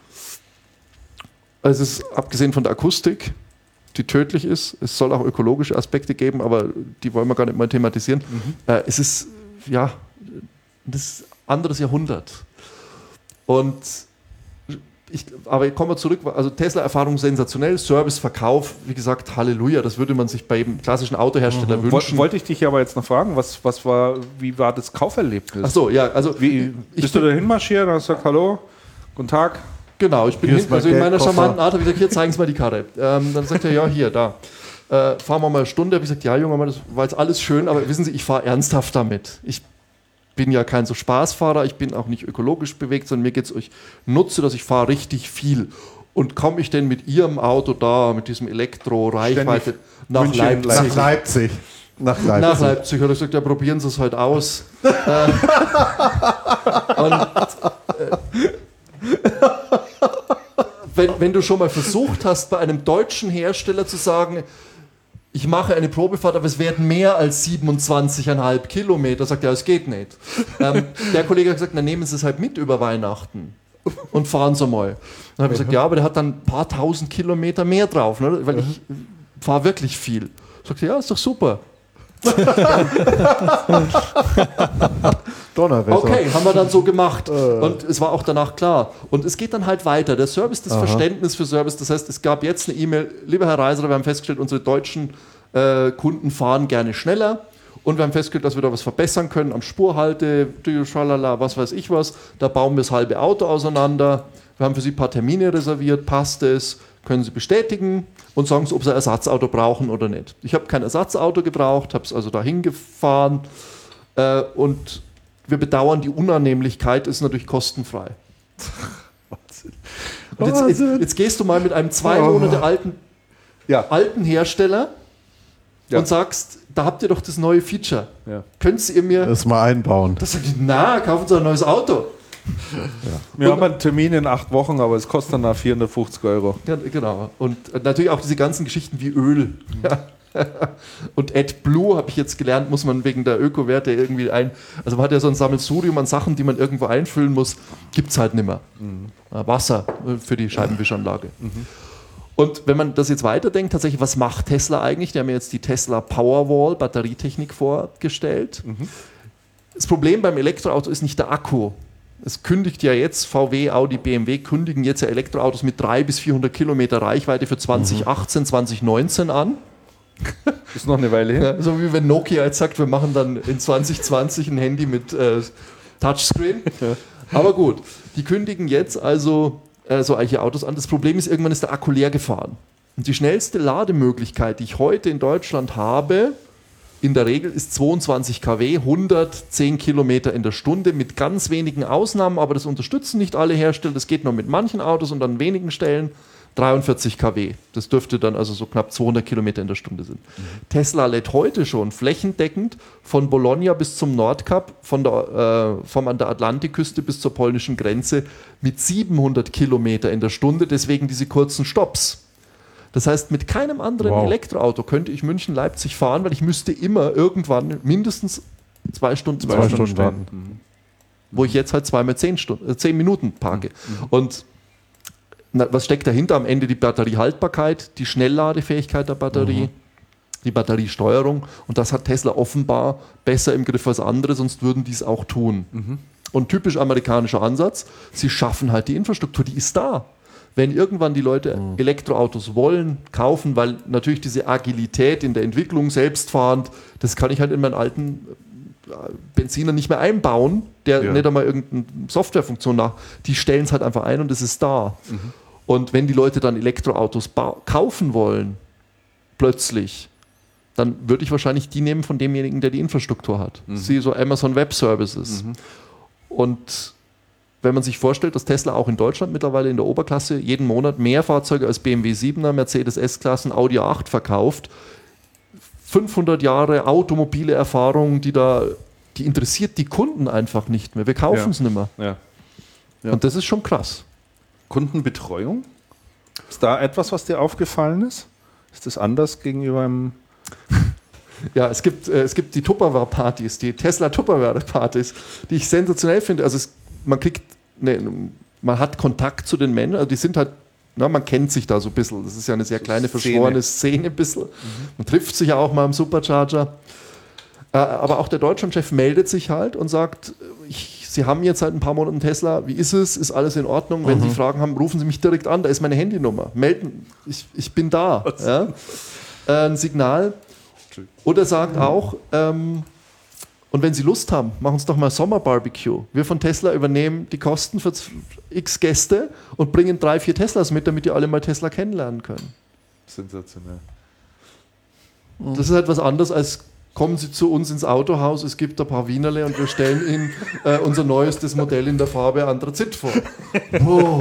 Also es ist abgesehen von der Akustik, die tödlich ist, es soll auch ökologische Aspekte geben, aber die wollen wir gar nicht mal thematisieren. Äh, es ist, ja, das ist ein anderes Jahrhundert. Und ich, aber kommen wir zurück, also Tesla-Erfahrung sensationell, Service-Verkauf, wie gesagt, Halleluja, das würde man sich bei jedem klassischen Autohersteller Woll- wünschen. Wollte ich dich aber jetzt noch fragen, was, was war, wie war das Kauferlebnis? Ach so, ja, also Wie, ich bist du da hinmarschiert und hast gesagt, hallo, guten Tag? Genau, ich bin Hier ist hinten, mein also in meiner Geldkoffer. charmanten Art habe ich gesagt, hier, zeigen Sie mal die Karte. Ähm, dann sagt er, ja, hier, da. Äh, fahren wir mal eine Stunde. Habe ich gesagt, ja, Junge, Mann, das war jetzt alles schön, aber wissen Sie, ich fahre ernsthaft damit. Ich bin ja kein so Spaßfahrer, ich bin auch nicht ökologisch bewegt, sondern mir geht es, ich nutze das, ich fahre richtig viel. Und komme ich denn mit Ihrem Auto da, mit diesem Elektro-Reichweite nach München, Leipzig? Nach Leipzig. Nach Leipzig. Nach Leipzig. Hat er gesagt, ja, probieren Sie es halt aus. äh, und, äh, wenn, wenn du schon mal versucht hast, bei einem deutschen Hersteller zu sagen, ich mache eine Probefahrt, aber es werden mehr als siebenundzwanzig Komma fünf Kilometer, sagt er, ja, es geht nicht. Ähm, der Kollege hat gesagt, na nehmen Sie es halt mit über Weihnachten und fahren Sie mal. Dann habe ich gesagt, ja, aber der hat dann ein paar tausend Kilometer mehr drauf, ne? Weil ich fahre wirklich viel. Sagt er, ja, ist doch super. Donnerwetter. Okay, haben wir dann so gemacht. Und es war auch danach klar. Und es geht dann halt weiter. Der Service, das Aha. Verständnis für Service. Das heißt, es gab jetzt eine E-Mail, lieber Herr Reiser, wir haben festgestellt, unsere deutschen äh, Kunden fahren gerne schneller. Und wir haben festgestellt, dass wir da was verbessern können am Spurhalte, schalala, was weiß ich was. Da bauen wir das halbe Auto auseinander. Wir haben für Sie ein paar Termine reserviert. Passt es? Können Sie bestätigen und sagen Sie, ob Sie ein Ersatzauto brauchen oder nicht. Ich habe kein Ersatzauto gebraucht, habe es also dahin gefahren. Äh, und wir bedauern die Unannehmlichkeit, ist natürlich kostenfrei. Und jetzt, jetzt, jetzt gehst du mal mit einem zwei Monate alten, Ja. alten Hersteller Ja. und sagst, da habt ihr doch das neue Feature. Ja. Könnt ihr mir... Das mal einbauen. Das sag ich, na, kaufen Sie ein neues Auto. Wir haben einen Termin in acht Wochen, aber es kostet dann vierhundertfünfzig Euro. Ja, genau. Und natürlich auch diese ganzen Geschichten wie Öl. Ja. Und AdBlue, habe ich jetzt gelernt, muss man wegen der Ökowerte irgendwie ein... Also man hat ja so ein Sammelsurium an Sachen, die man irgendwo einfüllen muss, gibt es halt nicht mehr. Mhm. Wasser für die Scheibenwischanlage. Mhm. Und wenn man das jetzt weiterdenkt, tatsächlich, was macht Tesla eigentlich? Die haben ja jetzt die Tesla Powerwall, Batterietechnik vorgestellt. Mhm. Das Problem beim Elektroauto ist nicht der Akku. Es kündigt ja jetzt, V W, Audi, B M W kündigen jetzt ja Elektroautos mit dreihundert bis vierhundert Kilometer Reichweite für zwanzig achtzehn, zwanzig neunzehn an. Ist noch eine Weile hin. Ja, so wie wenn Nokia jetzt sagt, wir machen dann in zwanzig zwanzig ein Handy mit äh, Touchscreen. Ja. Aber gut, die kündigen jetzt also äh, solche Autos an. Das Problem ist, irgendwann ist der Akku leer gefahren. Und die schnellste Lademöglichkeit, die ich heute in Deutschland habe, in der Regel ist zweiundzwanzig Kilowatt, hundertzehn Kilometer in der Stunde mit ganz wenigen Ausnahmen, aber das unterstützen nicht alle Hersteller. Das geht nur mit manchen Autos und an wenigen Stellen. dreiundvierzig Kilowatt. Das dürfte dann also so knapp zweihundert Kilometer in der Stunde sind. Mhm. Tesla lädt heute schon flächendeckend von Bologna bis zum Nordkap, von der, äh, von an der Atlantikküste bis zur polnischen Grenze mit siebenhundert Kilometer in der Stunde, deswegen diese kurzen Stopps. Das heißt, mit keinem anderen wow. Elektroauto könnte ich München-Leipzig fahren, weil ich müsste immer irgendwann mindestens zwei Stunden, zwei, zwei Stunden, Stunden warten. Mhm. Wo ich jetzt halt zweimal zehn, Stunden, äh, zehn Minuten parke. Mhm. Und na, was steckt dahinter? Am Ende die Batteriehaltbarkeit, die Schnellladefähigkeit der Batterie, mhm. die Batteriesteuerung. Und das hat Tesla offenbar besser im Griff als andere, sonst würden die es auch tun. Mhm. Und typisch amerikanischer Ansatz, sie schaffen halt die Infrastruktur, die ist da. Wenn irgendwann die Leute mhm. Elektroautos wollen, kaufen, weil natürlich diese Agilität in der Entwicklung, selbstfahrend, das kann ich halt in meinen alten Benziner nicht mehr einbauen, der ja. nicht einmal irgendeine Softwarefunktion nach, die stellen es halt einfach ein und es ist da. Mhm. Und wenn die Leute dann Elektroautos kaufen wollen, plötzlich, dann würde ich wahrscheinlich die nehmen von demjenigen, der die Infrastruktur hat. Mhm. Sie so Amazon Web Services. Mhm. Und wenn man sich vorstellt, dass Tesla auch in Deutschland mittlerweile in der Oberklasse jeden Monat mehr Fahrzeuge als B M W siebener, Mercedes S-Klassen, Audi A acht verkauft, fünfhundert Jahre automobile Erfahrung, die da, die interessiert die Kunden einfach nicht mehr. Wir kaufen es ja. nicht mehr. Ja. Ja. Und das ist schon krass. Kundenbetreuung? Ist da etwas, was dir aufgefallen ist? Ist das anders gegenüber einem... Ja, es gibt, äh, es gibt die Tupperware-Partys, die Tesla-Tupperware-Partys, die ich sensationell finde. Also es, man kriegt, ne, man hat Kontakt zu den Männern, also die sind halt, na, man kennt sich da so ein bisschen. Das ist ja eine sehr kleine, verschworene Szene ein bisschen. Mhm. Man trifft sich ja auch mal am Supercharger. Äh, aber auch der Deutschlandchef meldet sich halt und sagt, ich, Sie haben jetzt seit ein paar Monaten Tesla, wie ist es? Ist alles in Ordnung? Wenn mhm. Sie Fragen haben, rufen Sie mich direkt an, da ist meine Handynummer. Melden, ich, ich bin da. Ja? Äh, ein Signal. Oder sagt auch, ähm, und wenn Sie Lust haben, machen Sie doch mal Sommerbarbecue. Wir von Tesla übernehmen die Kosten für x Gäste und bringen drei, vier Teslas mit, damit ihr alle mal Tesla kennenlernen können. Sensationell. Das ist halt was anderes als, kommen Sie zu uns ins Autohaus, es gibt ein paar Wienerle und wir stellen Ihnen äh, unser neuestes Modell in der Farbe Anthrazit vor. Oh.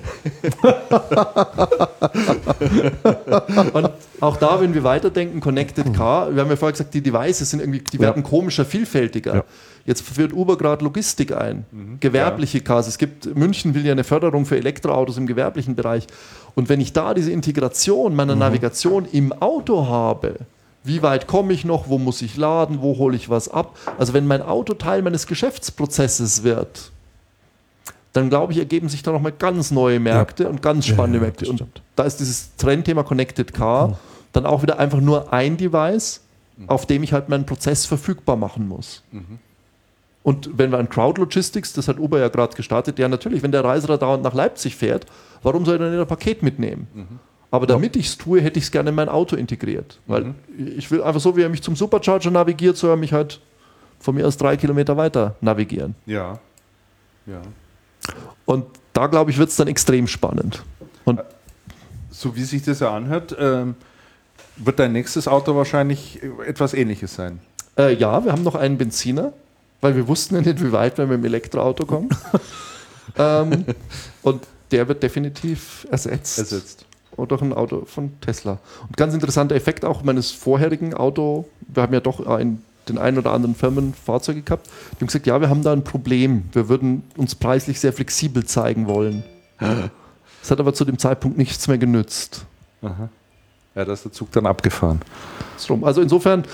Und auch da, wenn wir weiterdenken, Connected Car, wir haben ja vorher gesagt, die Devices sind irgendwie, die werden ja. komischer, vielfältiger. Ja. Jetzt führt Uber gerade Logistik ein, mhm. gewerbliche ja. Cars. Es gibt, München will ja eine Förderung für Elektroautos im gewerblichen Bereich. Und wenn ich da diese Integration meiner mhm. Navigation im Auto habe, wie weit komme ich noch, wo muss ich laden, wo hole ich was ab? Also wenn mein Auto Teil meines Geschäftsprozesses wird, dann glaube ich, ergeben sich da nochmal ganz neue Märkte ja. und ganz spannende ja, ja, Märkte. Und da ist dieses Trendthema Connected Car mhm. dann auch wieder einfach nur ein Device, mhm. auf dem ich halt meinen Prozess verfügbar machen muss. Mhm. Und wenn wir an Crowd Logistics, das hat Uber ja gerade gestartet, ja natürlich, wenn der Reiser dauernd nach Leipzig fährt, warum soll er dann nicht ein Paket mitnehmen? Mhm. Aber damit ich es tue, hätte ich es gerne in mein Auto integriert. Weil mhm. ich will einfach so, wie er mich zum Supercharger navigiert, soll er mich halt von mir aus drei Kilometer weiter navigieren. Ja. Ja. Und da, glaube ich, wird es dann extrem spannend. Und so wie sich das ja anhört, ähm, wird dein nächstes Auto wahrscheinlich etwas Ähnliches sein. Äh, ja, wir haben noch einen Benziner, weil wir wussten ja nicht, wie weit wir mit dem Elektroauto kommen. ähm, und der wird definitiv ersetzt. Ersetzt. Oder ein Auto von Tesla. Und ganz interessanter Effekt auch meines vorherigen Auto, wir haben ja doch ein, den einen oder anderen Firmen Fahrzeuge gehabt, die haben gesagt, ja, wir haben da ein Problem, wir würden uns preislich sehr flexibel zeigen wollen. Das hat aber zu dem Zeitpunkt nichts mehr genützt. Aha. Ja, da ist der Zug dann abgefahren. Also insofern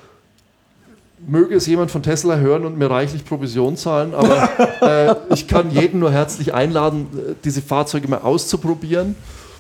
möge es jemand von Tesla hören und mir reichlich Provision zahlen, aber äh, ich kann jeden nur herzlich einladen, diese Fahrzeuge mal auszuprobieren.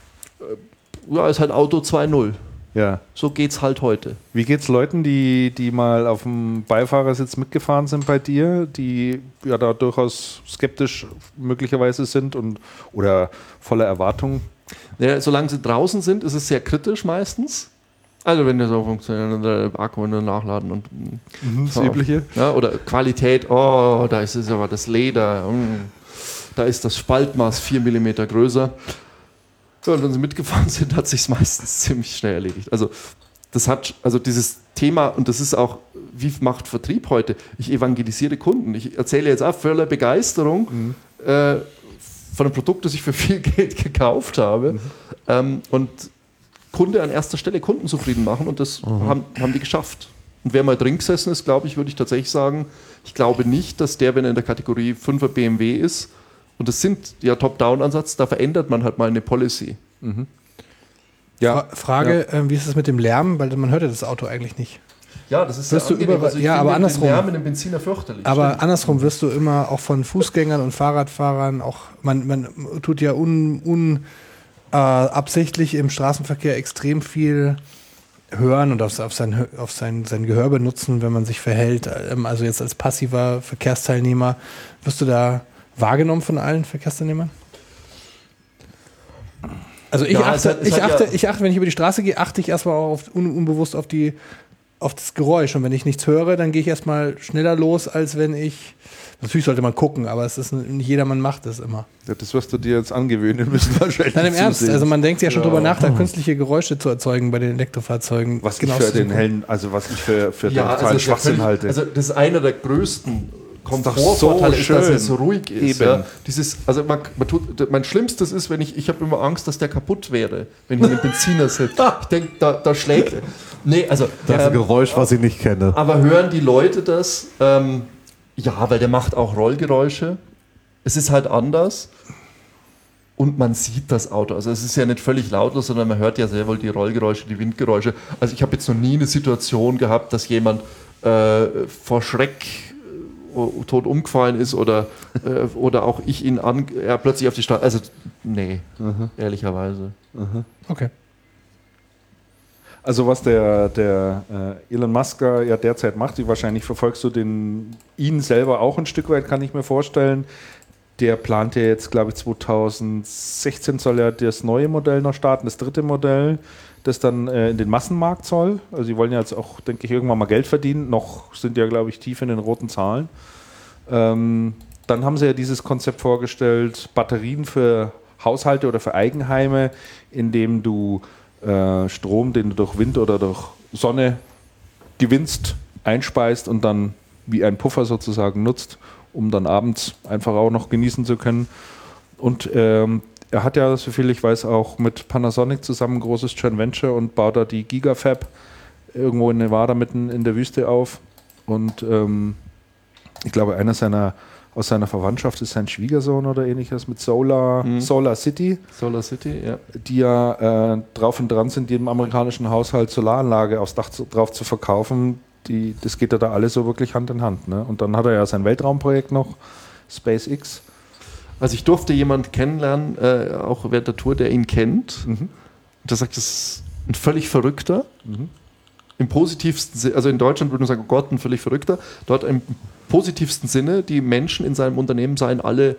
Ja, ist halt Auto zwei Punkt null. Ja. So geht's halt heute. Wie geht's Leuten, die, die mal auf dem Beifahrersitz mitgefahren sind bei dir, die ja da durchaus skeptisch möglicherweise sind und oder voller Erwartungen? Ja, solange sie draußen sind, ist es sehr kritisch meistens. Also wenn das so funktioniert, der Akku nur nachladen und mhm, das Übliche. Ja, oder Qualität, oh, da ist es aber das Leder, mm, da ist das Spaltmaß vier Millimeter größer. Und wenn sie mitgefahren sind, hat sich es meistens ziemlich schnell erledigt. Also das hat, also dieses Thema, und das ist auch, wie macht Vertrieb heute? Ich evangelisiere Kunden. Ich erzähle jetzt auch voller Begeisterung mhm. äh, von einem Produkt, das ich für viel Geld gekauft habe. Mhm. ähm, und Kunde an erster Stelle, Kunden zufrieden machen und das mhm. haben, haben die geschafft. Und wer mal drin gesessen ist, glaube ich, würde ich tatsächlich sagen, ich glaube nicht, dass der, wenn er in der Kategorie fünfer B M W ist, und das sind ja Top-Down-Ansatz, da verändert man halt mal eine Policy. Mhm. Ja. Fra- Frage, ja. Äh, wie ist es mit dem Lärm? Weil man hört ja das Auto eigentlich nicht. Ja, das ist wirst ja du über, also ja, aber andersrum. Den Lärm in dem Benziner fürchterlich. Aber stimmt. andersrum wirst du immer auch von Fußgängern und Fahrradfahrern auch, man, man tut ja un, un äh, absichtlich im Straßenverkehr extrem viel hören und auf, auf, sein, auf sein, sein Gehör benutzen, wenn man sich verhält. Also jetzt als passiver Verkehrsteilnehmer, wirst du da wahrgenommen von allen Verkehrsteilnehmern? Also ich, ja, achte, hat, ich, achte, ja ich achte, wenn ich über die Straße gehe, achte ich erstmal auch auf, un, unbewusst auf, die, auf das Geräusch. Und wenn ich nichts höre, dann gehe ich erstmal schneller los, als wenn ich... Natürlich sollte man gucken, aber es ist nicht jedermann macht das immer. Ja, das wirst du dir jetzt angewöhnen müssen wahrscheinlich. Nein, im Ernst. zusehen. Also man denkt ja schon ja. drüber nach, da künstliche Geräusche zu erzeugen bei den Elektrofahrzeugen. Was ich für den hellen, also was ich für, für ja, den also Schwachsinn halte. Also das ist einer der größten Komfortvorteile, so ist, dass es ruhig ist. Eben. Ja. Dieses, also man, man tut, mein Schlimmstes ist, wenn ich, ich habe immer Angst, dass der kaputt wäre, wenn ich in den Benziner sitze. Ich denke, da, da schlägt. Nee, also. Das ist ein ähm, Geräusch, was ich nicht kenne. Aber hören die Leute das? Ähm, ja, weil der macht auch Rollgeräusche. Es ist halt anders. Und man sieht das Auto. Also es ist ja nicht völlig lautlos, sondern man hört ja sehr wohl die Rollgeräusche, die Windgeräusche. Also ich habe jetzt noch nie eine Situation gehabt, dass jemand äh, vor Schreck äh, tot umgefallen ist oder, äh, oder auch ich ihn an, er plötzlich auf die Straße. Also nee, mhm. ehrlicherweise. Mhm. Okay. Also was der, der äh, Elon Musk ja derzeit macht, die wahrscheinlich verfolgst du den ihn selber auch ein Stück weit, kann ich mir vorstellen. Der plant ja jetzt, glaube ich, zweitausendsechzehn soll ja das neue Modell noch starten, das dritte Modell, das dann äh, in den Massenmarkt soll. Also sie wollen ja jetzt auch, denke ich, irgendwann mal Geld verdienen. Noch sind ja, glaube ich, tief in den roten Zahlen. Ähm, dann haben sie ja dieses Konzept vorgestellt, Batterien für Haushalte oder für Eigenheime, indem du äh, Strom, den du durch Wind oder durch Sonne gewinnst, einspeist und dann wie ein Puffer sozusagen nutzt, um dann abends einfach auch noch genießen zu können. Und ähm, er hat ja, soviel ich weiß, auch mit Panasonic zusammen ein großes Joint Venture und baut da die Gigafab irgendwo in Nevada mitten in der Wüste auf. Und ähm, ich glaube, einer seiner aus seiner Verwandtschaft ist sein Schwiegersohn oder ähnliches mit Solar, mhm. Solar City. Solar City, ja. Die ja äh, drauf und dran sind, jedem amerikanischen Haushalt Solaranlage aufs Dach zu, drauf zu verkaufen. Die, das geht ja da alles so wirklich Hand in Hand. Ne? Und dann hat er ja sein Weltraumprojekt noch, SpaceX. Also ich durfte jemanden kennenlernen, äh, auch während der Tour, der ihn kennt. Mhm. Und der sagt, das ist ein völlig Verrückter. Mhm. Im positivsten Sinne, also in Deutschland würde man sagen, oh Gott, ein völlig Verrückter. Dort im positivsten Sinne, die Menschen in seinem Unternehmen seien alle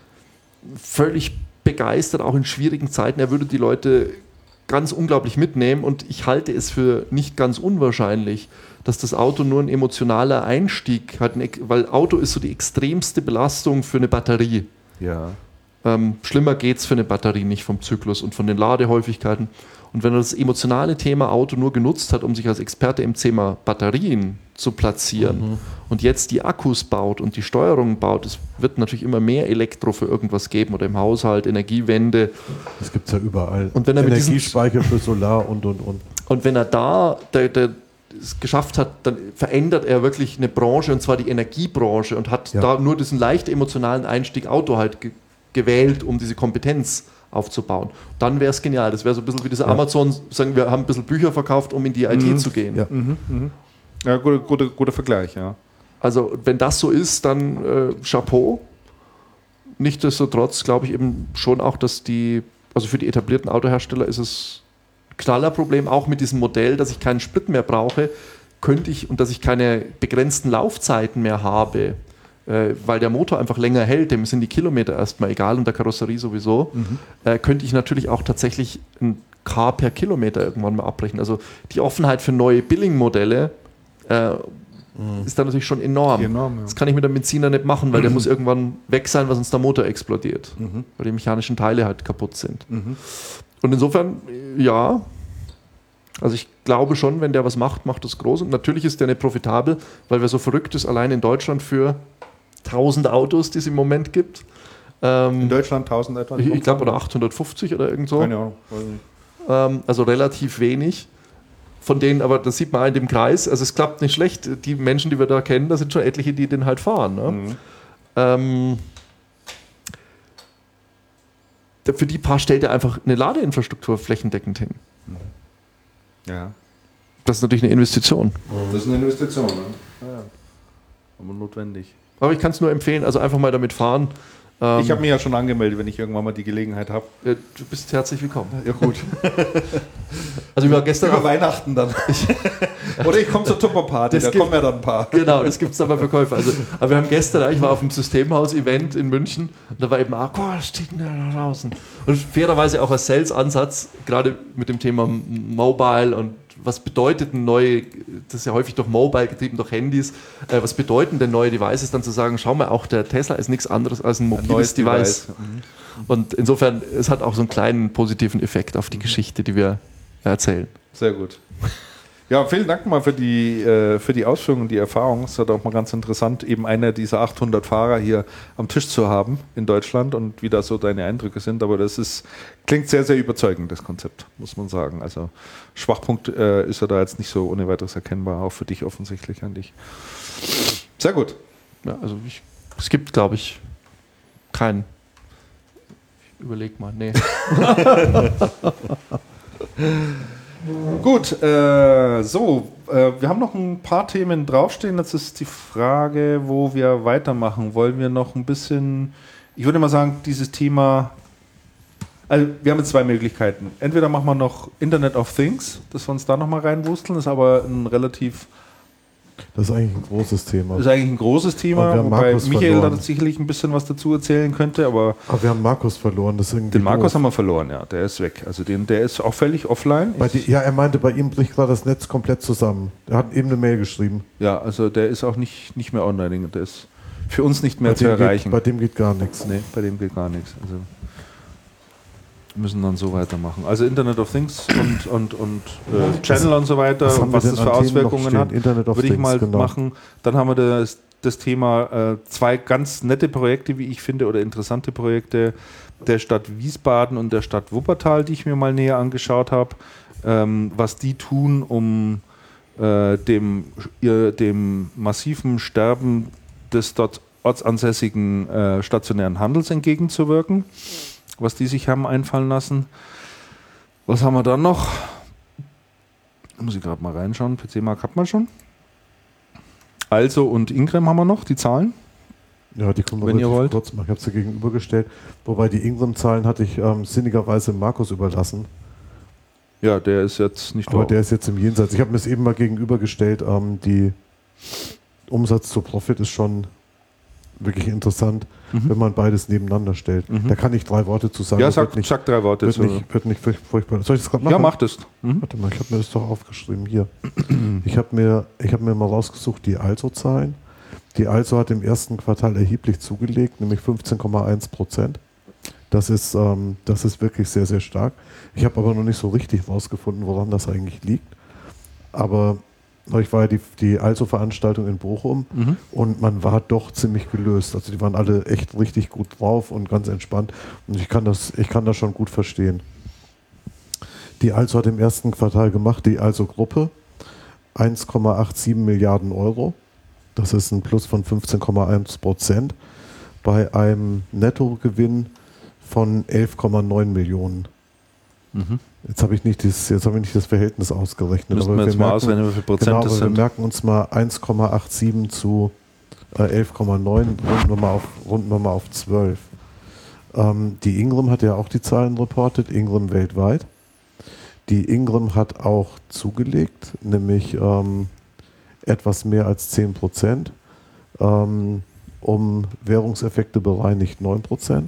völlig begeistert, auch in schwierigen Zeiten. Er würde die Leute ganz unglaublich mitnehmen und ich halte es für nicht ganz unwahrscheinlich, dass das Auto nur ein emotionaler Einstieg hat, weil Auto ist so die extremste Belastung für eine Batterie. Ja. Ähm, schlimmer geht es für eine Batterie nicht vom Zyklus und von den Ladehäufigkeiten. Und wenn er das emotionale Thema Auto nur genutzt hat, um sich als Experte im Thema Batterien zu platzieren mhm. und jetzt die Akkus baut und die Steuerung baut, es wird natürlich immer mehr Elektro für irgendwas geben oder im Haushalt, Energiewende. Das gibt es ja überall. Und wenn er mit Energiespeicher für Solar und, und, und. Und wenn er da der, der, es geschafft hat, dann verändert er wirklich eine Branche, und zwar die Energiebranche, und hat ja. da nur diesen leicht emotionalen Einstieg Auto halt ge- gewählt, um diese Kompetenz aufzubauen. Dann wäre es genial. Das wäre so ein bisschen wie diese ja. Amazon, sagen wir, haben ein bisschen Bücher verkauft, um in die I T mhm. zu gehen. Ja, mhm. Mhm. ja guter, guter, guter Vergleich, ja. Also wenn das so ist, dann äh, Chapeau. Nichtsdestotrotz glaube ich eben schon auch, dass die, also für die etablierten Autohersteller ist es ein Knallerproblem, auch mit diesem Modell, dass ich keinen Sprit mehr brauche, könnte ich, und dass ich keine begrenzten Laufzeiten mehr habe, äh, weil der Motor einfach länger hält, dem sind die Kilometer erstmal egal und der Karosserie sowieso, mhm. äh, könnte ich natürlich auch tatsächlich ein K per Kilometer irgendwann mal abbrechen. Also die Offenheit für neue Billing-Modelle äh, mhm. ist da natürlich schon enorm. enorm ja. Das kann ich mit einem Benziner nicht machen, weil der muss irgendwann weg sein, weil sonst der Motor explodiert, mhm. weil die mechanischen Teile halt kaputt sind. Mhm. Und insofern, ja, also ich glaube schon, wenn der was macht, macht das groß. Und natürlich ist der nicht profitabel, weil wer so verrückt ist, allein in Deutschland für tausend Autos, die es im Moment gibt, Ähm, In Deutschland tausend etwa? ich ich glaube, oder achthundertfünfzig oder irgend so. Keine Ahnung. weiß nicht. Ähm, also relativ wenig. Von denen, aber das sieht man auch in dem Kreis, also es klappt nicht schlecht. Die Menschen, die wir da kennen, da sind schon etliche, die den halt fahren. Ne? Mhm. Ähm, für die paar stellt er einfach eine Ladeinfrastruktur flächendeckend hin. Ja. Das ist natürlich eine Investition. Das ist eine Investition, ne? Ja. Aber notwendig. Aber ich kann es nur empfehlen, also einfach mal damit fahren. Ähm, Ich habe mich ja schon angemeldet, wenn ich irgendwann mal die Gelegenheit habe. äh, du bist herzlich willkommen. Ja, gut. Also wir waren gestern Über auf, Weihnachten dann. Oder ich komme zur Tupperparty, Das da gibt- kommen ja dann ein paar. genau, das gibt es dann bei Verkäufer. Also, aber wir haben gestern, ich war auf einem Systemhaus-Event in München und da war eben, ah, Gott, was steht denn da draußen? Und fairerweise auch als Sales-Ansatz, gerade mit dem Thema Mobile und was bedeutet ein neue, das ist ja häufig durch Mobile getrieben, durch Handys, äh, was bedeuten denn neue Devices, dann zu sagen, schau mal, auch der Tesla ist nichts anderes als ein mobiles neues Device. Device. Mhm. Und insofern, es hat auch so einen kleinen positiven Effekt auf die Geschichte, die wir erzählen. Sehr gut. Ja, vielen Dank mal für die, äh, für die Ausführungen und die Erfahrung. Es ist halt auch mal ganz interessant, eben einer dieser achthundert Fahrer hier am Tisch zu haben in Deutschland und wie da so deine Eindrücke sind. Aber das ist, klingt sehr, sehr überzeugend, das Konzept, muss man sagen. Also Schwachpunkt äh, ist ja da jetzt nicht so ohne weiteres erkennbar, auch für dich offensichtlich, eigentlich. Sehr gut. Ja, also ich, es gibt, glaube ich, keinen. Ich überleg mal, nee. Gut, äh, so, äh, wir haben noch ein paar Themen draufstehen. Jetzt ist die Frage, wo wir weitermachen. Wollen wir noch ein bisschen, ich würde mal sagen, dieses Thema, also wir haben jetzt zwei Möglichkeiten. Entweder machen wir noch Internet of Things, dass wir uns da nochmal reinwursteln, ist aber ein relativ, Das ist eigentlich ein großes Thema. ist eigentlich ein großes Aber Thema, wir haben wobei Markus Michael verloren. da sicherlich ein bisschen was dazu erzählen könnte, aber Aber wir haben Markus verloren. Das ist irgendwie den Markus doof. haben wir verloren, ja, der ist weg. Also den, der ist auch völlig offline. Bei die, ja, er meinte, bei ihm bricht gerade das Netz komplett zusammen. Er hat eben eine Mail geschrieben. Ja, also der ist auch nicht, nicht mehr online, der ist für uns nicht mehr Bei zu dem, erreichen. geht, bei dem geht gar nichts. Nee, bei dem geht gar nichts. Also wir müssen dann so weitermachen. Also Internet of Things und, und, und äh, Channel und so weiter, was haben und wir was denn das an für Themen noch Auswirkungen stehen? hat, Internet of würde ich Things, mal genau. machen. Dann haben wir das, das Thema äh, zwei ganz nette Projekte, wie ich finde, oder interessante Projekte der Stadt Wiesbaden und der Stadt Wuppertal, die ich mir mal näher angeschaut habe, ähm, was die tun, um äh, dem, ihr, dem massiven Sterben des dort ortsansässigen äh, stationären Handels entgegenzuwirken, was die sich haben einfallen lassen. Was haben wir dann noch? Da muss ich gerade mal reinschauen. P C-Mark hat man schon. Also und Ingram haben wir noch, die Zahlen. Ja, die können wir Wenn ihr relativ wollt. kurz machen. Ich habe sie gegenübergestellt. Wobei die Ingram-Zahlen hatte ich ähm, sinnigerweise Markus überlassen. Ja, der ist jetzt nicht Aber drauf. der ist jetzt im Jenseits. Ich habe mir es eben mal gegenübergestellt. Ähm, die Umsatz zu Profit ist schon wirklich interessant, Mhm. wenn man beides nebeneinander stellt. Mhm. Da kann ich drei Worte zu sagen. Ja, Das sag, wird nicht, sag drei Worte. wird zu. nicht, wird nicht furch- furchtbar. Soll ich das gerade machen? Ja, macht es. Mhm. Warte mal, ich habe mir das doch aufgeschrieben. Hier. Ich habe mir, ich hab mir mal rausgesucht, die Also-Zahlen. Die Also hat im ersten Quartal erheblich zugelegt, nämlich fünfzehn Komma eins Prozent. Das ist, ähm, das ist wirklich sehr, sehr stark. Ich habe aber noch nicht so richtig rausgefunden, woran das eigentlich liegt. Aber ich war ja die, die Also-Veranstaltung in Bochum Mhm. und man war doch ziemlich gelöst. Also die waren alle echt richtig gut drauf und ganz entspannt. Und ich kann das, ich kann das schon gut verstehen. Die Also hat im ersten Quartal gemacht, die Also-Gruppe, eins Komma siebenundachtzig Milliarden Euro. Das ist ein Plus von fünfzehn Komma eins Prozent bei einem Nettogewinn von elf Komma neun Millionen. Mhm. Jetzt habe ich, nicht dieses- jetzt habe ich nicht das Verhältnis ausgerechnet. Müssen wir aber jetzt mal merken- ausrechnen, wie viel Prozent genau, das aber wir sind. merken uns mal eins Komma siebenundachtzig zu äh, elf Komma neun, runden wir mal auf, runden wir mal auf zwölf. Ähm, die Ingram hat ja auch die Zahlen reportet, Ingram weltweit. Die Ingram hat auch zugelegt, nämlich ähm, etwas mehr als zehn Prozent, ähm, um Währungseffekte bereinigt neun Prozent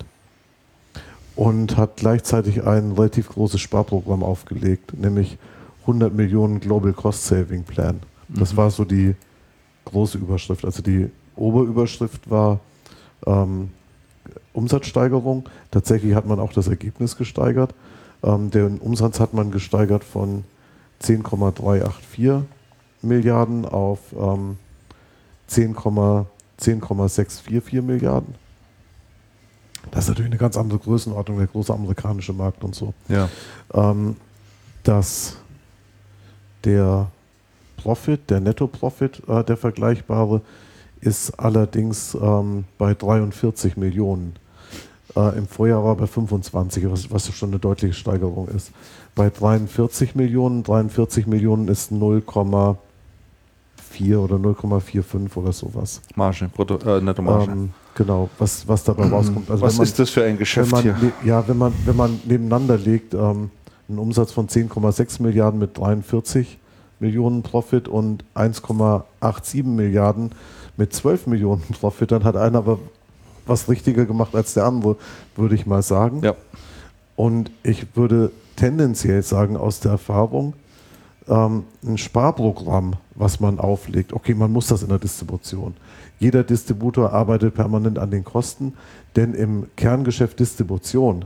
und hat gleichzeitig ein relativ großes Sparprogramm aufgelegt, nämlich hundert Millionen Global Cost Saving Plan. Das Mhm. war so die große Überschrift. Also die Oberüberschrift war ähm, Umsatzsteigerung. Tatsächlich hat man auch das Ergebnis gesteigert. Ähm, den Umsatz hat man gesteigert von zehn Komma dreihundertvierundachtzig Milliarden auf ähm, zehn Komma sechshundertvierundvierzig Milliarden. Das ist natürlich eine ganz andere Größenordnung, der große amerikanische Markt und so. Ja. Ähm, dass der Profit, der Netto-Profit, äh, der vergleichbare, ist allerdings ähm, bei dreiundvierzig Millionen. Äh, Im Vorjahr war er bei fünfundzwanzig, was, was schon eine deutliche Steigerung ist. Bei dreiundvierzig Millionen, dreiundvierzig Millionen ist null Komma vier oder null Komma fünfundvierzig oder sowas. Marge, Brutto, äh, Netto-Marge. Ähm, genau, was, was dabei rauskommt. Also was wenn man, ist das für ein Geschäft wenn man, hier? ne- Ja, wenn man, wenn man nebeneinander legt, ähm, einen Umsatz von zehn Komma sechs Milliarden mit dreiundvierzig Millionen Profit und eins Komma siebenundachtzig Milliarden mit zwölf Millionen Profit, dann hat einer aber was richtiger gemacht als der andere, würde ich mal sagen. Ja. Und ich würde tendenziell sagen, aus der Erfahrung, ähm, ein Sparprogramm, was man auflegt, okay, man muss das in der Distribution. Jeder Distributor arbeitet permanent an den Kosten, denn im Kerngeschäft Distribution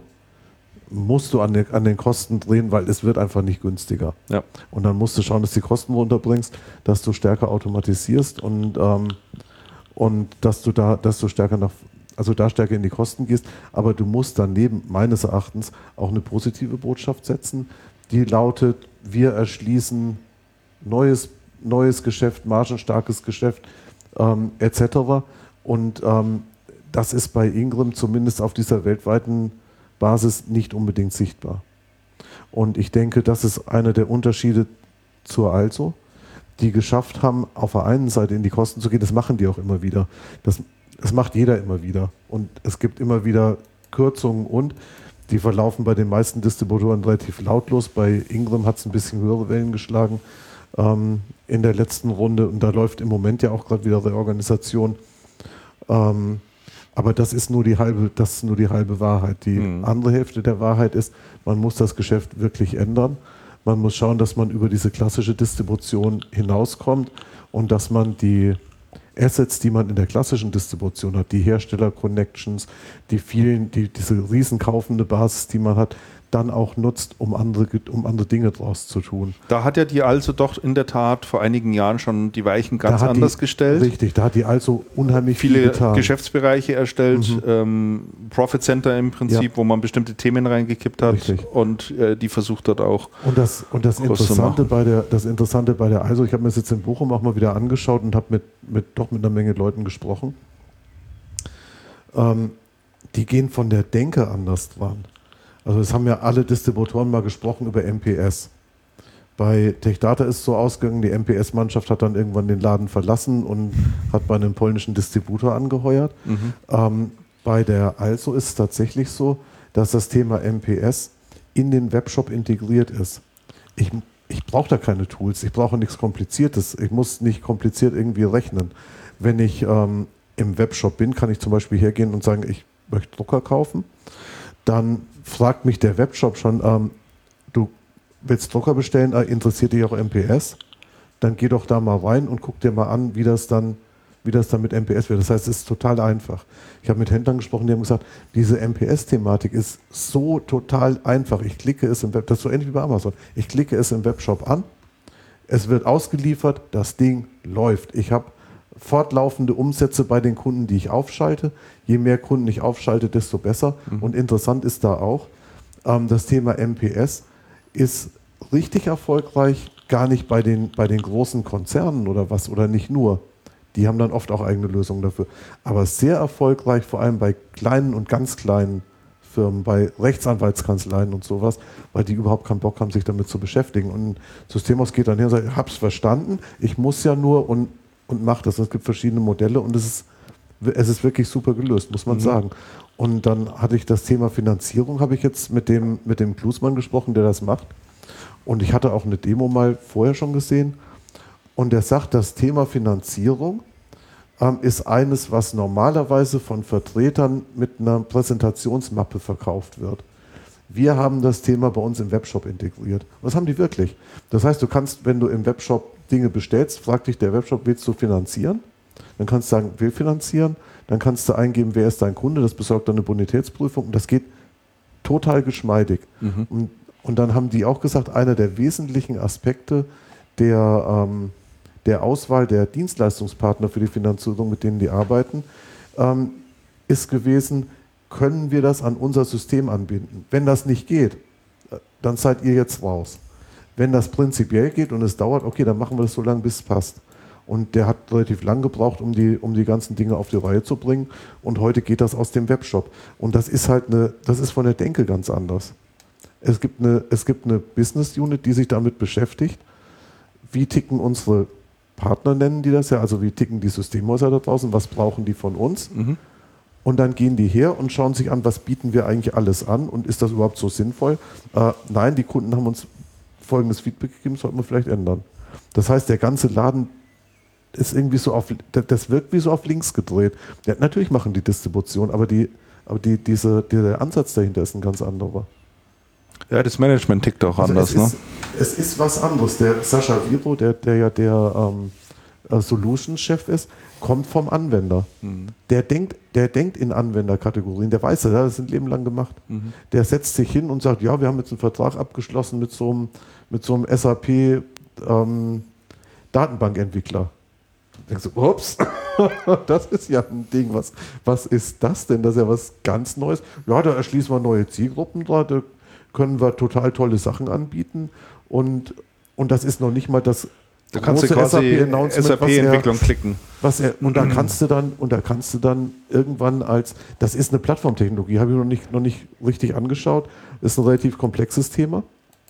musst du an den, an den Kosten drehen, weil es wird einfach nicht günstiger. Ja. Und dann musst du schauen, dass du die Kosten runterbringst, dass du stärker automatisierst und, ähm, und dass du da, dass du stärker nach, also da stärker in die Kosten gehst. Aber du musst daneben meines Erachtens auch eine positive Botschaft setzen, die lautet: Wir erschließen neues, neues Geschäft, margenstarkes Geschäft ähm, et cetera. Und ähm, das ist bei Ingram zumindest auf dieser weltweiten Basis nicht unbedingt sichtbar. Und ich denke, das ist einer der Unterschiede zur Also, die geschafft haben, auf der einen Seite in die Kosten zu gehen. Das machen die auch immer wieder. Das, das macht jeder immer wieder. Und es gibt immer wieder Kürzungen und die verlaufen bei den meisten Distributoren relativ lautlos. Bei Ingram hat es ein bisschen höhere Wellen geschlagen ähm, in der letzten Runde. Und da läuft im Moment ja auch gerade wieder Reorganisation. Ähm, Aber das ist nur die halbe, das ist nur die halbe Wahrheit. Die mhm. andere Hälfte der Wahrheit ist, man muss das Geschäft wirklich ändern. Man muss schauen, dass man über diese klassische Distribution hinauskommt und dass man die Assets, die man in der klassischen Distribution hat, die Hersteller-Connections, die vielen, die, diese riesenkaufende Basis, die man hat, dann auch nutzt, um andere, um andere Dinge draus zu tun. Da hat ja die Also doch in der Tat vor einigen Jahren schon die Weichen ganz anders die, gestellt. Richtig, da hat die Also unheimlich viele viel getan. Geschäftsbereiche erstellt, Mhm. ähm, Profit Center im Prinzip, Ja. wo man bestimmte Themen reingekippt hat Richtig. und äh, die versucht dort auch Und das, und das groß zu Interessante machen. bei der, das Interessante bei der Also, ich habe mir das jetzt in Bochum auch mal wieder angeschaut und habe mit, mit, doch mit einer Menge Leuten gesprochen. Ähm, die gehen von der Denke anders dran. Also es haben ja alle Distributoren mal gesprochen über M P S. Bei TechData ist es so ausgegangen, die M P S-Mannschaft hat dann irgendwann den Laden verlassen und hat bei einem polnischen Distributor angeheuert. Mhm. Ähm, bei der Also ist es tatsächlich so, dass das Thema M P S in den Webshop integriert ist. Ich, ich brauche da keine Tools, ich brauche nichts Kompliziertes, ich muss nicht kompliziert irgendwie rechnen. Wenn ich ähm, im Webshop bin, kann ich zum Beispiel hergehen und sagen, ich möchte Drucker kaufen. Dann fragt mich der Webshop schon, ähm, du willst Drucker bestellen, äh, interessiert dich auch M P S? Dann geh doch da mal rein und guck dir mal an, wie das dann, wie das dann mit M P S wird. Das heißt, es ist total einfach. Ich habe mit Händlern gesprochen, die haben gesagt, diese M P S-Thematik ist so total einfach. Ich klicke es im Web, das ist so ähnlich wie bei Amazon. Ich klicke es im Webshop an, es wird ausgeliefert, das Ding läuft. Ich habe fortlaufende Umsätze bei den Kunden, die ich aufschalte. Je mehr Kunden ich aufschalte, desto besser. Mhm. Und interessant ist da auch, ähm, das Thema M P S ist richtig erfolgreich, gar nicht bei den, bei den großen Konzernen oder was, oder nicht nur. Die haben dann oft auch eigene Lösungen dafür. Aber sehr erfolgreich, vor allem bei kleinen und ganz kleinen Firmen, bei Rechtsanwaltskanzleien und sowas, weil die überhaupt keinen Bock haben, sich damit zu beschäftigen. Und Systemos geht dann her und sagt, ich habe es verstanden, ich muss ja nur und und macht das. Es gibt verschiedene Modelle und es ist, es ist wirklich super gelöst, muss man mhm. sagen. Und dann hatte ich das Thema Finanzierung, habe ich jetzt mit dem, mit dem Klusmann gesprochen, der das macht. Und ich hatte auch eine Demo mal vorher schon gesehen. Und der sagt, das Thema Finanzierung ähm, ist eines, was normalerweise von Vertretern mit einer Präsentationsmappe verkauft wird. Wir haben das Thema bei uns im Webshop integriert. Was haben die wirklich? Das heißt, du kannst, wenn du im Webshop Dinge bestellst, fragt dich der Webshop, willst du finanzieren? Dann kannst du sagen, will finanzieren. Dann kannst du eingeben, wer ist dein Kunde. Das besorgt dann eine Bonitätsprüfung. Und das geht total geschmeidig. Mhm. Und, und dann haben die auch gesagt, einer der wesentlichen Aspekte der, ähm, der Auswahl der Dienstleistungspartner für die Finanzierung, mit denen die arbeiten, ähm, ist gewesen, können wir das an unser System anbinden? Wenn das nicht geht, dann seid ihr jetzt raus. Wenn das prinzipiell geht und es dauert, okay, dann machen wir das so lange, bis es passt. Und der hat relativ lang gebraucht, um die, um die ganzen Dinge auf die Reihe zu bringen. Und heute geht das aus dem Webshop. Und das ist halt eine, das ist von der Denke ganz anders. Es gibt eine, es gibt eine Business Unit, die sich damit beschäftigt. Wie ticken unsere Partner, nennen die das ja, also wie ticken die Systemhäuser da draußen, was brauchen die von uns? Mhm. Und dann gehen die her und schauen sich an, was bieten wir eigentlich alles an und ist das überhaupt so sinnvoll? Äh, nein, die Kunden haben uns folgendes Feedback gegeben, das sollten wir vielleicht ändern. Das heißt, der ganze Laden ist irgendwie so auf, das wirkt wie so auf links gedreht. Ja, natürlich machen die Distribution, aber, die, aber die, diese, der Ansatz dahinter ist ein ganz anderer. Ja, das Management tickt auch also anders. Es, ne? ist, es ist was anderes. Der Sascha Viro, der, der ja der ähm, äh, Solutions-Chef ist, kommt vom Anwender. Mhm. Der denkt, der denkt in Anwenderkategorien, der weiß das, das ist ein Leben lang gemacht. Mhm. Der setzt sich hin und sagt, ja, wir haben jetzt einen Vertrag abgeschlossen mit so einem, mit so einem S A P ähm, Datenbankentwickler. Denkst du, ups, das ist ja ein Ding, was, was ist das denn? Das ist ja was ganz Neues. Ja, da erschließen wir neue Zielgruppen, da, da können wir total tolle Sachen anbieten und, und das ist noch nicht mal das Da kannst du quasi S A P-Entwicklung klicken. Was er, und da kannst du dann, und da kannst du dann irgendwann als, das ist eine Plattformtechnologie, habe ich noch nicht, noch nicht richtig angeschaut, ist ein relativ komplexes Thema.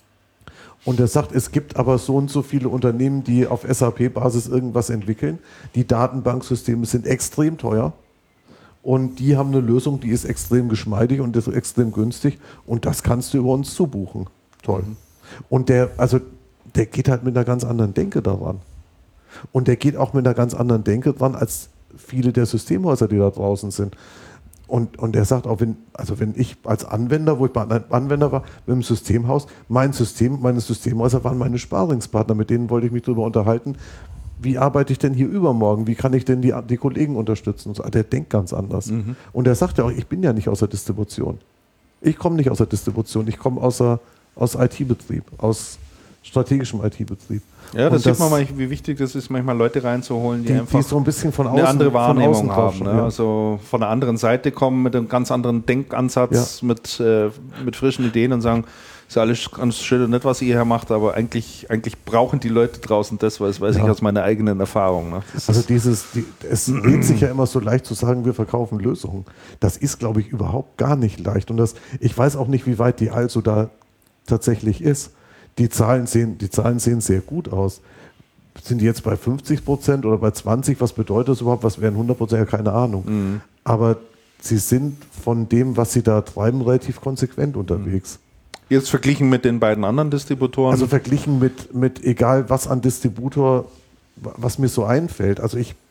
Und er sagt, es gibt aber so und so viele Unternehmen, die auf S A P-Basis irgendwas entwickeln. Die Datenbanksysteme sind extrem teuer. Und die haben eine Lösung, die ist extrem geschmeidig und ist extrem günstig. Und das kannst du über uns zubuchen. Toll. Mhm. Und der, also der geht halt mit einer ganz anderen Denke daran. Und der geht auch mit einer ganz anderen Denke dran als viele der Systemhäuser, die da draußen sind. Und, und er sagt auch, wenn, also wenn ich als Anwender, wo ich bei einem Anwender war, mit dem Systemhaus, mein System, meine Systemhäuser waren meine Sparingspartner, mit denen wollte ich mich darüber unterhalten, wie arbeite ich denn hier übermorgen, wie kann ich denn die, die Kollegen unterstützen? Und so. Der denkt ganz anders. Mhm. Und er sagt ja auch, ich bin ja nicht aus der Distribution. Ich komme nicht aus der Distribution, ich komme aus, der, aus I T-Betrieb, aus strategischem I T-Betrieb. Ja, das, das sieht man mal, wie wichtig das ist, manchmal Leute reinzuholen, die, die einfach die so ein bisschen von außen, eine andere Wahrnehmung von haben. Ne? Ja. Also von der anderen Seite kommen mit einem ganz anderen Denkansatz, ja. mit, äh, mit frischen Ideen und sagen, ist ja alles ganz schön und nett, was ihr hier macht, aber eigentlich, eigentlich brauchen die Leute draußen das, weil das weiß ja. ich aus meiner eigenen Erfahrung. Ne? Also dieses, die, es dreht sich ja immer so leicht zu sagen, wir verkaufen Lösungen. Das ist, glaube ich, überhaupt gar nicht leicht. Und das, ich weiß auch nicht, wie weit die also da tatsächlich ist. Die Zahlen sehen, die Zahlen sehen sehr gut aus. Sind die jetzt bei fünfzig Prozent oder bei zwanzig? Was bedeutet das überhaupt? Was wären hundert Prozent? Ja, keine Ahnung. Mhm. Aber sie sind von dem, was sie da treiben, relativ konsequent unterwegs. Jetzt verglichen mit den beiden anderen Distributoren? Also verglichen mit, mit egal was an Distributor, was mir so einfällt. Also ich,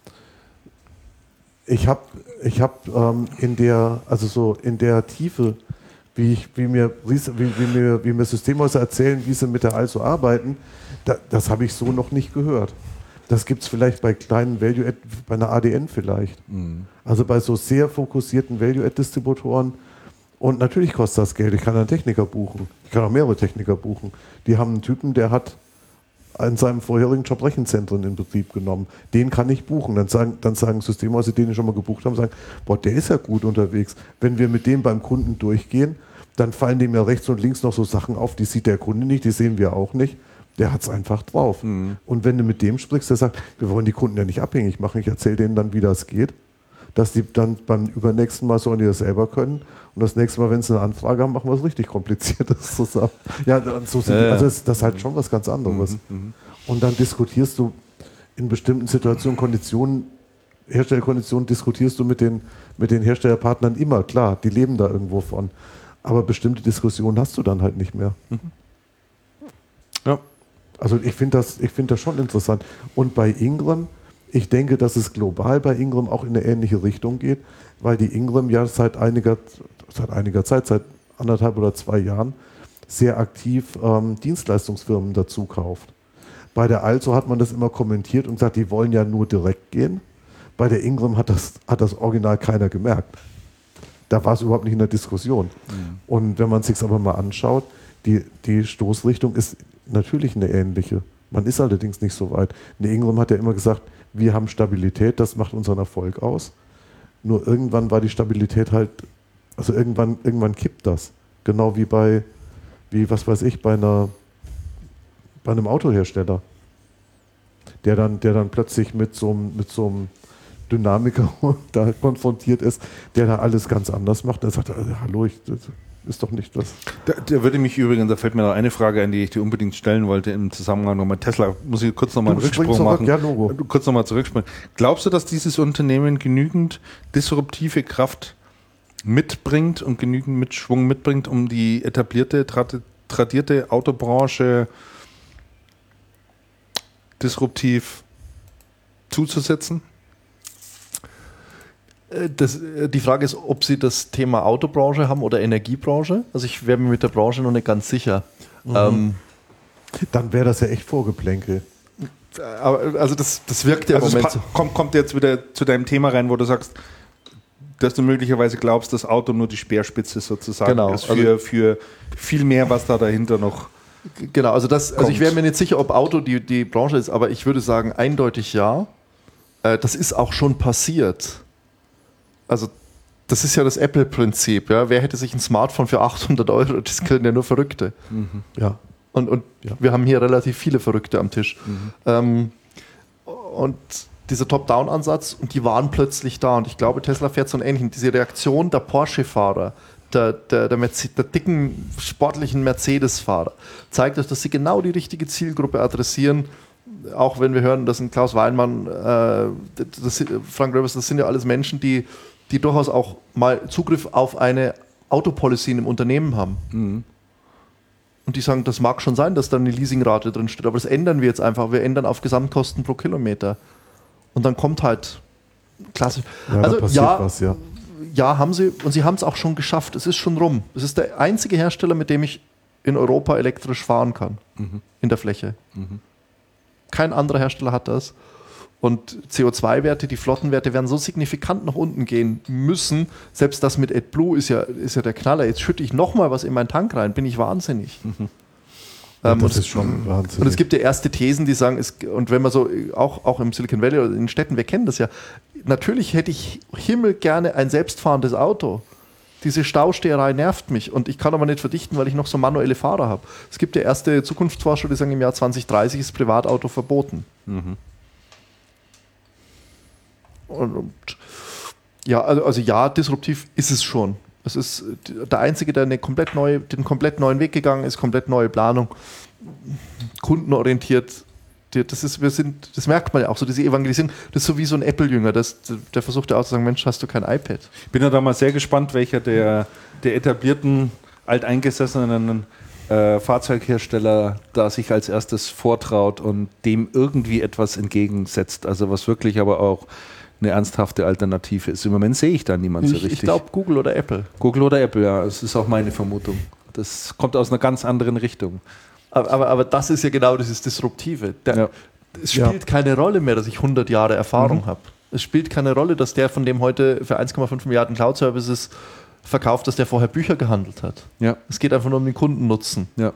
ich habe ich hab, ähm, in der, also so in der Tiefe, wie, ich, wie, mir, wie, wie, mir, wie mir Systemhäuser erzählen, wie sie mit der Also arbeiten, da, das habe ich so noch nicht gehört. Das gibt es vielleicht bei kleinen Value-Add, bei einer A D N vielleicht. Mhm. Also bei so sehr fokussierten Value-Add-Distributoren. Und natürlich kostet das Geld. Ich kann einen Techniker buchen. Ich kann auch mehrere Techniker buchen. Die haben einen Typen, der hat in seinem vorherigen Job Rechenzentren in Betrieb genommen. Den kann ich buchen. Dann sagen, dann sagen Systemhäuser, die den schon mal gebucht haben, sagen, boah, der ist ja gut unterwegs. Wenn wir mit dem beim Kunden durchgehen, dann fallen dem ja rechts und links noch so Sachen auf, die sieht der Kunde nicht, die sehen wir auch nicht. Der hat es einfach drauf. Mhm. Und wenn du mit dem sprichst, der sagt, wir wollen die Kunden ja nicht abhängig machen, ich erzähle denen dann, wie das geht, dass die dann beim übernächsten Mal sollen die das selber können. Und das nächste Mal, wenn sie eine Anfrage haben, machen wir es richtig Kompliziertes zusammen. Ja, so sind, also das, das ist halt schon was ganz anderes. Mhm. Und dann diskutierst du in bestimmten Situationen, Konditionen, Herstellerkonditionen, diskutierst du mit den, mit den Herstellerpartnern immer, klar, die leben da irgendwo von. Aber bestimmte Diskussionen hast du dann halt nicht mehr. Mhm. Ja. Also ich finde das, ich finde das schon interessant. Und bei Ingram, ich denke, dass es global bei Ingram auch in eine ähnliche Richtung geht, weil die Ingram ja seit einiger, seit einiger Zeit, seit anderthalb oder zwei Jahren, sehr aktiv ähm, Dienstleistungsfirmen dazu kauft. Bei der Also hat man das immer kommentiert und gesagt, die wollen ja nur direkt gehen. Bei der Ingram hat das, hat das Original keiner gemerkt. Da war es überhaupt nicht in der Diskussion. Mhm. Und wenn man es sich aber mal anschaut, die, die Stoßrichtung ist natürlich eine ähnliche. Man ist allerdings nicht so weit. Der Ingram hat ja immer gesagt, wir haben Stabilität, das macht unseren Erfolg aus. Nur irgendwann war die Stabilität halt Also irgendwann, irgendwann kippt das. Genau wie bei, wie was weiß ich, bei einer, bei einem Autohersteller, der dann, der dann plötzlich mit so einem, mit so einem Dynamiker da konfrontiert ist, der da alles ganz anders macht. Der sagt, hallo, ich, das ist doch nicht das. Da, da würde mich übrigens, da fällt mir noch eine Frage ein, die ich dir unbedingt stellen wollte im Zusammenhang noch mit Tesla. Muss ich kurz nochmal einen Rücksprung machen. Ja, Logo. Kurz nochmal zurückspringen. Glaubst du, dass dieses Unternehmen genügend disruptive Kraft mitbringt und genügend Mitschwung mitbringt, um die etablierte, trad- tradierte Autobranche disruptiv zuzusetzen? Das, die Frage ist, ob Sie das Thema Autobranche haben oder Energiebranche. Also ich wäre mir mit der Branche noch nicht ganz sicher. Mhm. Ähm, Dann wäre das ja echt Vorgeplänkel. aber, also das, das wirkt ja im Also es Moment pa- kommt, kommt jetzt wieder zu deinem Thema rein, wo du sagst, dass du möglicherweise glaubst, das Auto nur die Speerspitze sozusagen Genau, ist für, also- für viel mehr, was da dahinter noch so. Genau, also, das, also ich kommt. wäre mir nicht sicher, ob Auto die, die Branche ist, aber ich würde sagen, eindeutig ja. Äh, das ist auch schon passiert. Also das ist ja das Apple-Prinzip. Ja? Wer hätte sich ein Smartphone für achthundert Euro, das können ja nur Verrückte. Mhm. Ja. Und, und Ja. wir haben hier relativ viele Verrückte am Tisch. Mhm. Ähm, und dieser Top-Down-Ansatz, und die waren plötzlich da. Und ich glaube, Tesla fährt so einen ähnlichen. Diese Reaktion der Porsche-Fahrer, der, der, der, Merce- der dicken, sportlichen Mercedes-Fahrer, zeigt euch, dass sie genau die richtige Zielgruppe adressieren. Auch wenn wir hören, dass ein Klaus Weinmann, äh, das, Frank Röbers, das sind ja alles Menschen, die, die durchaus auch mal Zugriff auf eine Autopolicy in einem Unternehmen haben. Mhm. Und die sagen, das mag schon sein, dass da eine Leasingrate drin steht, aber das ändern wir jetzt einfach. Wir ändern auf Gesamtkosten pro Kilometer. Und dann kommt halt klassisch. Ja, also da passiert ja, was, ja. ja, haben sie, und sie haben es auch schon geschafft. Es ist schon rum. Es ist der einzige Hersteller, mit dem ich in Europa elektrisch fahren kann. Mhm. In der Fläche. Mhm. Kein anderer Hersteller hat das. Und C O zwei Werte, die Flottenwerte werden so signifikant nach unten gehen müssen. Selbst das mit AdBlue ist ja, ist ja der Knaller. Jetzt schütte ich nochmal was in meinen Tank rein. Bin ich wahnsinnig. Ja, Ähm, das und, ist schon Wahnsinn. und es gibt ja erste Thesen, die sagen, es, und wenn man so, auch, auch im Silicon Valley oder in den Städten, wir kennen das ja, natürlich hätte ich Himmel gerne ein selbstfahrendes Auto. Diese Stausteherei nervt mich und ich kann aber nicht verdichten, weil ich noch so manuelle Fahrer habe. Es gibt ja erste Zukunftsforscher, die sagen, im Jahr zwanzig dreißig ist Privatauto verboten. Mhm. Und, und ja, also, also ja, disruptiv ist es schon. Es ist der Einzige, der eine komplett neue, den komplett neuen Weg gegangen ist, komplett neue Planung, kundenorientiert. Das ist, wir sind, das merkt man ja auch so, diese Evangelisierung, das ist so wie so ein Apple-Jünger, das, der versucht ja auch zu sagen, Mensch, hast du kein iPad? Ich bin ja da mal sehr gespannt, welcher der, der etablierten, alteingesessenen äh, Fahrzeughersteller da sich als erstes vortraut und dem irgendwie etwas entgegensetzt. Also was wirklich aber auch eine ernsthafte Alternative ist. Im Moment sehe ich da niemanden so Ich, richtig. ich glaube Google oder Apple. Google oder Apple, ja, das ist auch meine Vermutung. Das kommt aus einer ganz anderen Richtung. Aber, aber, aber das ist ja genau dieses Disruptive. Der, Ja. Es spielt Ja. keine Rolle mehr, dass ich hundert Jahre Erfahrung Mhm. habe. Es spielt keine Rolle, dass der, von dem heute für eins Komma fünf Milliarden Cloud-Services verkauft, dass der vorher Bücher gehandelt hat. Ja, Es geht einfach nur um den Kundennutzen. ja.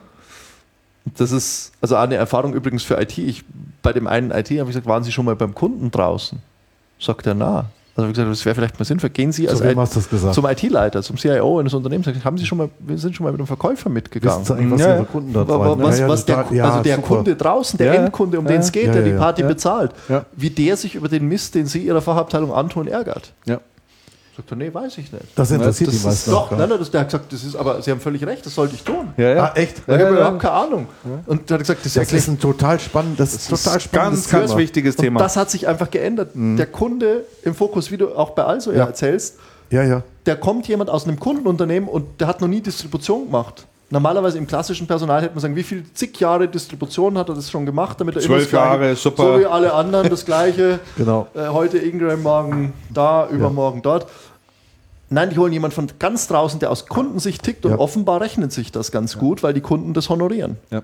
Das ist also eine Erfahrung übrigens für I T. Ich, bei dem einen I T habe ich gesagt, waren Sie schon mal beim Kunden draußen? Sagt er, na. Also wie gesagt, das wäre vielleicht mal sinnvoll. Gehen Sie als Zu wem I- hast du das gesagt? zum I T-Leiter, zum C I O eines Unternehmens. Haben Sie schon mal, wir sind schon mal mit einem Verkäufer mitgegangen. Wissen Sie eigentlich, was Ja, Ihre ja. Kunden da Wa- wa- treiben? was, Ja, ja, was der, total- ja, also der super. Kunde draußen, der Ja, ja. Endkunde, um Ja, den es geht, ja, der ja, die Party ja. bezahlt, Ja. wie der sich über den Mist, den Sie Ihrer Fachabteilung antun, ärgert. Ja. Sagt er, nee, weiß ich nicht. Das interessiert Das die ist meisten Doch, auch gar nein, nicht. nein, das, der hat gesagt, das ist, aber Sie haben völlig recht, das sollte ich tun. Ja, ja. Ah, echt? Ich habe ja, überhaupt keine Ahnung. Und er hat gesagt, das, Das erklärt- ist ein total spannend, das ist total spannendes Ganz, ganz Thema. wichtiges und Thema. das hat sich einfach geändert. Der Kunde im Fokus, wie du auch bei Also ja. Ja. erzählst, Ja, ja. der kommt jemand aus einem Kundenunternehmen und der hat noch nie Distribution gemacht. Normalerweise im klassischen Personal hätte man sagen, wie viel zig Jahre Distribution hat er das schon gemacht, damit er immer Zwölf das Gleiche- Jahre, super. So wie alle anderen das Gleiche. Genau. Äh, heute Ingram, morgen da, übermorgen dort. Nein, die holen jemanden von ganz draußen, der aus Kundensicht tickt und Ja. offenbar rechnet sich das ganz gut, weil die Kunden das honorieren. Ja.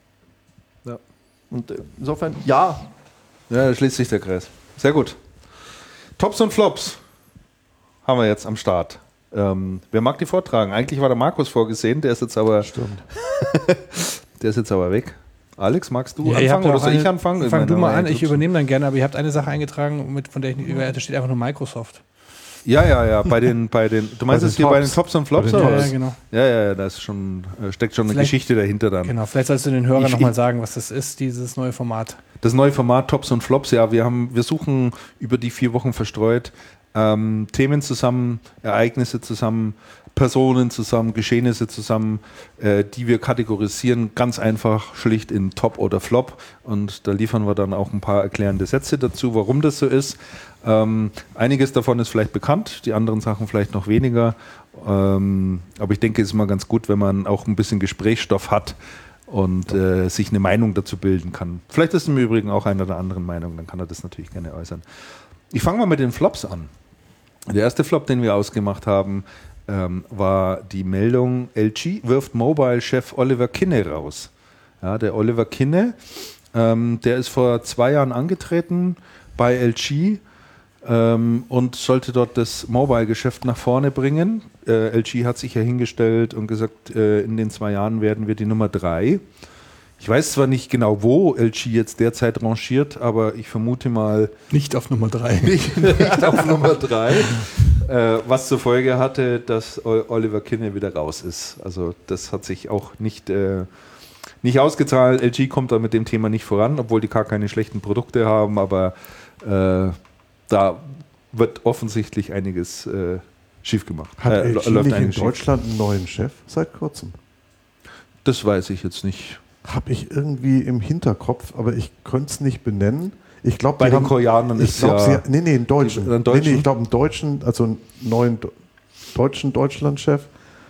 Ja. Und äh, insofern, ja, Ja, da schließt sich der Kreis. Sehr gut. Tops und Flops haben wir jetzt am Start. Ähm, wer mag die vortragen? Eigentlich war der Markus vorgesehen, der ist jetzt aber, Stimmt. der ist jetzt aber weg. Alex, magst du Ja, ihr habt anfangen ja oder auch soll ich eine- anfangen? Fang Ich du meine, mal an, meine ich übernehme dann gerne, aber ihr habt eine Sache eingetragen, mit, von der ich nicht über, da steht einfach nur Microsoft. Ja, ja, ja, bei den, bei den, du meinst Bei es den hier bei den Tops. Tops und Flops Bei den oder Ja, was? ja, genau. Ja, ja, ja, da ist schon, äh, steckt schon eine Vielleicht- Geschichte dahinter dann. Genau, vielleicht sollst du den Hörern Ich- nochmal ich- sagen, was das ist, dieses neue Format. Das neue Format Tops und Flops, ja, wir haben, wir suchen über die vier Wochen verstreut ähm, Themen zusammen, Ereignisse zusammen, Personen zusammen, Geschehnisse zusammen, äh, die wir kategorisieren, ganz einfach, schlicht in Top oder Flop. Und da liefern wir dann auch ein paar erklärende Sätze dazu, warum das so ist. Ähm, einiges davon ist vielleicht bekannt, die anderen Sachen vielleicht noch weniger. Ähm, aber ich denke, es ist immer ganz gut, wenn man auch ein bisschen Gesprächsstoff hat und äh, sich eine Meinung dazu bilden kann. Vielleicht ist im Übrigen auch einer der anderen Meinung, dann kann er das natürlich gerne äußern. Ich fange mal mit den Flops an. Der erste Flop, den wir ausgemacht haben, ähm, war die Meldung, L G wirft Mobile-Chef Oliver Kinne raus. Ja, der Oliver Kinne, ähm, der ist vor zwei Jahren angetreten bei L G ähm, und sollte dort das Mobile-Geschäft nach vorne bringen. Äh, L G hat sich ja hingestellt und gesagt, äh, in den zwei Jahren werden wir die Nummer drei. Ich weiß zwar nicht genau, wo L G jetzt derzeit rangiert, aber ich vermute mal Nicht auf Nummer drei. nicht, nicht auf Nummer drei, äh, was zur Folge hatte, dass O- Oliver Kinne wieder raus ist. Also das hat sich auch nicht, äh, nicht ausgezahlt. L G kommt da mit dem Thema nicht voran, obwohl die gar keine schlechten Produkte haben, aber äh, da wird offensichtlich einiges äh, schief gemacht. Hat Äh, L G läuft nicht in einiges schief. Deutschland einen neuen Chef seit kurzem? Das weiß ich jetzt nicht. Habe ich irgendwie im Hinterkopf, aber ich könnte es nicht benennen. Ich glaube, Bei den Koreanern ich ist glaub, ja- sie, nee, nee, einen Deutschen. Die- einen Nee, Deutschen? nee, ich glaube, einen Deutschen, also einen neuen Do- deutschen Deutschlandchef.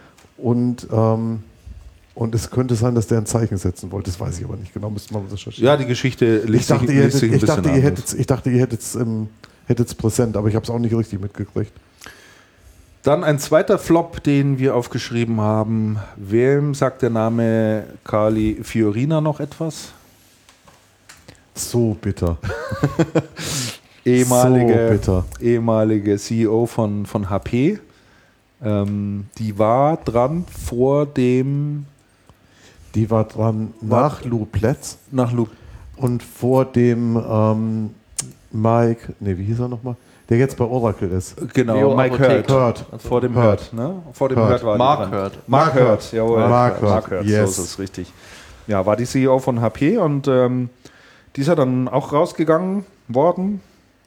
Und, ähm, und es könnte sein, dass der ein Zeichen setzen wollte. Das weiß ich aber nicht genau. Müsste man recherchieren. Ja, die Geschichte ich liest dachte, sich, ihr liest hättet, sich ein ich bisschen dachte, ihr anders. hättet, ich dachte, ihr hättet es ähm, hättet's präsent, aber ich habe es auch nicht richtig mitgekriegt. Dann ein zweiter Flop, den wir aufgeschrieben haben. Wem sagt der Name Carly Fiorina noch etwas? So bitter. Ehemalige, So bitter. ehemalige C E O von, von H P. Ähm, die war dran vor dem, Die war dran nach Lou Pletz nach Lu und vor dem ähm, Mike, nee, wie hieß er nochmal? Der jetzt bei Oracle ist. genau, Leo Mike Apotheke. Hurt. Hurt. Vor dem Hurt. Hurt, ne? Vor dem Hurt. Hurt war die Mark dran. Hurt. Mark Hurt, jawohl. Mark Hurt, Mark Hurt, yes. so ist es richtig. Ja, war die C E O von H P und ähm, die ist ja dann auch rausgegangen worden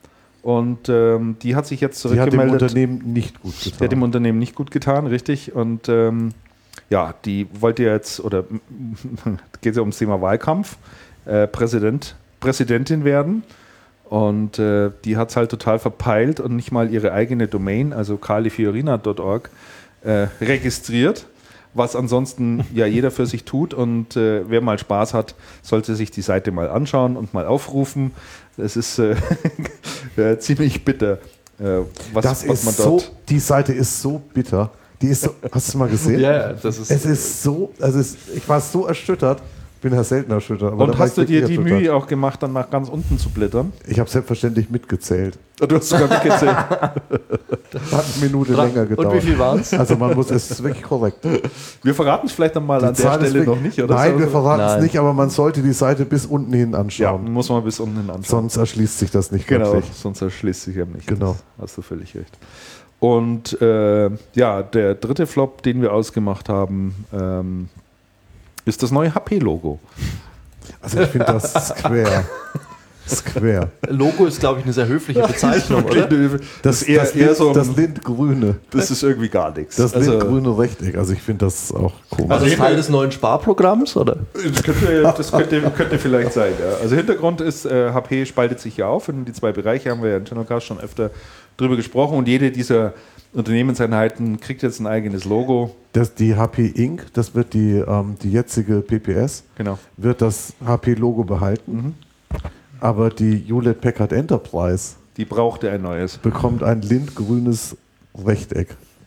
und ähm, die hat sich jetzt Die hat dem zurückgemeldet. Unternehmen nicht gut Die hat dem getan. Unternehmen nicht gut getan, richtig. Und ähm, ja, die wollte jetzt, oder geht es ja ums Thema Wahlkampf, äh, Präsident, Präsidentin werden. Und äh, die hat es halt total verpeilt und nicht mal ihre eigene Domain, also carly fiorina punkt org, äh, registriert, was ansonsten ja jeder für sich tut. Und äh, wer mal Spaß hat, sollte sich die Seite mal anschauen und mal aufrufen. Das ist äh, äh, ziemlich bitter, äh, was, das was ist man so, dort... die Seite ist so bitter. Die ist so, hast du es mal gesehen? Ja, das ist. Es ist so, also es, ich war so erschüttert, bin ja selten erschüttert. Aber da Und war hast du ich dir wirklich die erschüttert. Mühe auch gemacht, dann nach ganz unten zu blättern? Ich habe selbstverständlich mitgezählt. Du hast sogar mitgezählt. Hat eine Minute Dran- länger Und gedauert. wie viel waren es? Also man muss, es ist wirklich korrekt. Wir verraten es vielleicht dann mal Die an der Zahl ist Stelle wirklich- noch nicht, oder? Nein, wir so? verraten es Nein. nicht, aber man sollte die Seite bis unten hin Ja, anschauen. muss man bis unten hin anschauen. Sonst erschließt sich das nicht Genau, wirklich. sonst erschließt sich eben nicht. Genau. Das hast du völlig recht. Und äh, ja, der dritte Flop, den wir ausgemacht haben, ähm, ist das neue H P-Logo. Also ich finde das Square. Square. Logo ist, glaube ich, eine sehr höfliche Bezeichnung, oder? Das ist eher, das, eher Lind- so ein, das Lindgrüne. das ist irgendwie gar nichts. Das also, Lindgrüne Rechteck. Also ich finde das auch komisch. Also das ist Teil des neuen Sparprogramms, oder? Das könnte, das könnte, könnte vielleicht sein, ja. Also Hintergrund ist, äh, H P spaltet sich ja auf in die zwei Bereiche, haben wir ja im Channelcast schon öfter drüber gesprochen und jede dieser Unternehmenseinheiten kriegt jetzt ein eigenes Logo. Das, die H P Incorporated, das wird die, ähm, die jetzige P P S, Genau. wird das H P-Logo behalten. Mhm. Aber die Hewlett Packard Enterprise Die brauchte ein neues. bekommt ein lindgrünes Rechteck.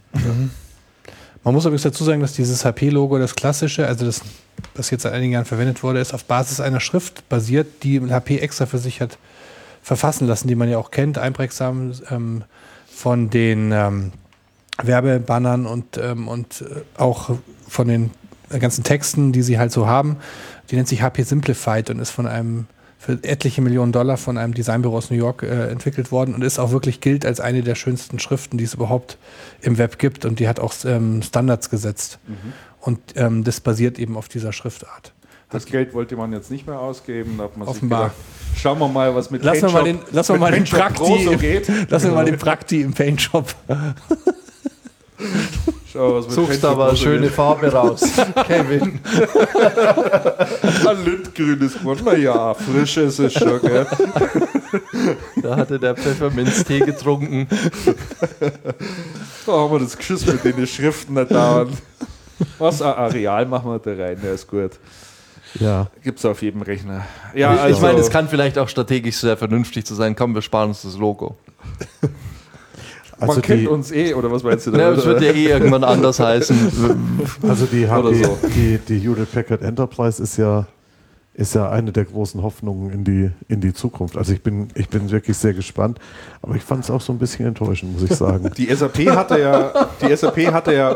Man muss übrigens dazu sagen, dass dieses H P-Logo, das klassische, also das, das jetzt seit einigen Jahren verwendet wurde, ist auf Basis einer Schrift basiert, die H P extra für sich hat verfassen lassen, die man ja auch kennt, einprägsam ähm, von den ähm, Werbebannern und, ähm, und äh, auch von den ganzen Texten, die sie halt so haben. Die nennt sich H P Simplified und ist von einem für etliche Millionen Dollar von einem Designbüro aus New York äh, entwickelt worden und ist auch wirklich gilt als eine der schönsten Schriften, die es überhaupt im Web gibt. Und die hat auch ähm, Standards gesetzt. Mhm. Und ähm, das basiert eben auf dieser Schriftart. Das Geld wollte man jetzt nicht mehr ausgeben. Da hat man offenbar. Sich gedacht, schauen wir mal, was mit Lassen wir mal den, lassen wir mal den Prakti so geht. Lassen wir mal den Prakti im Paint-Shop. Schau, was mit Suchst aber eine schöne geht. Farbe raus, Kevin. Ein Lindgrünes Grund. Na ja, frisch ist es schon, gell? Da hatte der Pfefferminztee getrunken. Da haben wir das Geschiss mit den Schriften nicht dauernd. Was, ein Areal machen wir da rein, der ist gut. Ja. Gibt es auf jedem Rechner. Ja, also also ich meine, es kann vielleicht auch strategisch sehr vernünftig zu sein. Komm, wir sparen uns das Logo. Also man kennt uns eh, oder was meinst du da? Ja, es wird ja eh irgendwann anders heißen. Also die, oder die, so. die, die Hewlett Packard Enterprise ist ja, ist ja eine der großen Hoffnungen in die, in die Zukunft. Also ich bin, ich bin wirklich sehr gespannt, aber ich fand es auch so ein bisschen enttäuschend, muss ich sagen. Die S A P hatte ja, die S A P hatte ja,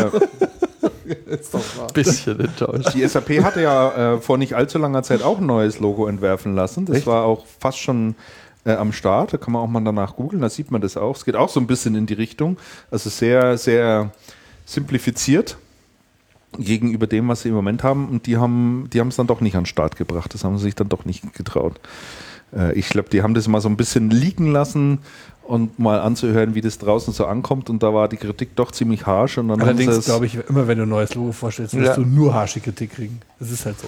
äh, ist doch wahr. Bisschen enttäuscht. Die S A P hatte ja äh, vor nicht allzu langer Zeit auch ein neues Logo entwerfen lassen. Das Echt? war auch fast schon Äh, am Start, da kann man auch mal danach googeln, da sieht man das auch. Es geht auch so ein bisschen in die Richtung, also sehr, sehr simplifiziert gegenüber dem, was sie im Moment haben, und die haben die haben es dann doch nicht an den Start gebracht, das haben sie sich dann doch nicht getraut. Äh, ich glaube, die haben das mal so ein bisschen liegen lassen und mal anzuhören, wie das draußen so ankommt, und da war die Kritik doch ziemlich harsch. Und dann allerdings glaube ich, immer wenn du ein neues Logo vorstellst, wirst ja. du nur harsche Kritik kriegen. Das ist halt so.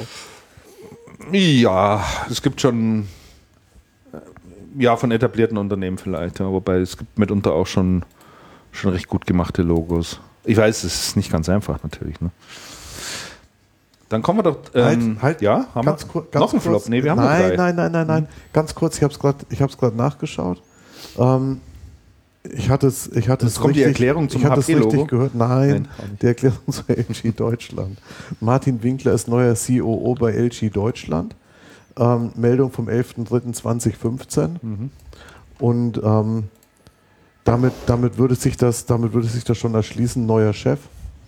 Ja, es gibt schon Ja, von etablierten Unternehmen vielleicht, ja, wobei es gibt mitunter auch schon, schon recht gut gemachte Logos. Ich weiß, es ist nicht ganz einfach natürlich. Ne? Dann kommen wir doch. Ähm, halt, halt, ja, haben ganz wir kur- ganz noch einen kurz, Flop? Nee, wir haben nein, noch drei. Nein, nein, nein, nein, nein. Ganz kurz, ich habe es gerade ich hab's gerade nachgeschaut. Ähm, ich hatte es ich hatte Jetzt es kommt die richtig, Erklärung zum ich hatte es H P-Logo. richtig gehört. Nein, Nein, auch nicht. die Erklärung zu L G Deutschland. Martin Winkler ist neuer C O O bei L G Deutschland. Ähm, Meldung vom elfter dritter zweitausendfünfzehn. Mhm. Und ähm, damit, damit, würde sich das, damit würde sich das schon erschließen, neuer Chef.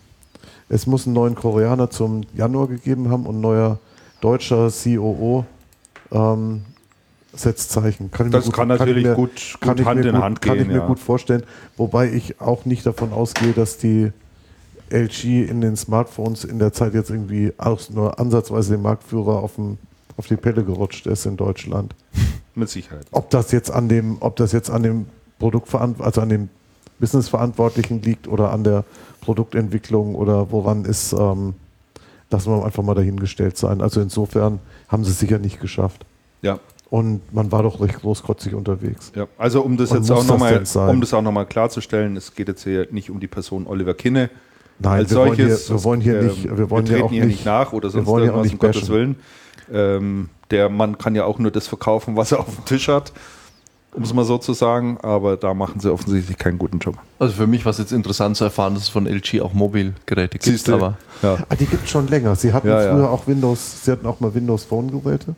Es muss einen neuen Koreaner zum Januar gegeben haben und ein neuer deutscher C O O ähm, setzt Zeichen. Kann ich Das mir gut, kann natürlich kann mir, gut, kann gut ich Hand mir in gut, Hand kann gehen. ich mir ja. gut vorstellen, wobei ich auch nicht davon ausgehe, dass die L G in den Smartphones in der Zeit jetzt irgendwie auch nur ansatzweise den Marktführer auf, dem, auf die Pelle gerutscht ist in Deutschland. Mit Sicherheit. Ob das jetzt an dem, ob das jetzt an dem Produktverant- also an dem Businessverantwortlichen liegt oder an der Produktentwicklung oder woran ist, ähm, lassen wir einfach mal dahingestellt sein. Also insofern haben sie es sicher nicht geschafft. Ja. Und man war doch recht großkotzig unterwegs. Ja, also um das Und jetzt muss auch nochmal, das denn sein? um das auch nochmal klarzustellen, es geht jetzt hier nicht um die Person Oliver Kinne. Nein, als wir wollen solches, hier, wir wollen hier ähm, nicht, wir wollen wir hier auch treten hier nicht, nicht nach oder sonst wollen hier auch irgendwas, nicht um Gottes bashen. Willen. Ähm, der Mann kann ja auch nur das verkaufen, was er auf dem Tisch hat, um es mal so zu sagen, aber da machen sie offensichtlich keinen guten Job. Also für mich war es jetzt interessant zu erfahren, dass es von L G auch Mobilgeräte gibt. Siehste? Aber Ja. Ah, die gibt es schon länger. Sie hatten Ja, ja. früher auch Windows, sie hatten auch mal Windows Phone Geräte.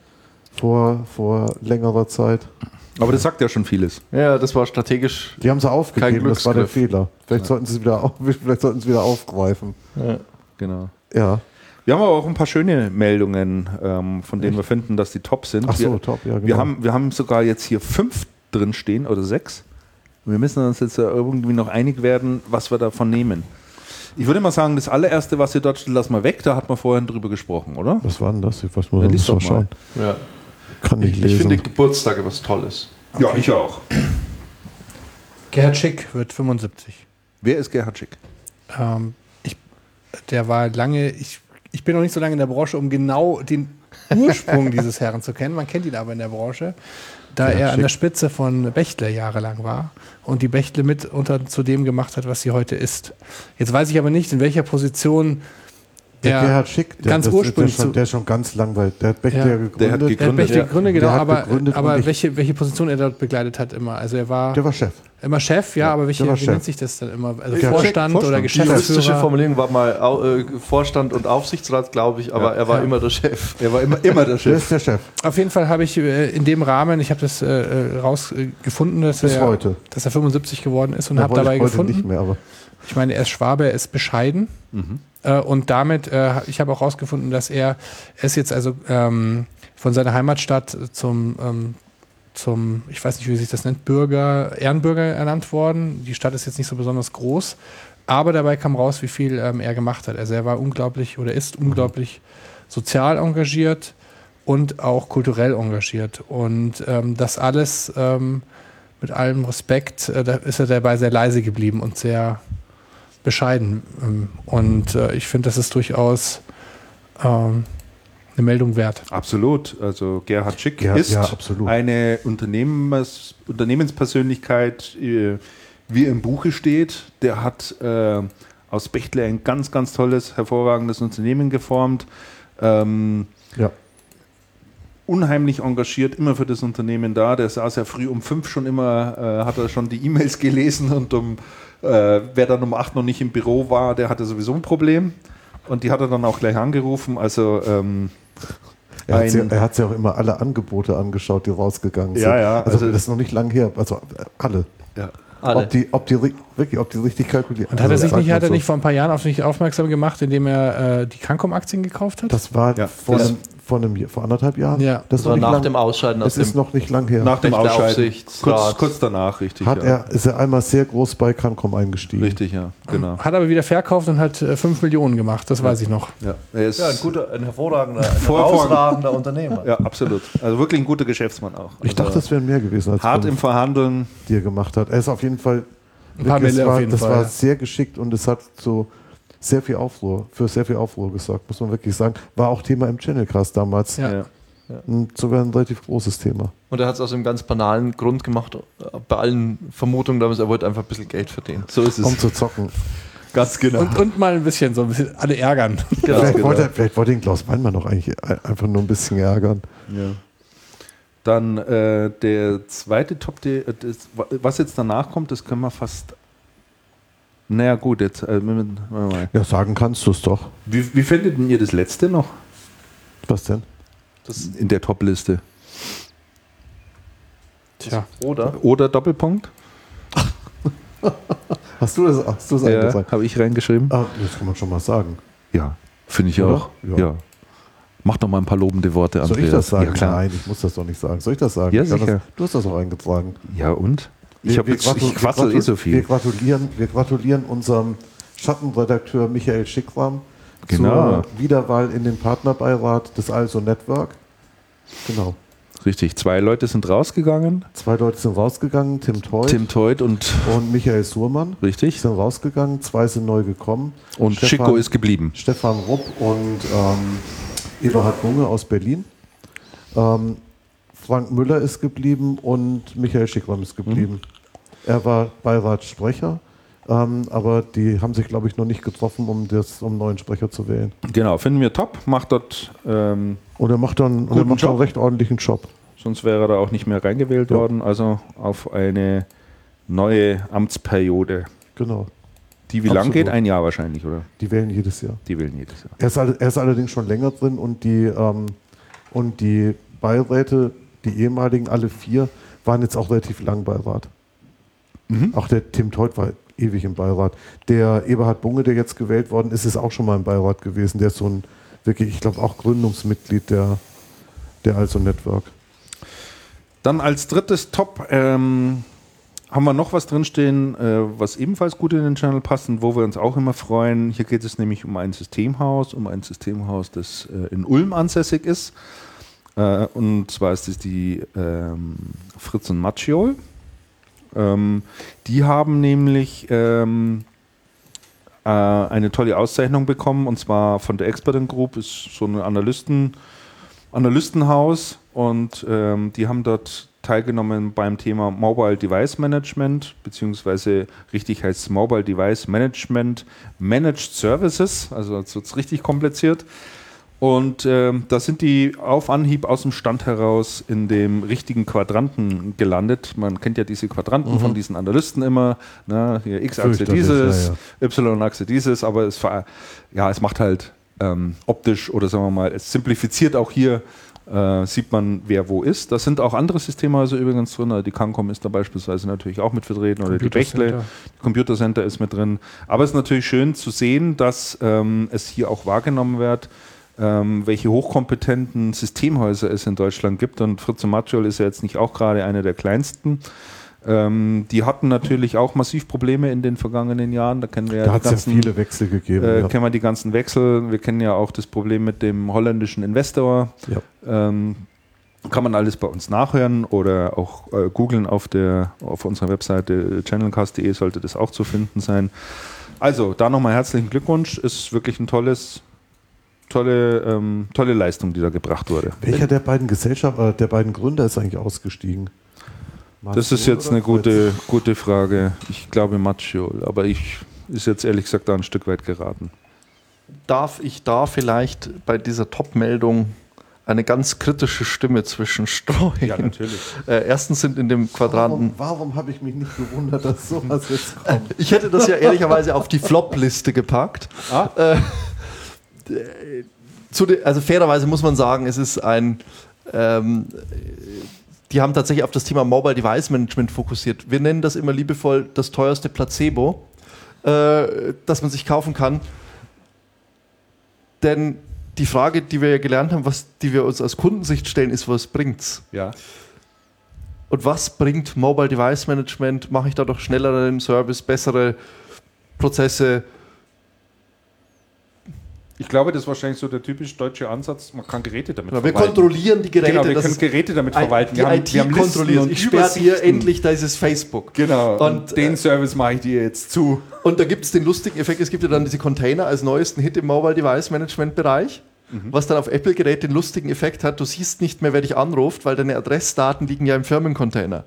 Vor, vor längerer Zeit. Aber das sagt ja schon vieles. ja, das war strategisch. Die haben sie aufgegeben, das war der Glücksgriff. Fehler. Vielleicht sollten sie es wieder, auf, vielleicht sollten sie wieder aufgreifen. Ja. Genau. Ja. Wir haben aber auch ein paar schöne Meldungen, ähm, von denen wir finden, dass die top sind. Ach so, wir, top, ja, genau. wir, haben, wir haben sogar jetzt hier fünf drin stehen oder sechs. Und wir müssen uns jetzt ja irgendwie noch einig werden, was wir davon nehmen. Ich würde mal sagen, das allererste, was hier dort steht, lass mal weg, da hat man vorhin drüber gesprochen, oder? Was war denn das? Ich weiß mal, Ja, lies doch schauen. Ja. Kann nicht Ich, ich lesen. finde Geburtstage was Tolles. Ja, ich auch. Gerhard Schick wird fünfundsiebzig. Wer ist Gerhard Schick? Ähm, ich, der war lange, ich, ich bin noch nicht so lange in der Branche, um genau den Ursprung dieses Herrn zu kennen. Man kennt ihn aber in der Branche, da Gerhard er an Schick. der Spitze von Bechtle jahrelang war und die Bechtle mit unter zu dem gemacht hat, was sie heute ist. Jetzt weiß ich aber nicht, in welcher Position Der er Gerhard Schick, der, ganz das, ursprünglich der, schon, zu- der ist schon ganz langweilig. Der hat Bechtle Ja. ja Der hat gegründet. er hat gegründet, Bechtle ja. gegründet, Der genau, hat aber, gegründet und aber ich- welche, welche Position er dort begleitet hat immer. Also er war Der war Chef. immer Chef, ja, aber welche, der war wie Chef. nennt sich das dann immer? Also Gerhard Schick, Vorstand, Vorstand. oder Die juristische Geschäftsführer. Formulierung war mal Au- äh, Vorstand und Aufsichtsrat, glaube ich, aber Ja. er war Ja. immer der Chef. Er war immer, immer der Der Chef. ist der Chef. Auf jeden Fall habe ich äh, in dem Rahmen, ich habe das äh, rausgefunden, dass, Bis er, heute. dass er fünfundsiebzig geworden ist und Da habe wollte dabei ich heute gefunden, nicht mehr, aber ich meine, er ist Schwabe, er ist bescheiden, Äh, und damit, äh, ich habe auch herausgefunden, dass er, er ist jetzt also ähm, von seiner Heimatstadt zum, ähm, zum, ich weiß nicht, wie sich das nennt, Bürger, Ehrenbürger ernannt worden. Die Stadt ist jetzt nicht so besonders groß, aber dabei kam raus, wie viel ähm, er gemacht hat. Also er war unglaublich oder ist unglaublich sozial engagiert und auch kulturell engagiert. Und ähm, das alles ähm, mit allem Respekt, äh, da ist er dabei sehr leise geblieben und sehr bescheiden. Ähm, und äh, ich finde, das ist durchaus ähm, eine Meldung wert. Absolut. Also Gerhard Schick Ja, ist ja, absolut. eine Unternehmens Unternehmenspersönlichkeit, äh, wie im Buche steht. Der hat äh, aus Bechtle ein ganz, ganz tolles, hervorragendes Unternehmen geformt. Ähm, Ja. unheimlich engagiert, immer für das Unternehmen da. Der saß ja früh um fünf schon immer, äh, hat er schon die E-Mails gelesen und um, äh, wer dann um acht noch nicht im Büro war, der hatte sowieso ein Problem. Und die hat er dann auch gleich angerufen. Also ähm, Er hat, ein- sich, er hat sich auch immer alle Angebote angeschaut, die rausgegangen sind. Ja, ja, Also, also- das ist noch nicht lang her. Also äh, alle. ja. Alle. Ob die, ob die ri- wirklich, ob die richtig kalkuliert. Und hat er sich sagt nicht, man hat er so. nicht vor ein paar Jahren auf sich aufmerksam gemacht, indem er äh, die Cancom-Aktien gekauft hat? Das war Ja. vor, Das- einem, vor, einem, Jahr- vor anderthalb Jahren. Ja. Das, Das war noch nicht nach lang, dem Ausscheiden aus das ist dem noch nicht lang her. Nach dem Bechtle Ausscheiden. Aufsichtsrat. Kurz, kurz danach, richtig. hat ja. er, ist er einmal sehr groß bei Cancom eingestiegen. Richtig, ja, genau. Hat aber wieder verkauft und hat äh, fünf Millionen gemacht, das weiß ich noch. Ja, er ist, Ja, ein guter, ein hervorragender, ein Hervorragend. herausragender Unternehmer. ja, absolut. Also wirklich ein guter Geschäftsmann auch. Ich dachte, also das wären mehr gewesen als hart fünf, im Verhandeln. die er gemacht hat. Er ist auf jeden Fall. Ein paar wirklich, Mille es war, auf jeden das Fall, war ja. sehr geschickt und es hat so sehr viel Aufruhr, für sehr viel Aufruhr gesorgt, muss man wirklich sagen. War auch Thema im Channelcast damals. Ja. Ja. Und sogar ein relativ großes Thema. Und er hat es aus einem ganz banalen Grund gemacht, bei allen Vermutungen damals, er wollte einfach ein bisschen Geld verdienen. So ist es. Um zu zocken. Ganz genau. Und, und mal ein bisschen, so ein bisschen alle ärgern. vielleicht, genau. wollte, er- vielleicht wollte ihn Klaus Weinmann noch eigentlich einfach nur ein bisschen ärgern. Ja. Dann äh, der zweite Top, die, äh, das, was jetzt danach kommt, das können wir fast. Naja, gut, jetzt. Äh, Moment, warte mal. Ja, sagen kannst du es doch. Wie, wie findet denn ihr das letzte noch Was denn? Das, in der Top-Liste? Tja. oder? Oder Doppelpunkt? Hast du das, hast du das Ja, eingetragen? habe ich reingeschrieben. Ah, das kann man schon mal sagen. Ja, finde ich Oder? auch. Ja. Ja. Mach doch mal ein paar lobende Worte, Andreas. Soll ich das sagen? Ja, klar. Nein, ich muss das doch nicht sagen. Soll ich das sagen? Ja, Ich kann sicher. Das, du hast das auch eingetragen. Ja, und? Ich, Wir- hab wir jetzt, gratul- ich quassel wir eh so gratul- Wir viel. gratulieren, wir gratulieren unserem Schattenredakteur Michael Schickram Genau. zur Wiederwahl in den Partnerbeirat des Also Network. Genau. Richtig, zwei Leute sind rausgegangen. Zwei Leute sind rausgegangen, Tim Teut Tim Teut und und Michael Surmann richtig. sind rausgegangen, zwei sind neu gekommen. Und Stefan- Chico ist geblieben. Stefan Rupp und ähm, Eberhard Bunge aus Berlin. Ähm, Frank Müller ist geblieben und Michael Schickram ist geblieben. Er war Beiratssprecher, ähm, aber die haben sich, glaube ich, noch nicht getroffen, um, das, um einen neuen Sprecher zu wählen. Genau, finden wir top. Macht dort, ähm, Und er macht dann und er Guten macht dann Job. einen recht ordentlichen Job. sonst wäre er da auch nicht mehr reingewählt Ja. worden. Also auf eine neue Amtsperiode. Genau. Die wie lang Absolut. geht? Ein Jahr wahrscheinlich, oder? Die wählen jedes Jahr. Die wählen jedes Jahr. Er ist, all- er ist allerdings schon länger drin und die, ähm, und die Beiräte, die ehemaligen, alle vier, waren jetzt auch relativ lang Beirat. Auch der Tim Teut war ewig im Beirat. Der Eberhard Bunge, der jetzt gewählt worden ist, ist auch schon mal im Beirat gewesen. Der ist so ein wirklich, ich glaube, auch Gründungsmitglied der, der Also Network. Dann als drittes Top ähm, haben wir noch was drinstehen, äh, was ebenfalls gut in den Channel passt und wo wir uns auch immer freuen. Hier geht es nämlich um ein Systemhaus, um ein Systemhaus, das äh, in Ulm ansässig ist. Äh, und zwar ist es die ähm, Fritz und Macchiol. Ähm, die haben nämlich ähm, äh, eine tolle Auszeichnung bekommen, und zwar von der Expertin Group, ist so ein Analysten, Analystenhaus, und ähm, die haben dort teilgenommen beim Thema Mobile Device Management, beziehungsweise richtig heißt es Mobile Device Management Managed Services, also jetzt wird es richtig kompliziert. Und ähm, da sind die auf Anhieb aus dem Stand heraus in dem richtigen Quadranten gelandet. Man kennt ja diese Quadranten von diesen Analysten immer. Ne? Hier X-Achse Fürchterlich, dieses, ja, Y-Achse dieses, aber es, ver- ja, es macht halt ähm, optisch oder sagen wir mal, es simplifiziert auch hier Äh, sieht man, wer wo ist. Da sind auch andere Systemhäuser übrigens drin. Die Cancom ist da beispielsweise natürlich auch mit vertreten oder die Bechtle. Computer Center ist mit drin. Aber es ist natürlich schön zu sehen, dass ähm, es hier auch wahrgenommen wird, ähm, welche hochkompetenten Systemhäuser es in Deutschland gibt. Und Fritz und Matschol ist ja jetzt nicht auch gerade einer der kleinsten. Ähm, die hatten natürlich auch massiv Probleme in den vergangenen Jahren. Da kennen wir da ja hat es ja viele Wechsel gegeben. Äh, ja. Kennen wir die ganzen Wechsel. Wir kennen ja auch das Problem mit dem holländischen Investor. Ja. Ähm, kann man alles bei uns nachhören oder auch äh, googeln auf der auf unserer Webseite channelcast punkt de sollte das auch zu finden sein. Also da nochmal herzlichen Glückwunsch. Ist wirklich ein tolles, tolle, ähm, tolle Leistung, die da gebracht wurde. Welcher der beiden Gesellschafter, der beiden Gründer ist eigentlich ausgestiegen? Das ist jetzt eine gute, gute Frage. Ich glaube Matschol, aber ich ist jetzt ehrlich gesagt da ein Stück weit geraten. Darf ich da vielleicht bei dieser Top-Meldung eine ganz kritische Stimme zwischenstreuen? Ja, natürlich. Äh, erstens sind in dem Quadranten... Warum, warum habe ich mich nicht gewundert, dass sowas jetzt kommt? Ich hätte das ja ehrlicherweise auf die Flop-Liste gepackt. Ah. Äh, zu de, also fairerweise muss man sagen, es ist ein... Ähm, die haben tatsächlich auf das Thema Mobile Device Management fokussiert. Wir nennen das immer liebevoll das teuerste Placebo, äh, das man sich kaufen kann. Denn die Frage, die wir ja gelernt haben, was, die wir uns aus Kundensicht stellen, ist, was bringt's? Ja. Und was bringt Mobile Device Management? Mache ich da doch schnelleren Service, bessere Prozesse? Ich glaube, das ist wahrscheinlich so der typisch deutsche Ansatz. Man kann Geräte damit Ja, wir verwalten. kontrollieren die Geräte. Genau, wir das können ist Geräte damit verwalten. Die Wir haben, I T wir haben Listen kontrolliert. und Ich sperre dir Übersichten. endlich dieses Facebook. Genau. Und, Und, den äh, Service mache ich dir jetzt zu. Und da gibt es den lustigen Effekt, es gibt ja dann diese Container als neuesten Hit im Mobile Device Management Bereich, mhm. was dann auf Apple-Geräten den lustigen Effekt hat, du siehst nicht mehr, wer dich anruft, weil deine Adressdaten liegen ja im Firmencontainer.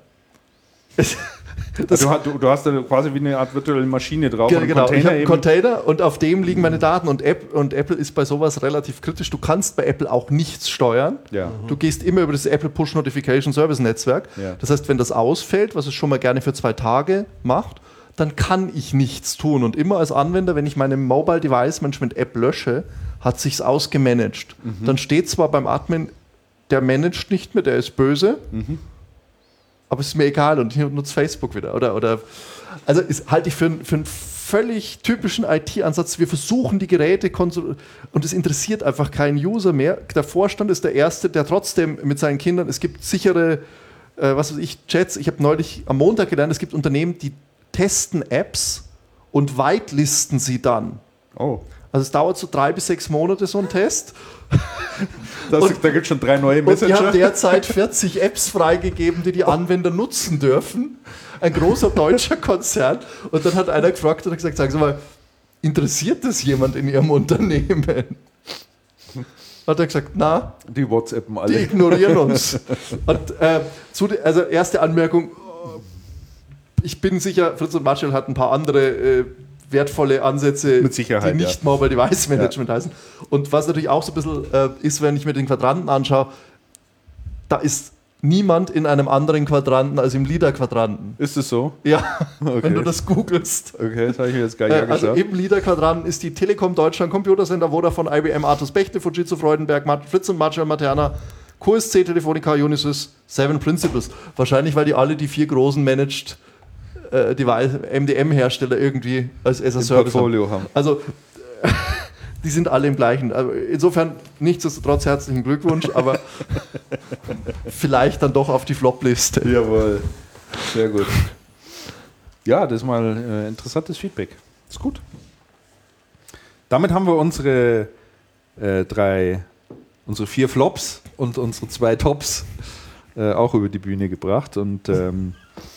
Das du, du, du hast da quasi wie eine Art virtuelle Maschine drauf. Genau, genau. Container Ich habe einen eben. Container und auf dem liegen meine Daten und, App, und Apple ist bei sowas relativ kritisch. Du kannst bei Apple auch nichts steuern. Ja. Du gehst immer über das Apple Push Notification Service Netzwerk. Ja. Das heißt, wenn das ausfällt, was es schon mal gerne für zwei Tage macht, dann kann ich nichts tun. Und immer als Anwender, wenn ich meine Mobile Device Management App lösche, hat sich's ausgemanagt. Mhm. Dann steht zwar beim Admin, der managt nicht mehr, der ist böse, mhm. aber es ist mir egal und ich nutze Facebook wieder. Oder, oder, also ist, halte ich für, für einen völlig typischen I T-Ansatz. Wir versuchen die Geräte und es interessiert einfach keinen User mehr. Der Vorstand ist der Erste, der trotzdem mit seinen Kindern, es gibt sichere, äh, was weiß ich, Chats. Ich habe neulich am Montag gelernt, es gibt Unternehmen, die testen Apps und whitelisten sie dann. Oh. Also es dauert so drei bis sechs Monate, so ein Test. Das, da gibt es schon drei neue Messenger. Und die haben derzeit vierzig Apps freigegeben, die die Anwender nutzen dürfen. Ein großer deutscher Konzern. Und dann hat einer gefragt und hat gesagt, sagen Sie mal, interessiert das jemand in Ihrem Unternehmen? Hat er gesagt, na, die WhatsAppen alle. Die ignorieren uns. Und, äh, zu de, also erste Anmerkung, ich bin sicher, Fritz und Matschel hat ein paar andere äh, wertvolle Ansätze, mit Sicherheit, die nicht ja. Mobile Device Management ja. heißen. Und was natürlich auch so ein bisschen äh, ist, wenn ich mir den Quadranten anschaue, da ist niemand in einem anderen Quadranten als im LIDAR-Quadranten. Ist es so? Ja, okay. wenn du das googelst. Okay, das habe ich mir jetzt gar nicht äh, angeschaut. Also im LIDAR-Quadranten ist die Telekom Deutschland, Computer Center, Vodafone, I B M, Artus Bechtle, Fujitsu, Freudenberg, Fritz und Matschel, Materna, Q S C, Telefonica, Unisys, Seven Principles. Wahrscheinlich, weil die alle die vier großen Managed äh, Device, M D M-Hersteller irgendwie als as a Service Portfolio haben. haben. Also äh, die sind alle im gleichen. Also insofern nichtsdestotrotz herzlichen Glückwunsch, aber vielleicht dann doch auf die Flop-Liste. Jawohl. Sehr gut. Ja, das ist mal äh, interessantes Feedback. Ist gut. Damit haben wir unsere äh, drei, unsere vier Flops und unsere zwei Tops äh, auch über die Bühne gebracht. Und ähm,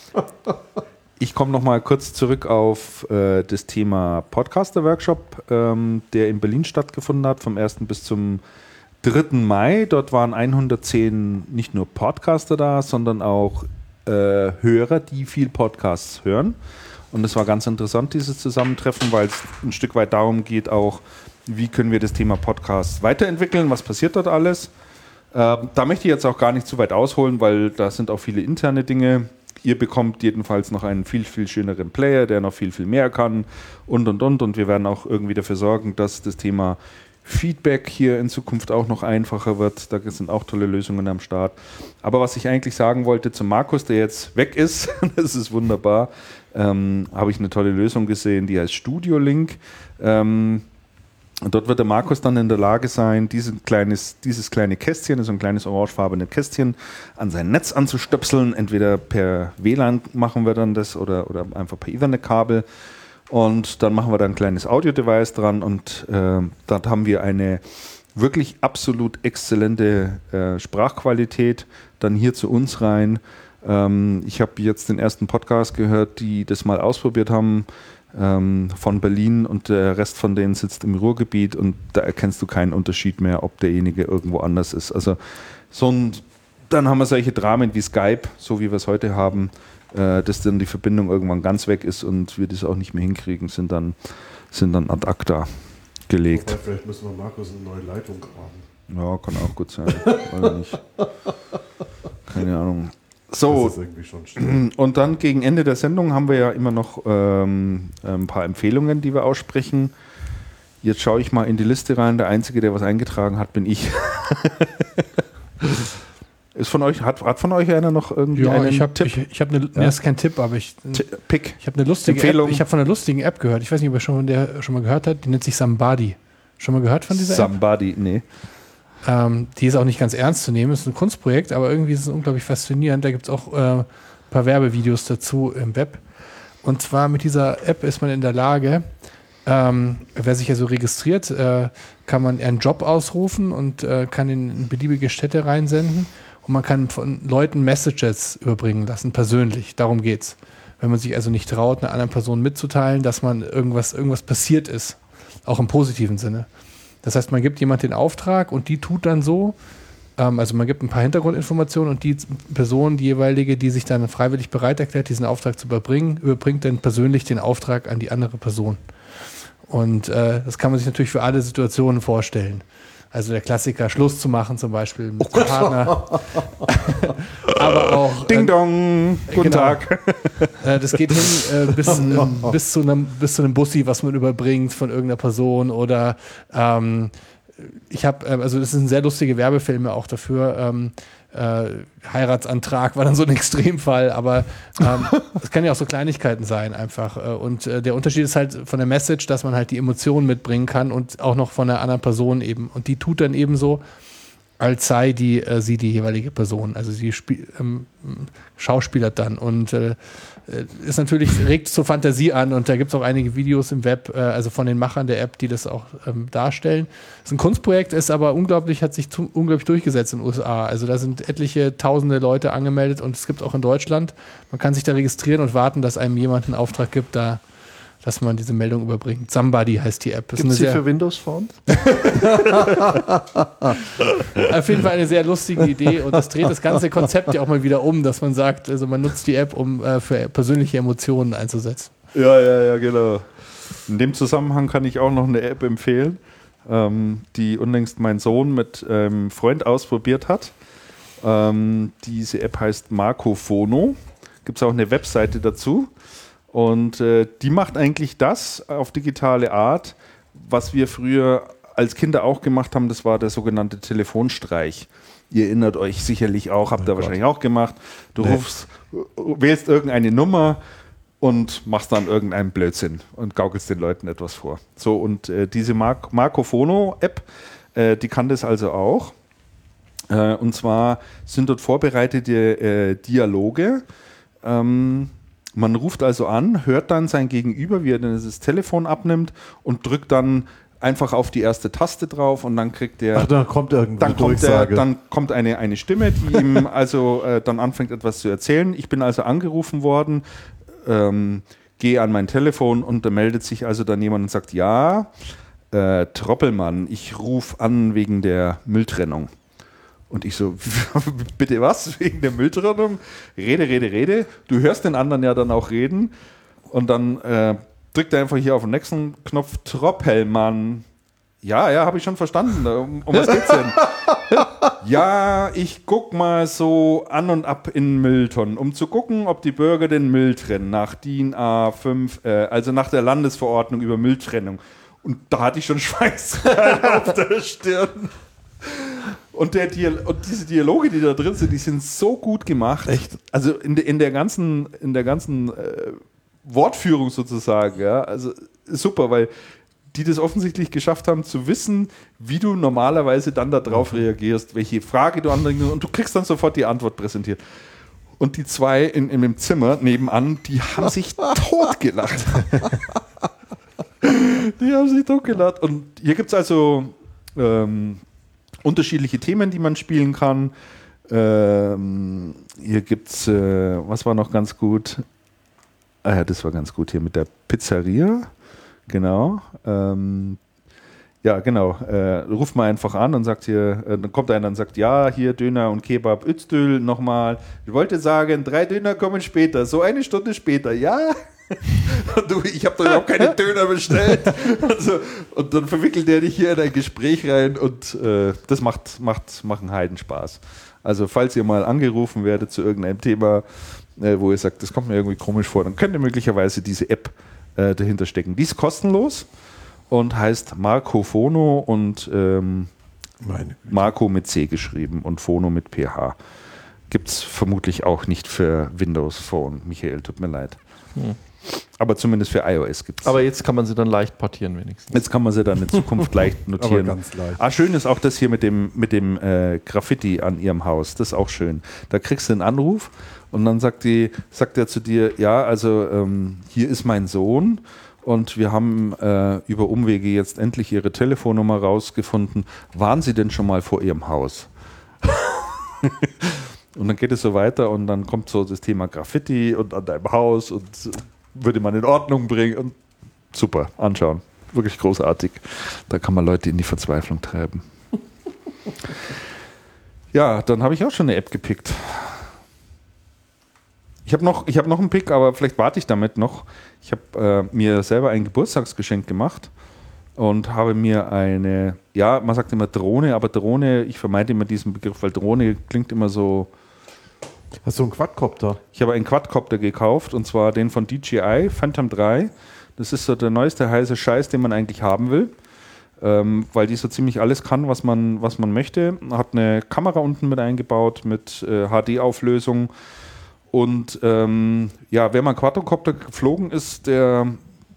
ich komme noch mal kurz zurück auf äh, das Thema Podcaster-Workshop, ähm, der in Berlin stattgefunden hat, vom ersten bis zum dritten Mai. Dort waren hundertzehn nicht nur Podcaster da, sondern auch äh, Hörer, die viel Podcasts hören. Und es war ganz interessant, dieses Zusammentreffen, weil es ein Stück weit darum geht, auch, wie können wir das Thema Podcasts weiterentwickeln, was passiert dort alles. Äh, da möchte ich jetzt auch gar nicht zu weit ausholen, weil da sind auch viele interne Dinge. Ihr bekommt jedenfalls noch einen viel, viel schöneren Player, der noch viel, viel mehr kann und, und, und. Und wir werden auch irgendwie dafür sorgen, dass das Thema Feedback hier in Zukunft auch noch einfacher wird. Da sind auch tolle Lösungen am Start. Aber was ich eigentlich sagen wollte zu Markus, der jetzt weg ist, das ist wunderbar, ähm, habe ich eine tolle Lösung gesehen, die heißt Studio Link. Ähm, und dort wird der Markus dann in der Lage sein, dieses, kleines, dieses kleine Kästchen, so ein kleines orangefarbene Kästchen, an sein Netz anzustöpseln. Entweder per W L A N machen wir dann das oder, oder einfach per Ethernet-Kabel. Und dann machen wir da ein kleines Audio-Device dran und äh, dort haben wir eine wirklich absolut exzellente äh, Sprachqualität dann hier zu uns rein. Ähm, ich habe jetzt den ersten Podcast gehört, die das mal ausprobiert haben ähm, von Berlin und der Rest von denen sitzt im Ruhrgebiet und da erkennst du keinen Unterschied mehr, ob derjenige irgendwo anders ist. Also so ein, dann haben wir solche Dramen wie Skype, so wie wir es heute haben, dass dann die Verbindung irgendwann ganz weg ist und wir das auch nicht mehr hinkriegen, sind dann, sind dann ad acta gelegt. Wobei, vielleicht müssen wir Markus eine neue Leitung graben. Ja, kann auch gut sein. Weiß nicht. Keine Ahnung. So, Das ist irgendwie schon schlimm. und dann gegen Ende der Sendung haben wir ja immer noch ähm, ein paar Empfehlungen, die wir aussprechen. Jetzt schaue ich mal in die Liste rein. Der Einzige, der was eingetragen hat, bin ich. Ist von euch, hat, hat von euch einer noch irgendwie Ja, einen ich habe Tipp? ich, ich hab eine, ja. nee, das ist kein Tipp, aber ich, T- Pick. ich habe eine lustige Empfehlung. App, ich habe von einer lustigen App gehört. Ich weiß nicht, ob ihr schon, von der schon mal gehört habt. Die nennt sich Somebody. Schon mal gehört von dieser App? Somebody, nee. Ähm, die ist auch nicht ganz ernst zu nehmen. Ist ein Kunstprojekt, aber irgendwie ist es unglaublich faszinierend. Da gibt es auch äh, ein paar Werbevideos dazu im Web. Und zwar mit dieser App ist man in der Lage, ähm, wer sich ja so registriert, äh, kann man einen Job ausrufen und äh, kann in beliebige Städte reinsenden. Und man kann von Leuten Messages überbringen lassen, persönlich. Darum geht's. Wenn man sich also nicht traut, einer anderen Person mitzuteilen, dass man irgendwas, irgendwas passiert ist. Auch im positiven Sinne. Das heißt, man gibt jemand den Auftrag und die tut dann so, ähm, also man gibt ein paar Hintergrundinformationen und die Person, die jeweilige, die sich dann freiwillig bereit erklärt, diesen Auftrag zu überbringen, überbringt dann persönlich den Auftrag an die andere Person. Und äh, das kann man sich natürlich für alle Situationen vorstellen. Also der Klassiker, Schluss zu machen zum Beispiel mit dem Partner. Aber auch... Ding äh, Dong, guten genau. Tag. Äh, das geht hin äh, bis, äh, bis, zu einem, bis zu einem Bussi, was man überbringt von irgendeiner Person oder ähm, ich habe, äh, also das sind sehr lustige Werbefilme auch dafür. Ähm, äh, Heiratsantrag war dann so ein Extremfall, aber ähm, es kann ja auch so Kleinigkeiten sein einfach. Äh, und äh, der Unterschied ist halt von der Message, dass man halt die Emotionen mitbringen kann und auch noch von einer anderen Person eben. Und die tut dann eben so, als sei die, äh, sie die jeweilige Person. Also sie spiel, ähm, schauspielert dann und äh, ist natürlich, regt zur Fantasie an und da gibt es auch einige Videos im Web, äh, also von den Machern der App, die das auch ähm, darstellen. Es ist ein Kunstprojekt, ist aber unglaublich, hat sich zu, unglaublich durchgesetzt in den U S A. Also da sind etliche tausende Leute angemeldet und es gibt auch in Deutschland. Man kann sich da registrieren und warten, dass einem jemand einen Auftrag gibt, da dass man diese Meldung überbringt. Somebody heißt die App. Gibt es die für Windows Phone? Auf jeden Fall eine sehr lustige Idee und das dreht das ganze Konzept ja auch mal wieder um, dass man sagt, also man nutzt die App, um äh, für persönliche Emotionen einzusetzen. Ja, ja, ja, genau. In dem Zusammenhang kann ich auch noch eine App empfehlen, ähm, die unlängst mein Sohn mit einem ähm, Freund ausprobiert hat. Ähm, diese App heißt Marcophono. Gibt es auch eine Webseite dazu. Und äh, die macht eigentlich das auf digitale Art, was wir früher als Kinder auch gemacht haben. Das war der sogenannte Telefonstreich. Ihr erinnert euch sicherlich auch, habt ihr oh wahrscheinlich auch gemacht. Du nee. rufst, wählst irgendeine Nummer und machst dann irgendeinen Blödsinn und gaukelst den Leuten etwas vor. So, und äh, diese Mar- Marcophono-App, äh, die kann das also auch. Äh, und zwar sind dort vorbereitete äh, Dialoge. Ähm, Man ruft also an, hört dann sein Gegenüber, wie er dann das Telefon abnimmt und drückt dann einfach auf die erste Taste drauf und dann kriegt er... Ach, dann kommt irgendeine dann kommt Durchsage. Der, dann kommt eine, eine Stimme, die ihm also äh, dann anfängt etwas zu erzählen. Ich bin also angerufen worden, ähm, gehe an mein Telefon und da meldet sich also dann jemand und sagt, ja, äh, Troppelmann, ich rufe an wegen der Mülltrennung. Und ich so, bitte was? Wegen der Mülltrennung? Rede, rede, rede. Du hörst den anderen ja dann auch reden. Und dann äh, drückt er einfach hier auf den nächsten Knopf, Troppelmann. Ja, ja, habe ich schon verstanden. Um, um was geht's denn? Ja, ich guck mal so an und ab in Mülltonnen, um zu gucken, ob die Bürger den Müll trennen. Nach D I N A fünf, äh, also nach der Landesverordnung über Mülltrennung. Und da hatte ich schon Schweiß auf der Stirn. Und, der Dial- und diese Dialoge, die da drin sind, die sind so gut gemacht. Echt? Also in, de, in der ganzen, in der ganzen äh, Wortführung sozusagen. Ja? Also super, weil die das offensichtlich geschafft haben zu wissen, wie du normalerweise dann darauf reagierst, welche Frage du anbringst und du kriegst dann sofort die Antwort präsentiert. Und die zwei in, in dem Zimmer nebenan, die haben sich totgelacht. Die haben sich totgelacht. Und hier gibt es also ähm, unterschiedliche Themen, die man spielen kann. Ähm, hier gibt es, äh, was war noch ganz gut? Ah ja, das war ganz gut hier mit der Pizzeria. Genau. Ähm, ja, genau. Äh, ruft mal einfach an und sagt hier, äh, dann kommt einer und sagt, ja, hier Döner und Kebab, Özdül nochmal. Ich wollte sagen, drei Döner kommen später, so eine Stunde später, ja. Und du, ich habe doch überhaupt keine Döner bestellt. Also, und dann verwickelt er dich hier in ein Gespräch rein und äh, das macht, macht, macht einen Heidenspaß. Also falls ihr mal angerufen werdet zu irgendeinem Thema, äh, wo ihr sagt, das kommt mir irgendwie komisch vor, dann könnt ihr möglicherweise diese App äh, dahinter stecken. Die ist kostenlos und heißt Marco Phono und ähm, Marco mit C geschrieben und Phono mit P H. Gibt es vermutlich auch nicht für Windows Phone. Michael, tut mir leid. Hm. Aber zumindest für iOS gibt es. Aber jetzt kann man sie dann leicht portieren wenigstens. Jetzt kann man sie dann in Zukunft leicht notieren. Aber ganz leicht. Ah, schön ist auch das hier mit dem, mit dem äh, Graffiti an ihrem Haus. Das ist auch schön. Da kriegst du einen Anruf und dann sagt, die, sagt er zu dir, ja, also ähm, hier ist mein Sohn und wir haben äh, über Umwege jetzt endlich ihre Telefonnummer rausgefunden. Waren Sie denn schon mal vor Ihrem Haus? Und dann geht es so weiter und dann kommt so das Thema Graffiti und an deinem Haus und würde man in Ordnung bringen und super, anschauen. Wirklich großartig. Da kann man Leute in die Verzweiflung treiben. Ja, dann habe ich auch schon eine App gepickt. Ich habe noch, ich hab noch einen Pick, aber vielleicht warte ich damit noch. Ich habe äh, mir selber ein Geburtstagsgeschenk gemacht und habe mir eine, ja, man sagt immer Drohne, aber Drohne, ich vermeide immer diesen Begriff, weil Drohne klingt immer so. Hast du einen Quadcopter? Ich habe einen Quadcopter gekauft und zwar den von D J I, Phantom drei. Das ist so der neueste heiße Scheiß, den man eigentlich haben will, ähm, weil die so ziemlich alles kann, was man, was man möchte. Hat eine Kamera unten mit eingebaut mit äh, H D-Auflösung und ähm, ja, wer mal Quadcopter geflogen ist, der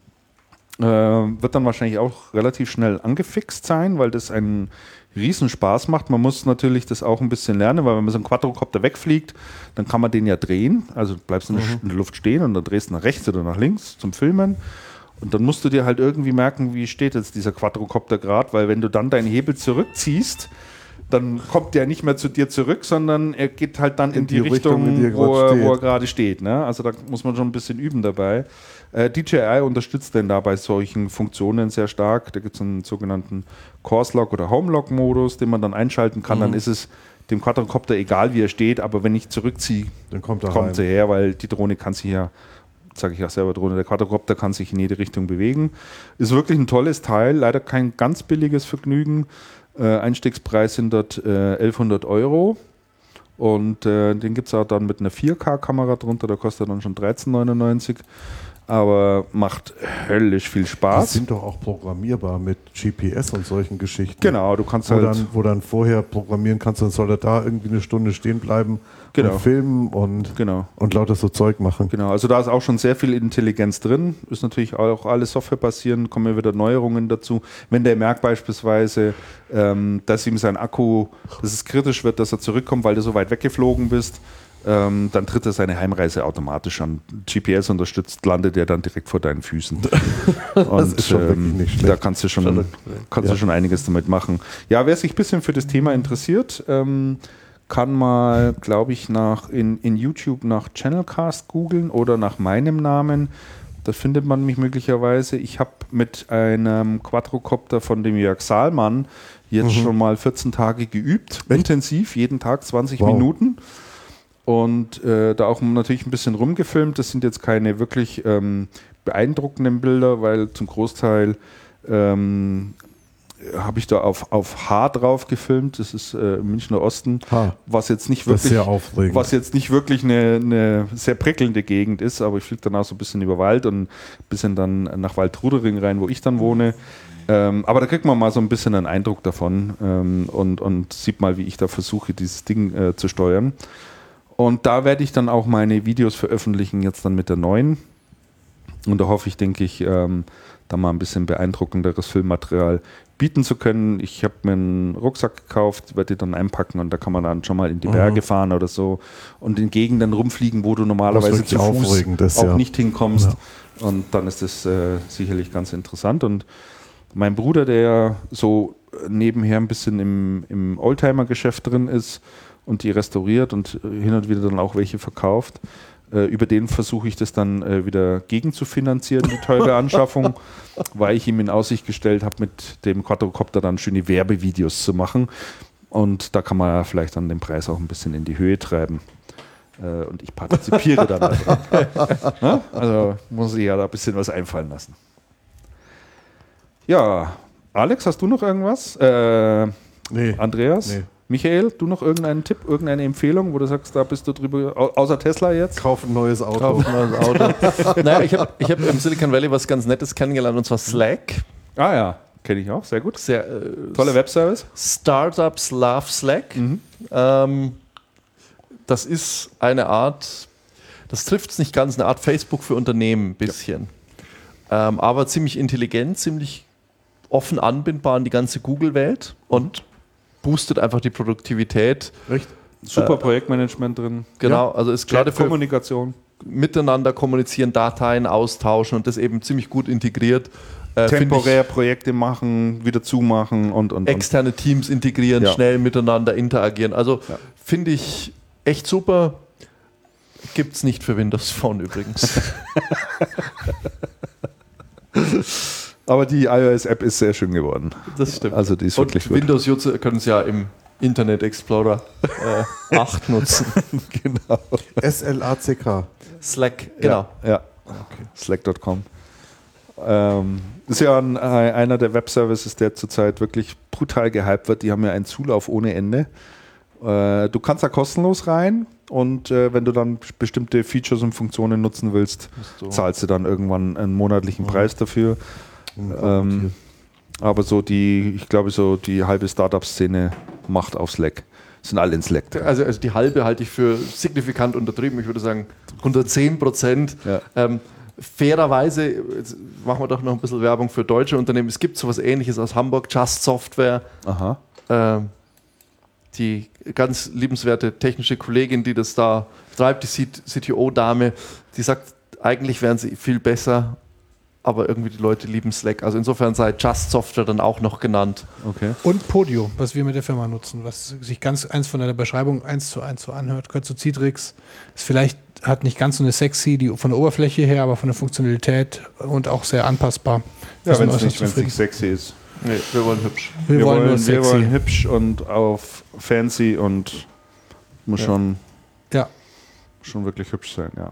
äh, wird dann wahrscheinlich auch relativ schnell angefixt sein, weil das einen Riesenspaß macht. Man muss natürlich das auch ein bisschen lernen, weil wenn man so einen Quadrocopter wegfliegt, dann kann man den ja drehen. Also bleibst du mhm. in der Luft stehen und dann drehst du nach rechts oder nach links zum Filmen. Und dann musst du dir halt irgendwie merken, wie steht jetzt dieser Quadrocopter gerade, weil wenn du dann deinen Hebel zurückziehst, dann kommt der nicht mehr zu dir zurück, sondern er geht halt dann in, in die, die Richtung, Richtung in wo, er, wo er gerade steht. Ne? Also da muss man schon ein bisschen üben dabei. Äh, D J I unterstützt denn da bei solchen Funktionen sehr stark. Da gibt es einen sogenannten Course Lock oder Home Lock Modus, den man dann einschalten kann. Mhm. Dann ist es dem Quadrocopter egal, wie er steht, aber wenn ich zurückziehe, dann kommt, er kommt sie her, weil die Drohne kann sich ja, sage ich auch selber Drohne, der Quadrocopter kann sich in jede Richtung bewegen. Ist wirklich ein tolles Teil, leider kein ganz billiges Vergnügen. Äh, Einstiegspreis sind dort äh, elfhundert Euro und äh, den gibt es auch dann mit einer vier K Kamera drunter, da kostet er dann schon dreizehn neunundneunzig, aber macht höllisch viel Spaß. Die sind doch auch programmierbar mit G P S und solchen Geschichten. Genau, du kannst wo halt... Dann, wo dann vorher programmieren kannst, dann soll er da irgendwie eine Stunde stehen bleiben genau. und filmen und, genau. und lauter so Zeug machen. Genau, also da ist auch schon sehr viel Intelligenz drin. Ist natürlich auch alles Software basierend, kommen ja wieder Neuerungen dazu. Wenn der merkt beispielsweise, ähm, dass ihm sein Akku, dass es kritisch wird, dass er zurückkommt, weil du so weit weggeflogen bist, Ähm, dann tritt er seine Heimreise automatisch an. G P S unterstützt, landet er dann direkt vor deinen Füßen. Und das ist schon ähm, nicht schlecht. Da kannst du schon, kannst ja. du schon einiges damit machen. Ja, wer sich ein bisschen für das Thema interessiert, ähm, kann mal, glaube ich, nach in, in YouTube nach Channelcast googeln oder nach meinem Namen. Da findet man mich möglicherweise. Ich habe mit einem Quadrocopter von dem Jörg Sahlmann jetzt mhm. schon mal vierzehn Tage geübt. Echt? Intensiv, jeden Tag zwanzig wow. Minuten. Und äh, da auch natürlich ein bisschen rumgefilmt. Das sind jetzt keine wirklich ähm, beeindruckenden Bilder, weil zum Großteil ähm, habe ich da auf, auf H drauf gefilmt. Das ist äh, im Münchner Osten, ha. was jetzt nicht wirklich, was jetzt nicht wirklich eine, eine sehr prickelnde Gegend ist. Aber ich fliege dann auch so ein bisschen über Wald und ein bisschen dann nach Waldrudering rein, wo ich dann wohne. Ähm, aber da kriegt man mal so ein bisschen einen Eindruck davon ähm, und, und sieht mal, wie ich da versuche, dieses Ding äh, zu steuern. Und da werde ich dann auch meine Videos veröffentlichen, jetzt dann mit der neuen. Und da hoffe ich, denke ich, ähm, da mal ein bisschen beeindruckenderes Filmmaterial bieten zu können. Ich habe mir einen Rucksack gekauft, werde den dann einpacken und da kann man dann schon mal in die Berge mhm. fahren oder so und in Gegenden rumfliegen, wo du normalerweise zu Fuß ist, auch ja. nicht hinkommst. Ja. Und dann ist das äh, sicherlich ganz interessant. Und mein Bruder, der so nebenher ein bisschen im, im Oldtimer-Geschäft drin ist und die restauriert und hin und wieder dann auch welche verkauft, äh, über den versuche ich das dann äh, wieder gegen zu finanzieren, die teure Anschaffung, weil ich ihm in Aussicht gestellt habe, mit dem Quadrocopter dann schöne Werbevideos zu machen. Und da kann man ja vielleicht dann den Preis auch ein bisschen in die Höhe treiben. Äh, und ich partizipiere dann daran. Also muss ich ja da ein bisschen was einfallen lassen. Ja, Alex, hast du noch irgendwas? Äh, nee. Andreas? Nee. Michael, du noch irgendeinen Tipp, irgendeine Empfehlung, wo du sagst, da bist du drüber, au- außer Tesla jetzt? Kauf ein neues Auto. Kauf ein neues Auto. Naja, ich habe ich hab im Silicon Valley was ganz Nettes kennengelernt, und zwar Slack. Ah ja, kenne ich auch, sehr gut. Sehr, äh, Toller Webservice. Startups love Slack. Mhm. Ähm, das ist eine Art, das trifft es nicht ganz, eine Art Facebook für Unternehmen, ein bisschen. Ja. Ähm, aber ziemlich intelligent, ziemlich offen anbindbar an die ganze Google-Welt und boostet einfach die Produktivität. Echt? Super Äh, Projektmanagement drin. Genau, also ist gerade für Kommunikation. miteinander kommunizieren, Dateien austauschen und das eben ziemlich gut integriert. Äh, Temporär Projekte machen, wieder zumachen und und. externe Teams integrieren, Ja. schnell miteinander interagieren. Also Ja. finde ich echt super. Gibt es nicht für Windows Phone übrigens. Aber die iOS-App ist sehr schön geworden. Das stimmt. Also die ist Und wirklich gut. Windows-User können es ja im Internet Explorer äh, acht nutzen. Genau. S L A C K. Slack, genau. Ja, ja. Okay. Slack Punkt com. Ähm, ist ja ein, einer der Webservices, der zurzeit wirklich brutal gehypt wird. Die haben ja einen Zulauf ohne Ende. Äh, du kannst da kostenlos rein und äh, wenn du dann bestimmte Features und Funktionen nutzen willst, du- zahlst du dann irgendwann einen monatlichen Preis dafür. Ähm, aber so die, ich glaube, so die halbe Startup-Szene macht auf Slack. Sind alle in Slack drin. Also, also die halbe halte ich für signifikant untertrieben. Ich würde sagen hundertzehn Prozent. Ja. Ähm, fairerweise, jetzt machen wir doch noch ein bisschen Werbung für deutsche Unternehmen. Es gibt sowas Ähnliches aus Hamburg, Just Software. Aha. Ähm, die ganz liebenswerte technische Kollegin, die das da treibt, die C T O-Dame, die sagt, eigentlich wären sie viel besser, aber irgendwie die Leute lieben Slack. Also insofern sei Just Software dann auch noch genannt. Okay. Und Podio, was wir mit der Firma nutzen, was sich ganz eins von der Beschreibung eins zu eins so anhört, gehört zu Citrix. Ist vielleicht, hat nicht ganz so eine sexy, die von der Oberfläche her, aber von der Funktionalität und auch sehr anpassbar. Wir Ja, sind wenn es äußerst nicht, wenn's zufrieden. nicht sexy ist. Nee, wir wollen hübsch. Wir, wollen nur wir sexy. wollen hübsch und auf fancy und muss Ja. schon, Ja. schon wirklich hübsch sein, ja.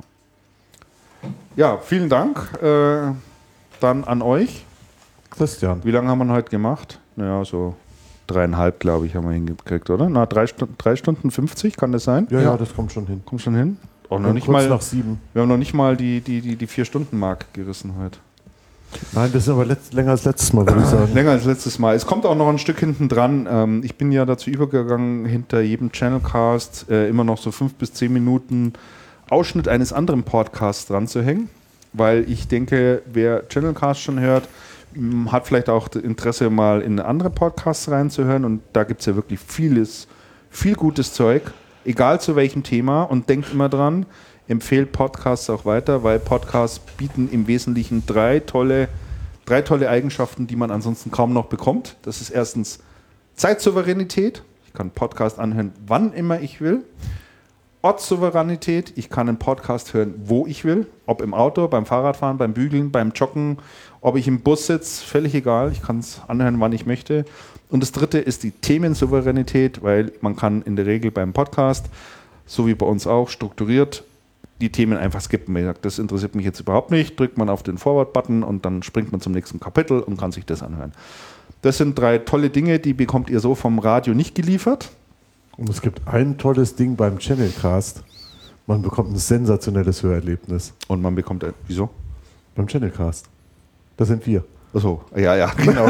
Ja, vielen Dank. Äh, dann an euch. Christian. Wie lange haben wir heute gemacht? Naja, so dreieinhalb, glaube ich, haben wir hingekriegt, oder? Na, drei, Stu- drei Stunden fünfzig, kann das sein? Ja, ja, Ja. das kommt schon hin. Kommt schon hin? Auch noch Und nicht kurz mal, nach sieben. wir haben noch nicht mal die, die, die, die Vier-Stunden-Marke gerissen heute. Nein, das ist aber letzt, länger als letztes Mal, würde ich sagen. Länger als letztes Mal. Es kommt auch noch ein Stück hinten dran. Ähm, ich bin ja dazu übergegangen, hinter jedem Channelcast äh, immer noch so fünf bis zehn Minuten Ausschnitt eines anderen Podcasts dran zu hängen, weil ich denke, wer Channelcast schon hört, mh, hat vielleicht auch das Interesse, mal in andere Podcasts reinzuhören, und da gibt es ja wirklich vieles, viel gutes Zeug, egal zu welchem Thema, und denkt immer dran, empfehlt Podcasts auch weiter, weil Podcasts bieten im Wesentlichen drei tolle, drei tolle Eigenschaften, die man ansonsten kaum noch bekommt. Das ist erstens Zeitsouveränität. Ich kann einen Podcast anhören, wann immer ich will. Ortssouveränität. Ich kann einen Podcast hören, wo ich will. Ob im Auto, beim Fahrradfahren, beim Bügeln, beim Joggen, ob ich im Bus sitze, völlig egal. Ich kann es anhören, wann ich möchte. Und das dritte ist die Themensouveränität, weil man kann in der Regel beim Podcast, so wie bei uns auch, strukturiert die Themen einfach skippen. Man sagt, das interessiert mich jetzt überhaupt nicht, drückt man auf den Forward-Button und dann springt man zum nächsten Kapitel und kann sich das anhören. Das sind drei tolle Dinge, die bekommt ihr so vom Radio nicht geliefert. Und es gibt ein tolles Ding beim Channelcast. Man bekommt ein sensationelles Hörerlebnis Und man bekommt ein, wieso? beim Channelcast. Das sind wir. Achso, ja, ja, genau.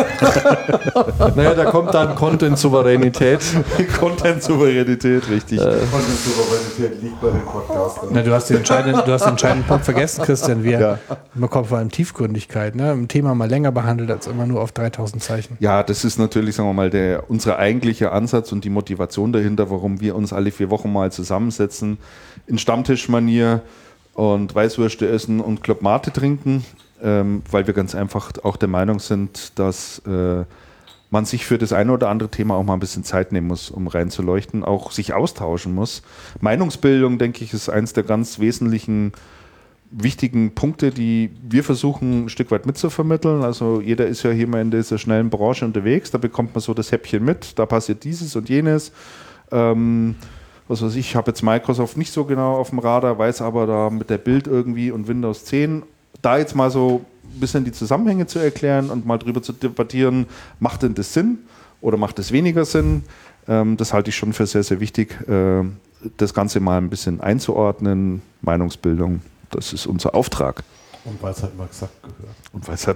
Naja, da kommt dann Content-Souveränität. Content-Souveränität, richtig. Äh, Content-Souveränität liegt bei den Podcastern. Na, du hast den entscheidenden, du hast den entscheidenden Punkt vergessen, Christian. Wir, Ja. Man kommt vor allem Tiefgründigkeit. Ne? Ein Thema mal länger behandelt als immer nur auf dreitausend Zeichen. Ja, das ist natürlich, sagen wir mal, der, unser eigentlicher Ansatz und die Motivation dahinter, warum wir uns alle vier Wochen mal zusammensetzen, in Stammtischmanier und Weißwürste essen und Club Mate trinken, ähm, weil wir ganz einfach auch der Meinung sind, dass äh, man sich für das eine oder andere Thema auch mal ein bisschen Zeit nehmen muss, um reinzuleuchten, auch sich austauschen muss. Meinungsbildung, denke ich, ist eins der ganz wesentlichen wichtigen Punkte, die wir versuchen ein Stück weit mitzuvermitteln. Also jeder ist ja hier mal in dieser schnellen Branche unterwegs, da bekommt man so das Häppchen mit, da passiert dieses und jenes. Ähm, was weiß ich, ich habe jetzt Microsoft nicht so genau auf dem Radar, weiß aber da mit der Bild irgendwie und Windows zehn, da jetzt mal so ein bisschen die Zusammenhänge zu erklären und mal drüber zu debattieren, macht denn das Sinn oder macht es weniger Sinn? Ähm, das halte ich schon für sehr, sehr wichtig, äh, das Ganze mal ein bisschen einzuordnen, Meinungsbildung. Das ist unser Auftrag. Und weil es halt mal gesagt gehört. Und weil es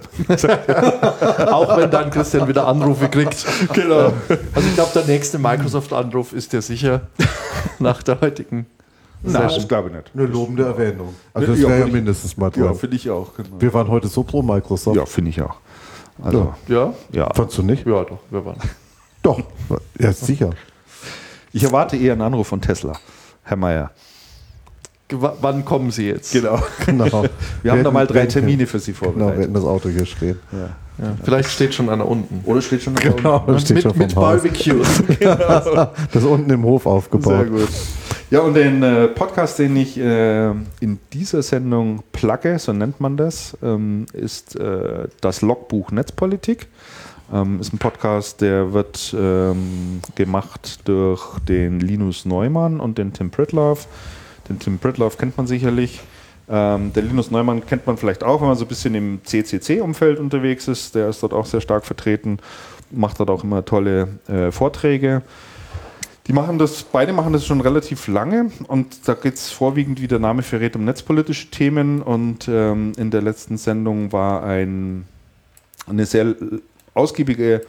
halt auch wenn dann Christian wieder Anrufe kriegt. Genau. Also ich glaube, der nächste Microsoft-Anruf ist ja sicher nach der heutigen Nein, Session. das glaube ich nicht. Eine lobende Erwähnung. Also das Ja, wäre ja find ich- mindestens mal drin. Ja, finde ich auch. Genau. Wir waren heute so pro Microsoft. Ja, finde ich auch. Also, Ja? ja. Fandst du nicht? Ja, doch, wir waren. Doch. Ja, sicher. Ich erwarte eher einen Anruf von Tesla, Herr Mayer. W wann kommen Sie jetzt? Genau. Genau. Wir haben da mal drei hätten- Termine für Sie Genau, wir vorbereitet. hätten das Auto hier stehen. Ja. Vielleicht steht schon einer unten. Oder steht schon Genau, das steht schon Mit, vom mit Haus. Barbecues. Das ist unten im Hof aufgebaut. Sehr gut. Ja, und den äh, Podcast, den ich äh, in dieser Sendung plugge, so nennt man das, ähm, ist äh, das Logbuch Netzpolitik. Ähm, ist ein Podcast, der wird ähm, gemacht durch den Linus Neumann und den Tim Pritloff. Den Tim Pritloff kennt man sicherlich. Ähm, der Linus Neumann kennt man vielleicht auch, wenn man so ein bisschen im C C C-Umfeld unterwegs ist. Der ist dort auch sehr stark vertreten, macht dort auch immer tolle äh, Vorträge. Die machen das, beide machen das schon relativ lange und da geht es vorwiegend, wie der Name verrät, um netzpolitische Themen und ähm, in der letzten Sendung war ein, eine sehr ausgiebige,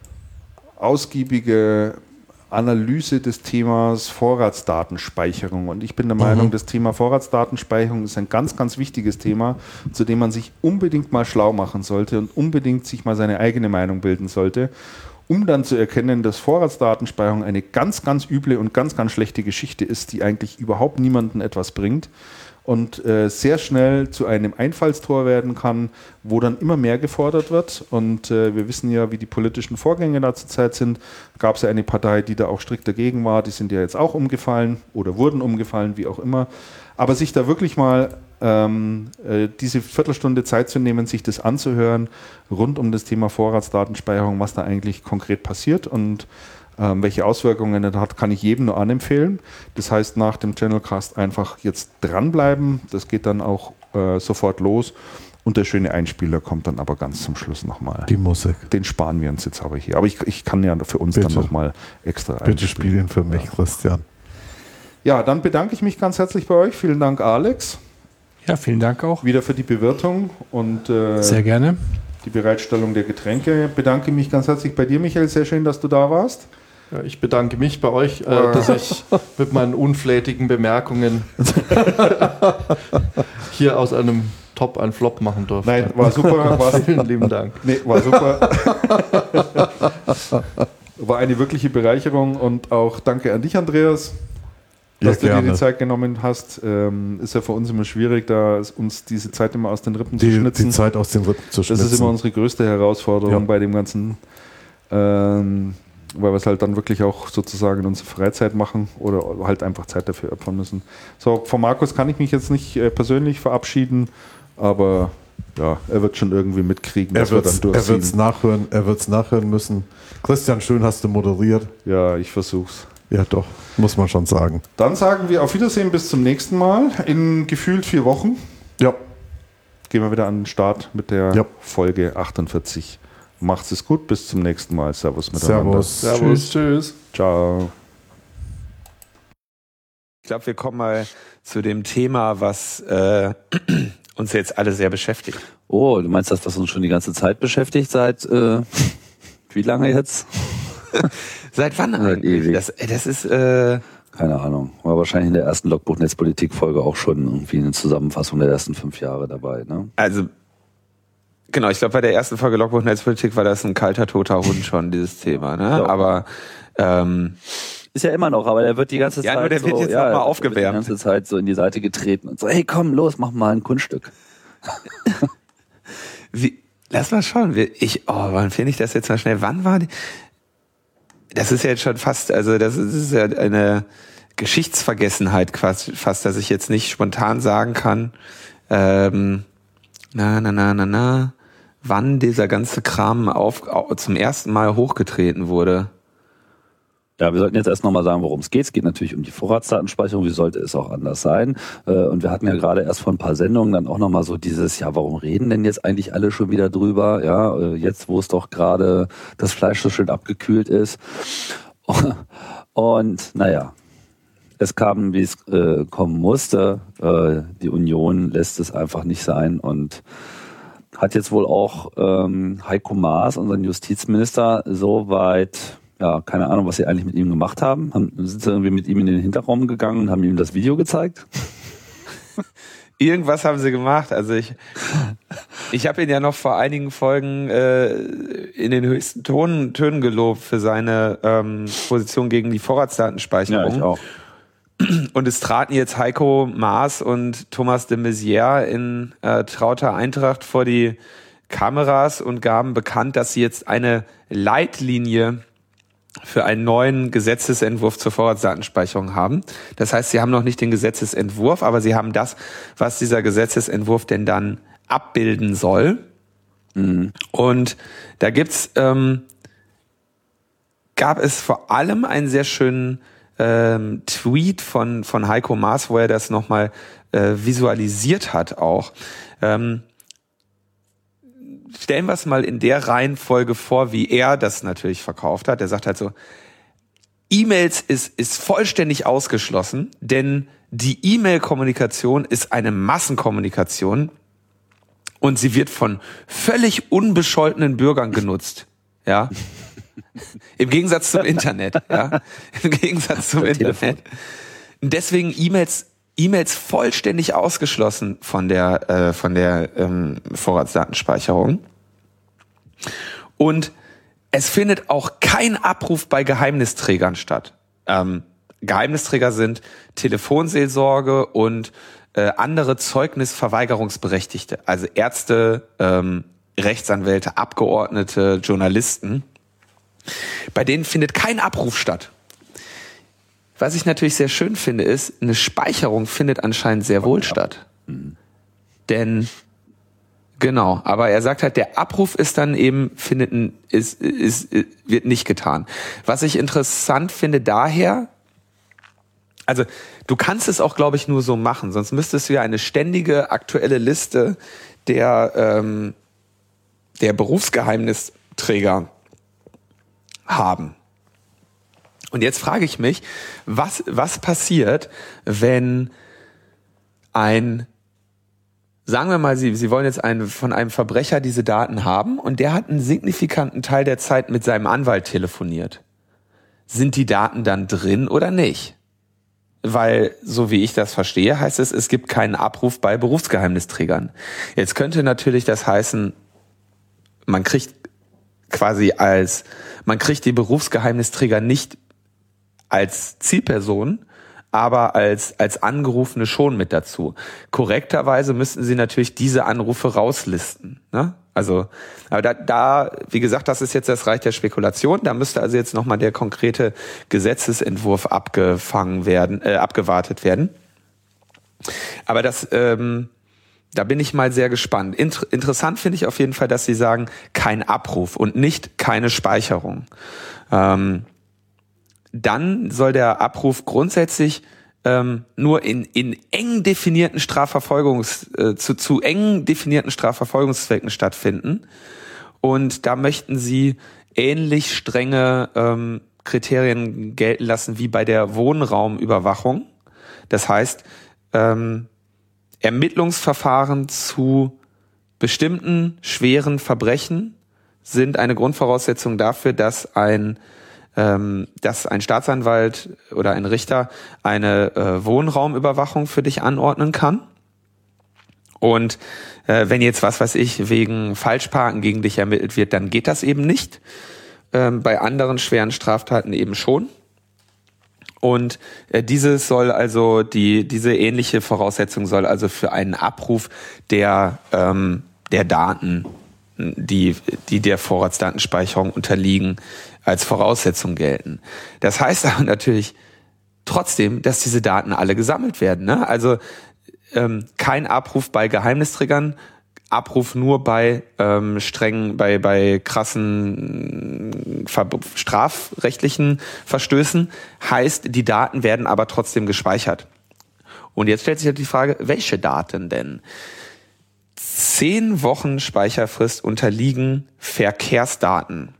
ausgiebige Analyse des Themas Vorratsdatenspeicherung und ich bin der Meinung, Mhm. das Thema Vorratsdatenspeicherung ist ein ganz, ganz wichtiges Thema, zu dem man sich unbedingt mal schlau machen sollte und unbedingt sich mal seine eigene Meinung bilden sollte, um dann zu erkennen, dass Vorratsdatenspeicherung eine ganz, ganz üble und ganz, ganz schlechte Geschichte ist, die eigentlich überhaupt niemandem etwas bringt und äh, sehr schnell zu einem Einfallstor werden kann, wo dann immer mehr gefordert wird. Und äh, wir wissen ja, wie die politischen Vorgänge da zurzeit sind. Gab es ja eine Partei, die da auch strikt dagegen war. Die sind ja jetzt auch umgefallen oder wurden umgefallen, wie auch immer. Aber sich da wirklich mal ähm, äh, diese Viertelstunde Zeit zu nehmen, sich das anzuhören, rund um das Thema Vorratsdatenspeicherung, was da eigentlich konkret passiert und ähm, welche Auswirkungen das hat, kann ich jedem nur anempfehlen. Das heißt, nach dem Channelcast einfach jetzt dranbleiben. Das geht dann auch äh, sofort los. Und der schöne Einspieler kommt dann aber ganz zum Schluss nochmal. Die Musik. Den sparen wir uns jetzt aber hier. Aber ich, ich kann ja für uns Bitte. dann nochmal extra Bitte spiel ihn für mich, Ja. Christian. Ja, dann bedanke ich mich ganz herzlich bei euch. Vielen Dank, Alex, Ja, vielen Dank auch. wieder für die Bewirtung und äh, Sehr gerne. die Bereitstellung der Getränke. Bedanke mich ganz herzlich bei dir, Michael. Sehr schön, dass du da warst. Ja, ich bedanke mich bei euch, äh, dass ich mit meinen unflätigen Bemerkungen hier aus einem Top ein Flop machen durfte. Nein, war super. War, Vielen lieben Dank. nee, war super. War eine wirkliche Bereicherung und auch danke an dich, Andreas, Ja, dass du dir gerne. die Zeit genommen hast. Ähm, ist ja für uns immer schwierig, da uns diese Zeit immer aus den Rippen zu Die, schnitzen. die Zeit aus den Rippen zu Das schnitzen. ist immer unsere größte Herausforderung Ja. bei dem Ganzen, ähm, weil wir es halt dann wirklich auch sozusagen in unserer Freizeit machen oder halt einfach Zeit dafür opfern müssen. So, von Markus kann ich mich jetzt nicht äh, persönlich verabschieden, aber ja, er wird schon irgendwie mitkriegen, er dass wir wird dann es durchziehen. nachhören, er wird's nachhören müssen. Christian, schön hast du moderiert. Ja, ich versuch's. Ja, doch, muss man schon sagen. Dann sagen wir auf Wiedersehen bis zum nächsten Mal. In gefühlt vier Wochen Ja, gehen wir wieder an den Start mit der Ja. Folge achtundvierzig. Macht's es gut, bis zum nächsten Mal. Servus miteinander. Servus. Servus, tschüss. Ciao. Ich glaube, wir kommen mal zu dem Thema, was äh, uns jetzt alle sehr beschäftigt. Oh, du meinst das, was uns schon die ganze Zeit beschäftigt, seit äh, wie lange jetzt? Seit wann eigentlich? Ewig. Das, das ist... Äh, Keine Ahnung. War wahrscheinlich in der ersten Logbuch-Netzpolitik-Folge auch schon irgendwie eine Zusammenfassung der ersten fünf Jahre dabei. Ne? Also, genau, ich glaube, bei der ersten Folge Logbuch Netzpolitik war das ein kalter, toter Hund schon, dieses Thema. Ne? Ja. Aber ähm, ist ja immer noch, aber der wird die ganze ja, Zeit nur der so, wird jetzt ja, noch mal der aufgewärmt. wird die ganze Zeit so in die Seite getreten und so, hey, komm, los, mach mal ein Kunststück. Wie, lass mal schauen. Ich, oh, wann finde ich das jetzt mal schnell? Wann war die? Das ist ja jetzt schon fast, also das ist, das ist ja eine Geschichtsvergessenheit quasi, fast, dass ich jetzt nicht spontan sagen kann, ähm, na, na, na, na, na, wann dieser ganze Kram auf, auf, zum ersten Mal hochgetreten wurde. Ja, wir sollten jetzt erst nochmal sagen, worum es geht. Es geht natürlich um die Vorratsdatenspeicherung. Wie sollte es auch anders sein? Und wir hatten ja gerade erst vor ein paar Sendungen dann auch nochmal so dieses, ja, warum reden denn jetzt eigentlich alle schon wieder drüber? Ja, jetzt, wo es doch gerade das Fleisch so schön abgekühlt ist. Und naja, es kam, wie es äh, kommen musste. Äh, die Union lässt es einfach nicht sein und hat jetzt wohl auch ähm, Heiko Maas, unseren Justizminister, so weit... Ja, keine Ahnung, was sie eigentlich mit ihm gemacht haben. haben. Sind sie irgendwie mit ihm in den Hinterraum gegangen und haben ihm das Video gezeigt? Irgendwas haben sie gemacht. Also ich, ich habe ihn ja noch vor einigen Folgen äh, in den höchsten Ton, Tönen gelobt für seine ähm, Position gegen die Vorratsdatenspeicherung. Ja, ich auch. Und es traten jetzt Heiko Maas und Thomas de Maizière in äh, trauter Eintracht vor die Kameras und gaben bekannt, dass sie jetzt eine Leitlinie für einen neuen Gesetzesentwurf zur Vorratsdatenspeicherung haben. Das heißt, sie haben noch nicht den Gesetzesentwurf, aber sie haben das, was dieser Gesetzesentwurf denn dann abbilden soll. Mhm. Und da gibt's, ähm, gab es vor allem einen sehr schönen ähm, Tweet von, von Heiko Maas, wo er das nochmal äh, visualisiert hat auch. Ähm, Stellen wir es mal in der Reihenfolge vor, wie er das natürlich verkauft hat. Er sagt halt so, E-Mails ist, ist vollständig ausgeschlossen, denn die E-Mail-Kommunikation ist eine Massenkommunikation und sie wird von völlig unbescholtenen Bürgern genutzt. Ja. Im Gegensatz zum Internet. Ja. Im Gegensatz zum Internet. Deswegen E-Mails E-Mails vollständig ausgeschlossen von der äh, von der ähm, Vorratsdatenspeicherung. Und es findet auch kein Abruf bei Geheimnisträgern statt. Ähm, Geheimnisträger sind Telefonseelsorge und äh, andere Zeugnisverweigerungsberechtigte, also Ärzte, ähm, Rechtsanwälte, Abgeordnete, Journalisten. Bei denen findet kein Abruf statt. Was ich natürlich sehr schön finde, ist, eine Speicherung findet anscheinend sehr wohl statt. Mhm. Denn, genau, aber er sagt halt, der Abruf ist dann eben, findet ein, ist, ist, ist, wird nicht getan. Was ich interessant finde daher, also du kannst es auch, glaube ich, nur so machen, sonst müsstest du ja eine ständige aktuelle Liste der, ähm, der Berufsgeheimnisträger haben. Und jetzt frage ich mich, was, was passiert, wenn ein, sagen wir mal, Sie, Sie wollen jetzt einen, von einem Verbrecher diese Daten haben und der hat einen signifikanten Teil der Zeit mit seinem Anwalt telefoniert. Sind die Daten dann drin oder nicht? Weil, so wie ich das verstehe, heißt es, es gibt keinen Abruf bei Berufsgeheimnisträgern. Jetzt könnte natürlich das heißen, man kriegt quasi als, man kriegt die Berufsgeheimnisträger nicht als Zielperson, aber als als Angerufene schon mit dazu. Korrekterweise müssten sie natürlich diese Anrufe rauslisten. Ne? Also, aber da, da, wie gesagt, das ist jetzt das Reich der Spekulation. Da müsste also jetzt nochmal der konkrete Gesetzesentwurf abgefangen werden, äh, abgewartet werden. Aber das, ähm, da bin ich mal sehr gespannt. Inter- interessant finde ich auf jeden Fall, dass sie sagen, kein Abruf und nicht keine Speicherung. Ähm, Dann soll der Abruf grundsätzlich ähm, nur in, in eng definierten Strafverfolgungs, äh, zu, zu eng definierten Strafverfolgungszwecken stattfinden. Und da möchten sie ähnlich strenge ähm, Kriterien gelten lassen wie bei der Wohnraumüberwachung. Das heißt, ähm, Ermittlungsverfahren zu bestimmten schweren Verbrechen sind eine Grundvoraussetzung dafür, dass ein ähm, dass ein Staatsanwalt oder ein Richter eine äh, Wohnraumüberwachung für dich anordnen kann. Und äh, wenn jetzt, was weiß ich, wegen Falschparken gegen dich ermittelt wird, dann geht das eben nicht. Ähm, bei anderen schweren Straftaten eben schon. Und äh, dieses soll also, die diese ähnliche Voraussetzung soll also für einen Abruf der, ähm, der Daten, die, die der Vorratsdatenspeicherung unterliegen, als Voraussetzung gelten. Das heißt aber natürlich trotzdem, dass diese Daten alle gesammelt werden. Ne? Also ähm, kein Abruf bei Geheimnisträgern, Abruf nur bei ähm, strengen, bei bei krassen ver- strafrechtlichen Verstößen, heißt, die Daten werden aber trotzdem gespeichert. Und jetzt stellt sich halt die Frage, welche Daten denn? Zehn Wochen Speicherfrist unterliegen Verkehrsdaten.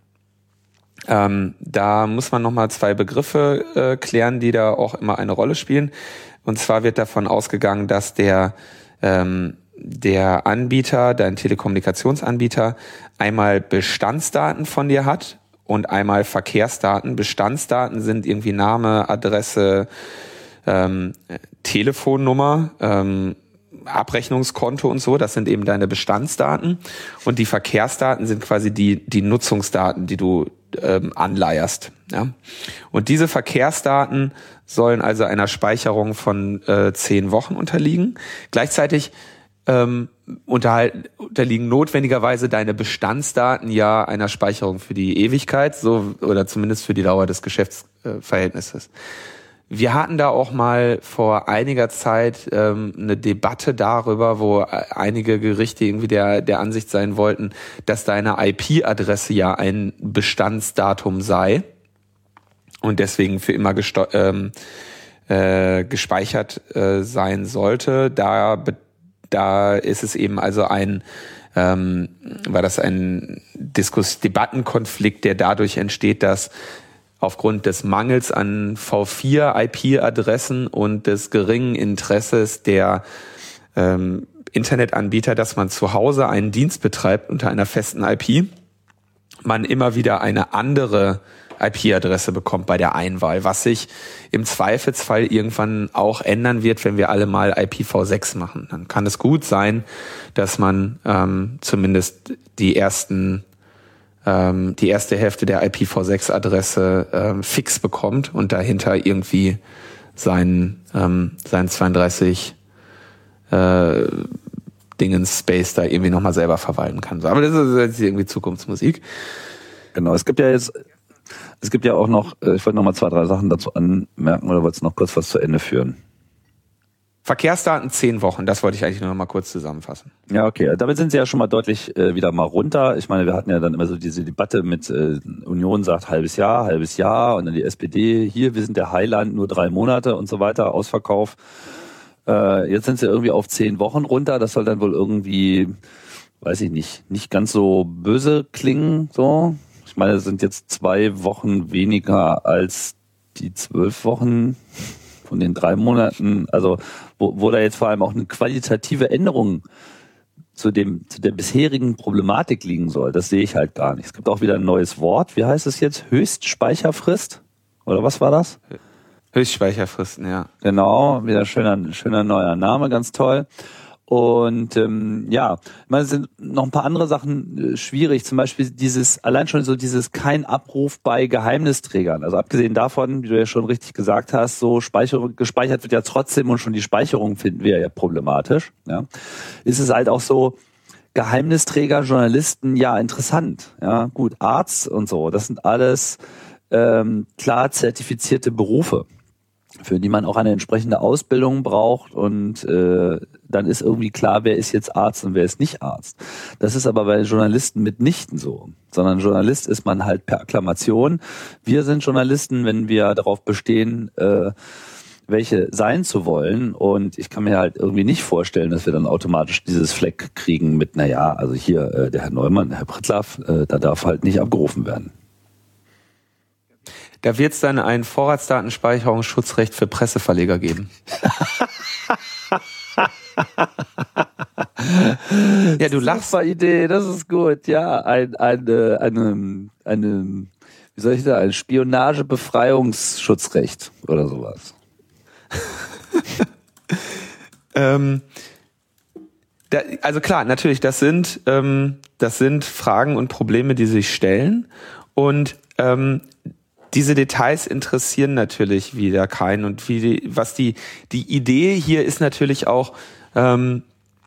Ähm, da muss man nochmal zwei Begriffe äh, klären, die da auch immer eine Rolle spielen. Und zwar wird davon ausgegangen, dass der ähm, der Anbieter, dein Telekommunikationsanbieter, einmal Bestandsdaten von dir hat und einmal Verkehrsdaten. Bestandsdaten sind irgendwie Name, Adresse, ähm, Telefonnummer, ähm, Abrechnungskonto und so. Das sind eben deine Bestandsdaten. Und die Verkehrsdaten sind quasi die die Nutzungsdaten, die du ähm, anleierst. Ja? Und diese Verkehrsdaten sollen also einer Speicherung von äh, zehn Wochen unterliegen. Gleichzeitig Ähm, unterliegen notwendigerweise deine Bestandsdaten ja einer Speicherung für die Ewigkeit, so oder zumindest für die Dauer des Geschäftsverhältnisses. Wir hatten da auch mal vor einiger Zeit ähm, eine Debatte darüber, wo einige Gerichte irgendwie der der Ansicht sein wollten, dass deine I P-Adresse ja ein Bestandsdatum sei und deswegen für immer gesto- ähm, äh, gespeichert äh, sein sollte. Da be- Da ist es eben also ein, ähm, war das ein Diskus- Debattenkonflikt, der dadurch entsteht, dass aufgrund des Mangels an V vier I P-Adressen und des geringen Interesses der ähm, Internetanbieter, dass man zu Hause einen Dienst betreibt unter einer festen I P, man immer wieder eine andere I P-Adresse bekommt bei der Einwahl, was sich im Zweifelsfall irgendwann auch ändern wird, wenn wir alle mal I P v sechs machen. Dann kann es gut sein, dass man ähm, zumindest die ersten ähm, die erste Hälfte der I P v sechs Adresse ähm, fix bekommt und dahinter irgendwie seinen ähm, seinen zweiunddreißig äh, Dingens Space da irgendwie nochmal selber verwalten kann. Aber das ist jetzt irgendwie Zukunftsmusik. Genau, es gibt ja jetzt Es gibt ja auch noch, ich wollte noch mal zwei, drei Sachen dazu anmerken oder wolltest du noch kurz was zu Ende führen? Verkehrsdaten zehn Wochen, das wollte ich eigentlich nur noch mal kurz zusammenfassen. Ja, okay, damit sind sie ja schon mal deutlich äh, wieder mal runter. Ich meine, wir hatten ja dann immer so diese Debatte mit äh, Union sagt halbes Jahr, halbes Jahr und dann die S P D, hier, wir sind der Heiland, nur drei Monate und so weiter, Ausverkauf. Äh, jetzt sind sie irgendwie auf zehn Wochen runter, das soll dann wohl irgendwie, weiß ich nicht, nicht ganz so böse klingen, so. Ich meine, es sind jetzt zwei Wochen weniger als die zwölf Wochen von den drei Monaten. Also wo, wo da jetzt vor allem auch eine qualitative Änderung zu dem zu der bisherigen Problematik liegen soll, das sehe ich halt gar nicht. Es gibt auch wieder ein neues Wort. Wie heißt es jetzt? Höchstspeicherfrist? Oder was war das? Höchstspeicherfristen, ja. Genau, wieder schöner schöner neuer Name, ganz toll. Und ähm, ja, ich meine, es sind noch ein paar andere Sachen äh, schwierig, zum Beispiel dieses, allein schon so dieses kein Abruf bei Geheimnisträgern. Also abgesehen davon, wie du ja schon richtig gesagt hast, so Speicherung, gespeichert wird ja trotzdem und schon die Speicherung finden wir ja problematisch. Ja, ist es halt auch so, Geheimnisträger, Journalisten, ja interessant. Ja, gut, Arzt und so, das sind alles ähm, klar zertifizierte Berufe, für die man auch eine entsprechende Ausbildung braucht und äh, dann ist irgendwie klar, wer ist jetzt Arzt und wer ist nicht Arzt. Das ist aber bei Journalisten mitnichten so, sondern Journalist ist man halt per Akklamation. Wir sind Journalisten, wenn wir darauf bestehen, äh, welche sein zu wollen und ich kann mir halt irgendwie nicht vorstellen, dass wir dann automatisch dieses Fleck kriegen mit, naja, also hier äh, der Herr Neumann, Herr Prittlaff, äh, da darf halt nicht abgerufen werden. Da wird es dann ein Vorratsdatenspeicherungsschutzrecht für Presseverleger geben. Ja, du lachst. Super Idee, das ist gut. Ja, ein, eine, eine, eine, wie soll ich da, ein Spionagebefreiungsschutzrecht oder sowas. ähm, da, also klar, natürlich, das sind, ähm, das sind Fragen und Probleme, die sich stellen. Und ähm, diese Details interessieren natürlich wieder keinen. Und wie die, was die, die Idee hier ist natürlich auch, ähm,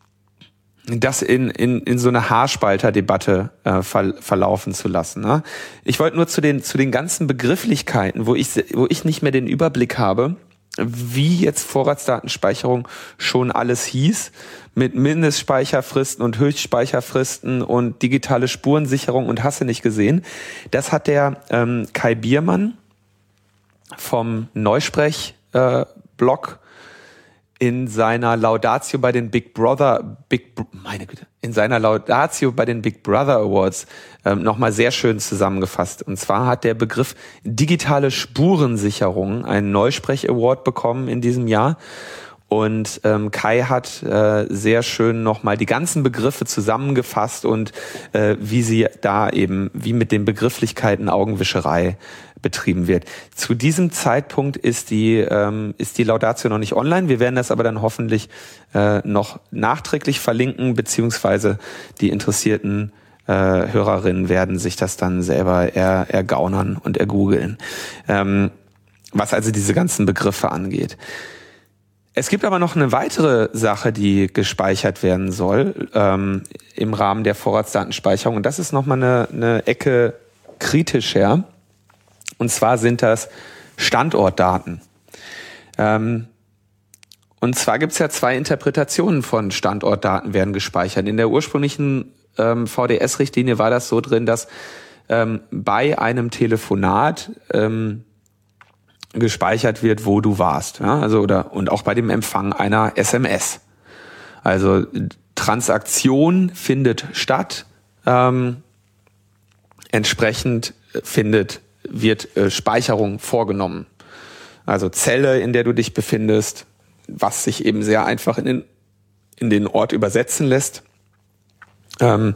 das in, in, in so eine Haarspalter-Debatte äh, ver, verlaufen zu lassen. Ne? Ich wollte nur zu den, zu den ganzen Begrifflichkeiten, wo ich, wo ich nicht mehr den Überblick habe, wie jetzt Vorratsdatenspeicherung schon alles hieß, mit Mindestspeicherfristen und Höchstspeicherfristen und digitale Spurensicherung und hast du nicht gesehen. Das hat der ähm, Kai Biermann vom Neusprech-Blog äh, in seiner Laudatio bei den Big Brother, Big, meine Güte, in seiner Laudatio bei den Big Brother Awards ähm, nochmal sehr schön zusammengefasst. Und zwar hat der Begriff digitale Spurensicherung einen Neusprech-Award bekommen in diesem Jahr. Und ähm, Kai hat äh, sehr schön nochmal die ganzen Begriffe zusammengefasst und äh, wie sie da eben, wie mit den Begrifflichkeiten Augenwischerei betrieben wird. Zu diesem Zeitpunkt ist die ähm, ist die Laudatio noch nicht online. Wir werden das aber dann hoffentlich äh, noch nachträglich verlinken, beziehungsweise die interessierten äh, Hörerinnen werden sich das dann selber er, ergaunern und ergoogeln, ähm, was also diese ganzen Begriffe angeht. Es gibt aber noch eine weitere Sache, die gespeichert werden soll ähm, im Rahmen der Vorratsdatenspeicherung. Und das ist nochmal eine, eine Ecke kritischer. Und zwar sind das Standortdaten. Ähm, und zwar gibt es ja zwei Interpretationen von Standortdaten werden gespeichert. In der ursprünglichen ähm, V D S-Richtlinie war das so drin, dass ähm, bei einem Telefonat ähm, gespeichert wird, wo du warst, ja, also oder und auch bei dem Empfang einer S M S. Also Transaktion findet statt, ähm, entsprechend findet wird äh, Speicherung vorgenommen. Also Zelle, in der du dich befindest, was sich eben sehr einfach in den in den Ort übersetzen lässt. Ähm,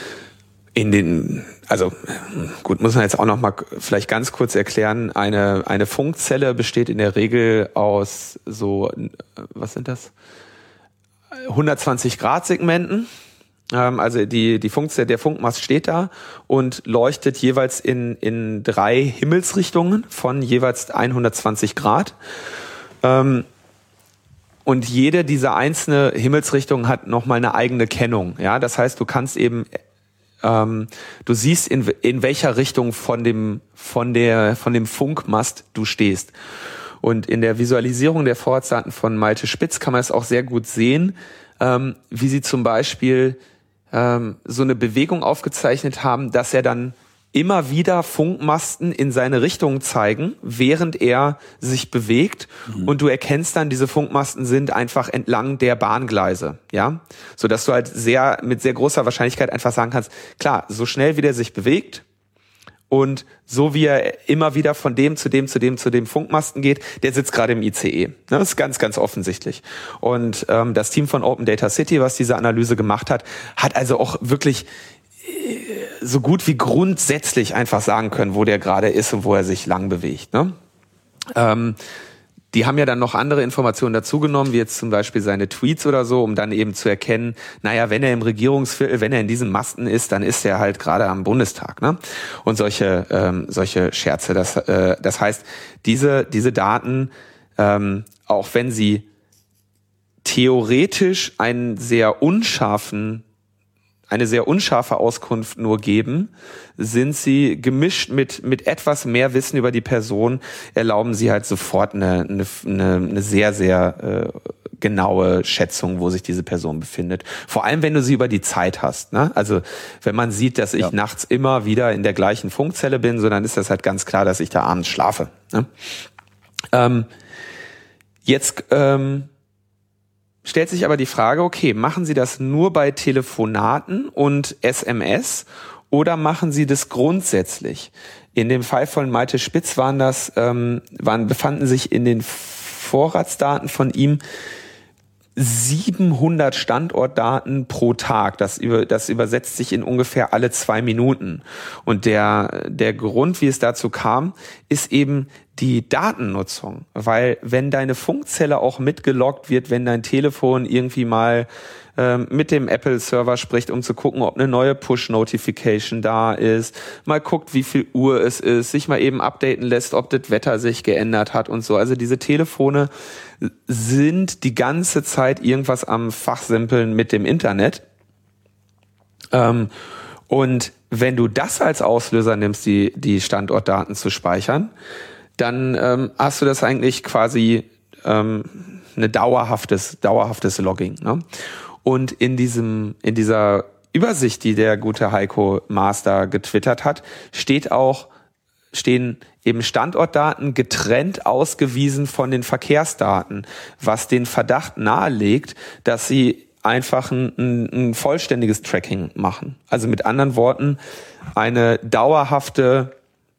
in den Also gut, muss man jetzt auch noch mal vielleicht ganz kurz erklären. Eine eine Funkzelle besteht in der Regel aus so, was sind das? hundertzwanzig Grad Segmenten. Ähm, also die die Funkzelle, der Funkmast steht da und leuchtet jeweils in in drei Himmelsrichtungen von jeweils hundertzwanzig Grad. Ähm, und jede dieser einzelne Himmelsrichtungen hat noch mal eine eigene Kennung. Ja, das heißt, du kannst eben Ähm, du siehst, in, in welcher Richtung von dem, von der, von dem Funkmast du stehst. Und in der Visualisierung der Vorratsdaten von Malte Spitz kann man es auch sehr gut sehen, ähm, wie sie zum Beispiel ähm, so eine Bewegung aufgezeichnet haben, dass er dann immer wieder Funkmasten in seine Richtung zeigen, während er sich bewegt. Mhm. Und du erkennst dann, diese Funkmasten sind einfach entlang der Bahngleise, ja, so dass du halt sehr mit sehr großer Wahrscheinlichkeit einfach sagen kannst, klar, so schnell wie der sich bewegt und so wie er immer wieder von dem zu dem zu dem zu dem Funkmasten geht, der sitzt gerade im I C E. Das ist ganz, ganz offensichtlich. Und ähm, das Team von Open Data City, was diese Analyse gemacht hat, hat also auch wirklich so gut wie grundsätzlich einfach sagen können, wo der gerade ist und wo er sich lang bewegt. Ne? Ähm, die haben ja dann noch andere Informationen dazugenommen, wie jetzt zum Beispiel seine Tweets oder so, um dann eben zu erkennen, naja, wenn er im Regierungsviertel, wenn er in diesem Masten ist, dann ist er halt gerade am Bundestag. Ne? Und solche ähm, solche Scherze. Das, äh, das heißt, diese, diese Daten, ähm, auch wenn sie theoretisch einen sehr unscharfen eine sehr unscharfe Auskunft nur geben, sind sie gemischt mit mit etwas mehr Wissen über die Person, erlauben sie halt sofort eine eine, eine sehr, sehr äh, genaue Schätzung, wo sich diese Person befindet. Vor allem, wenn du sie über die Zeit hast. Ne? Also wenn man sieht, dass ich ja. nachts immer wieder in der gleichen Funkzelle bin, so dann ist das halt ganz klar, dass ich da abends schlafe. Ne? Ähm, jetzt ähm, stellt sich aber die Frage, okay, machen Sie das nur bei Telefonaten und S M S oder machen Sie das grundsätzlich? In dem Fall von Malte Spitz waren das, ähm, waren, befanden sich in den Vorratsdaten von ihm siebenhundert Standortdaten pro Tag. Das, über, das übersetzt sich in ungefähr alle zwei Minuten. Und der, der Grund, wie es dazu kam, ist eben die Datennutzung. Weil wenn deine Funkzelle auch mitgeloggt wird, wenn dein Telefon irgendwie mal ähm, mit dem Apple-Server spricht, um zu gucken, ob eine neue Push-Notification da ist, mal guckt, wie viel Uhr es ist, sich mal eben updaten lässt, ob das Wetter sich geändert hat und so. Also diese Telefone sind die ganze Zeit irgendwas am Fachsimpeln mit dem Internet. Ähm, und wenn du das als Auslöser nimmst, die, die Standortdaten zu speichern, dann ähm, hast du das eigentlich quasi ähm, eine dauerhaftes, dauerhaftes Logging. Ne? Und in diesem, in dieser Übersicht, die der gute Heiko Master getwittert hat, steht auch, stehen eben Standortdaten getrennt ausgewiesen von den Verkehrsdaten, was den Verdacht nahelegt, dass sie einfach ein, ein, ein vollständiges Tracking machen. Also mit anderen Worten, eine dauerhafte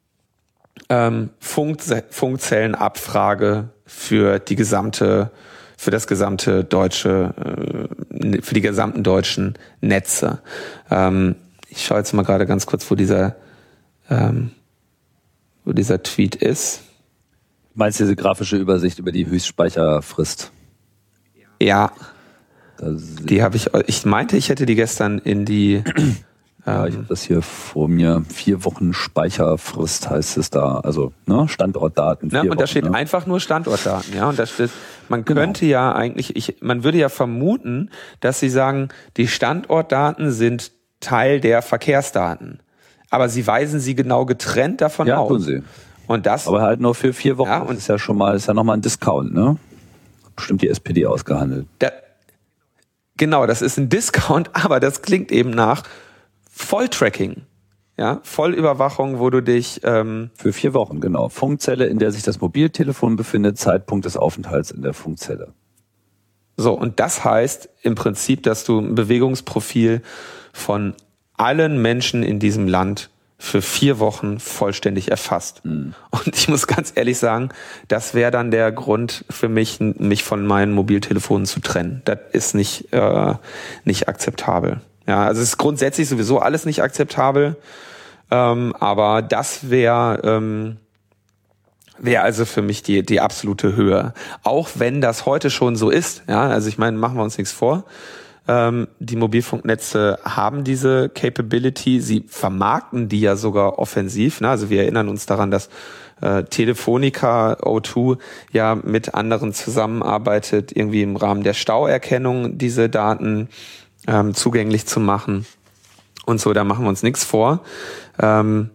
ähm, Funk, Funkzellenabfrage für die gesamte, für das gesamte deutsche, äh, für die gesamten deutschen Netze. Ähm, ich schaue jetzt mal gerade ganz kurz, wo dieser ähm, wo dieser Tweet ist. Meinst du diese grafische Übersicht über die Höchstspeicherfrist? Ja. Die habe ich, ich meinte, ich hätte die gestern in die... Ja, ich habe das hier vor mir. Vier Wochen Speicherfrist heißt es da. Also ne, Standortdaten. Ja, und Wochen, da steht ne? einfach nur Standortdaten. Ja, und da steht, man Genau. könnte ja eigentlich, ich, man würde ja vermuten, dass sie sagen, die Standortdaten sind Teil der Verkehrsdaten. Aber sie weisen sie genau getrennt davon Ja, aus. tun sie. Und das, Aber halt nur für vier Wochen. Ja, das und- ist ja schon mal, ist ja nochmal ein Discount, ne? Bestimmt die S P D ausgehandelt. da, genau, das ist ein Discount, aber das klingt eben nach Volltracking. Ja, Vollüberwachung, wo du dich, ähm, Für vier Wochen, genau. Funkzelle, in der sich das Mobiltelefon befindet, Zeitpunkt des Aufenthalts in der Funkzelle. so, und das heißt im Prinzip, dass du ein Bewegungsprofil von allen Menschen in diesem Land für vier Wochen vollständig erfasst. Mhm. Und ich muss ganz ehrlich sagen, das wäre dann der Grund für mich, mich von meinen Mobiltelefonen zu trennen. Das ist nicht, äh, nicht akzeptabel. Ja, also es ist grundsätzlich sowieso alles nicht akzeptabel, ähm, aber das wäre ähm, wäre also für mich die die absolute Höhe. Auch wenn das heute schon so ist. Ja, also ich meine, machen wir uns nichts vor. Ähm, die Mobilfunknetze haben diese Capability, sie vermarkten die ja sogar offensiv. Ne? Also wir erinnern uns daran, dass äh, Telefonica O zwei ja mit anderen zusammenarbeitet, irgendwie im Rahmen der Stauerkennung diese Daten ähm, zugänglich zu machen. Und so, da machen wir uns nichts vor. Ähm,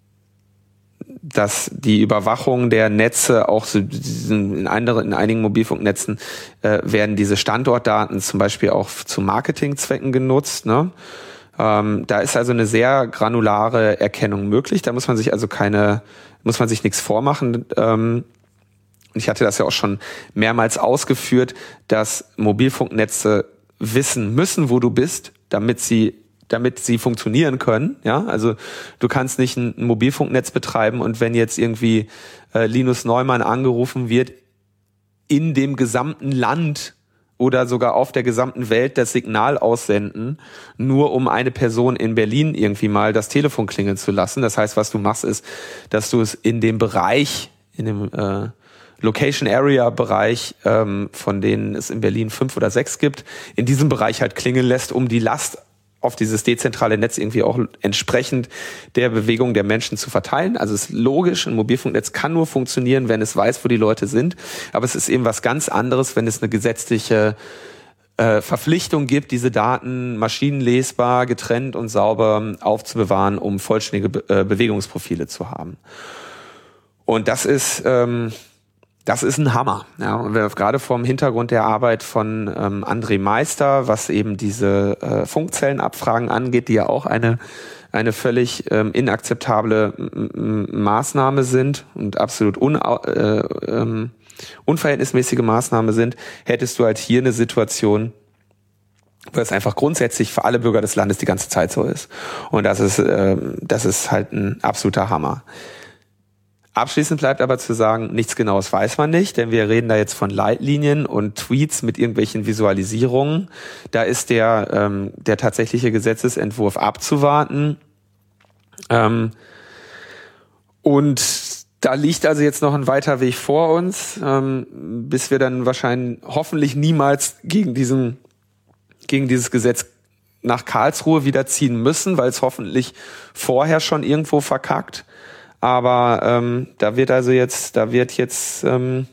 dass die Überwachung der Netze auch so in, anderen, in einigen Mobilfunknetzen äh, werden diese Standortdaten zum Beispiel auch zu Marketingzwecken genutzt. Ne? Ähm, da ist also eine sehr granulare Erkennung möglich. Da muss man sich also keine, muss man sich nichts vormachen. Ähm, ich hatte das ja auch schon mehrmals ausgeführt, dass Mobilfunknetze wissen müssen, wo du bist, damit sie damit sie funktionieren können. Ja, also du kannst nicht ein Mobilfunknetz betreiben und wenn jetzt irgendwie äh, Linus Neumann angerufen wird, in dem gesamten Land oder sogar auf der gesamten Welt das Signal aussenden, nur um eine Person in Berlin irgendwie mal das Telefon klingeln zu lassen. Das heißt, was du machst, ist, dass du es in dem Bereich, in dem äh, Location Area Bereich, ähm, von denen es in Berlin fünf oder sechs gibt, in diesem Bereich halt klingeln lässt, um die Last auf dieses dezentrale Netz irgendwie auch entsprechend der Bewegung der Menschen zu verteilen. Also es ist logisch, ein Mobilfunknetz kann nur funktionieren, wenn es weiß, wo die Leute sind. Aber es ist eben was ganz anderes, wenn es eine gesetzliche äh, Verpflichtung gibt, diese Daten maschinenlesbar, getrennt und sauber aufzubewahren, um vollständige Be- äh, Bewegungsprofile zu haben. Und das ist... Ähm, Das ist ein Hammer. Ja, und wir gerade vor dem Hintergrund der Arbeit von ähm, André Meister, was eben diese äh, Funkzellenabfragen angeht, die ja auch eine eine völlig ähm, inakzeptable m- m- Maßnahme sind und absolut un, äh, ähm, unverhältnismäßige Maßnahme sind, hättest du halt hier eine Situation, wo es einfach grundsätzlich für alle Bürger des Landes die ganze Zeit so ist. Und das ist, ähm, das ist halt ein absoluter Hammer. Abschließend bleibt aber zu sagen, nichts Genaues weiß man nicht, denn wir reden da jetzt von Leitlinien und Tweets mit irgendwelchen Visualisierungen. Da ist der, ähm, der tatsächliche Gesetzesentwurf abzuwarten. Ähm, und da liegt also jetzt noch ein weiter Weg vor uns, ähm, bis wir dann wahrscheinlich hoffentlich niemals gegen diesen, gegen dieses Gesetz nach Karlsruhe wieder ziehen müssen, weil es hoffentlich vorher schon irgendwo verkackt. Aber ähm, da wird also jetzt, da wird jetzt, ähm,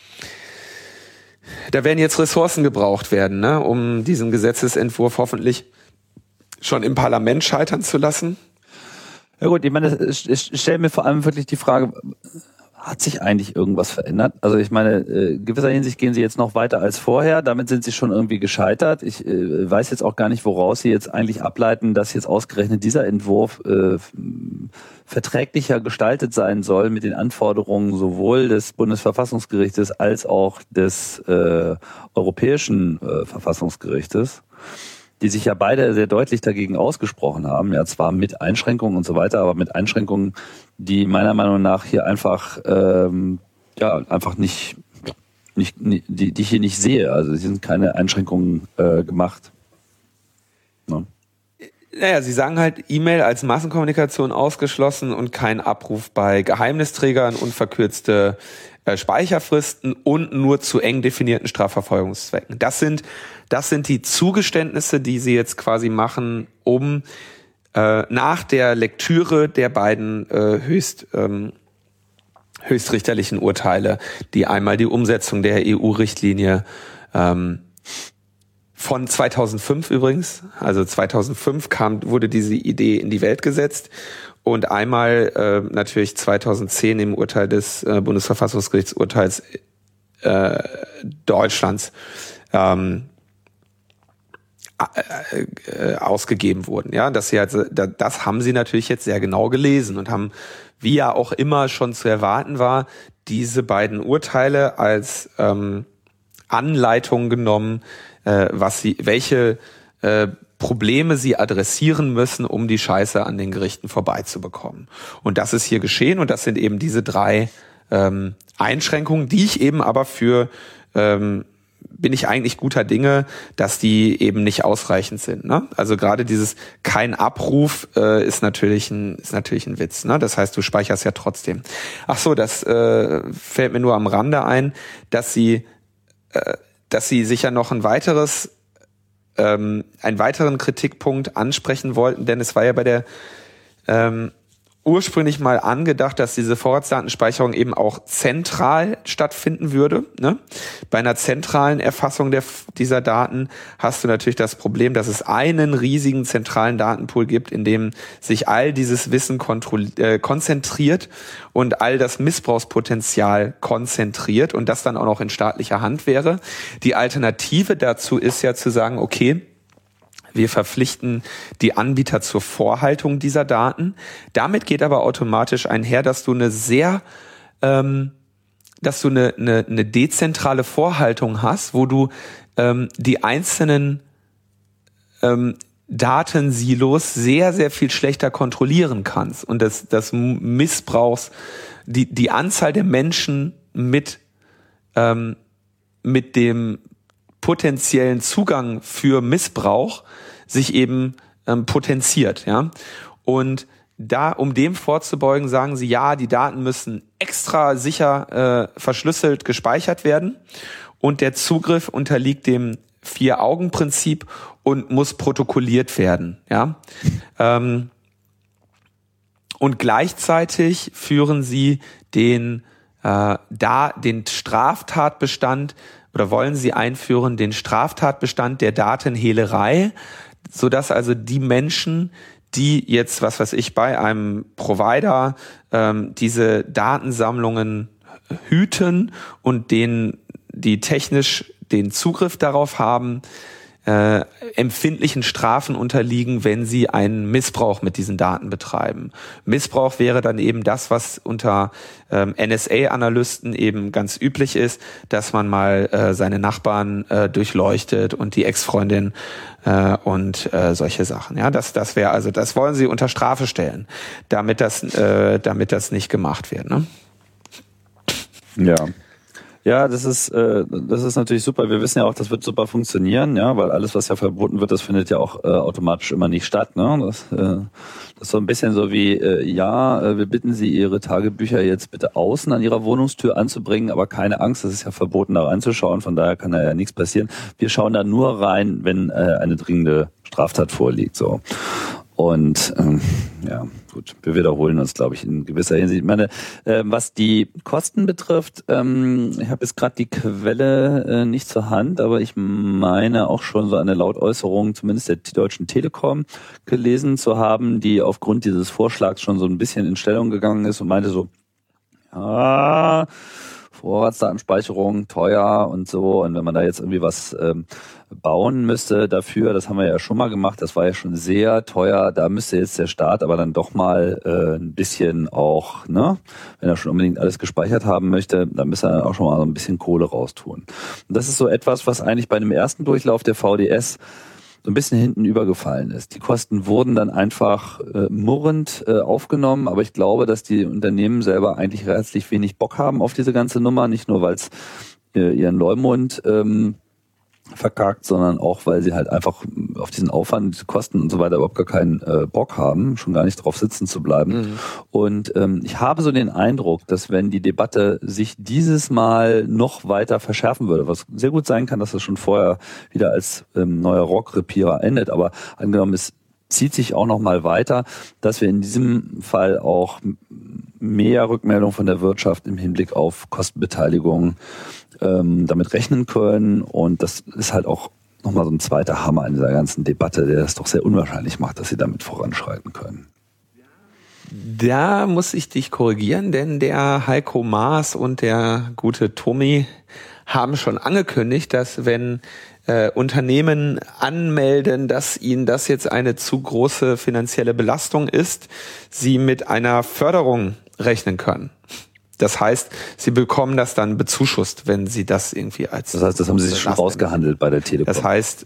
da werden jetzt Ressourcen gebraucht werden, ne, um diesen Gesetzesentwurf hoffentlich schon im Parlament scheitern zu lassen. Ja gut, ich meine, ich stelle mir vor allem wirklich die Frage, hat sich eigentlich irgendwas verändert? Also ich meine, äh, gewisser Hinsicht gehen Sie jetzt noch weiter als vorher, damit sind Sie schon irgendwie gescheitert. Ich äh, weiß jetzt auch gar nicht, woraus Sie jetzt eigentlich ableiten, dass jetzt ausgerechnet dieser Entwurf äh, verträglicher gestaltet sein soll mit den Anforderungen sowohl des Bundesverfassungsgerichtes als auch des äh, Europäischen äh, Verfassungsgerichtes, die sich ja beide sehr deutlich dagegen ausgesprochen haben, ja zwar mit Einschränkungen und so weiter, aber mit Einschränkungen, die meiner Meinung nach hier einfach ähm, ja einfach nicht, nicht die, die ich hier nicht sehe. Also es sind keine Einschränkungen äh, gemacht. Ne? Naja, sie sagen halt E-Mail als Massenkommunikation ausgeschlossen und kein Abruf bei Geheimnisträgern, unverkürzte äh, Speicherfristen und nur zu eng definierten Strafverfolgungszwecken. Das sind Das sind die Zugeständnisse, die sie jetzt quasi machen, um äh, nach der Lektüre der beiden äh, höchst, ähm, höchstrichterlichen Urteile, die einmal die Umsetzung der E U-Richtlinie ähm, von zweitausendfünf übrigens, also zweitausendfünf kam, wurde diese Idee in die Welt gesetzt und einmal äh, natürlich zweitausendzehn im Urteil des äh, Bundesverfassungsgerichtsurteils äh, Deutschlands ähm, ausgegeben wurden, ja, dass sie also, das haben sie natürlich jetzt sehr genau gelesen und haben, wie ja auch immer schon zu erwarten war, diese beiden Urteile als ähm, Anleitung genommen, äh, was sie, welche äh, Probleme sie adressieren müssen, um die Scheiße an den Gerichten vorbeizubekommen. Und das ist hier geschehen und das sind eben diese drei ähm, Einschränkungen, die ich eben aber für ähm, bin ich eigentlich guter Dinge, dass die eben nicht ausreichend sind. Ne? Also gerade dieses kein Abruf äh, ist natürlich ein ist natürlich ein Witz. Ne? Das heißt, du speicherst ja trotzdem. Ach so, das äh, fällt mir nur am Rande ein, dass sie äh, dass sie sicher noch ein weiteres ähm, einen weiteren Kritikpunkt ansprechen wollten, denn es war ja bei der ähm, ursprünglich mal angedacht, dass diese Vorratsdatenspeicherung eben auch zentral stattfinden würde. Ne? Bei einer zentralen Erfassung der, dieser Daten hast du natürlich das Problem, dass es einen riesigen zentralen Datenpool gibt, in dem sich all dieses Wissen kontrolli- äh, konzentriert und all das Missbrauchspotenzial konzentriert und das dann auch noch in staatlicher Hand wäre. Die Alternative dazu ist ja zu sagen, okay, wir verpflichten die Anbieter zur Vorhaltung dieser Daten. Damit geht aber automatisch einher, dass du eine sehr, ähm, dass du eine, eine, eine dezentrale Vorhaltung hast, wo du ähm, die einzelnen ähm, Datensilos sehr, sehr viel schlechter kontrollieren kannst und das, das Missbrauchs, die, die Anzahl der Menschen mit, ähm, mit dem potenziellen Zugang für Missbrauch sich eben ähm, potenziert, ja. Und da, um dem vorzubeugen, sagen sie, ja, die Daten müssen extra sicher äh, verschlüsselt gespeichert werden und der Zugriff unterliegt dem Vier-Augen-Prinzip und muss protokolliert werden, ja. Ähm, und gleichzeitig führen sie den äh, da den Straftatbestand oder wollen sie einführen den Straftatbestand der Datenhehlerei, sodass also die Menschen, die jetzt, was weiß ich, bei einem Provider ähm, diese Datensammlungen hüten und denen, die technisch den Zugriff darauf haben, äh, empfindlichen Strafen unterliegen, wenn sie einen Missbrauch mit diesen Daten betreiben. Missbrauch wäre dann eben das, was unter ähm, N S A-Analysten eben ganz üblich ist, dass man mal äh, seine Nachbarn äh, durchleuchtet und die Ex-Freundin äh, und äh, solche Sachen. Ja, das, das wäre also, das wollen sie unter Strafe stellen, damit das, äh, damit das nicht gemacht wird. Ne? Ja. Ja, das ist, äh, das ist natürlich super. Wir wissen ja auch, das wird super funktionieren, ja, weil alles, was ja verboten wird, das findet ja auch äh, automatisch immer nicht statt. Ne? Das, äh, das ist so ein bisschen so wie, äh, ja, äh, wir bitten Sie, Ihre Tagebücher jetzt bitte außen an Ihrer Wohnungstür anzubringen, aber keine Angst, es ist ja verboten, da reinzuschauen, von daher kann da ja nichts passieren. Wir schauen da nur rein, wenn äh, eine dringende Straftat vorliegt. So. Und ähm, ja, gut, wir wiederholen uns, glaube ich, in gewisser Hinsicht. Ich meine, äh, was die Kosten betrifft, ähm, ich habe jetzt gerade die Quelle äh, nicht zur Hand, aber ich meine auch schon so eine Lautäußerung, zumindest der Deutschen Telekom, gelesen zu haben, die aufgrund dieses Vorschlags schon so ein bisschen in Stellung gegangen ist und meinte so, ja, Vorratsdatenspeicherung teuer und so, und wenn man da jetzt irgendwie was ähm, bauen müsste dafür, das haben wir ja schon mal gemacht, das war ja schon sehr teuer, da müsste jetzt der Staat aber dann doch mal äh, ein bisschen auch, ne, wenn er schon unbedingt alles gespeichert haben möchte, dann müsste er auch schon mal so ein bisschen Kohle raustun. Und das ist so etwas, was eigentlich bei dem ersten Durchlauf der V D S so ein bisschen hinten übergefallen ist. Die Kosten wurden dann einfach äh, murrend äh, aufgenommen, aber ich glaube, dass die Unternehmen selber eigentlich herzlich wenig Bock haben auf diese ganze Nummer, nicht nur, weil es äh, ihren Leumund ähm, verkackt, sondern auch, weil sie halt einfach auf diesen Aufwand, diese Kosten und so weiter überhaupt gar keinen äh, Bock haben, schon gar nicht drauf sitzen zu bleiben. Mhm. Und ähm, ich habe so den Eindruck, dass wenn die Debatte sich dieses Mal noch weiter verschärfen würde, was sehr gut sein kann, dass das schon vorher wieder als ähm, neuer Rohrkrepierer endet, aber angenommen, es zieht sich auch noch mal weiter, dass wir in diesem Fall auch mehr Rückmeldung von der Wirtschaft im Hinblick auf Kostenbeteiligung ähm, damit rechnen können. Und das ist halt auch nochmal so ein zweiter Hammer in dieser ganzen Debatte, der das doch sehr unwahrscheinlich macht, dass sie damit voranschreiten können. Da muss ich dich korrigieren, denn der Heiko Maas und der gute Tommy haben schon angekündigt, dass wenn äh, Unternehmen anmelden, dass ihnen das jetzt eine zu große finanzielle Belastung ist, sie mit einer Förderung rechnen können. Das heißt, sie bekommen das dann bezuschusst, wenn sie das irgendwie als... Das heißt, das haben sie sich schon rausgehandelt bei der Telekom. Das heißt,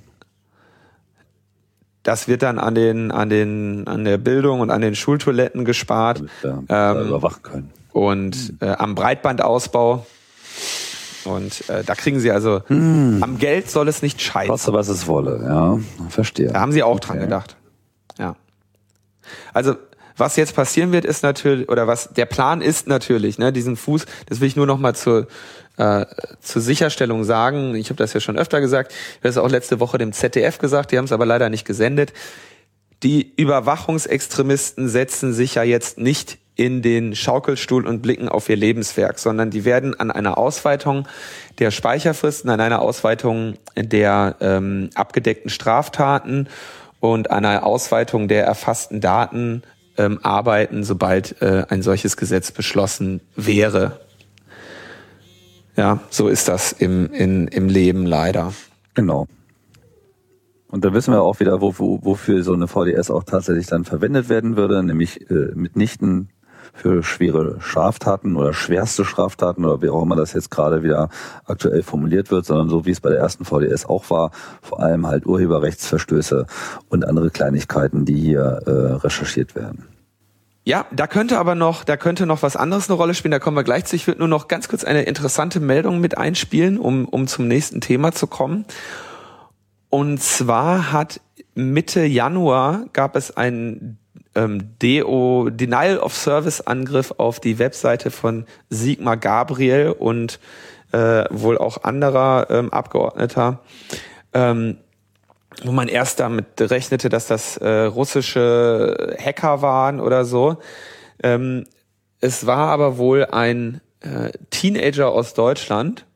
das wird dann an den, an den, an der Bildung und an den Schultoiletten gespart. Damit wir ähm, überwachen können. Und äh, am Breitbandausbau. Und äh, da kriegen sie also, hm. am Geld soll es nicht scheitern. Koste, was es wolle, ja. Verstehe. Da haben sie auch okay. dran gedacht. Ja. Also, was jetzt passieren wird, ist natürlich, oder was der Plan ist natürlich, ne, diesen Fuß, das will ich nur noch mal zur, äh, zur Sicherstellung sagen. Ich habe das ja schon öfter gesagt. Ich habe das auch letzte Woche dem Z D F gesagt, die haben es aber leider nicht gesendet. Die Überwachungsextremisten setzen sich ja jetzt nicht in den Schaukelstuhl und blicken auf ihr Lebenswerk, sondern die werden an einer Ausweitung der Speicherfristen, an einer Ausweitung der ähm, abgedeckten Straftaten und einer Ausweitung der erfassten Daten ähm, arbeiten, sobald äh, ein solches Gesetz beschlossen wäre. Ja, so ist das im, in, im Leben leider. Genau. Und da wissen wir auch wieder, wo, wo, wofür so eine V D S auch tatsächlich dann verwendet werden würde, nämlich äh, mitnichten für schwere Straftaten oder schwerste Straftaten oder wie auch immer das jetzt gerade wieder aktuell formuliert wird, sondern so wie es bei der ersten V D S auch war, vor allem halt Urheberrechtsverstöße und andere Kleinigkeiten, die hier äh, recherchiert werden. Ja, da könnte aber noch, da könnte noch was anderes eine Rolle spielen, da kommen wir gleich zu. Ich würde nur noch ganz kurz eine interessante Meldung mit einspielen, um, um zum nächsten Thema zu kommen. Und zwar hat Mitte Januar gab es einen ähm, D O, Denial of Service Angriff auf die Webseite von Sigmar Gabriel und äh, wohl auch anderer ähm, Abgeordneter, ähm, wo man erst damit rechnete, dass das äh, russische Hacker waren oder so. Ähm, es war aber wohl ein äh, Teenager aus Deutschland,